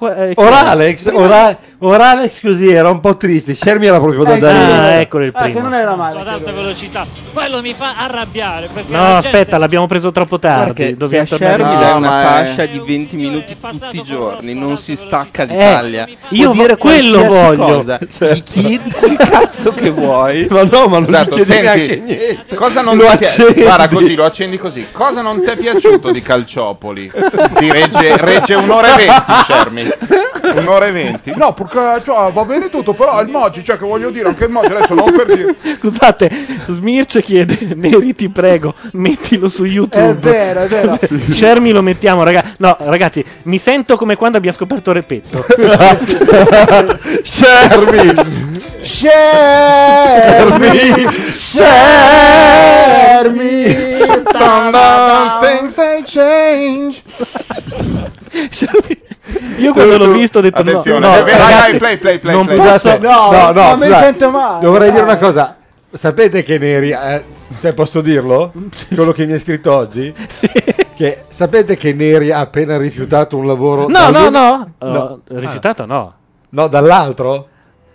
Oralex così era un po' triste. Shermy era proprio da dare. Ah, eccolo il Che primo. non era male. ad alta velocità. Quello mi fa arrabbiare perché No, la gente- aspetta, l'abbiamo preso troppo tardi. Perché se Dobbiamo a tornare Shermy indietro. dai una ma è- fascia di 20 minuti tutti i giorni, non si stacca l'Italia. io Può dire quello qualsiasi voglio. cosa. Gli chiedi quel cazzo che vuoi. Ma no, ma non Esatto, succede senti, neanche niente. cosa non Lo ti accendi. Guarda così, lo accendi così. Cosa non ti è piaciuto di Calciopoli? Ti regge un'ora e 20, Shermy. Un'ora e 20. No, perché cioè, va bene tutto, però il Moggi, cioè che voglio dire, anche il Moggi adesso non per dire. Scusate, Smirch chiede, Neri ti prego, mettilo su YouTube. È vero, è vero. Shermy lo mettiamo, ragazzi. No, ragazzi, mi sento come quando abbiamo scoperto Repetto. Shermy! Shermy! Shermy! Things they change. Io quando l'ho visto ho detto Attenzione, no, vai, ragazzi, play. non Scusate, posso. No, ma mi scusate. sento male. Dovrei dire una cosa. Sapete che Neri, cioè posso dirlo? Quello che mi è scritto oggi? Che sapete che Neri ha appena rifiutato un lavoro? No. No. Rifiutato no. No, dall'altro?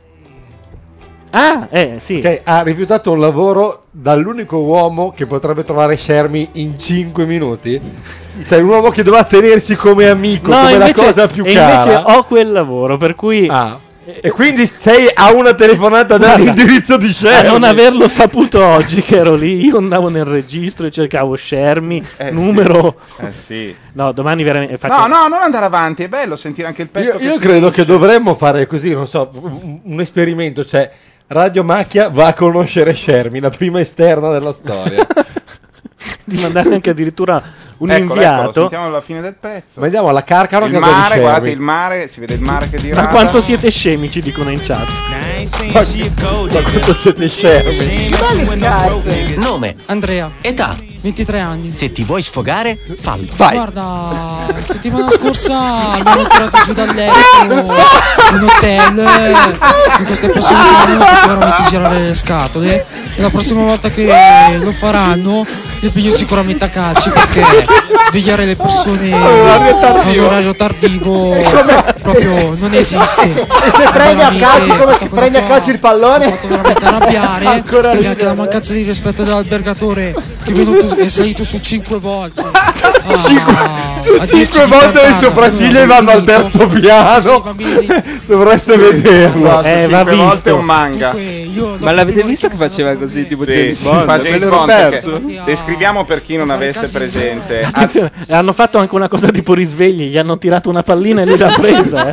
Ah, sì. Che ha rifiutato un lavoro dall'unico uomo che potrebbe trovare Shermy in 5 minuti. Cioè un uomo che doveva tenersi come amico, No, come invece, la cosa più e cara. invece ho quel lavoro, per cui E quindi sei a una telefonata dall'indirizzo di a Shermy. non averlo saputo oggi che ero lì, io andavo nel registro e cercavo Shermy, numero. Sì. No, domani veramente No, non andare avanti, è bello sentire anche il pezzo. Io credo che dovremmo fare così, non so, un esperimento, cioè Radio Macchia va a conoscere Shermy, la prima esterna della storia. di mandare anche addirittura un Eccolo, inviato. sentiamo alla fine del pezzo. Ma andiamo alla Carcano Il a casa di mare, Shermy. guardate il mare, si vede il mare che dirada. Ma quanto siete scemi, ci dicono in chat. Ma quanto siete Shermy? Nome, Andrea, età. 23 anni. Se ti vuoi sfogare, fallo. Guarda, settimana scorsa mi hanno tirato giù dal letto in hotel. Con queste persone che mi hanno fatto veramente girare le scatole. E la prossima volta che lo faranno li piglio sicuramente a calci, perché svegliare le persone a un orario tardivo proprio non esiste. E se prendi a calci come questa si cosa prendi a qua calci il pallone? mi ha fatto veramente arrabbiare. Ancora Perché anche la mancanza di rispetto dell'albergatore che è venuto è salito su 5 volte. Su 5 volte le sopracciglia vanno al terzo piano. Dovreste vederlo. No, su 5 volte un manga. Ma l'avete visto che faceva così, tipo Sì, James sì, Bond? fa James Quello Bond, Roberto? perché- descriviamo per chi non avesse presente. Attenzione, hanno fatto anche una cosa tipo risvegli, gli hanno tirato una pallina e lui l'ha presa.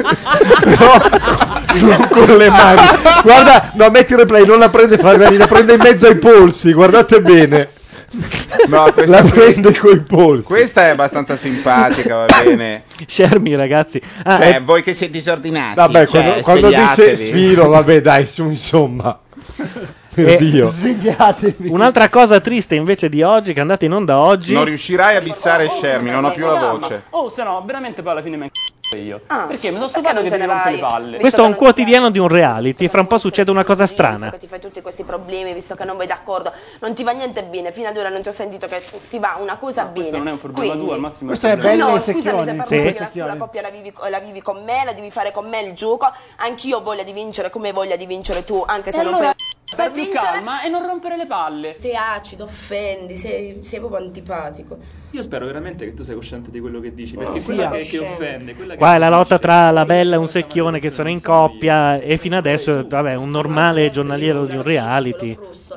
Non con le mani. Guarda, no, metti il replay, non la prende Fabiani, la prende in mezzo ai polsi, guardate bene. No, questa La prende coi polsi. Questa è abbastanza simpatica, va bene. Shermy, ragazzi. Cioè, voi che siete disordinati. Vabbè, cioè, quando dice svegliatevi. sfilo, vabbè, dai, su, insomma. Per Dio. Svegliatevi. Un'altra cosa triste invece di oggi, che è andata in onda oggi. Non riuscirai a bissare Shermy, non ho più la voce. Oh, se no, veramente poi alla fine mi io. Ah, perché mi sono stufato che te ti ne rompe vai? le palle. Questo è un quotidiano di un reality, fra un po' succede una cosa strana. Visto che ti fai tutti questi problemi, visto che non vai d'accordo, non ti va niente bene, fino ad ora non ti ho sentito che ti va una cosa bene. Questo non è un problema tuo, al massimo Questo è bello no, nei scusami, secchioni. se parlo perché la coppia la vivi con me, la devi fare con me il gioco, anch'io ho voglia di vincere come hai voglia di vincere tu, anche se E non allora, fai stai più calma e non rompere le palle. sei acido, offendi, sei proprio antipatico. Io spero veramente che tu sei cosciente di quello che dici, perché Sì, quella che cosciente. offende, quella che Qua è la lotta tra la bella e un secchione che sono in coppia e fino adesso, vabbè, un normale giornaliero di un reality. Se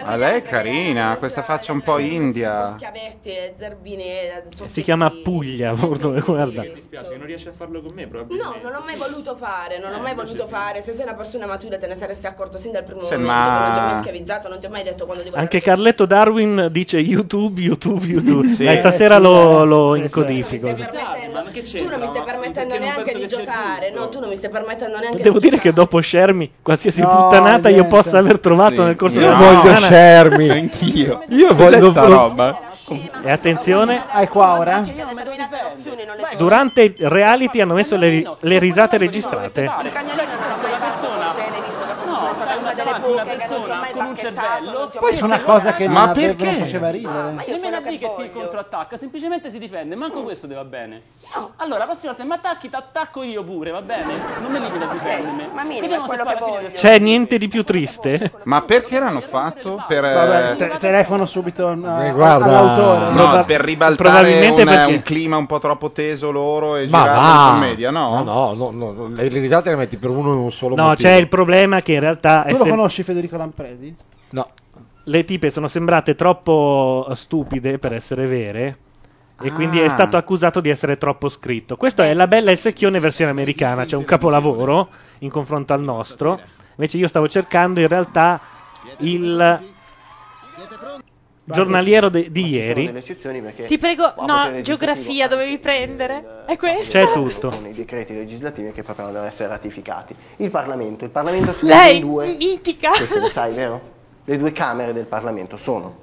A lei è carina, questa faccia un po' india. Schiavetti, zerbine, Si chiama Puglia, guarda. Mi dispiace che non riesci a farlo con me, probabilmente. No, non l'ho mai voluto fare, non l'ho mai invece voluto sì. fare. Se sei una persona matura te ne saresti accorto sin dal primo Se momento, ma- che non ti ho mai schiavizzato, non ti ho mai detto quando devo Anche Carletto Darwin dice YouTube. Dai, stasera sì, lo sì, incodifico. Tu non mi stai permettendo neanche di giocare, no, tu non mi stai permettendo neanche Devo dire che dopo Shermy, qualsiasi puttanata io possa aver trovato nel corso Io della voglio settimana. Shermy. Anch'io. Io voglio sta roba. E attenzione, Hai qua ora? durante il reality hanno messo le risate registrate. Il cagnolino non l'ho mai fatto con te, l'hai visto che sono stata una delle poche che non ti ho mai con un cervello. Poi su una cosa che Ma non perché? faceva ridere. Nemmeno a dire che ti contrattacca, semplicemente si difende, manco questo ti va bene. Allora, la prossima volta mi attacchi, ti attacco io pure, va bene? Non mi limito a difendermi. Ma minimo, Vediamo è se quello poi che alla fine voglio. C'è niente di più triste? Ma perché l'hanno fatto? Per, Vabbè, telefono subito guarda. all'autore. no, per ribaltare probabilmente perché- un clima un po' troppo teso loro e Ma girare va. in commedia, no? No, le risate le metti per uno e un solo No, motivo. c'è il problema che in realtà Tu lo conosci Federico Lampredi? No. le tipe sono sembrate troppo stupide per essere vere. E quindi è stato accusato di essere troppo scritto. Questo è La Bella e il Secchione versione americana, c'è un capolavoro in confronto al nostro. Invece io stavo cercando in realtà il giornaliero di ieri. Ti prego, no, geografia dovevi prendere. È questo? C'è tutto. Con i decreti legislativi che proprio devono essere ratificati. Il Parlamento si Lei, divide in due. mitica. Questo lo sai, vero? Le due camere del Parlamento sono.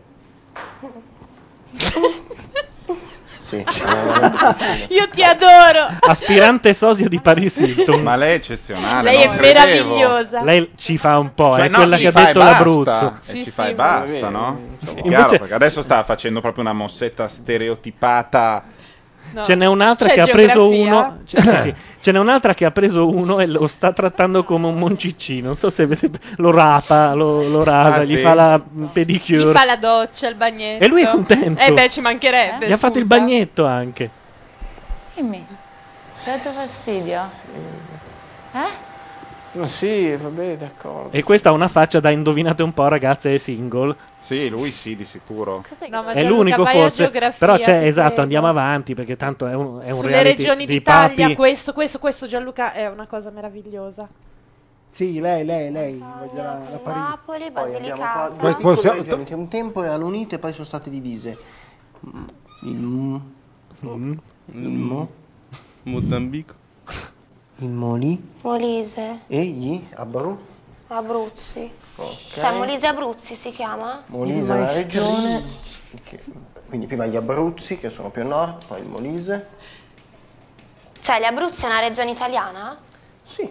Sì, Io ti adoro. Aspirante sosia di Paris Hilton. Ma lei è eccezionale. Lei non è credevo. meravigliosa. Lei ci fa un po', Cioè, è no, quella ci che ha fa e detto basta, l'Abruzzo. E ci fa e basta, no? Chiaro, Invece- perché adesso sta facendo proprio una mossetta stereotipata. No. Ce n'è un'altra C'è che ha preso geografia? uno. Ce n'è un'altra che ha preso uno e lo sta trattando come un monciccino. Non so se lo rapa, lo rasa, Ah, gli sì? fa la Gli pedicure. fa la doccia, il bagnetto. E lui è contento. Eh beh, ci mancherebbe. Gli ha fatto il scusa. bagnetto anche. Dimmi, ti ha dato fastidio? Ma sì, vabbè, d'accordo. E questa ha una faccia da indovinate un po', ragazze, è single. Sì, lui sì, di sicuro. No, ma È Gianluca, l'unico vai a forse. geografia, Però c'è, ti esatto, prego. andiamo avanti perché tanto è un Sulle reality regioni dei d'Italia, papi. questo Gianluca è una cosa meravigliosa. Sì, lei, voglio la Parigi. Napoli, Poi abbiamo qua Basilicata. due piccole regioni che un tempo erano unite e poi sono state divise. Mozambico. Il Moli Molise, e gli Abruzzi. Ok. Cioè Molise Abruzzi si chiama? Molise è una regione, quindi prima gli Abruzzi che sono più a nord, poi il Molise. Cioè l'Abruzzo è una regione italiana? Sì.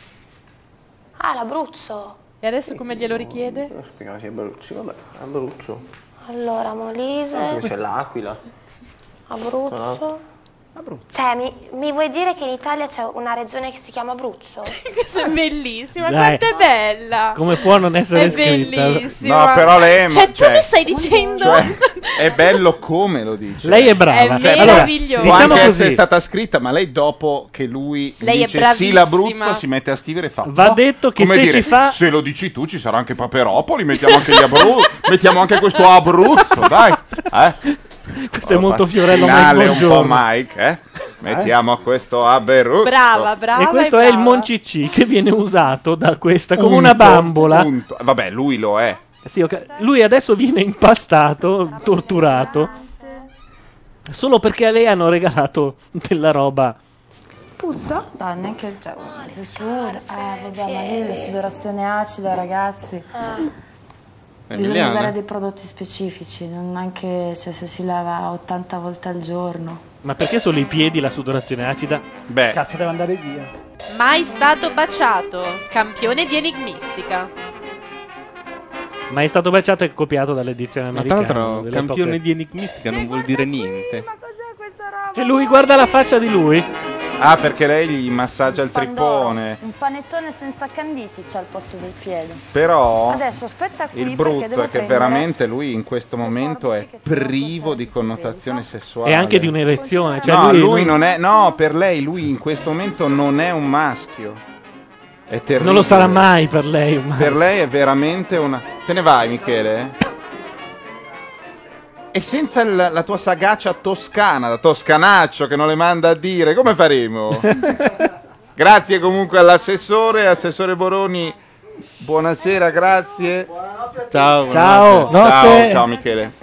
Ah, l'Abruzzo. E adesso come glielo richiede? Spieghiamo gli Abruzzi, vabbè, Abruzzo. Allora, Molise, Qui c'è l'Aquila. Abruzzo. Cioè, mi vuoi dire che in Italia c'è una regione che si chiama Abruzzo? Questa è bellissima, Dai. quanto è bella. Come può non essere È scritta? bellissima. No, però lei è Cioè, tu mi stai dicendo? È bello come lo dice. Lei è brava. È Cioè, meravigliosa. Può diciamo anche così. essere stata scritta, ma lei dopo che lui Lei è dice bravissima. sì l'Abruzzo si mette a scrivere e fa Va detto che come se dire, ci fa- se lo dici tu ci sarà anche Paperopoli, mettiamo anche gli Abruzzo, mettiamo anche questo Abruzzo, dai. Questo è molto Fiorello Finale Mike un po' Buongiorno. Mike, Mettiamo questo Abruzzo. Brava, brava. E questo e è il brava. Moncicci che viene usato da questa come Punto, una bambola. punto. Vabbè, lui lo è. Sì, ok. Lui adesso viene impastato, torturato, solo perché a lei hanno regalato della roba. Puzza? Dai, neanche cioè, se suda. Vabbè, ma lì la sudorazione acida, ragazzi. Bisogna Emiliana? usare dei prodotti specifici, non anche cioè, se si lava 80 volte al giorno. Ma perché solo i piedi la sudorazione acida? Beh, Cazzo, deve andare via. Mai stato baciato. Campione di Enigmistica. Ma è stato baciato e copiato dall'edizione Ma tra americana. l'altro, delle campione poche- di Enigmistica non vuol dire niente. E lui guarda la faccia di lui. Ah, perché lei gli massaggia il tripone. Un panettone senza canditi c'è al posto del piede. Però Adesso aspetta qui il perché devo brutto è che prendere- veramente lui in questo momento è privo di connotazione sessuale. E anche di un'erezione. Cioè no, lui, lui non è. No, per lei lui in questo momento non è un maschio. È terribile. non lo sarà mai per lei. un Per maschio. lei è veramente una. Te ne vai, Michele? E senza la tua sagacia toscana, da toscanaccio che non le manda a dire, come faremo? Grazie comunque all'assessore, Assessore Boroni. Buonasera, grazie. Ciao. Ciao Michele.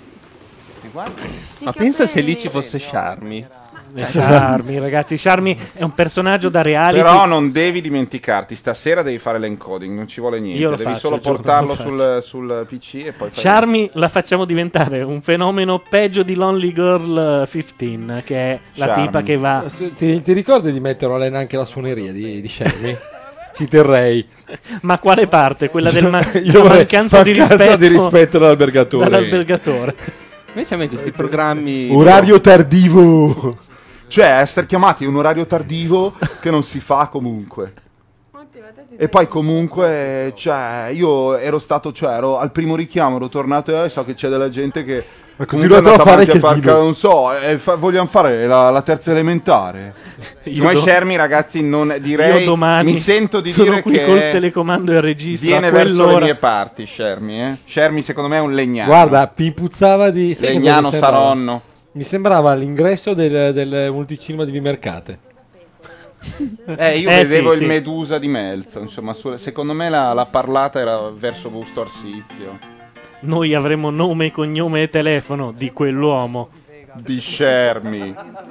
Ma pensa se lì ci fosse Charmy. Charmy, ragazzi, Charmy è un personaggio da reality. Però non devi dimenticarti, stasera devi fare l'encoding, non ci vuole niente, Io lo devi faccio, solo giuro, portarlo lo sul PC e poi fai. Charmy la facciamo diventare un fenomeno peggio di Lonely Girl 15, che è la Charmy. tipa che va. Ti ricordi di metterlo lei anche la suoneria di Charmy? Ci terrei. Ma quale parte? Quella del Io della vorrei mancanza di rispetto dall'albergatore. dall'albergatore. Invece a me questi programmi... Orario tardivo. Cioè, essere chiamati un orario tardivo che non si fa comunque. E poi comunque, cioè, io ero al primo richiamo, ero tornato e so che c'è della gente che comunque è andata avanti a fare, non so, vogliamo fare la terza elementare. Noi Shermy, ragazzi, non direi, Io domani mi sento di sono dire qui che col telecomando e il registro viene a verso le quell'ora. mie parti, Shermy. Shermy secondo me è un legnano. Guarda, mi puzzava di... sai che Legnano cosa mi sembrava? Saronno. Mi sembrava all'ingresso del multicinema di Vimercate. Io vedevo il Medusa di Melzo, insomma, secondo me la parlata era verso Busto Arsizio. Noi avremo nome, cognome e telefono di quell'uomo. Di Shermy.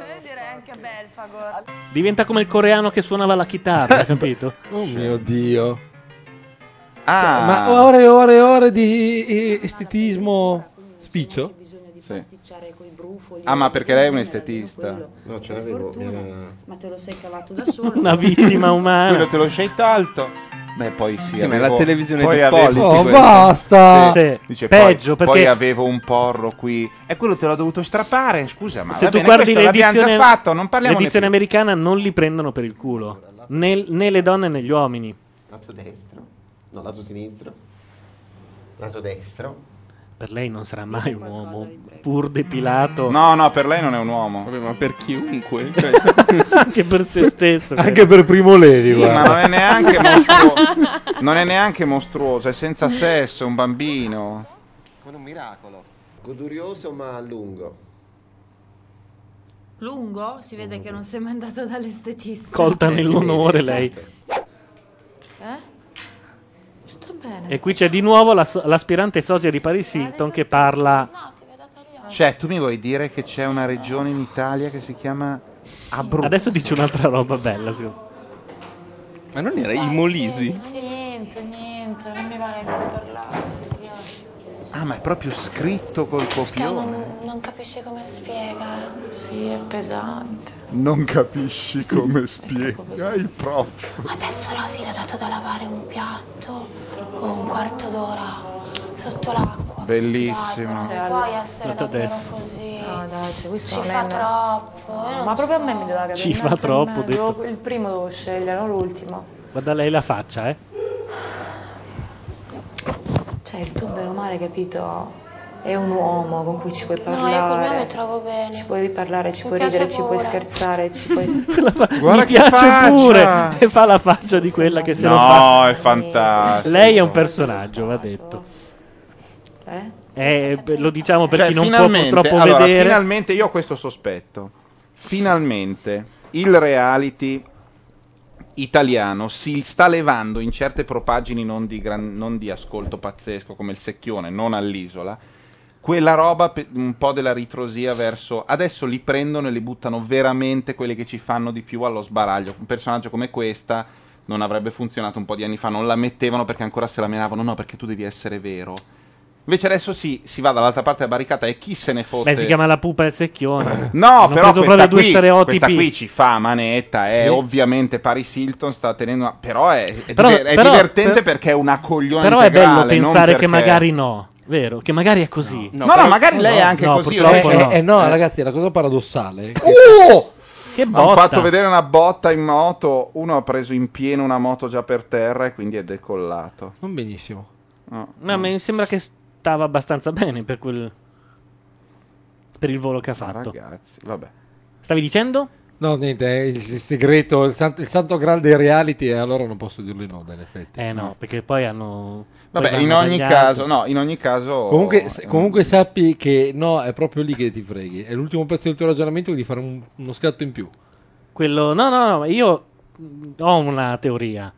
Diventa come il coreano che suonava la chitarra, capito? Oh mio Dio. Ah. Ma ore di estetismo spiccio? Sì. Ah, ma perché lei è un estetista? No, ce l'avevo. Ma te lo sei cavato da solo. Una vittima umana. Quello te lo sei tolto. Beh, poi sì, Sì, ma è avevo- la televisione poi di avevo- Politi, Oh, quella. basta! Sì. Dice, Peggio, poi perché avevo un porro qui. E quello te l'ho dovuto strappare, scusa, ma se va tu bene, guardi questo l'abbiamo l'edizione, già fatto, non parliamo l'edizione americana non li prendono per il culo. Né le donne né gli uomini. Lato destro. No, lato sinistro. Lato destro. Per lei non sarà mai un uomo pur depilato. No, per lei non è un uomo. Vabbè, ma per chiunque. Anche per se stesso. Anche per Primo Levi, Sì, guarda. ma non è neanche mostruoso, è senza sesso, è un bambino. Come un miracolo. Godurioso ma lungo. Lungo? Si vede che non sei mai andato dall'estetista. Colta nell'onore lei. Tutto bene. E qui c'è di nuovo l'aspirante sosia di Paris Hilton che parla. Cioè, tu mi vuoi dire che c'è una regione in Italia che si chiama Abruzzo? Adesso dice un'altra roba bella, secondo Ma non era i Molisi? Niente, non mi va neanche parlare, Silvia. Ah, ma è proprio scritto col copione. Non capisci come spiega. Sì, è pesante. Non capisci come spiega il prof. Adesso Rosy le ha dato da lavare un piatto o un quarto d'ora sotto l'acqua. Bellissimo. Dai, non puoi essere Guarda davvero adesso. così. No, dai, cioè, questo Ci non fa è- troppo. io non Ma proprio a me so. mi doveva cadere. Ci fa mezzo, troppo, me, detto. il primo devo scegliere, non l'ultimo. Guarda lei la faccia, eh. Cioè, il tuo bene o male, capito? È un uomo con cui ci puoi No, parlare. io con me mi trovo bene. Ci puoi parlare, ci Mi puoi piace ridere, ci puoi pure. scherzare, ci puoi... Guarda Mi che piace faccia! pure. E fa la faccia di quella che se lo fa. No, è fantastico. Lei è un personaggio, va detto. Lo diciamo per Cioè, chi non può finalmente- purtroppo allora, vedere. Finalmente io ho questo sospetto. Finalmente il reality italiano si sta levando in certe propagini non di ascolto pazzesco come il Secchione, non all'Isola, quella roba un po' della ritrosia verso adesso li prendono e li buttano veramente quelli che ci fanno di più allo sbaraglio. Un personaggio come questa non avrebbe funzionato un po' di anni fa, non la mettevano perché ancora se la menavano, no, perché tu devi essere vero. Invece adesso si va dall'altra parte della barricata e chi se ne fotte. Beh, si chiama La pupa e il secchione. No, Hanno però preso questa proprio due qui, stereotipi. questa qui ci fa manetta, è Sì. ovviamente Paris Hilton sta tenendo, però è Però- divertente perché è una coglione Però è bello integrale, non pensare che perché- magari no. Vero? Che magari è così. No, magari lei è anche così. Purtroppo no. No, ragazzi, la cosa paradossale. Oh! Che Mi hanno botta. fatto vedere una botta in moto, uno ha preso in pieno una moto già per terra e quindi è decollato. Non benissimo. No. Ma mi sembra che stava abbastanza bene per il volo che ha fatto. Ragazzi, vabbè. Stavi dicendo? No, niente, è il segreto, il santo graal dei reality, e allora non posso dirlo no, in effetti. No, perché poi hanno... Vabbè, poi in vanno ogni dagli caso, altri. no, in ogni caso... Comunque sappi che no, è proprio lì che ti freghi. È l'ultimo pezzo del tuo ragionamento di fare uno scatto in più. Quello... No, io ho una teoria.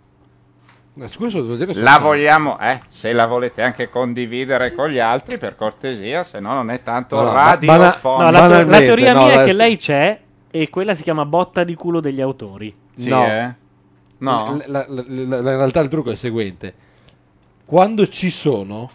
La vogliamo, se la volete anche condividere con gli altri, per cortesia, se no non è tanto radiofonico. No, la teoria mia è che lei c'è e quella si chiama botta di culo degli autori. Sì, no. No. In realtà il trucco è il seguente. Quando ci sono,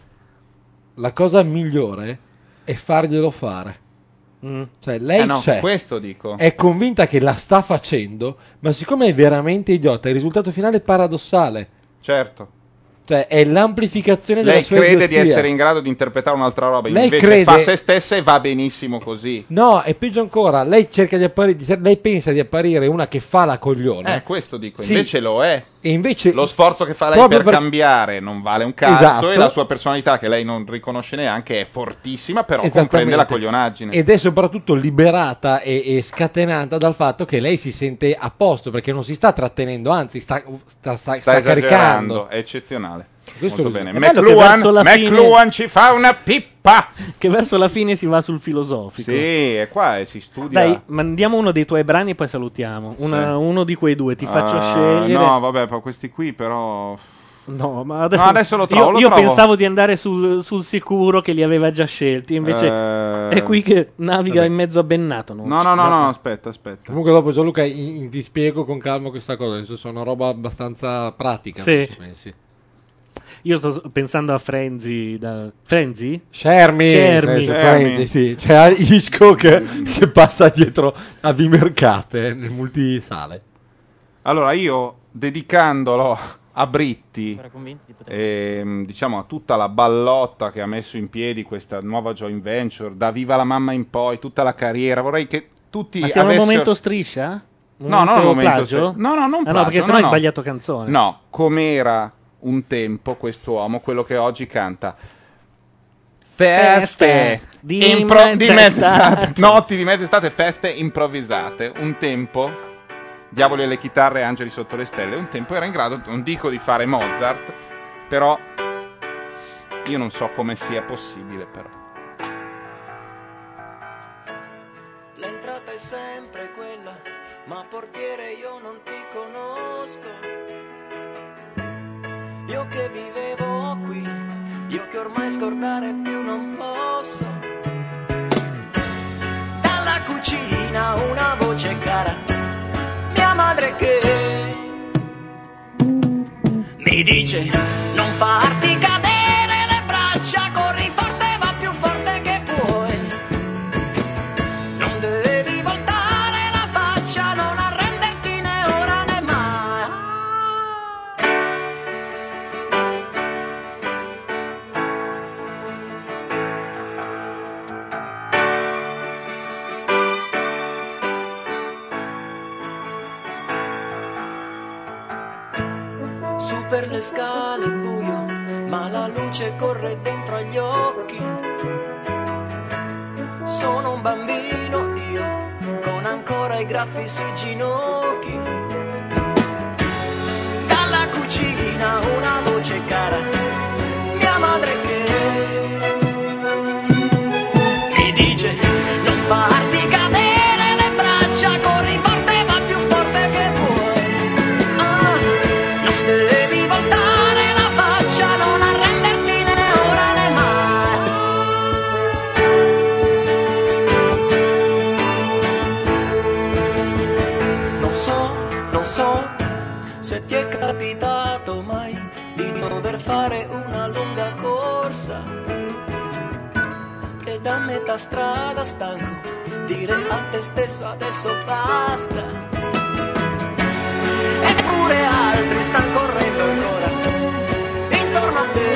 la cosa migliore è farglielo fare. Cioè lei c'è, questo dico. è convinta che la sta facendo, ma siccome è veramente idiota, il risultato finale è paradossale. Certo. Cioè è l'amplificazione della Lei sua crede idiozia. di essere in grado di interpretare un'altra roba, Lei invece crede- fa se stessa e va benissimo così. No, è peggio ancora, lei cerca di apparire, lei pensa di apparire una che fa la coglione. Questo dico, Sì. invece lo è. E invece Lo sforzo che fa lei proprio per cambiare non vale un cazzo, Esatto. e la sua personalità, che lei non riconosce neanche, è fortissima, però Esattamente. comprende la coglionaggine. Ed è soprattutto liberata e scatenata dal fatto che lei si sente a posto, perché non si sta trattenendo, anzi sta Esagerando, caricando. è eccezionale. Questo Molto bene. È bello che verso la fine- McLuhan ci fa una pippa. Che verso la fine si va sul filosofico. Sì, è qua e si studia. Dai, mandiamo uno dei tuoi brani e poi salutiamo. Uno di quei due, ti faccio scegliere. No, vabbè, poi questi qui però... No, ma No, adesso lo trovo. Io pensavo di andare sul sicuro, che li aveva già scelti. Invece è qui che naviga in mezzo a Bennato. No, aspetta. Comunque dopo Gianluca ti spiego con calma questa cosa, nel senso è una roba abbastanza pratica. Sì. se ci pensi. Io sto pensando a Frenzy. Frenzy? Shermy, Friends, sì. C'è Hitchcock che passa dietro a Vimercate nel multisale. Allora, io, dedicandolo a Britti, diciamo a tutta la ballotta che ha messo in piedi questa nuova joint venture, da Viva la Mamma in poi, tutta la carriera, vorrei che tutti Ma siamo al avessero... momento striscia? No, non al momento plagio? No, non plagio, no, perché sennò hai sbagliato canzone. No, com'era un tempo quest'uomo, quello che oggi canta feste di mezz'estate. notti di mezz'estate, feste improvvisate. Un tempo, diavoli alle chitarre, angeli sotto le stelle, un tempo era in grado, non dico di fare Mozart, però io non so come sia possibile, però. L'entrata è sempre quella, ma portiere io non ti conosco. Io che vivevo qui, io che ormai scordare più non posso. Dalla cucina una voce cara, mia madre che mi dice non farti cadere le braccia, corri forte, va più forte che puoi. Non devi voltare la faccia, non arrenderti né ora né mai. Su per le scale è buio, ma la luce corre dentro agli occhi. Sono un bambino io, con ancora i graffi sui ginocchi. Dalla cucina una voce cara, mia madre che mi dice non farti cadere le braccia, corri forte, va più forte che puoi. Non devi voltare la faccia, non arrenderti né ora né mai. Non so se ti è capitato mai di dover fare una lunga corsa e da metà strada stanco dire a te stesso adesso basta. Eppure altri stanno correndo ancora intorno a te.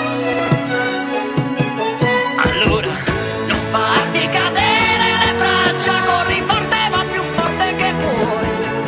Allora non farti cadere le braccia, corri forte, va più forte che puoi.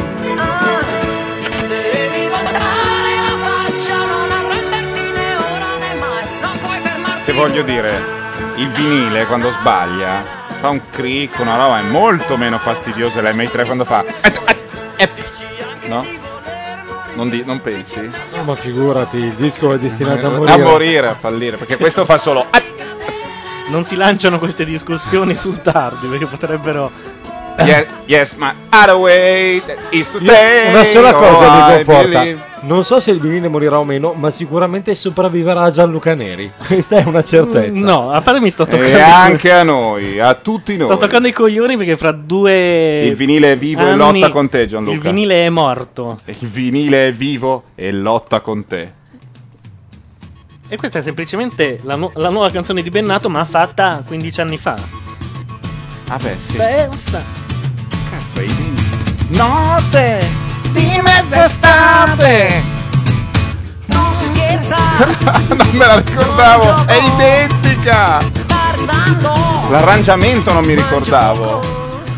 Non devi voltare la faccia, non arrenderti né ora né mai. Non puoi fermarti. Che voglio dire, il vinile quando sbaglia fa un crick, una roba, è molto meno fastidiosa l'M3 quando fa no? Non pensi? No, ma figurati, il disco è destinato A morire, a fallire, perché questo fa solo Non si lanciano queste discussioni sul tardi perché potrebbero. Yes, ma other way is to Io stay. una sola cosa mi I conforta. believe. Non so se il vinile morirà o meno, ma sicuramente sopravviverà Gianluca Neri. Questa è una certezza. No, a parte mi sto toccando. E anche a noi, a tutti noi. Sto toccando i coglioni perché fra 2 Il vinile è vivo e anni lotta con te, Gianluca. Il vinile è morto. Il vinile è vivo e lotta con te. E questa è semplicemente la nuova canzone di Bennato, ma fatta 15 anni fa. Ah beh, sì. Basta. Cazzo, i vinili. Notte di mezz'estate. Non si scherza. Non me la ricordavo, è identica. Sta arrivando. L'arrangiamento non mi ricordavo.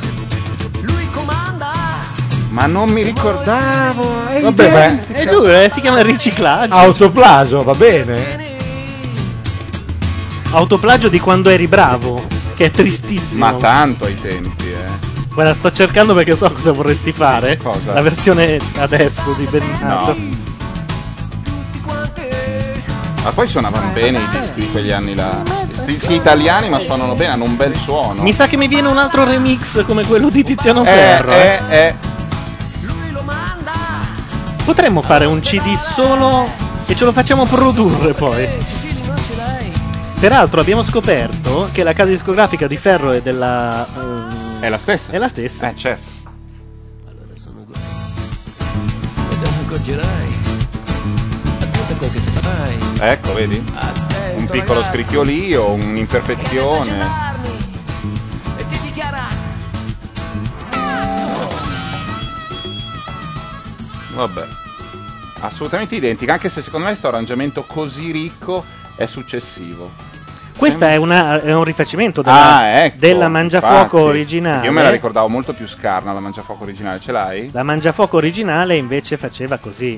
Ma non mi ricordavo. È Vabbè, identica. È giuro, si chiama riciclaggio. Autoplagio, va bene. Autoplagio di quando eri bravo, che è tristissimo. Ma tanto ai tempi, Guarda, sto cercando perché so cosa vorresti fare. Cosa? La versione adesso di Bennato. No. Ma poi suonavano bene i dischi di quegli anni là. I dischi italiani, ma suonano bene, hanno un bel suono. Mi sa che mi viene un altro remix come quello di Tiziano Ferro. Potremmo fare un CD solo e ce lo facciamo produrre poi. Peraltro abbiamo scoperto che la casa discografica di Ferro è della... È la stessa? È la stessa. Certo. Ecco, vedi? Un piccolo scricchiolio, un'imperfezione. Vabbè. Assolutamente identica, anche se secondo me questo arrangiamento così ricco è successivo. Questa è un rifacimento ecco, della Mangiafuoco infatti. originale. Io me la ricordavo molto più scarna, la Mangiafuoco originale, ce l'hai? La Mangiafuoco originale invece faceva così.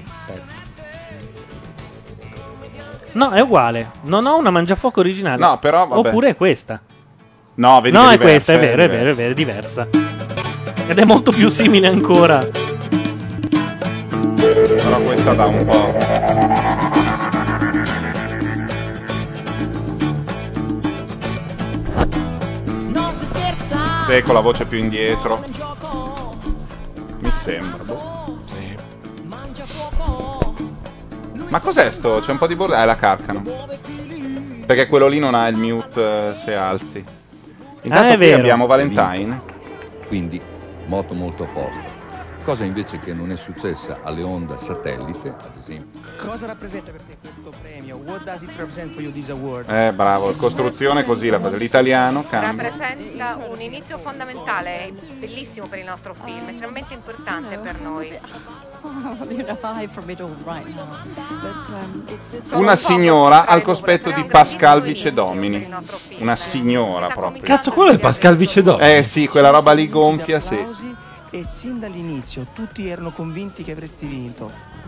No, è uguale. Non ho una Mangiafuoco originale. No, però vabbè. Oppure è questa. No, vedi No, che è questa, è vero, diversa. è diversa. Ed è molto più simile ancora. Però questa dà un po'. Non si scherza. Sì, con la voce più indietro. Mi sembra. Sì. Ma cos'è sto? C'è un po' di bordello. È la Carcano. Perché quello lì non ha il mute se alzi. Intanto è qui vero. abbiamo Valentine. Quindi moto molto opposta. Cosa invece che non è successa alle onde satellite, ad esempio. Cosa rappresenta per te questo premio? What does it represent for you this award? Bravo, costruzione così, l'italiano cambia. Rappresenta un inizio fondamentale, bellissimo per il nostro film, estremamente importante per noi. Una signora al cospetto di Pascal Vicedomini. Una signora proprio. Cazzo, quello è Pascal Vicedomini. Sì, quella roba lì gonfia, sì. E sin dall'inizio tutti erano convinti che avresti vinto.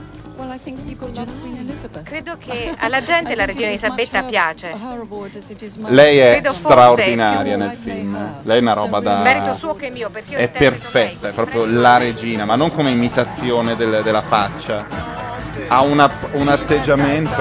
Credo che alla gente la regina Elisabetta piace. Lei è Credo fosse straordinaria più nel film. Lei è una roba da. merito suo che mio, perché io È interpreto perfetta, è proprio la regina, ma non come imitazione della faccia. Ha un atteggiamento.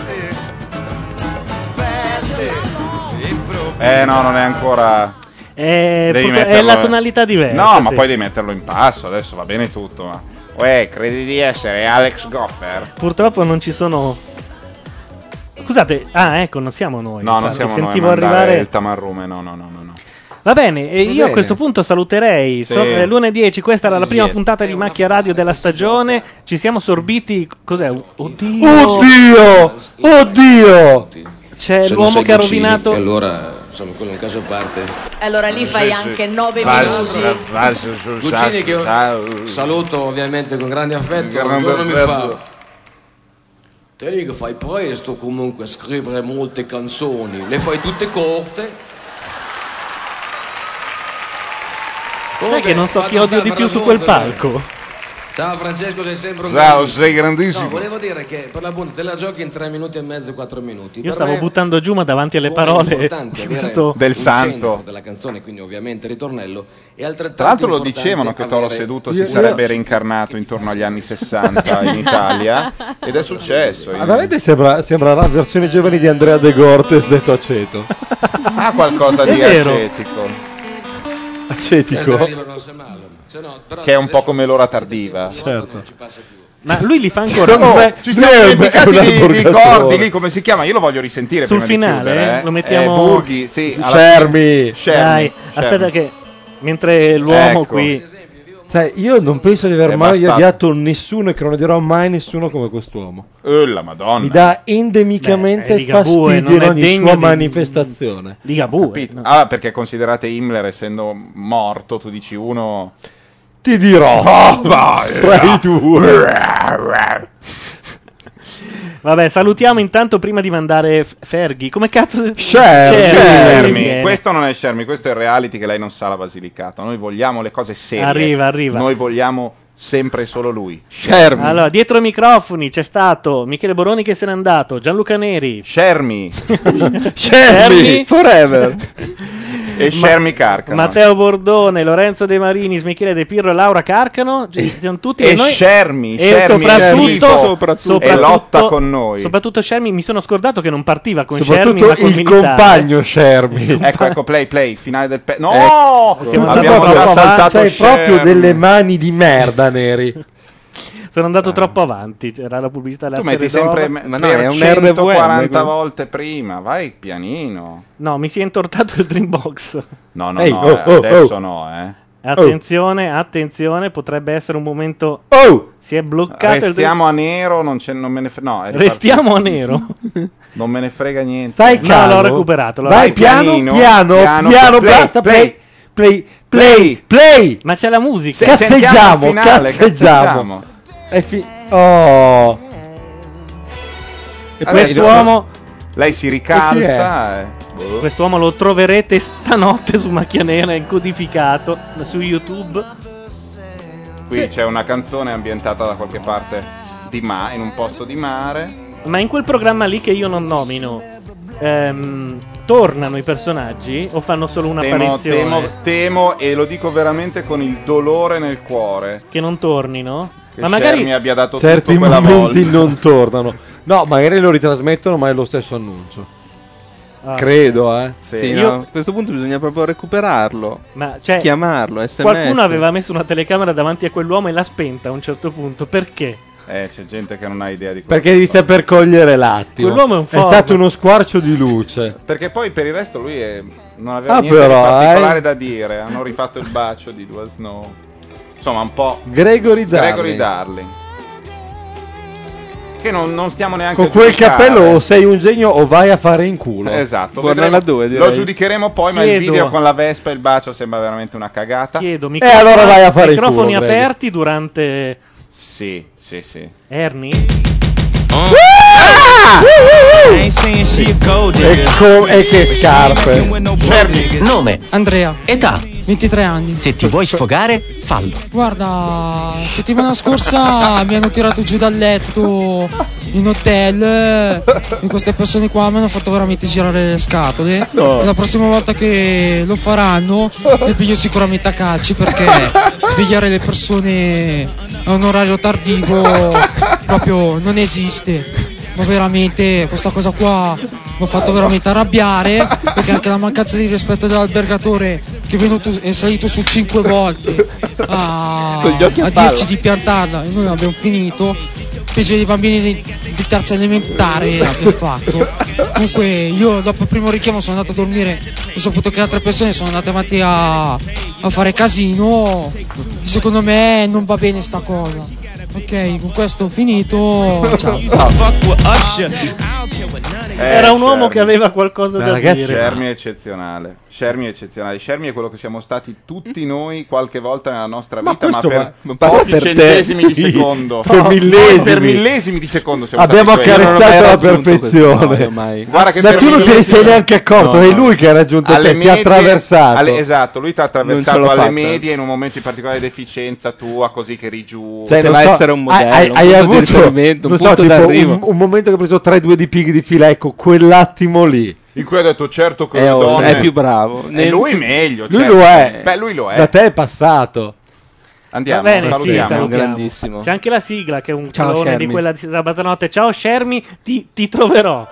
No, non è ancora. Devi È metterlo- la tonalità diversa. No, ma sì. poi devi metterlo in passo, adesso va bene tutto. Ma. Uè, credi di essere Alex Goffer? Purtroppo non ci sono. Scusate, ecco, non siamo noi. No, non infatti, siamo noi a sentivo mandare arrivare. il tamarrume, no. Va bene, e io a bene. questo punto saluterei. Sì. È l'1:10, questa era la prima Yes. puntata di Macchia Radio della stagione. Ci siamo sorbiti. Cos'è? Oddio! Oddio! C'è Se non l'uomo sei che ha Guccini, rovinato. e allora, insomma, quello è un caso a parte. Allora lì fai anche 9 Vai, minuti. Guccini che saluto ovviamente con grande affetto. Un Grande giorno mi affetto. fa: te dico, fai presto comunque a scrivere molte canzoni, le fai tutte corte. Sai che non so chi odio di più su quel palco? Ciao Francesco, sei sempre un Ciao, grandissimo. sei grandissimo. No, volevo dire che per l'appunto te la giochi in 3 minuti e mezzo, 4 minuti. Io Per stavo me buttando giù, ma davanti alle è parole importante di avere questo del un santo centro della canzone, quindi ovviamente il ritornello. E altrettanto Tra l'altro lo importante dicevano che Toro avere- Seduto si sarebbe reincarnato intorno agli anni 60 in Italia ed è successo. Ma veramente sembra la versione giovane di Andrea De Gortes detto aceto. Ha qualcosa È di vero. acetico. non sa male. Se no, però Che è un po' come l'ora tardiva. Certo. Ma lui li fa ancora. Ci siamo dimenticati di Gordi, lì come si chiama? Io lo voglio risentire Sul prima finale di chiudere, lo mettiamo. Burghi, sì, alla Scermi. fine. Dai, aspetta che mentre l'uomo Ecco. qui. Cioè, io non penso di aver È mai bastato. odiato nessuno e che non odierò mai nessuno come quest'uomo. La Madonna. Mi dà endemicamente Beh, Ligabue, fastidio in non è ogni degno sua di- manifestazione. Ligabue. Capito? Ah, perché considerate Himmler essendo morto, tu dici uno. Ti dirò. Traidore. Vabbè, salutiamo intanto prima di mandare Ferghi. Come cazzo? Scermi. Questo non è Scermi, questo è il reality che lei non sa la Basilicata. Noi vogliamo le cose serie. Arriva. Noi vogliamo sempre solo lui. Allora, dietro i microfoni c'è stato Michele Boroni che se n'è andato, Gianluca Neri, Scermi. Scermi Forever. E Scermi Carcano. Matteo Bordone, Lorenzo De Marinis, Michele De Pirro e Laura Carcano. Siamo tutti E con noi. Scermi, E Scermi soprattutto, e lotta con noi. Soprattutto Scermi, mi sono scordato che non partiva con Soprattutto Scermi, ma col il militare. compagno Scermi. Ecco, play, finale del no! Stiamo Abbiamo andando già troppo saltato C'hai proprio Scermi. delle mani di merda, Neri. Sono andato troppo avanti, c'era la pubblicità della Tu metti serie sempre d'oro. ma no, è un 140 volte prima, vai pianino. No, mi si è intortato il Dreambox. No, adesso no, Attenzione, potrebbe essere un momento. Si è bloccato Restiamo a nero, non me ne frega. No, Restiamo a nero. Non me ne frega niente. Stai calmo. No, l'ho recuperato. Vai piano, piano, basta, play. Ma c'è la musica. Cazzeggiamo. E quest'uomo. Lei si ricalza. Quest'uomo lo troverete stanotte su Macchia Nera incodificato su YouTube. Qui c'è una canzone ambientata da qualche parte in un posto di mare. Ma in quel programma lì che io non nomino, tornano i personaggi o fanno solo un'apparizione? Temo, e lo dico veramente con il dolore nel cuore, che non tornino? che Ma magari Scermi abbia dato certi tutto quella momenti volta. non tornano. No, magari lo ritrasmettono, ma è lo stesso annuncio. Credo, Sì, no, a questo punto bisogna proprio recuperarlo. Ma cioè, chiamarlo, SMS. Qualcuno aveva messo una telecamera davanti a quell'uomo e l'ha spenta a un certo punto. Perché? C'è gente che non ha idea di questo. Perché devi saper cogliere l'attimo. Quell'uomo è un È forte. stato uno squarcio di luce. Perché poi per il resto lui non aveva niente però, di particolare da dire. Hanno rifatto il bacio di Dua Snow. Insomma, un po' Gregory Darling. Darling. Che non stiamo neanche Con a quel giudicare. cappello o sei un genio o vai a fare in culo. Esatto, Guarda vedremo. la due, direi. Lo giudicheremo poi, ma il Chiedo. video con la Vespa e il bacio sembra veramente una cagata. Chiedo, allora vai a fare il microfoni culo, Greg. aperti durante Sì. Ernie? E che scarpe. Nome. Andrea. Età. 23 anni. Se ti vuoi sfogare, fallo. Guarda, settimana scorsa mi hanno tirato giù dal letto in hotel e queste persone qua mi hanno fatto veramente girare le scatole. No. E la prossima volta che lo faranno li piglio sicuramente a calci, perché svegliare le persone a un orario tardivo proprio non esiste. Ma veramente questa cosa qua mi ha fatto veramente arrabbiare, perché anche la mancanza di rispetto dell'albergatore che è salito su 5 volte a dirci di piantarla e noi abbiamo finito. Peggio dei bambini di terza elementare abbiamo fatto. Comunque io dopo il primo richiamo sono andato a dormire, ho saputo che altre persone sono andate avanti a fare casino. Secondo me non va bene sta cosa. Ok, con questo ho finito. Ciao. Era un uomo che aveva qualcosa da dire. Shermy è eccezionale. Shermy è quello che siamo stati tutti noi qualche volta nella nostra vita, ma per pochi centesimi di secondo. Per millesimi di secondo siamo abbiamo stati quelli. accarezzato la perfezione. Guarda che Ma tu non te ne sei neanche accorto, è lui che ha raggiunto te, ti ha attraversato. Esatto, lui ti ha attraversato Non ce l'ho alle fatta. medie in un momento di particolare deficienza tua, così che eri giù. Cioè, Poteva essere un modello, hai un punto di avuto riferimento, un non so, punto tipo, d'arrivo. un momento che ha preso 3-2 di pighi di fila, ecco, quell'attimo lì. In cui ha detto certo che È le ovvio, donne... è più bravo. E lui meglio. Lui certo. lo è. Beh, lui lo è. Da te è passato. Andiamo, Va bene, salutiamo. sì, salutiamo. Grandissimo. C'è anche la sigla che è un Ciao, clone di Shermy. quella di sabato notte. Ciao Shermy, ti troverò.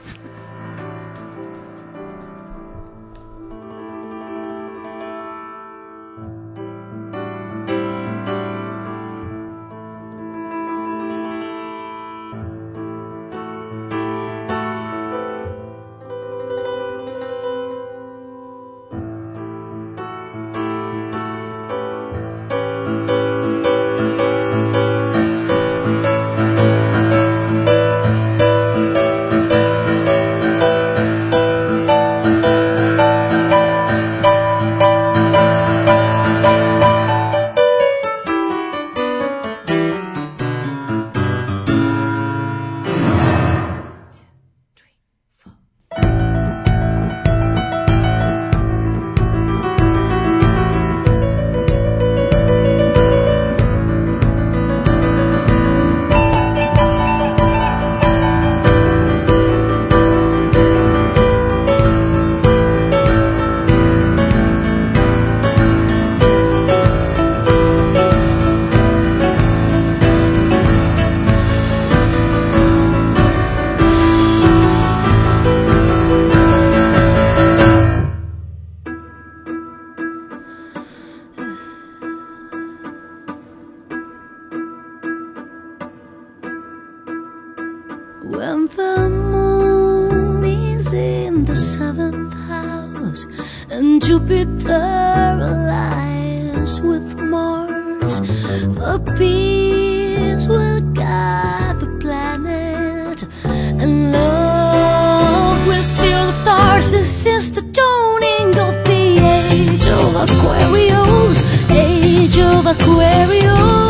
When the moon is in the seventh house and Jupiter aligns with Mars, the bees will guide the planet and love will steal the stars. This is the dawning of the age of Aquarius, age of Aquarius.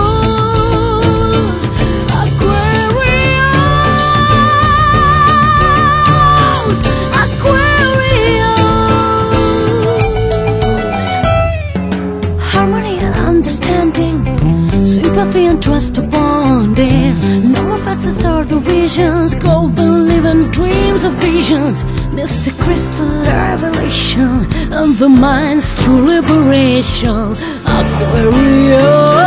Sympathy and trust are bonding. No more fancies or the visions. Golden living dreams of visions. Mystic crystal revelation and the mind's true liberation. Aquarius,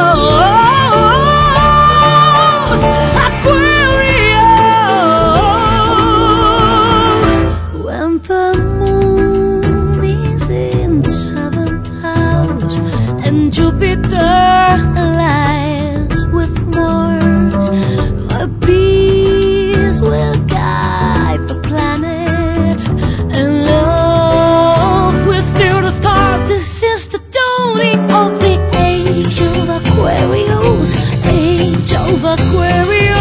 Aquarius. When the moon is in the seventh house and Jupiter aligns with Mars, the bees will guide the planet and love will steer the stars. This is the dawning of the age of Aquarius, age of Aquarius.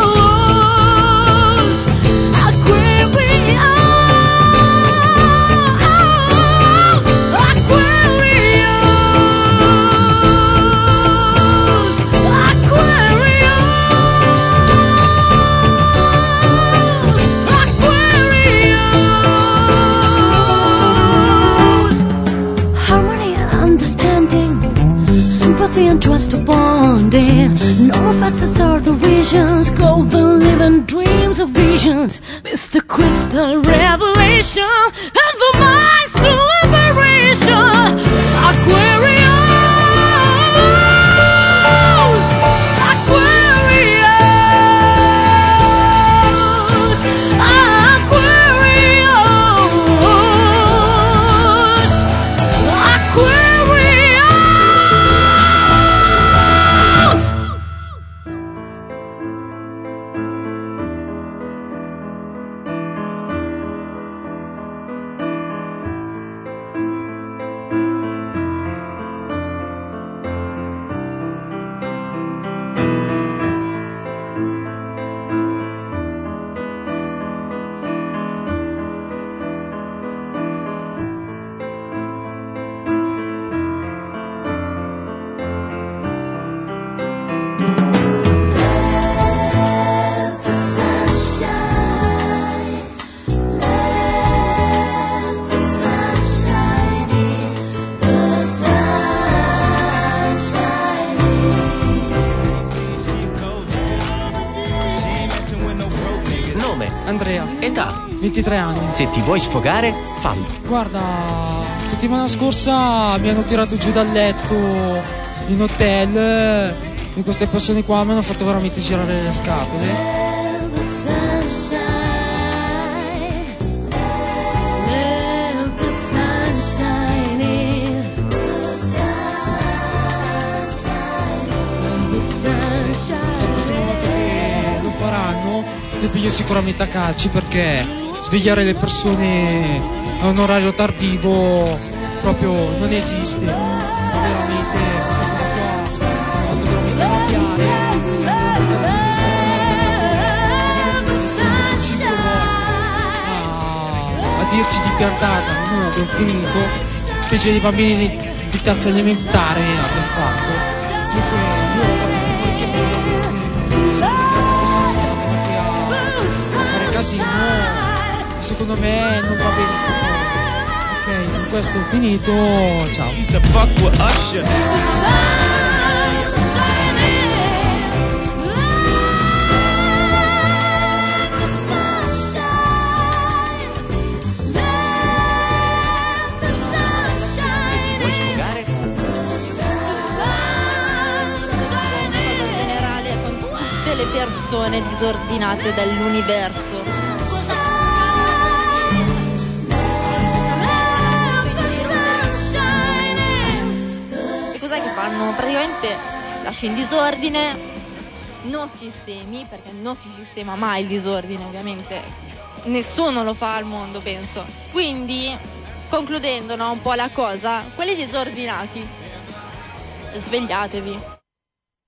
Sympathy and trust are bonding. No more fancies or the visions. Golden living dreams of visions. Mr. Crystal revelation and the mind's true liberation. Aquarius, Aquarius, Aquarius, Aquarius. 23 anni. Se ti vuoi sfogare, fallo. Guarda, settimana scorsa mi hanno tirato giù dal letto in hotel e queste persone qua mi hanno fatto veramente girare le scatole. Le piglio sicuramente a calci, perché svegliare le persone a un orario tardivo proprio non esiste. Veramente questa cosa qua mi ha fatto veramente arrabbiare. Sono 5 a dirci di piantata, noi abbiamo finito, specie dei bambini di terza elementare abbiamo fatto. Dunque io secondo me non va bene sta cosa. Ok, con questo ho finito, ciao. Generale con tutte le persone disordinate dall'universo. Praticamente lasci in disordine, non sistemi, perché non si sistema mai il disordine, ovviamente nessuno lo fa al mondo, penso. Quindi, concludendo, no, un po' la cosa, quelli disordinati, svegliatevi.